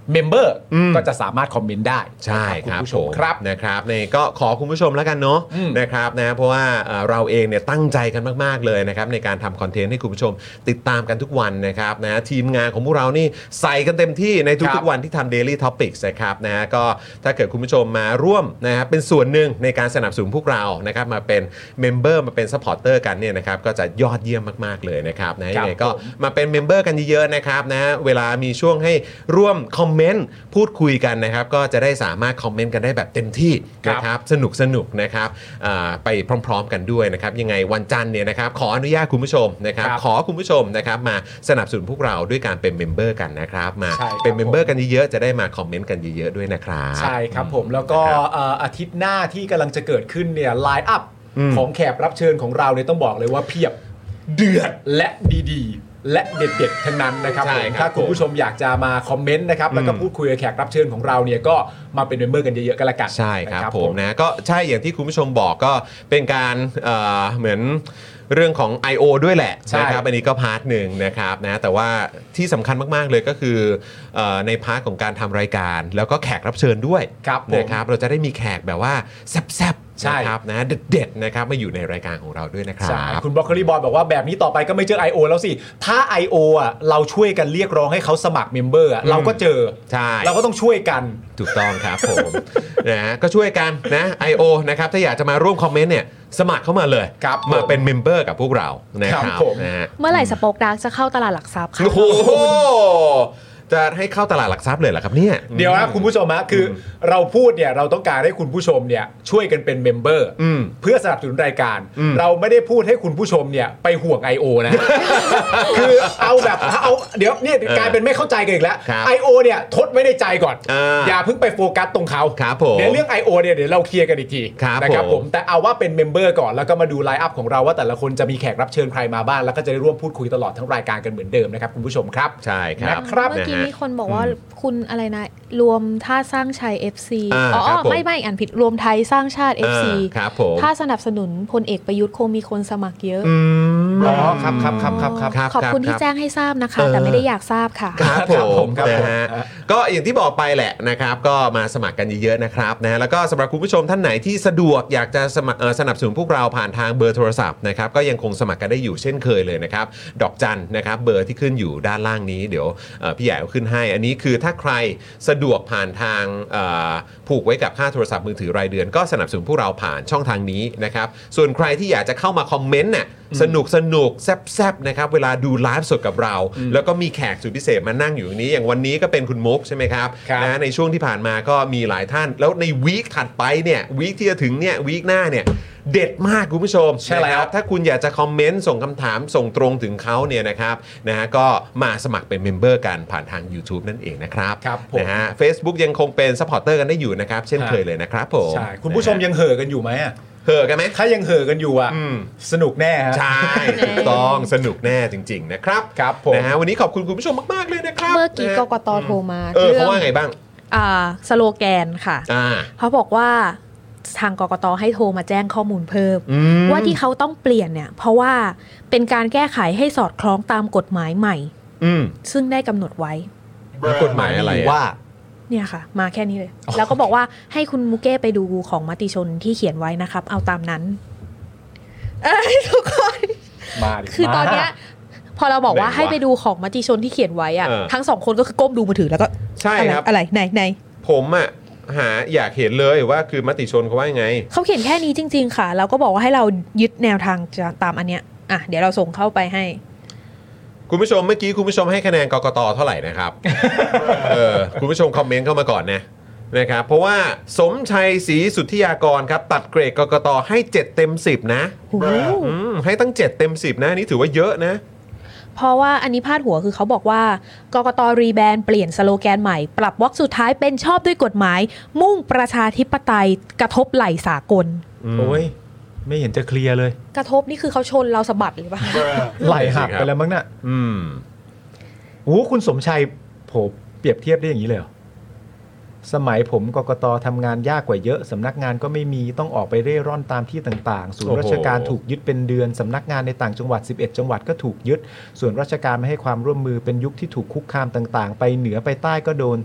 เมมเบอร์อืมก็จะสามารถคอมเมนต์ได้ใช่นะคคุรับณผู้ชมผมครับนะครับนี่ก็ขอคุณผู้ชมแล้วกันเนาะอืมนะครับนะเพราะว่าเอ่อเราเองเนี่ยตั้งใจกันมากๆเลยนะครับในการทำคอนเทนต์ให้คุณผู้ชมติดตามกันทุกวันนะครับนะทีมงานของพวกเรานี่ใส่กันเต็มที่ในครัทุกบๆวันที่ทำ Daily Topics นะครับนะก็ถ้าเกิดคุณผู้ชมมาร่วมนะครับเป็นส่วนหนึ่งในการสนับสนุนพวกเรานะครับมาเป็นเมมเบอร์มาเป็นซัพพอร์เตอร์กันเนี่ยนะครับก็จะยอดเยี่ยมมากๆเลยนะครับนะยังไงก็มาเป็นเมมเบอร์กันเยอะๆนะครับนะเวลามีช่วงให้ร่วมคอมเมนต์พูดคุยกันนะครับก็จะได้สามารถคอมเมนต์กันได้แบบเต็มที่นะครับสนุกสนุกๆนะครับอ่าไปพร้อมๆกันด้วยนะครับยังไงวันจันทร์เนี่ยนะครับขออนุญาตคุณผู้ชมนะครับครับขอคุณผู้ชมนะครับมาสนับสนุนพวกเราด้วยการเป็นเมมเบอร์กันนะครับมาใช่ครับเป็นเมมเบอร์กันเยอะๆจะได้มาคอมเมนต์กันเยอะๆด้วยนะครับใช่ครับผมแล้วก็ครับเอ่ออาทิตย์หน้าที่กำลังจะเกิดขึ้นเนี่ยไลน์อัพอืมของแขกรับเชิญของเราเนี่ยต้องบอกเลยว่าเพียบเดือดและดีๆ และเด็ดๆทั้งนั้นนะครับใช่ผมครับถ้าคุณผู้ชมอยากจะมาคอมเมนต์นะครับแล้วก็อืมพูดคุยกับแขกรับเชิญของเราเนี่ยก็มาเป็นเมมเบอร์กันเยอะๆกันละกันใช่ครับนะผมนะก็ใช่อย่างที่คุณผู้ชมบอกก็เป็นการเอ่อเหมือนเรื่องของ ไอ โอ ด้วยแหละใช่นะครับอันนี้ก็พาร์ทหนึ่งนะครับนะแต่ว่าที่สำคัญมากๆเลยก็คือเอ่อในพาร์ทของการทำรายการ แล้วก็แขกรับเชิญด้วยครับผมนะครับเราจะได้มีแขกแบบว่าแซ่บๆใช่นะครับนะเด็ดๆนะครับมาอยู่ในรายการของเราด้วยนะครัใช่บคุณบรอกโคลีบอยบอกว่าแบบนี้ต่อไปก็ไม่เจอ ไอ โอ แล้วสิถ้า ไอ โอ อ่ะเราช่วยกันเรียกร้องให้เขาสมัครเมมเบอร์อ่ะเราก็เจอใช่เราก็ต้องช่วยกันถูกต้องครับผม นะฮะก็ช่วยกันนะ ไอ โอ นะครับถ้าอยากจะมาร่วมคอมเมนต์เนี่ยสมัครเข้ามาเลยครับมาผมเป็นเมมเบอร์กับพวกเรานะคครัรับบผมนะฮะเมื่อไหร่สป็อคดาร์กจะเข้าตลาดหลักทรัพย์ค่ะโอ้โหจะให้เข้าตลาดหลักทรัพย์เลยเหรอครับเนี่ยเดี๋ยวนะคุณผู้ชมฮะคืออเราพูดเนี่ยเราต้องการให้คุณผู้ชมเนี่ยช่วยกันเป็นเมมเบอร์อืมเพื่อสนับสนุนรายการอืมเราไม่ได้พูดให้คุณผู้ชมเนี่ยไปห่วง ไอ โอ นะ คือเอาแบบเอาเดี๋ยวเนี่ยกลายเป็นไม่เข้าใจกันอีกแล้วครับไอ โอ เนี่ยทดไว้ในใจก่อนอ่าอย่าเพิ่งไปโฟกัสตรงเขาครับผมเดี๋ยวเรื่อง ไอ โอ เนี่ยเดี๋ยวเราเคลียร์กันอีกทีครับนะครับผผม มแต่เอาว่าเป็นเมมเบอร์ก่อนแล้วก็มาดูไลน์อัพของเราว่าแต่ละคนจะมีแขกรับเชิญใครมาบ้างแล้วก็จะได้ร่วมพูดคุยตลอดทั้งรายการกันเหมือนเดิมนะครับคุณผู้ชมครับใช่ครับนะครับเมื่อกี้นะฮะมีคนบอกว่าคุณอะไรนะ รวมท่าสร้างชัย เอฟ ซีอ่าอ๋อครับผมไม่ไม่อ่านผิดรวมไทยสร้างชาติ เอฟ ซีอ่าครับผมถ้าสนับสนุนพลเอกประยุทธ์คงมีคนสมัครเยอะอืมอ๋อครับครับครับครับครับครับขอบคุณครับที่แจ้งให้ทราบนะคะเออแต่ไม่ได้อยากทราบค่ะครับครับผผม มครับนะฮะผมก็อย่างที่บอกไปแหละนะครับก็มาสมัครกันเยอะๆนะครับนะแล้วก็สำหรับคุณผู้ชมท่านไหนที่สะดวกอยากจะสมัครเอ่อสนับสนุนพวกเราผ่านทางเบอร์โทรศัพท์นะครับก็ยังคงสมัครกันได้อยู่เช่นเคยเลยนะครับดอกจันนะครับเบอร์ที่ขึ้นอยู่ด้านล่างนี้เดี๋ยวเอ่อพี่ใหญ่เอาขึ้นให้ อันนี้คือถ้าใครสะดวกผ่านทางเอ่อผูกไว้กับค่าโทรศัพท์มือถือรายเดือนก็สนับสนุนพวกเราผ่านช่องทางนี้นะครับส่วนใครที่อยากจะเข้ามาคอมเมนต์น่ะสนุกสนุกแซบๆนะครับเวลาดูไลฟ์สดกับเรา แล้วก็มีแขกสุดพิเศษมานั่งอยู่ตรงนี้อย่างวันนี้ก็เป็นคุณมุกใช่ไหมครับครับนะในช่วงที่ผ่านมาก็มีหลายท่าน แล้วในวีคถัดไปเนี่ยวีคที่จะถึงเนี่ยวีคหน้าเนี่ยเด็ดมากคุณผู้ชมใช่แล้วนะครับถ้าคุณอยากจะคอมเมนต์ส่งคำถามส่งตรงถึงเขาเนี่ยนะครับนะฮะก็มาสมัครเป็นเมมเบอร์กันผ่านทาง YouTube นั่นเองนะครับครับผมนะฮะ Facebook ยังคงเป็นซัพพอร์เตอร์กันได้อยู่นะครับเช่นเคยเลยนะครับผมใช่คุณผู้ชมยังเห่อกันอยู่ไหมอะเห่อกันไหมถ้ายังเห่อกันอยู่อ่ะอืมสนุกแน่ฮะใช่ถูกต้องสนุกแน่จริง ๆ นะครับครับผมนะฮะวันนี้ขอบคุณคุณผู้ชมมากๆเลยนะครับเมื่อกี้นะกฮะกตโทรมาเออรื่เขาว่าไงบ้างอ่าสโลแกนค่ะอ่าเขาบอกว่าทางกกตให้โทรมาแจ้งข้อมูลเพิ่มอืมว่าที่เขาต้องเปลี่ยนเนี่ย เพราะว่าเป็นการแก้ไขให้สอดคล้องตามกฎหมายใหม่อืมซึ่งได้กำหนดไว้กฎหมายอะไรอะว่าเนี่ยค่ะ มาแค่นี้เลย แล้วก็บอกว่าให้คุณมุเก้ไปดูของมติชนที่เขียนไว้นะครับ เอาตามนั้นเอ้ยทุกคนมาดิคือตอนเนี้ยมาพอเราบอกว่าไหนวะให้ไปดูของมติชนที่เขียนไว้อะเออทั้งสองคนก็คือก้มดูมือถือแล้วก็ใช่อะไรครับอะไรไหนไหนผมอ่ะหาอยากเห็นเลยว่าคือมติชนเขาว่ายังไงเขาเขียนแค่นี้จริง ๆ ค่ะ แล้วก็บอกว่าให้เรายึดแนวทางจะตามอันเนี้ยอ่ะเดี๋ยวเราส่งเข้าไปให้คุณผู้ชมเมื่อกี้คุณผู้ชมให้คะแนนกกตเท่าไหร่นะครับ เออคุณผู้ชมคอมเมนต์เข้ามาก่อนนะนะครับเพราะว่าสมชัยศรีสุทธิยากรครับตัดเกรดกกตให้เจ็ดเต็มสิบนะโอ้โหอืมให้ตั้งเจ็ดเต็มสิบนะอันนี่ถือว่าเยอะนะเพราะว่าอันนี้พาดหัวคือเขาบอกว่ากกตรีแบรนด์เปลี่ยนสโลแกนใหม่ ปรับวรรคสุดท้ายเป็นชอบด้วยกฎหมาย มุ่งประชาธิปไตยกระทบไหลสากลโอ้ยไม่เห็นจะเคลียร์เลยกระทบนี่คือเขาชนเราสะบัดหรือเปล่าไหลหักไปแล้วมั้งน่ะอืมโอ้คุณสมชัยโผเปรียบเทียบได้อย่างนี้เลยเหรอสมัยผมกกตทำงานยากกว่าเยอะสำนักงานก็ไม่มีต้องออกไปเร่ร่อนตามที่ต่างๆศูนย์ราชการถูกยึดเป็นเดือนสำนักงานในต่างจังหวัดสิบเอ็ดจังหวัดก็ถูกยึดส่วนราชการไม่ให้ความร่วมมือเป็นยุคที่ถูกคุกคามต่างๆ ไปเหนือไปใต้ก็โดน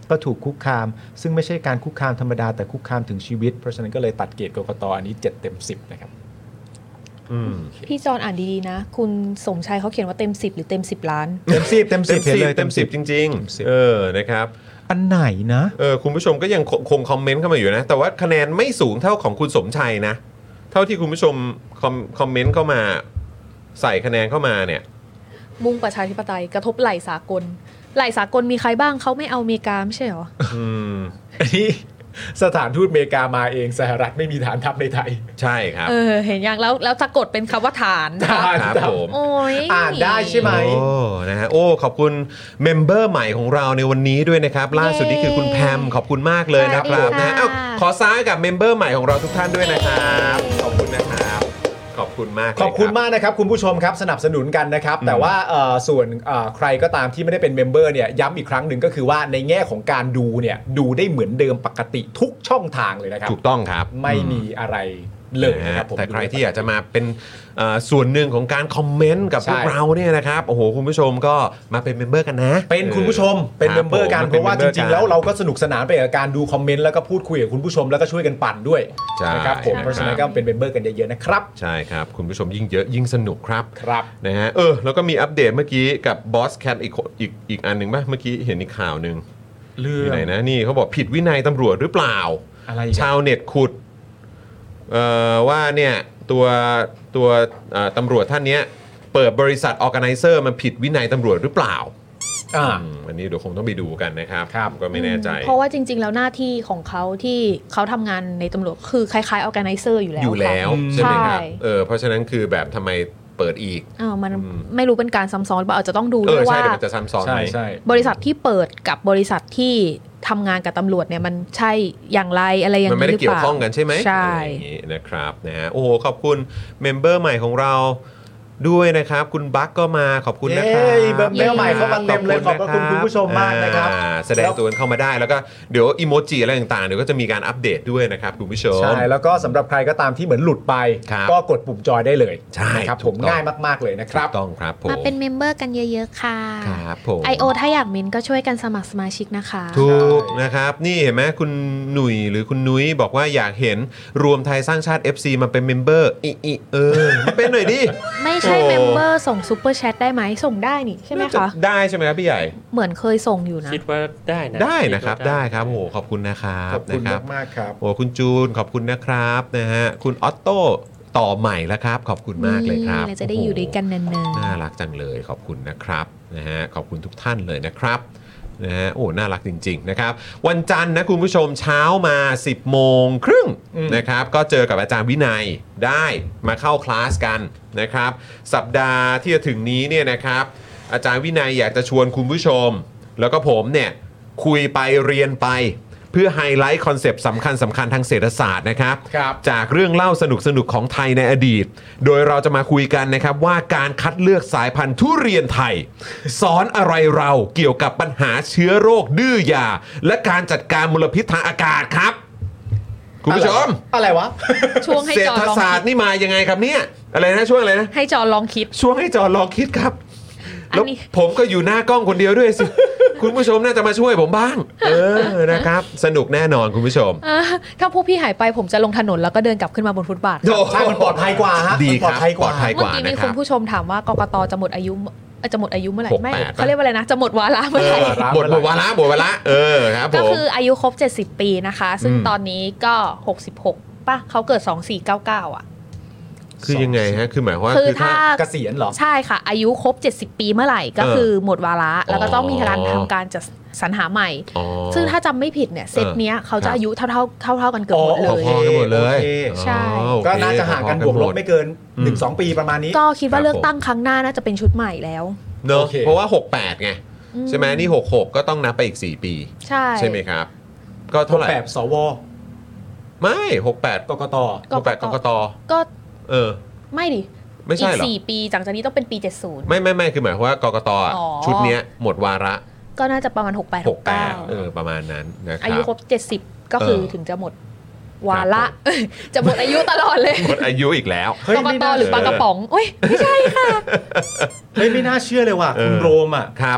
ก็ถูกคุกคามซึ่งไม่ใช่การคุกคามธรรมดาแต่คุกคามถึงชีวิตเพราะฉะนั้นก็เลยตัดเกรดกกต.อันนี้เจ็ดเต็มสิบนะครับอืมพี่จอนอ่านดีๆนะ คุณสมชัยเขาเขียนว่าเต็มสิบหรือเต็มสิบล้านเต็มสิบเต็มเต็สิบมเห็นสิบเลยเต็มสิบจริงสิบๆ เออนะครับอันไหนนะเออคุณผู้ชมก็ยังคงคงคอมเมนต์เข้ามาอยู่นะ แต่ว่าคะแนนไม่สูงเท่าของคุณสมชัยนะ เท่าที่คุณผู้ชมคอมคอมเมนต์เข้ามาใส่คะแนนเข้ามาเนี่ยมุ่งประชาธิปไตยกระทบไหล่สากลไหล่สากลมีใครบ้างเขาไม่เอาอเมริกาไม่ใช่เหรออืมอันนี้สถานทูตอเมริกามาเองสหรัฐไม่มีฐานทัพในไทยใช่ครับเออเห็นยังแล้วแล้วสะกดเป็นคำว่าฐานฐานครับผมโอ้ยอ่านได้ใช่ไหมโอ้นะฮะโอ้ขอบคุณเมมเบอร์ใหม่ของเราในวันนี้ด้วยนะครับ ล่าสุดนี่คือคุณแพมขอบคุณมากเลยนะครับนะเอ้าขอซ้ายกับเมมเบอร์ใหม่ของเราทุกท่านด้วยนะครับขอบคุณนะครับขอบคุณมากเลยขอบคุณรัมากนะครับคุณผู้ชมครับสนับสนุนกันนะครับ แต่ว่าเอ่อส่วนเอ่อใครก็ตามที่ไม่ได้เป็นเมมเบอร์เนี่ยย้ำอีกครั้งหนึ่งก็คือว่าในแง่ของการดูเนี่ยดูได้เหมือนเดิมปกติทุกช่องทางเลยนะครับถูกต้องครับไม่มีอะไรเลยนะครับผมแต่ใครที่อยากจะมาเป็นเอ่อส่วนหนึ่งของการคอมเมนต์กับพวกใช่เราเนี่ยนะครับโอ้โหคุณผู้ชมก็มาเป็นเมมเบอร์กันนะเป็นคุณผู้ชมเป็นเมมเบอร์กันเพราะว่าจริงๆแล้วเราก็สนุกสนานไปกับการดูคอมเมนต์แล้วก็พูดคุยกับคุณผู้ชมแล้วก็ช่วยกันปั่นด้วยใช่นะครับผมเพราะฉะนั้นก็เป็นเมมเบอร์กันเยอะๆนะครับใช่ครับคุณผู้ชมยิ่งเยอะยิ่งสนุกครับครับนะฮะเออแล้วก็มีอัปเดตเมื่อกี้กับบอสแคทอีกคนอีกอีกอันหนึ่งป่ะเมื่อกี้เห็นอีกข่าวหนึ่งเรื่ออยู่ งไหนนะนี่เขาบอกผิดวินัยตำรวจหรือเปล่าอะไรอีกอะชาวเน็ตขุดเอ่อว่าเนี่ยตัวตัวเอ่อตำรวจท่านเนี้ยเปิดบริษัทออ g a แก z นเซอร์มันผิดวินัยตำรวจหรือเปล่าอ่าอืมอันนี้เดี๋ยวคงต้องไปดูกันนะครับครับก็ไม่แน่ใจเพราะว่าจริง ๆ แล้วหน้าที่ของเขาที่เขาทำงานในตำรวจคือคล้ายๆ organizer อยู่แล้วอยู่แล้วค่ะใช่ไหมครับใช่เออเพราะฉะนั้นคือแบบทำไมเปิดอีกอ้าวมันอืมไม่รู้เป็นการซ้ำซ้อนหรือเปล่าอาจจะต้องดูเอด้วอย ใช่ว่าเดี๋ยวมันจะซ้ำซ้อนใช่ไหมใช่บริษัทที่เปิดกับบริษัทที่ทำงานกับตำรวจเนี่ยมันใช่อย่างไรอะไรอย่างมันไม่นี้หได้รือเกี่เปยวล่าข้องกันใช่ไหมใช่อะไรอย่างงี้นะครับนะฮะโอ้โหขอบคุณเมมเบอร์ใหม่ของเราด้วยนะครับ คุณบัคก็มาขอบคุณนะครับเย้เมมเบอร์ใหม่เข้ามาเต็มเลยขอบพระคุณคุณผู้ชมมากนะครับอ่าแสดงตัวกันเข้ามาได้แล้วก็เดี๋ยวอีโมจิอะไรต่างๆเดี๋ยวก็จะมีการอัปเดตด้วยนะครับคุณผู้ชมใช่แล้วก็สำหรับใครก็ตามที่เหมือนหลุดไปครับก็กดปุ่มจอยได้เลยใช่นะครับถูผกมต้องง่ายมากๆเลยนะครับถูกต้องครับผมมาเป็นเมมเบอร์กันเยอะๆค่ะครับผมไอโอถ้าอยากเมนก็ช่วยกันสมัครสมาชิกนะคะถูกนะครับนี่เห็นไหมคุณหนุ่ยหรือคุณนุ้ยบอกว่าอยากเห็นรวมไทยสร้างชาติ เอฟ ซี มาเป็นเมมเบอร์อีอีเออมาเป็นหน่อยดิไม่ใช่โอ้เมมเบอร์ส่งซูเปอร์แชทได้ไหมส่งได้นี่ใช่ไหมน่าจะคะได้ใช่ไหมครับพี่ใหญ่เหมือนเคยส่งอยู่นะคิดว่าได้นะได้นะครับดว่าได้ครับโอ้โหขอบคุณนะครับขอบคุณนะครับมากๆครับโอ้คุณจูนขอบคุณนะครับนะฮะคุณออตโต้ต่อใหม่แล้วครับขอบคุณมากเลยครับนี่เราจะได้อยู่ด้วยกันนานๆน่ารักจังเลยขอบคุณนะครับนะฮะขอบคุณทุกท่านเลยนะครับนะฮะโอ้น่ารักจริงๆนะครับวันจันทร์นะคุณผู้ชมเช้ามา สิบโมงครึ่งอืมนะครับก็เจอกับอาจารย์วินัยได้มาเข้าคลาสกันนะครับสัปดาห์ที่จะถึงนี้เนี่ยนะครับอาจารย์วินัยอยากจะชวนคุณผู้ชม แล้วก็ผมเนี่ยคุยไปเรียนไป เพื่อไฮไลท์คอนเซปต์สำคัญสำคัญทางเศรษฐศาสตร์นะครับครับจากเรื่องเล่าสนุกสนุกๆของไทยในอดีต โดยเราจะมาคุยกันนะครับว่าการคัดเลือกสายพันธุ์ทุเรียนไทย สอนอะไรเราเกี่ยวกับปัญหาเชื้อโรคดื้อยา และการจัดการมลพิษทางอากาศครับ คุณผู้ชมอะไรวะช่วงให้เศรษจอฐลองศาสตคิดร์นี่มายังไงครับเนี่ยอะไรนะช่วงอะไรนะให้จอลองคิดช่วงให้จอลองคิดครับอันแล้วนี้ผมก็อยู่หน้ากล้องคนเดียวด้วยสิ คุณผู้ชมน่าจะมาช่วยผมบ้าง เออนะครับ สนุกแน่นอนคุณผู้ชมอ่าถ้าพวกพี่หายไปผมจะลงถนนแล้วก็เดินกลับขึ้นมาบนฟุตบาทใช่มันปลอดภัยกว่าฮะดีมันคปลอรัดบภัยกปลอว่าดภัยกเมื่อว่ากี้มีนะคคุรับณผู้ชมถามว่ากกตจะหมดอายุเอ่อจะหมดอายุเมื่อไหร่หกไม่แปดเขาเรียกว่าอะไรนะจะหมดวาระเมื่อไหร่หมดหมดวาระหมดวาระเออครับผก็มคืออายุครบเจ็ดสิบปีนะคะ ซึ่งอืมตอนนี้ก็หกสิบหกป่ะเขาเกิดสองสี่เก้าเก้าอ่ะคือยังไงฮะคือหมายความว่าคือคือถ้าถ้าเกษียณเหรอใช่ค่ะ อายุครบเจ็ดสิบปีเมื่อไหร่ก็เออคือหมดวาระแล้วก็ต้องมีการอ๋อทำการจัดสรรหาใหม่อ๋อซึ่งถ้าจำไม่ผิดเนี่ยเซตเนี้ยเขาครัจะบอายุเท่าเท่าเท่าเท่าๆกันเกือบหมดเลอ๋อยพอๆกันหมดเลยโอเคใช่อ๋อโอเคก็น่าจะห่างกันบวกลบไม่เกินอืมหนึ่งสองปีประมาณนี้ก็คิดว่าครับเลือกตั้งครั้งหน้าน่าจะเป็นชุดใหม่แล้วเนอะโอเคเพราะว่าหกแปดไงอืมใช่ไหมนี่หกหกก็ต้องนับไปอีกสี่ปีใช่ใช่ไหมครับ ก็เท่าไหร่แบบสวไม่หกแปดกกตหกแปดกกตก็เออไม่ดิไม่ใช่เหรอกสี่ปีจากจากนี้ต้องเป็นปีเจ็ดสิบไม่ไม่ไม่คือหมายความว่ากกตอ่ะอ๋อชุดเนี้ยหมดวาระก็น่าจะประมาณหกแปดหหกกแปเก้าดเออประมาณนั้นนะคอารัยุบครบเจ็ดสิบก็คือเออถึงจะหมดวาระ จะหมดอายุตลอดเลยหมดอายุอีกแล้วเฮ้ยกกไม่ตน่าหรือปลากระป๋องอุ้ยไม่ใช่ค่ะเฮ้ยไม่น่าเชื่อเลยว่ะคุณเออโรมอ่ะครับ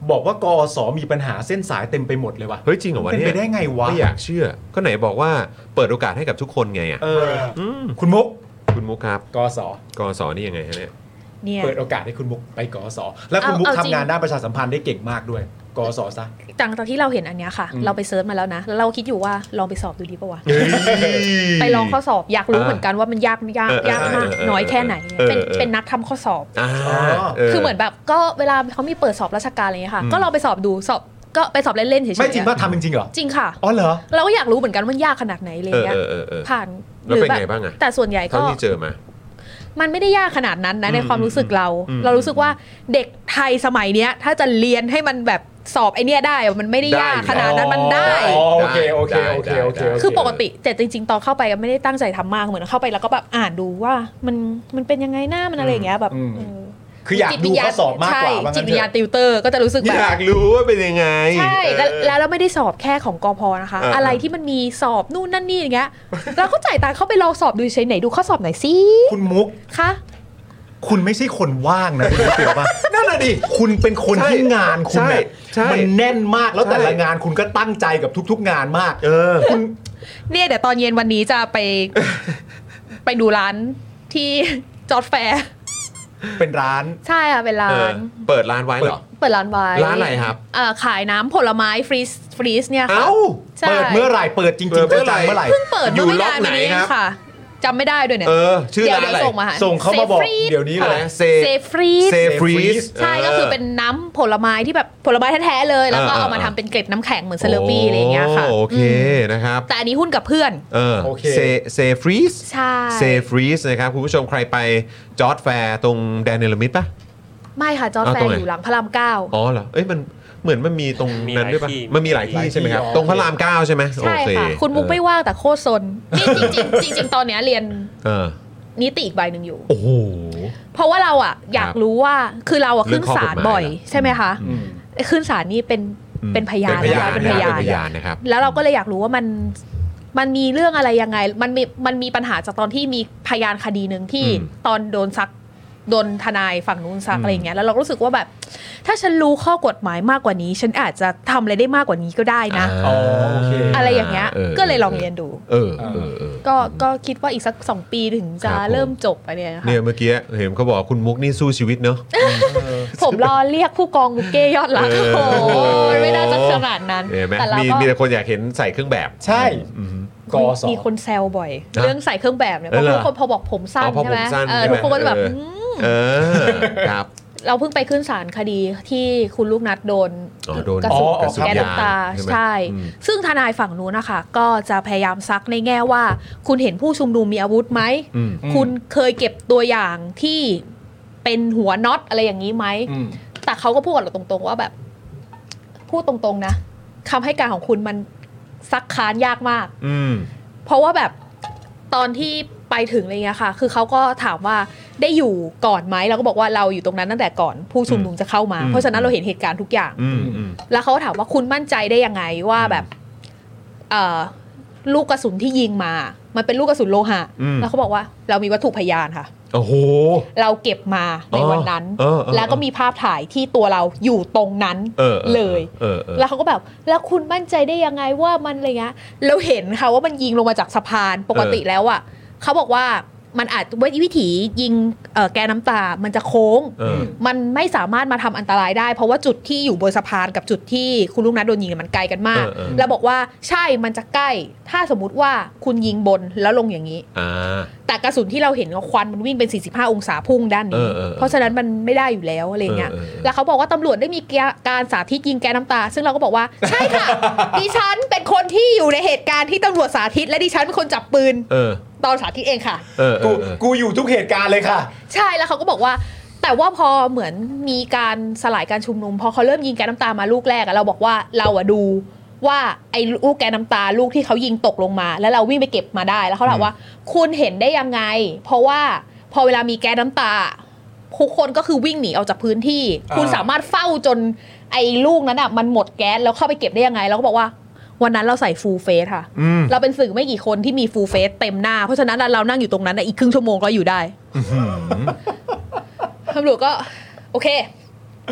บอกว่ากอสมีปัญหาเส้นสายเต็มไปหมดเลยว่ะเฮ้ยจริงเหรอวะเนี่ยเป็นไปได้ไงวะไม่อยากเชื่อก็ไหนบอกว่าเปิดโอกาสให้กับทุกคนไงอ่ะเออคุณมุกคุณมุกครับกอสกสนี่ยังไงฮะเนี่ยเนี่ยเปิดโอกาสให้คุณมุกไปกอสและคุณมุกเอาเอาจริทำงงานด้านประชาสัมพันธ์ได้เก่งมากด้วยกอสซะจากจากที่เราเห็นอันเนี้ยค่ะอืมเราไปเซิร์ชมาแล้วนะแล้วเราคิดอยู่ว่าลองไปสอบดูดีป่าวะเฮ้ยไปลองข้อสอบอยากรู้อ่าเหมือนกันว่ามันยากยากเออเออยากมากเออเออน้อยแค่ไหนเออเป็นเออเป็นนักทำข้อสอบอ่าคือเหมือนแบบก็เวลาเขามีเปิดสอบราชการอะไรเงี้ยค่ะอืมก็ลองไปสอบดูสอบก็ไปสอบเล่นๆเฉยๆไม่จริงว่าทำจริงๆเหรอจริงค่ะอ๋อเหรอเราก็อยากรู้เหมือนกันว่ายากขนาดไหนอะไรเออเงี้ยเออเออเออผ่านแล้วเป็นไงบ้างอะแต่ส่วนใหญ่ก็เท่าที่เจอมามันไม่ได้ยากขนาดนั้นนะในความรู้สึกเราอืมเรารู้สึกว่าเด็กไทยสมัยเนี้ยถ้าจะเรียนให้มันแบบสอบไอเนี้ยได้อะมันไม่ได้ยากขนาดนั้นมันได้อ๋อโอเคโอเคโอเคโอเคคือปกติแต่จริงๆ ตอนเข้าไปก็ไม่ได้ตั้งใจทำมากเหมือนเข้าไปแล้วก็แบบอ่านดูว่ามันมันเป็นยังไงหน้ามันอะไรอย่างเงี้ยแบบอืมเออคืออยากดูข้อสอบมากกว่าใช่ว่างั้นจิตวิญญาณเถอะติวเตอร์ก็จะรู้สึกอแบบยากรู้ว่าเป็นยังไงใช่แล้วเออแล้วเราไม่ได้สอบแค่ของกพนะคะเออออะไรที่มันมีสอบนู่นนั่นนี่อย่างเงี้ยเราก็จ่ายตังค์เข้าไปลองสอบดูเฉยไหนดูข้อสอบไหนอยสิคุณมุกคะคุณไม่ใช่คนว่างนะคุณรู้เปล่าป่ะนั่นแหละดิคุณเป็นคนที่งานคุณใช่เนี่ยใช่มันแน่นมากแล้วใช่แต่ละงานคุณก็ตั้งใจกับทุกๆงานมากเออคุณเนี่ยเดี๋ยวตอนเย็นวันนี้จะไป ไปดูร้านที่จอร์จแฟร์เป็นร้านใช่ค่ะเป็นร้าเออน เปิดร้านไว้เหรอเปิดร้านไว้ร้านอะไรครับเอ่อขายน้ำผลไม้ฟรีซฟรีซเนี่ยค่ะเอ้าใช่เปิดเมื่อไหร่เปิดจริงเปิดๆเมื่อไหร่จังๆเมื่อไหร่เพิ่งเปิดอยู่เมื่อไม่ล็อกนานไหนมานี้ครับค่ะจำไม่ได้ด้วยเนี่ยเออชื่อเดี๋ยวร้านเดี๋ยวอะไรส่งมาให้ส่งเข้ามาบอกซฟรีซเดี๋ยวนี้อะเลไรยนะเซเซฟรีซเซฟรีสใช่ก็คือเป็นน้ำผลไม้ที่แบบผลไม้แท้ๆเลย แล้วก็เออเอามาทำเป็นเกล็ดน้ำแข็งเหมือนเซเลอรี่อะไรอย่างเงี้ยค่ะโอเคอืมนะครับแต่อันนี้หุ้นกับเพื่อนเออโอเคเซเซฟรีสใช่เซฟรีสนะครับคุณผู้ชมใครไปจอร์จแฟร์ตรงแดนเนลมิดปะไม่ค่ะจอร์จเอาแฟตรงร์ไหนอยู่หลังพระรามเก้าอ๋อเหรอเอ้ยมันเหมือนมันมีตรงนั้นด้วยปะมีหลายที่มันมีหลายที่ใช่ไหมครับหลายที่ตรงพระรามเก้าใช่ไหมใช่โอเค่ะ คุณมุกไม่ว่างแต่โคตรซนนี่จริงๆจริงๆตอนเนี้ยเรียนเออนิติอีกใบหนึ่งอยู่โอ้โหเพราะว่าเราอ่ะอยากรู้ว่าคือเราอ่ะเรื่ขึ้อน งข้อกฎศาลหมายบ่อยเหรอใช่ไหมคะอืมขึ้นศาลนี่เป็นอืมเป็นพยานเป็นพยานเป็นพยานเป็นพยานนะครับแล้วเราก็เลยอยากรู้ว่ามันมันมีเรื่องอะไรยังไง มันมีมันมีปัญหาจากตอนที่มีพยานคดีหนึ่งที่อืมตอนโดนซักโดนทนายฝั่งนู้นซักอืมอะไรอย่างเงี้ยแล้วเราก็รู้สึกว่าแบบ ถ้าฉันรู้ข้อกฎหมายมากกว่านี้ ฉันอาจจะทำอะไรได้มากกว่านี้ก็ได้นะอ๋อโอเคอะไรอย่างเงี้ยก็เลยลองเรียนดูเออเออเออก็ก็คิดว่าอีกสักสองปีถึงจะครับผมเริ่มจบอันเนี้ยค่ะเนี่ยเมื่อกี้เห็นเขาบอกคุณมุกนี่สู้ชีวิตเนอะผมรอเรียกผู้กองบุกเก้ยอดรักเออโอ้ยไม่น่าจะขนาดนั้นเห็นไหมแต่เรามีก็มีแต่คนอยากเห็นใส่เครื่องแบบใช่อืมกอสมีคนแซวบ่อยนะเรื่องใส่เครื่องแบบเนี่ยเพเออเหรอราะทุกคนพอบอกผมสั้นอ๋อเพราะใช่ไหมผมสั้นเออใช่ไหมทุกคนก็จะแบบเออมเออครับเราเพิ่งไปขึ้นศาลคดีที่คุณลูกนัดโดนอ๋อโดนกระสุนอ๋อกระสุนแก๊สยางน้ำตาใช่ไหมใช่อืมซึ่งทนายฝั่งนู้นนะคะก็จะพยายามซักในแง่ว่า คุณเห็นผู้ชุมนุมมีอาวุธไหมอืมคุณเคยเก็บตัวอย่างที่เป็นหัวน็อตอะไรอย่างนี้ไหมอืมแต่เขาก็พูดกับเราตรงๆว่าแบบ พูดตรงๆนะคำให้การของคุณมันซักค้านยากมากอืมเพราะว่าแบบตอนที่ไปถึงอะไรเงี้ยค่ะ คือเขาก็ถามว่าได้อยู่ก่อนไหมเราก็บอกว่าเราอยู่ตรงนั้นตั้งแต่ก่อนผู้ชุมนุมจะเข้ามาอืมเพราะฉะนั้นเราเห็นเหตุการณ์ทุกอย่างอืมอืมแล้วเขาก็ถามว่าคุณมั่นใจได้ยังไงว่าแบบเอ่อลูกกระสุนที่ยิงมา มันเป็นลูกกระสุนโลหะอืมแล้วเขาบอกว่าเรามีวัตถุพยานค่ะโอ้โหเราเก็บมาในวันนั้นเออเออแล้วก็มีภาพถ่ายที่ตัวเราอยู่ตรงนั้นเออออเลยเออเออแล้วเขาก็แบบแล้วคุณมั่นใจได้ยังไงว่ามันอะไรเงี้ยเราเห็นค่ะว่ามันยิงลงมาจากสะพานปกติแล้วอ่ะเขาบอกว่ามันอาจวิถียิงเอ่อแก๊สน้ำตา มันจะโค้งเออมันไม่สามารถมาทำอันตรายได้ เพราะว่าจุดที่อยู่บนสะพานกับจุดที่คุณลูกนัดโดนยิงเนี่ยมันไกลกันมากเออเออแล้วบอกว่าใช่มันจะใกล้ ถ้าสมมุติว่าคุณยิงบนแล้วลงอย่างนี้อ่าแต่กระสุนที่เราเห็นควันมันวิ่งเป็นสี่สิบห้าองศาพุ่งด้านนี้เออเออเออเพราะฉะนั้นมันไม่ได้อยู่แล้วอะไรเงี้ยเออเออเออแล้วเขาบอกว่าตำรวจได้มีการสาธิตยิงแก๊สน้ำตา ซึ่งเราก็บอกว่า ใช่ค่ะ ดิฉันเป็นคนที่อยู่ในเหตุการณ์ที่ตำรวจสาธิตและดิฉันเป็นคนจับปืนเออตอนสาธิตเองค่ะเออเอกูอเออกูอยู่ทุกเหตุการณ์เลยค่ะใช่แล้วเขาก็บอกว่า แต่ว่าพอเหมือนมีการสลายการชุมนุมพอเขาเริ่มยิงแก๊สน้ำตามาลูกแรกอะเราบอกว่าเราอะดูว่าไอ้ลูกแก๊สน้ำตาลูกที่เขายิงตกลงมา แล้วเราวิ่งไปเก็บมาได้แล้วเขาถามว่า คุณเห็นได้ยังไง เพราะว่าพอเวลามีแก๊สน้ำตาทุกคนก็คือวิ่งหนีออกจากพื้นที่อ่าคุณสามารถเฝ้าจนไอ้ลูกนั้นอะมันหมดแก๊สแล้วเข้าไปเก็บได้ยังไงเราก็บอกว่าวันนั้นเราใส่ฟูลเฟสค่ะอืมเราเป็นสื่อไม่กี่คนที่มีฟูลเฟสเต็มหน้าเพราะฉะนั้นเรานั่งอยู่ตรงนั้นอะอีกครึ่งชั่วโมงก็อยู่ได้ตำรวจก็โอเค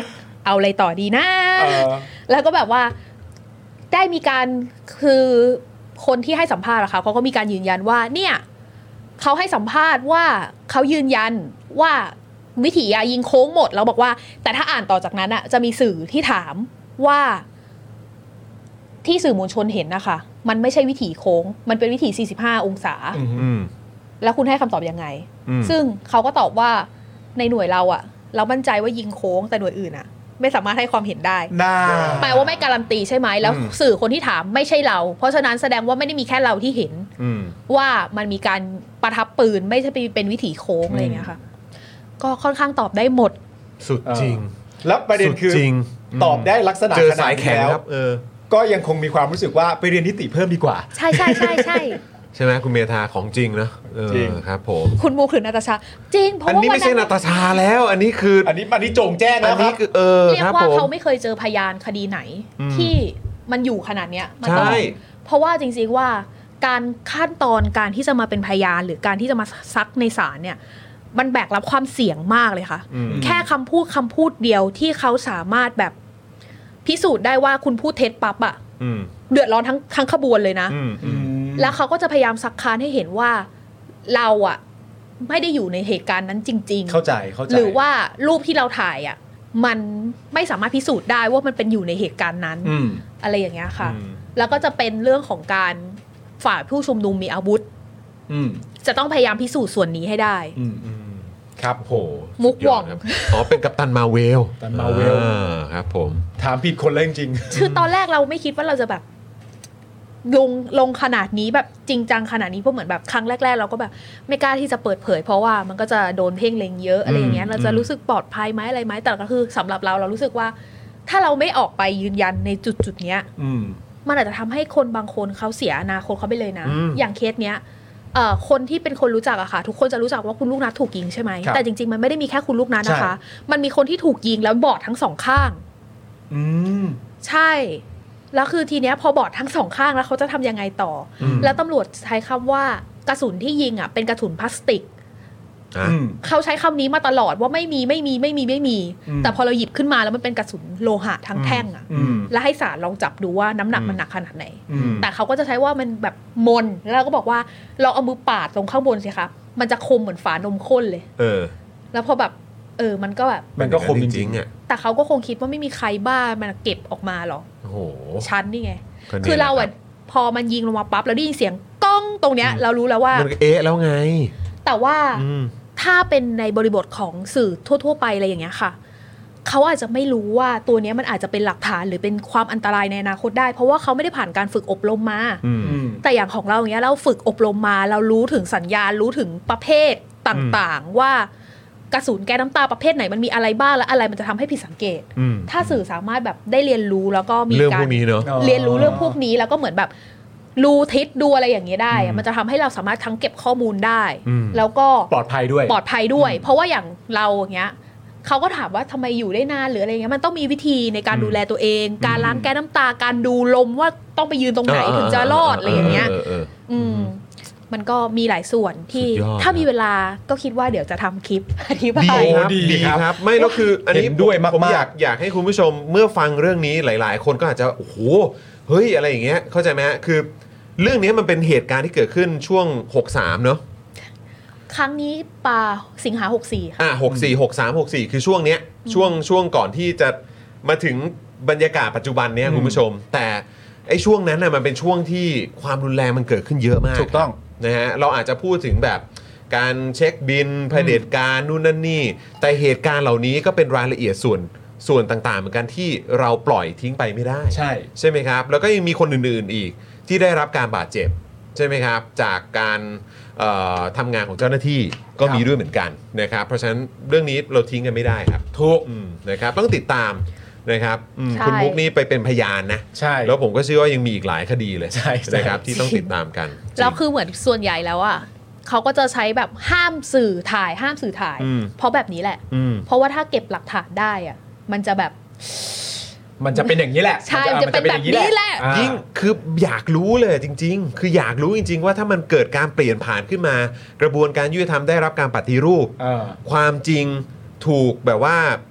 เอาอะไรต่อดีนะเออแล้วก็แบบว่าได้มีการคือคนที่ให้สัมภาษณ์อะค่ะเขาก็มีการยืนยันว่าเนี่ยเขาให้สัมภาษณ์ว่าเขายืนยันว่าวิถีอะยิงโค้งหมดแล้วบอกว่าแต่ถ้าอ่านต่อจากนั้นอะจะมีสื่อที่ถามว่าที่สื่อมวลชนเห็นนะคะมันไม่ใช่วิถีโค้งมันเป็นวิถีสี่สิบห้าองศาอืมแล้วคุณให้คำตอบยังไงอืมซึ่งเขาก็ตอบว่าในหน่วยเราอะเรามั่นใจว่ายิงโค้งแต่หน่วยอื่นอะไม่สามารถให้ความเห็นได้น่าแปลว่าไม่การันตีใช่ไหมแล้วอืมสื่อคนที่ถามไม่ใช่เรา เพราะฉะนั้นแสดงว่าไม่ได้มีแค่เราที่เห็นอืมว่ามันมีการประทับปืนไม่ใช่เป็นวิถีโค้งอะไรอย่างเงี้ยค่ะ ก็ค่อนข้างตอบได้หมดสุดจริงแล้วประเด็นคือสุดจริงตอบได้ลักษณะเจอขนาสาดยนี้แข็งแล้วครับเออก็ยังคงมีความรู้สึกว่าไปเรียนนิติเพิ่มดีกว่าใช่ใช่ใช่ใช่ใช่ไหมคุณเมธาของจริงเนอะเออจริงครับผมคุณมูหรือนาตาชาจริงเพราะอันว่านี้วัไม่นใช่นั้นาน ตาชาแล้ว อันนี้คืออันนี้อันนี้โจงแจ้งอัแล้นวคนี้รับคือเออเรียครักบว่าผมเขาไม่เคยเจอพยานคดีไหนอืมที่มันอยู่ขนาดเนี้ยมันต้องใช่เพราะว่าจริงๆว่าการขั้นตอนการที่จะมาเป็นพยานหรือการที่จะมาซักในศาลเนี่ยมันแบกรับความเสี่ยงมากเลยค่ะอืมแค่คำพูดคำพูดเดียวที่เขาสามารถแบบพิสูจน์ได้ว่าคุณพูดเท็จปั๊บอะอืมเดือดร้อนทั้งทั้งขบวนเลยนะอืมอืมแล้วเขาก็จะพยายามซักค้านให้เห็นว่าเราอะไม่ได้อยู่ในเหตุการณ์นั้นจริง ๆเข้าใจเข้าใจหรือว่ารูปที่เราถ่ายอะมันไม่สามารถพิสูจน์ได้ว่ามันเป็นอยู่ในเหตุการณ์นั้นอืมอะไรอย่างเงี้ยค่ะอืมแล้วก็จะเป็นเรื่องของการฝ่ายผู้ชุมนุมมีอาวุธอืมจะต้องพยายามพิสูจน์ส่วนนี้ให้ได้อืมอืมครับโหมุกหว่องสุดยดครับอ๋อเป็นกัปตันมาเวลกัปตันมาเวลอ่าครับผมถามผิดคนแล้วจริงคือตอนแรกเราไม่คิดว่าเราจะแบบลงลงขนาดนี้แบบจริงจังขนาดนี้เพราะเหมือนแบบครั้งแรกๆเราก็แบบไม่กล้าที่จะเปิดเผย เพราะว่ามันก็จะโดนเพ่งเล็งเยอะอะไรอย่างเงี้ยเราจะรู้สึกปลอดภัยไหมอะไรไหมแต่ก็คือสำหรับเราเรารู้สึกว่า ถ้าเราไม่ออกไปยืนยันในจุดจุดๆเนี้ยๆ อืมมันอาจจะทำให้คนบางคนเขาเสียอนาคตเขาไปเลยนะอืมอย่างเคสเนี้ยเอ่อคนที่เป็นคนรู้จักอะค่ะ ทุกคนจะรู้จักว่าคุณลูกนัดถูกยิงใช่ไหมครับแต่จริงๆมันไม่ได้มีแค่คุณลูกนัดนะคะใช่มันมีคนที่ถูกยิงแล้วบอดทั้งสองข้างอืมใช่ แล้วคือทีเนี้ยพอบอดทั้งสองข้างแล้วเขาจะทำยังไงต่ออมแล้วตำรวจใช้คำว่ากระสุนที่ยิงอะเป็นกระสุนพลาสติกอ่ะอืมเขาใช้คำนี้มาตลอดว่าไม่มีไม่มีไม่มีไม่มีอืมแต่พอเราหยิบขึ้นมาแล้วมันเป็นกระสุนโลหะทั้งแท่งอะอืมแล้วให้ศาลลองจับดูว่าน้ำหนักอืมมันหนักขนาดไหนอืมแต่เขาก็จะใช้ว่ามันแบบมน แล้วเราก็บอกว่าเราเอามือปาดตรงข้างบนสิครับ มันจะคมเหมือนฝานมข้นเลยเออแล้วพอแบบ เออ มันก็แบบมันก็คมจริงๆอ่ะแต่เขาก็คงคิดว่าไม่มีใครบ้ามันเก็บออกมาหรอกโอ้โหชั้นนี่ไงก็นี่คือเราแหละอะพอมันยิงลงมาปั๊บเราได้ยินเสียงก้องตรงเนี้ย เรารู้แล้วว่ามันก็เอ๊ะแล้วไงแต่ว่าอืมถ้าเป็นในบริบทของสื่อทั่ว ๆ ไปอะไรอย่างเงี้ยค่ะ เขาอาจจะไม่รู้ว่าตัวเนี้ยมันอาจจะเป็นหลักฐานหรือเป็นความอันตรายในอนาคตได้ เพราะว่าเขาไม่ได้ผ่านการฝึกอบรมมาอืมอืมแต่อย่างของเราอย่างเงี้ยเราฝึกอบรมมาเรารู้ถึงสัญญาณรู้ถึงประเภทต่างๆ ว่ากระสุนแก๊สน้ำตาประเภทไหนมันมีอะไรบ้างและอะไรมันจะทำให้ผิดสังเกตอืมถ้าสื่อสามารถแบบได้เรียนรู้แล้วก็มีเรื่องกาพรวกนี้เนอะอ๋อเรียนรู้เรื่องพวกนี้แล้วก็เหมือนแบบรู้ทิศดูอะไรอย่างเงี้ยได้อือะมมันจะทำให้เราสามารถทั้งเก็บข้อมูลได้อืมแล้วก็ปลอดภัยด้วยปลอดภัยด้วย เพราะว่าอย่างเราอย่างเงี้ยเขาก็ถามว่าทำไมอยู่ได้นานหรืออะไรเงี้ยมันต้องมีวิธีในการดูแลตัวเอง การล้างแก้น้ำตาการดูลมว่าต้องไปยืนตรงไหนถึงจะรอดอะไรอย่างเงี้ยอออออืมมันก็มีหลายส่วนที่สุดยอดถ้ามีเวลาก็คิดว่าเดี๋ยวจะทำคลิป อธิบาดียครับดีดีครับครับ ไม่แล้วคืออันนี้เห็นด้วยผมมากๆอยากอยากให้คุณผู้ชมเมื่อฟังเรื่องนี้หลาย ๆ คนก็อาจจะโอ้โหเฮ้ยอะไรอย่างเงี้ยเข้าใจไหมฮะคือ เรื่องนี้มันเป็นเหตุการณ์ที่เกิดขึ้นช่วงหกสามเนอะครั้งนี้ปาสิงหาหกสี่ค่ะอ่ะหกสี่หกสามหกสี่คือช่วงเนี้ยช่วงช่วงก่อนที่จะมาถึงบรรยากาศปัจจุบันเนี้ยอืมคุณผู้ชม แต่ไอ้ช่วงนั้นน่ะมันเป็นช่วงที่ความรุนแรงมันเกิดขึ้นเยอะมากถูกต้องนะฮะเราอาจจะพูดถึงแบบการเช็คบินเผด็จการนู่นนั่นนี่ แต่เหตุการณ์เหล่านี้ก็เป็นรายละเอียดส่วนส่วนต่างๆเหมือนกันที่เราปล่อยทิ้งไปไม่ได้ใช่ใช่ไหมครับ แล้วก็ยังมีคนอื่นๆอีกที่ได้รับการบาดเจ็บใช่ไหมครับ จากการเอ่อทำงานของเจ้าหน้าที่ก็มีด้วยเหมือนกันนะครับ เพราะฉะนั้นเรื่องนี้เราทิ้งกันไม่ได้ครับทุกอืมนะครับต้องติดตามนะครับอืมใช่คุณมุกนี่ไปเป็นพยานนะใช่แล้วผมก็เชื่อว่ายังมีอีกหลายคดีเลยใช่ใช่นะครับที่ต้องติดตามกันแล้วคือเหมือนส่วนใหญ่แล้วอ่ะเขาก็จะใช้แบบห้ามสื่อถ่ายห้ามสื่อถ่ายอืมเพราะแบบนี้แหละอืมเพราะว่าถ้าเก็บหลักฐานได้อ่ะมันจะแบบมันจะเป็นอย่างนี้แหละใช่มันจะเป็นแบบนี้แหละอ่ายิ่งคืออยากรู้เลยจริง ๆ คืออยากรู้จริง ๆ ว่าถ้ามันเกิดการเปลี่ยนผ่านขึ้นมา กระบวนการยุติธรรมได้รับการปฏิรูปเออความจริงถูกแบบว่า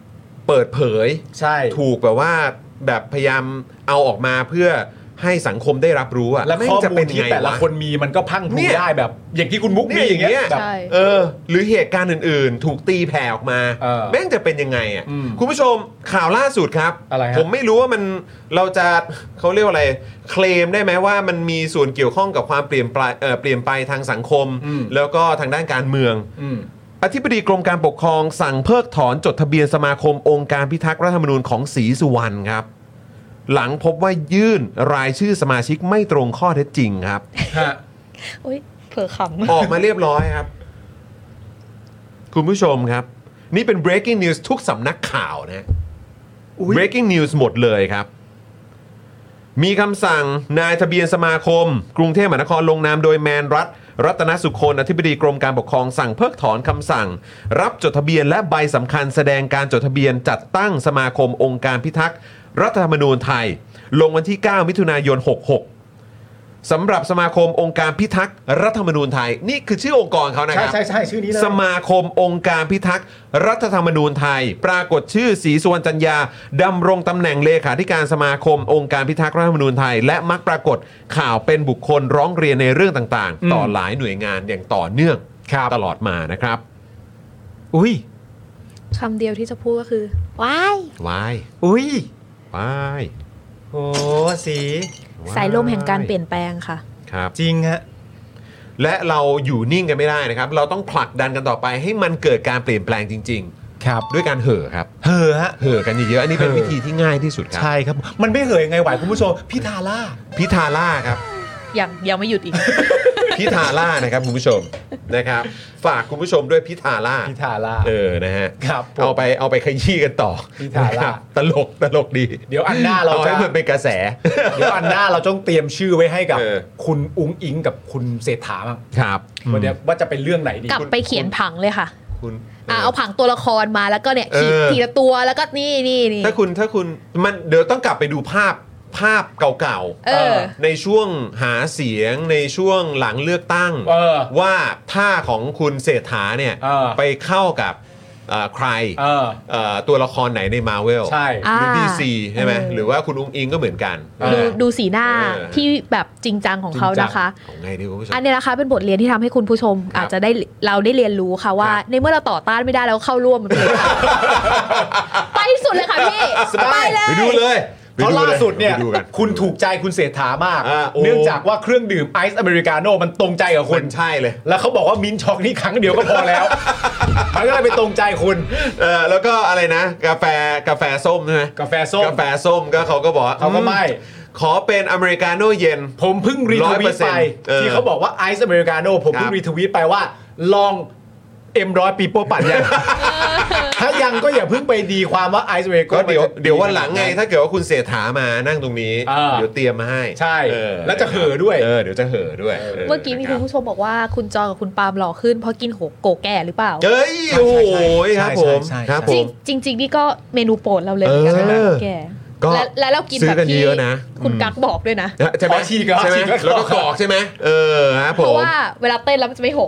เปิดเผยใช่ถูกแบบว่าแบบพยายามเอาออกมาเพื่อให้สังคมได้รับรู้อะและม่งข้อจะมูเป็ลนที่ไงแต่ละวะคนมีมันก็พรังพรูเนี่ยได้แบบ อย่างที่คุณมุกเนี่มียอย่างเงี้อย่างเงี้ยยแบบใช่เออหรือเหตุการณ์อื่นๆ ถูกตีแผ่ออกมาเออแม่งจะเป็นยังไงอ่ะอืมคุณผู้ชมข่าวล่าสุดครับอะไรฮะผมไม่รู้ว่ามันเราจะเขาเรียกว่าอะไรเคลมได้ไหมว่ามันมีส่วนเกี่ยวข้องกับความเปลี่ยนไปเอ่อเปลี่ยนไปทางสังคม แล้วก็ทางด้านการเมืองอืมอธิบดีกรมการปกครองสั่งเพิกถอนจดทะเบียนสมาคมองค์การพิทักษ์รัฐธรรมนูญของศรีสุวรรณครับหลังพบว่ายื่นรายชื่อสมาชิกไม่ตรงข้อเท็จจริงครับฮะอุ้ยเผลอขำออกมาเรียบร้อยครับ คุณผู้ชมครับ นี่เป็น breaking news ทุกสำนักข่าวนะ breaking news หมดเลยครับ มีคำสั่งนายทะเบียนสมาคม กรุงเทพมหานครลงนามโดยแมนรัฐรัตนสุคนอธิบดีกรมการปกครองสั่งเพิกถอนคำสั่ง รับจดทะเบียนและใบสำคัญแสดงการจดทะเบียนจัดตั้งสมาคมองค์การพิทักษ์รัฐธรรมนูญไทย ลงวันที่ เก้า มิถุนายน หกหกสำหรับสมาคมองค์การพิทักษ์รัฐธรรมนูญไทยนี่คือชื่อองค์กรเขานะคใช่รับใช่ใช่ชื่อนี้เลยสมาคมองค์การพิทักษ์รัฐธรรมนูญไทย ปรากฏชื่อศรีสุวรรณจันยาดำรงตำแหน่งเลขาธิการสมาคมองค์การพิทักษ์รัฐธรรมนูญไทยและมักปรากฏข่าวเป็นบุคคลร้องเรียนในเรื่องต่างๆ ต่อหลายหน่วยงานอย่างต่อเนื่องตลอดมานะครับอุ้ยคำเดียวที่จะพูดก็คือว้ายวายอุ้ยวายโอ้สีสายลมแห่งการเปลี่ยนแปลงค่ะครับจริงฮะและเราอยู่นิ่งกันไม่ได้นะครับ เราต้องผลักดันกันต่อไปให้มันเกิดการเปลี่ยนแปลงจริงครับๆ ด้วยการเห่อครับเห่อฮะเห่อกันเยอะๆอันนี้เป็นเห่อวิธีที่ง่ายที่สุดครับใช่ครับ มันไม่เห่อยังไงไหวคุณผู้ชมพี่ทาร่าพิธาล่าครับยังยังไม่หยุดอีกพิธาล่านะครับคุณผู้ชมนะครับฝากคุณผู้ชมด้วยพิธาล่าพี่ทาร่าเออนะฮะครับผมเอาไปเอาไปขยี้กันต่อพิธาล่านะครับตลกตลกดีเดี๋ยวอันหน้าเราเอาจะให้มันเป็นกระแสเดี๋ยวอันหน้าเราต้องเตรียมชื่อไว้ให้กับเออคุณอุ้งอิงกับคุณเศรษฐาบ้างครับว่าเดี๋ยวว่าจะเป็นเรื่องไหนดีกลับไปเขียนผังเลยค่ะคุณอ่ะเอาผังตัวละครมาแล้วก็เนี่ยขีดเออทีละตัวแล้วก็นี่นี่นี่ถ้าคุณถ้าคุณมันเดี๋ยวต้องกลับไปดูภาพภาพเก่าเออๆในช่วงหาเสียงในช่วงหลังเลือกตั้งเออว่าท่าของคุณเศรษฐาเนี่ยเออไปเข้ากับเอ่อใครเออเอ่อตัวละครไหนใน Marvel ใช่หรืออ่าดี ซี ใช่ไหมเออหรือว่าคุณอุ้งอิงก็เหมือนกันดูดูสีหน้าเออที่แบบจริงจังของเขานะคะของไงดีคุณผู้ชมอันนี้นะคะเป็นบทเรียนที่ทำให้คุณผู้ชมครับอาจจะได้เราได้เรียนรู้ค่ะว่าครับในเมื่อเราต่อต้านไม่ได้แล้วเข้าร่วมมันไปเลยค่ะ ไปที่สุดเลยค่ะพี่สบายไปเลยไปดูเลยเพราะล่าสุดเนี่ยไปดูกันคุณถูกใจคุณเศรษฐามากอ่าโอ้เนื่องจากว่าเครื่องดื่มไอซ์อเมริกาโน่มันตรงใจกับคคุนณใช่เลยแล้วเขาบอกว่ามิ้นท์ช็อกนี่ครั้งเดียวก็พอแล้ว มันก็เลยไปตรงใจคุณเออแล้วก็อะไรนะ กาแฟกาแฟส้มใช่ไหมกาแฟส้มกาแฟส้มก็เขาก็บอกว่เขาก็ไม่ขอเป็นอเมริกาโน่เย็นผมเพิ่งรีทวีตไปร้อยเปอร์เซ็นต์เออที่เขาบอกว่าไอซ์อเมริกาโน่ผมเพิ่คงรับรีทวีตไปว่า ลองเอ็มร้อยปีโป้ปั่นยัง ถ้ายังก็อย่าเพิ่งไปดีความว่าไอซ์อเมริกาก็โน่เดี๋ยวมันจะเดี๋ยววันหลังไง ถ้าเกิดว่าคุณเศรษฐามานั่งตรงนี้เออเดี๋ยวเตรียมมาให้ใช่เออแล้วจะเห่อด้วยเออเดี๋ยวจะเห่อด้วยเมื่อกี้มีคุณผู้ชมบอกว่าคุณจอกับคุณปาล์มหล่อขึ้นเพราะกินโหโกแก่หรือเปล่าเอ้ยใช่โอ้โหใช่ครับใช่ผมใช่ใช่ครับผจริงมจริงๆนี่ก็เมนูโปรดเราเลยเหมือนกันนะเออแก่ก็และและเรากินซื้แบอบ กันที่เยอะนะคุณอืมกั๊กบอกด้วยนะใช่ไหมขอฉีกเหรอใช่ไหมฉีกแล้วแล้วก็กรอกใช่ไหมเออครับเพผมราะว่าเวลาเต้นแล้วมันจะไม่หก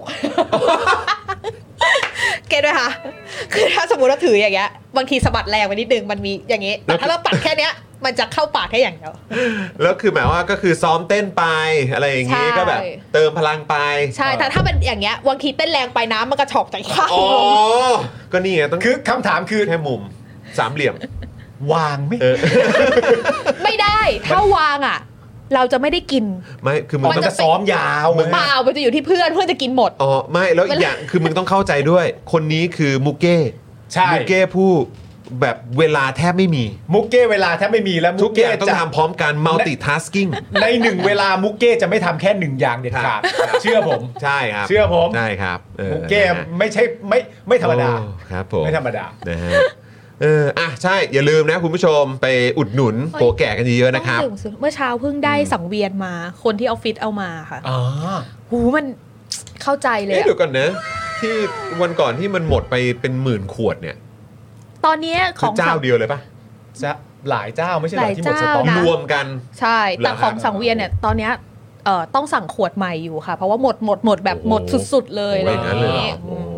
เก็ตด้วยค่ะ คือถ้าสมมติเราถืออย่างเงี้ยบางทีสะบัดแรงไปนิดนึงมันมีอย่างงี้ แต่ถ้าเราปัดแค่เนี้ยมันจะเข้าปากแค่อย่างเดียวแล้วคือหมายว่าก็คือซ้อมเต้นไปอะไรอย่างงี้ใช่ก็แบบเติมพลังไปใช่แต่ถ้าเป็นอย่างเงี้ยบางทีเต้นแรงไปน้ำมันกระชอกใจเข้าอ๋อก็นี่ไงต้องคือคำถามคือแค่มุมสามเหลี่ยมวางไหมเออไม่ได้ถ้าวางอ่ะ เราจะไม่ได้กินไม่คือมึงมันต้องจะซ้อมยาวเปล่ามันจะอยู่ที่เพื่อนเพื่อนจะกินหมดอ๋อไม่แล้วอีกอย่างคือมึงต้องเข้าใจด้วย คนนี้คือมุกเก้ใช่มุกเก้ผู้แบบเวลาแทบไม่มีมุกเก้เวลาแทบไม่มีแล้วทุมุกกอเก้ย่างต้องจะทำพร้อมกัน multitasking ในหนึ่งเวลามุกเก้จะไม่ทำแค่หนึ่งอย่างเด็ดขาดเชื่อผมใช่ครับเชื่อผมใช่ครับออมุกเก้นะฮะไม่ใช่ไม่ไม่ธรรมดาโอ้ครับผมไม่ธรรมดานะฮะเอออ่ะใช่อย่าลืมนะคุณผู้ชมไปอุดหนุนโปแก่กันเยอะๆนะครับต้องดื่มสุดเมื่อเช้าเพิ่งได้สังเวียนมาคนที่ออฟฟิศเอามาค่ะอ๋อหูมันเข้าใจเลยเอ๊ะอะเดี๋ยวก่อนนะที่วันก่อนที่มันหมดไปเป็นหมื่นขวดเนี่ยตอนเนี้ยขคือองเจ้าสังเดียวเลยปะจะหลายเจ้าไม่ใช่เหรหอลายที่หมดสต็อกเจ้านะรวมกันใช่ แต่เหรอของครับสังเวียนเนี่ยตอนเนี้ยเอ่อต้องสั่งขวดใหม่อยู่ค่ะ เพราะว่าหมดหมดหมดแบบหมดสุดๆเลยอะไรโอ้อย ย่างนั้นเลยเหรนี้อโอ้โอเค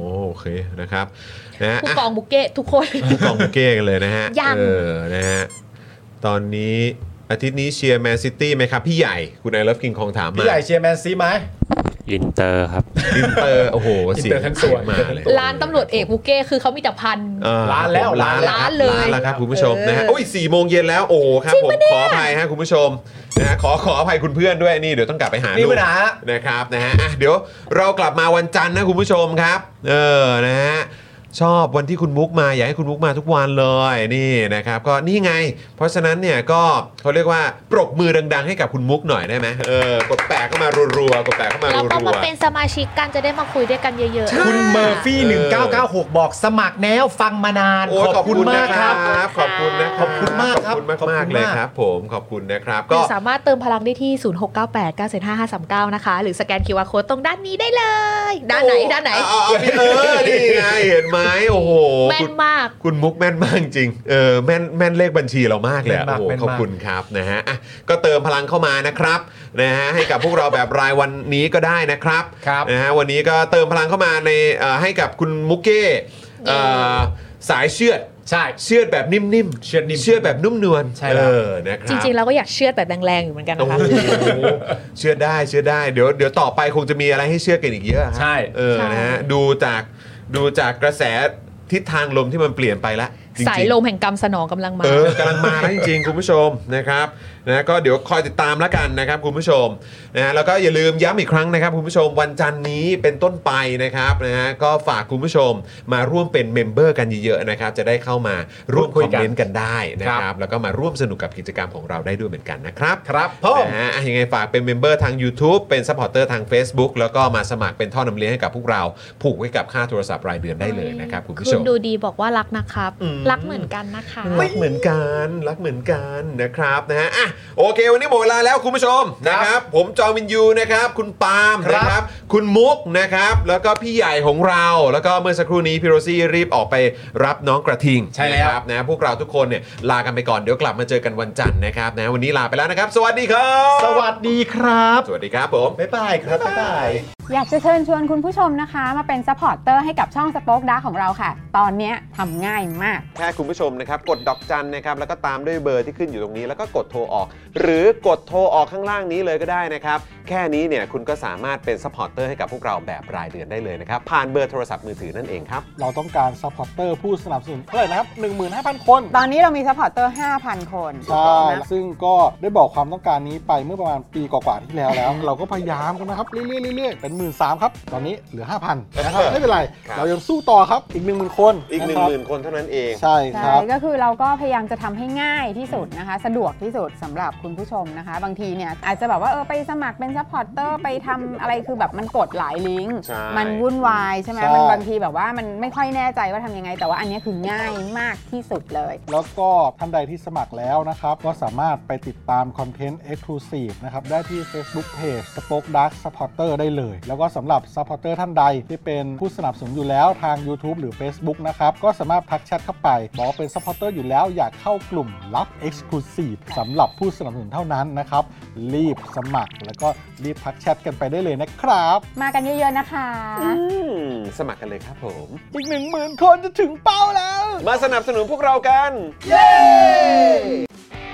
นะครับนะฮะผู้กองบุกเก้ทุกคนผู้กองบุกเก้กันเลยนะฮะยังเออนะฮะตอนนี้อาทิตย์นี้เชียร์แมนซิตี้ไหมครับพี่ใหญ่คุณไอเลิฟกิงคองถามมาพี่ใหญ่เชียร์แมนซีไหมอินเตอร์ครับอินเตอร์โอ้โหอินเสียเตอง ร์ทั้งส่วนมาเลยร้านตำรวจเอกบุกเก้คือเขามีแต่พันเออล้านแล้วล้านล้านเลยล้านแล้วครับคุณผู้ชมเออนะฮะโอ้ยสี่โมงเย็นแล้วโอ้ครับผมขออภัยฮะคุณผู้ชมนะฮะขอขออภัยคุณเพื่อนด้วยนี่เดี๋ยวต้องกลับไปหามีลูกปัญหานะครับนะฮะอ่ะเดี๋ยวเรากลับมาวันจันทร์นะคุณผู้ชมครับเออนะฮะชอบวันที่คุณมุกมาอยากให้คุณมุกมาทุกวันเลยนี่นะครับก็นี่ไง เพราะฉะนั้นเนี่ยก็เขาเรียกว่าปรบมือดังๆให้กับคุณมุกหน่อยได้ไหมเออกดแปะเข้ามารัวๆกดแปะเข้ามาเรารัวๆต้องมาเป็นสมาชิกกันจะได้มาคุยด้วยกันเยอะคุณเมอร์ฟี่หนึ่งเก้าเก้าหกบอกสมัครแล้วฟังมานานโอ้ยขอบคุณมากครับขอบคุณนะขอบคุณมากครับขอบคุณมากมากๆเลยครับผมขอบคุณนะครับๆก็ก็สามารถเติมพลังได้ที่ ศูนย์ หก เก้า แปด เก้า เจ็ด ห้า ห้า สาม เก้า นะคะ หรือสแกน คิว อาร์ Code ตรงด้านนี้ได้เลย ด้านไหน ด้านไหนเอาเอาเอาเออนี่ไงเห็นไหมโอ้โหแม่นมากคุณมุกแม่นมากจริงเออแม่นแม่นเลขบัญชีเรามากเลยแม่นมากโอ้โหแม่นมากขอบคุณครับนะฮะอ่ะก็เติมพลังเข้ามานะครับนะฮะให้กับพวกเราแบบรายวันนี้ก็ได้นะครับครับนะฮะวันนี้ก็เติมพลังเข้ามาในเอ่อให้กับคุณมุกเก้เอ่อสายเชือดใช่เชือดแบบนิ่มๆเชือดนิ่มเชือดแบบนุ่มนวลใช่เอแล้วอนะครับจริง ๆ เราก็อยากเชือดแบบแรงๆ อยู่เหมือนกันโอ้นะคะโหเชื่อได้เชื่อได้เดี๋ยวเดี๋ยวต่อไปคงจะมีอะไรให้เชื่อกันอีกเยอะฮะใช่เออนะฮะดูจากดูจากกระแสทิศทางลมที่มันเปลี่ยนไปแล้วจริงๆสายลมแห่งกรรมสนองกำลังมาเออกำลังมาแล้วจริงๆ คุณผู้ชมนะครับนะก็เดี๋ยวคอยติดตามแล้วกันนะครับคุณผู้ชมนะฮะแล้วก็อย่าลืมย้ำอีกครั้งนะครับคุณผู้ชมวันจันทร์นี้เป็นต้นไปนะครับนะฮะก็ฝากคุณผู้ชมมาร่วมเป็นเมมเบอร์กันเยอะๆนะครับจะได้เข้ามาร่วมคุคยอมกันเมนต์กันได้นะคครัรับบ แล้วก็มาร่วมสนุกกับกิจกรรมของเราได้ด้วยเหมือนกันนะครับครับผมนะฮะอ่ะยังไงฝากเป็นเมมเบอร์ทาง YouTube เป็นซัพพอร์เตอร์ทาง Facebook แล้วก็มาสมัครเป็นท่อนำเลี้ยงให้กับพวกเราผูกไว้กับค่าโทรศัพท์รายเดือนได้เลยนะครับคุณผู้ชคุณมดูดีบอกว่ารักนะครับอืมรักเหมือนกันนะคะรักเหมือนกันรักเหมือนกันนะครับนะฮะอ่ะโอเค วันนี้หมดเวลาแล้วคุณผู้ชมนะครับผมจอมินยูนะครับคุณปาล์มครับนะครับคุณมุกนะครับแล้วก็พี่ใหญ่ของเราแล้วก็เมื่อสักครู่นี้พี่โรซี่รีบออกไปรับน้องกระทิงใช่แล้วนะครับนะพวกเราทุกคนเนี่ยลากันไปก่อนเดี๋ยวกลับมาเจอกันวันจันทร์นะครับนะวันนี้ลาไปแล้วนะครับ สวัสดีครับสวัสดีครับสวัสดีครับผมบ๊ายบายครับบ๊ายบายอยากจะเชิญชวนคุณผู้ชมนะคะ มาเป็นซัพพอร์ตเตอร์ให้กับช่องสป็อคดาร์กของเราค่ะ ตอนเนี้ยทำง่ายมากแค่คุณผู้ชมนะครับกดดอกจันนะครับแล้วก็ตามด้วยเบอร์ที่ขึ้นอยู่ตรงนี้แล้วก็กดโทรออก หรือกดโทรออกข้างล่างนี้เลยก็ได้นะครับแค่นี้เนี่ยคุณก็สามารถเป็นซัพพอร์ตเตอร์ให้กับพวกเราแบบรายเดือนได้เลยนะครับผ่านเบอร์โทรศัพท์มือถือนั่นเองครับเราต้องการซัพพอร์เตอร์ผู้สนับสนุนเท่าไหร่นะครับ หนึ่งหมื่นห้าพัน คนตอนนี้เรามีซัพพอร์ตเตอร์ ห้าพัน คนใช่นะซึ่งก็ได้บอกความต้องการนี้ไปเมื่อประมาณปีกว่าๆที่แล้วแล้ว เราก็พยายามกันนะครับเรื่อยๆเรื่อยๆเป็น หนึ่งหมื่นสามพัน ครับ ตอนนี้เหลือ ห้าพัน นะครับ ไม่เป็นไรครับเรายังสู้ต่อครับอีก หนึ่งหมื่น คนอีก 1 ะครับ 0,000 คนเท่านั้นเองใช่คใช่รับก็คือเราก็พยายามจะทำให้ง่ายที่สุดนะคะ สะดวกที่สุดสำหรับคุณผู้ชมนะคะ บางทีเนี่ยอาจจะแบบว่าเออไปสมัครเป็นซัพพอร์ตเตอร์ไปทำอะไรคือแบบมันกดหลายลิงก์ใช่มันวุ่นวายใช่ไหมใช่มันบางทีแบบว่ามันไม่ค่อยแน่ใจว่าทำยังไง แต่ว่าอันนี้คือง่ายมากที่สุดเลยแล้วก็ท่านใดที่สมัครแล้วนะครับ ก็สามารถไปติดตามคอนเทนต์ Exclusive นะครับ ได้ที่ Facebook Page Spoke Dark Supporter ได้เลย แล้วก็สำหรับ Supporter ท่านใดที่เป็นผู้สนับสนุนอยู่แล้วทาง YouTube หรือ Facebook นะครับ ก็สามารถทักแชทเข้าไปบอกว่าเป็น Supporter อยู่แล้วอยากเข้ากลุ่มลับ Exclusive สำหรับผู้สนับสนุนเท่านั้นนะครับ รีบสมัครแล้วก็รีบทักแชทกันไปได้เลยนะครับมากันเยอะๆนะคะอืมสมัครกันเลยครับผมอีก หนึ่งหมื่น คนจะถึงเป้าแล้วมาสนับสนุนพวกเรากันเย้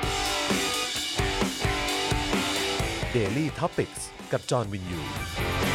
Daily Topics กับจอห์นวินยู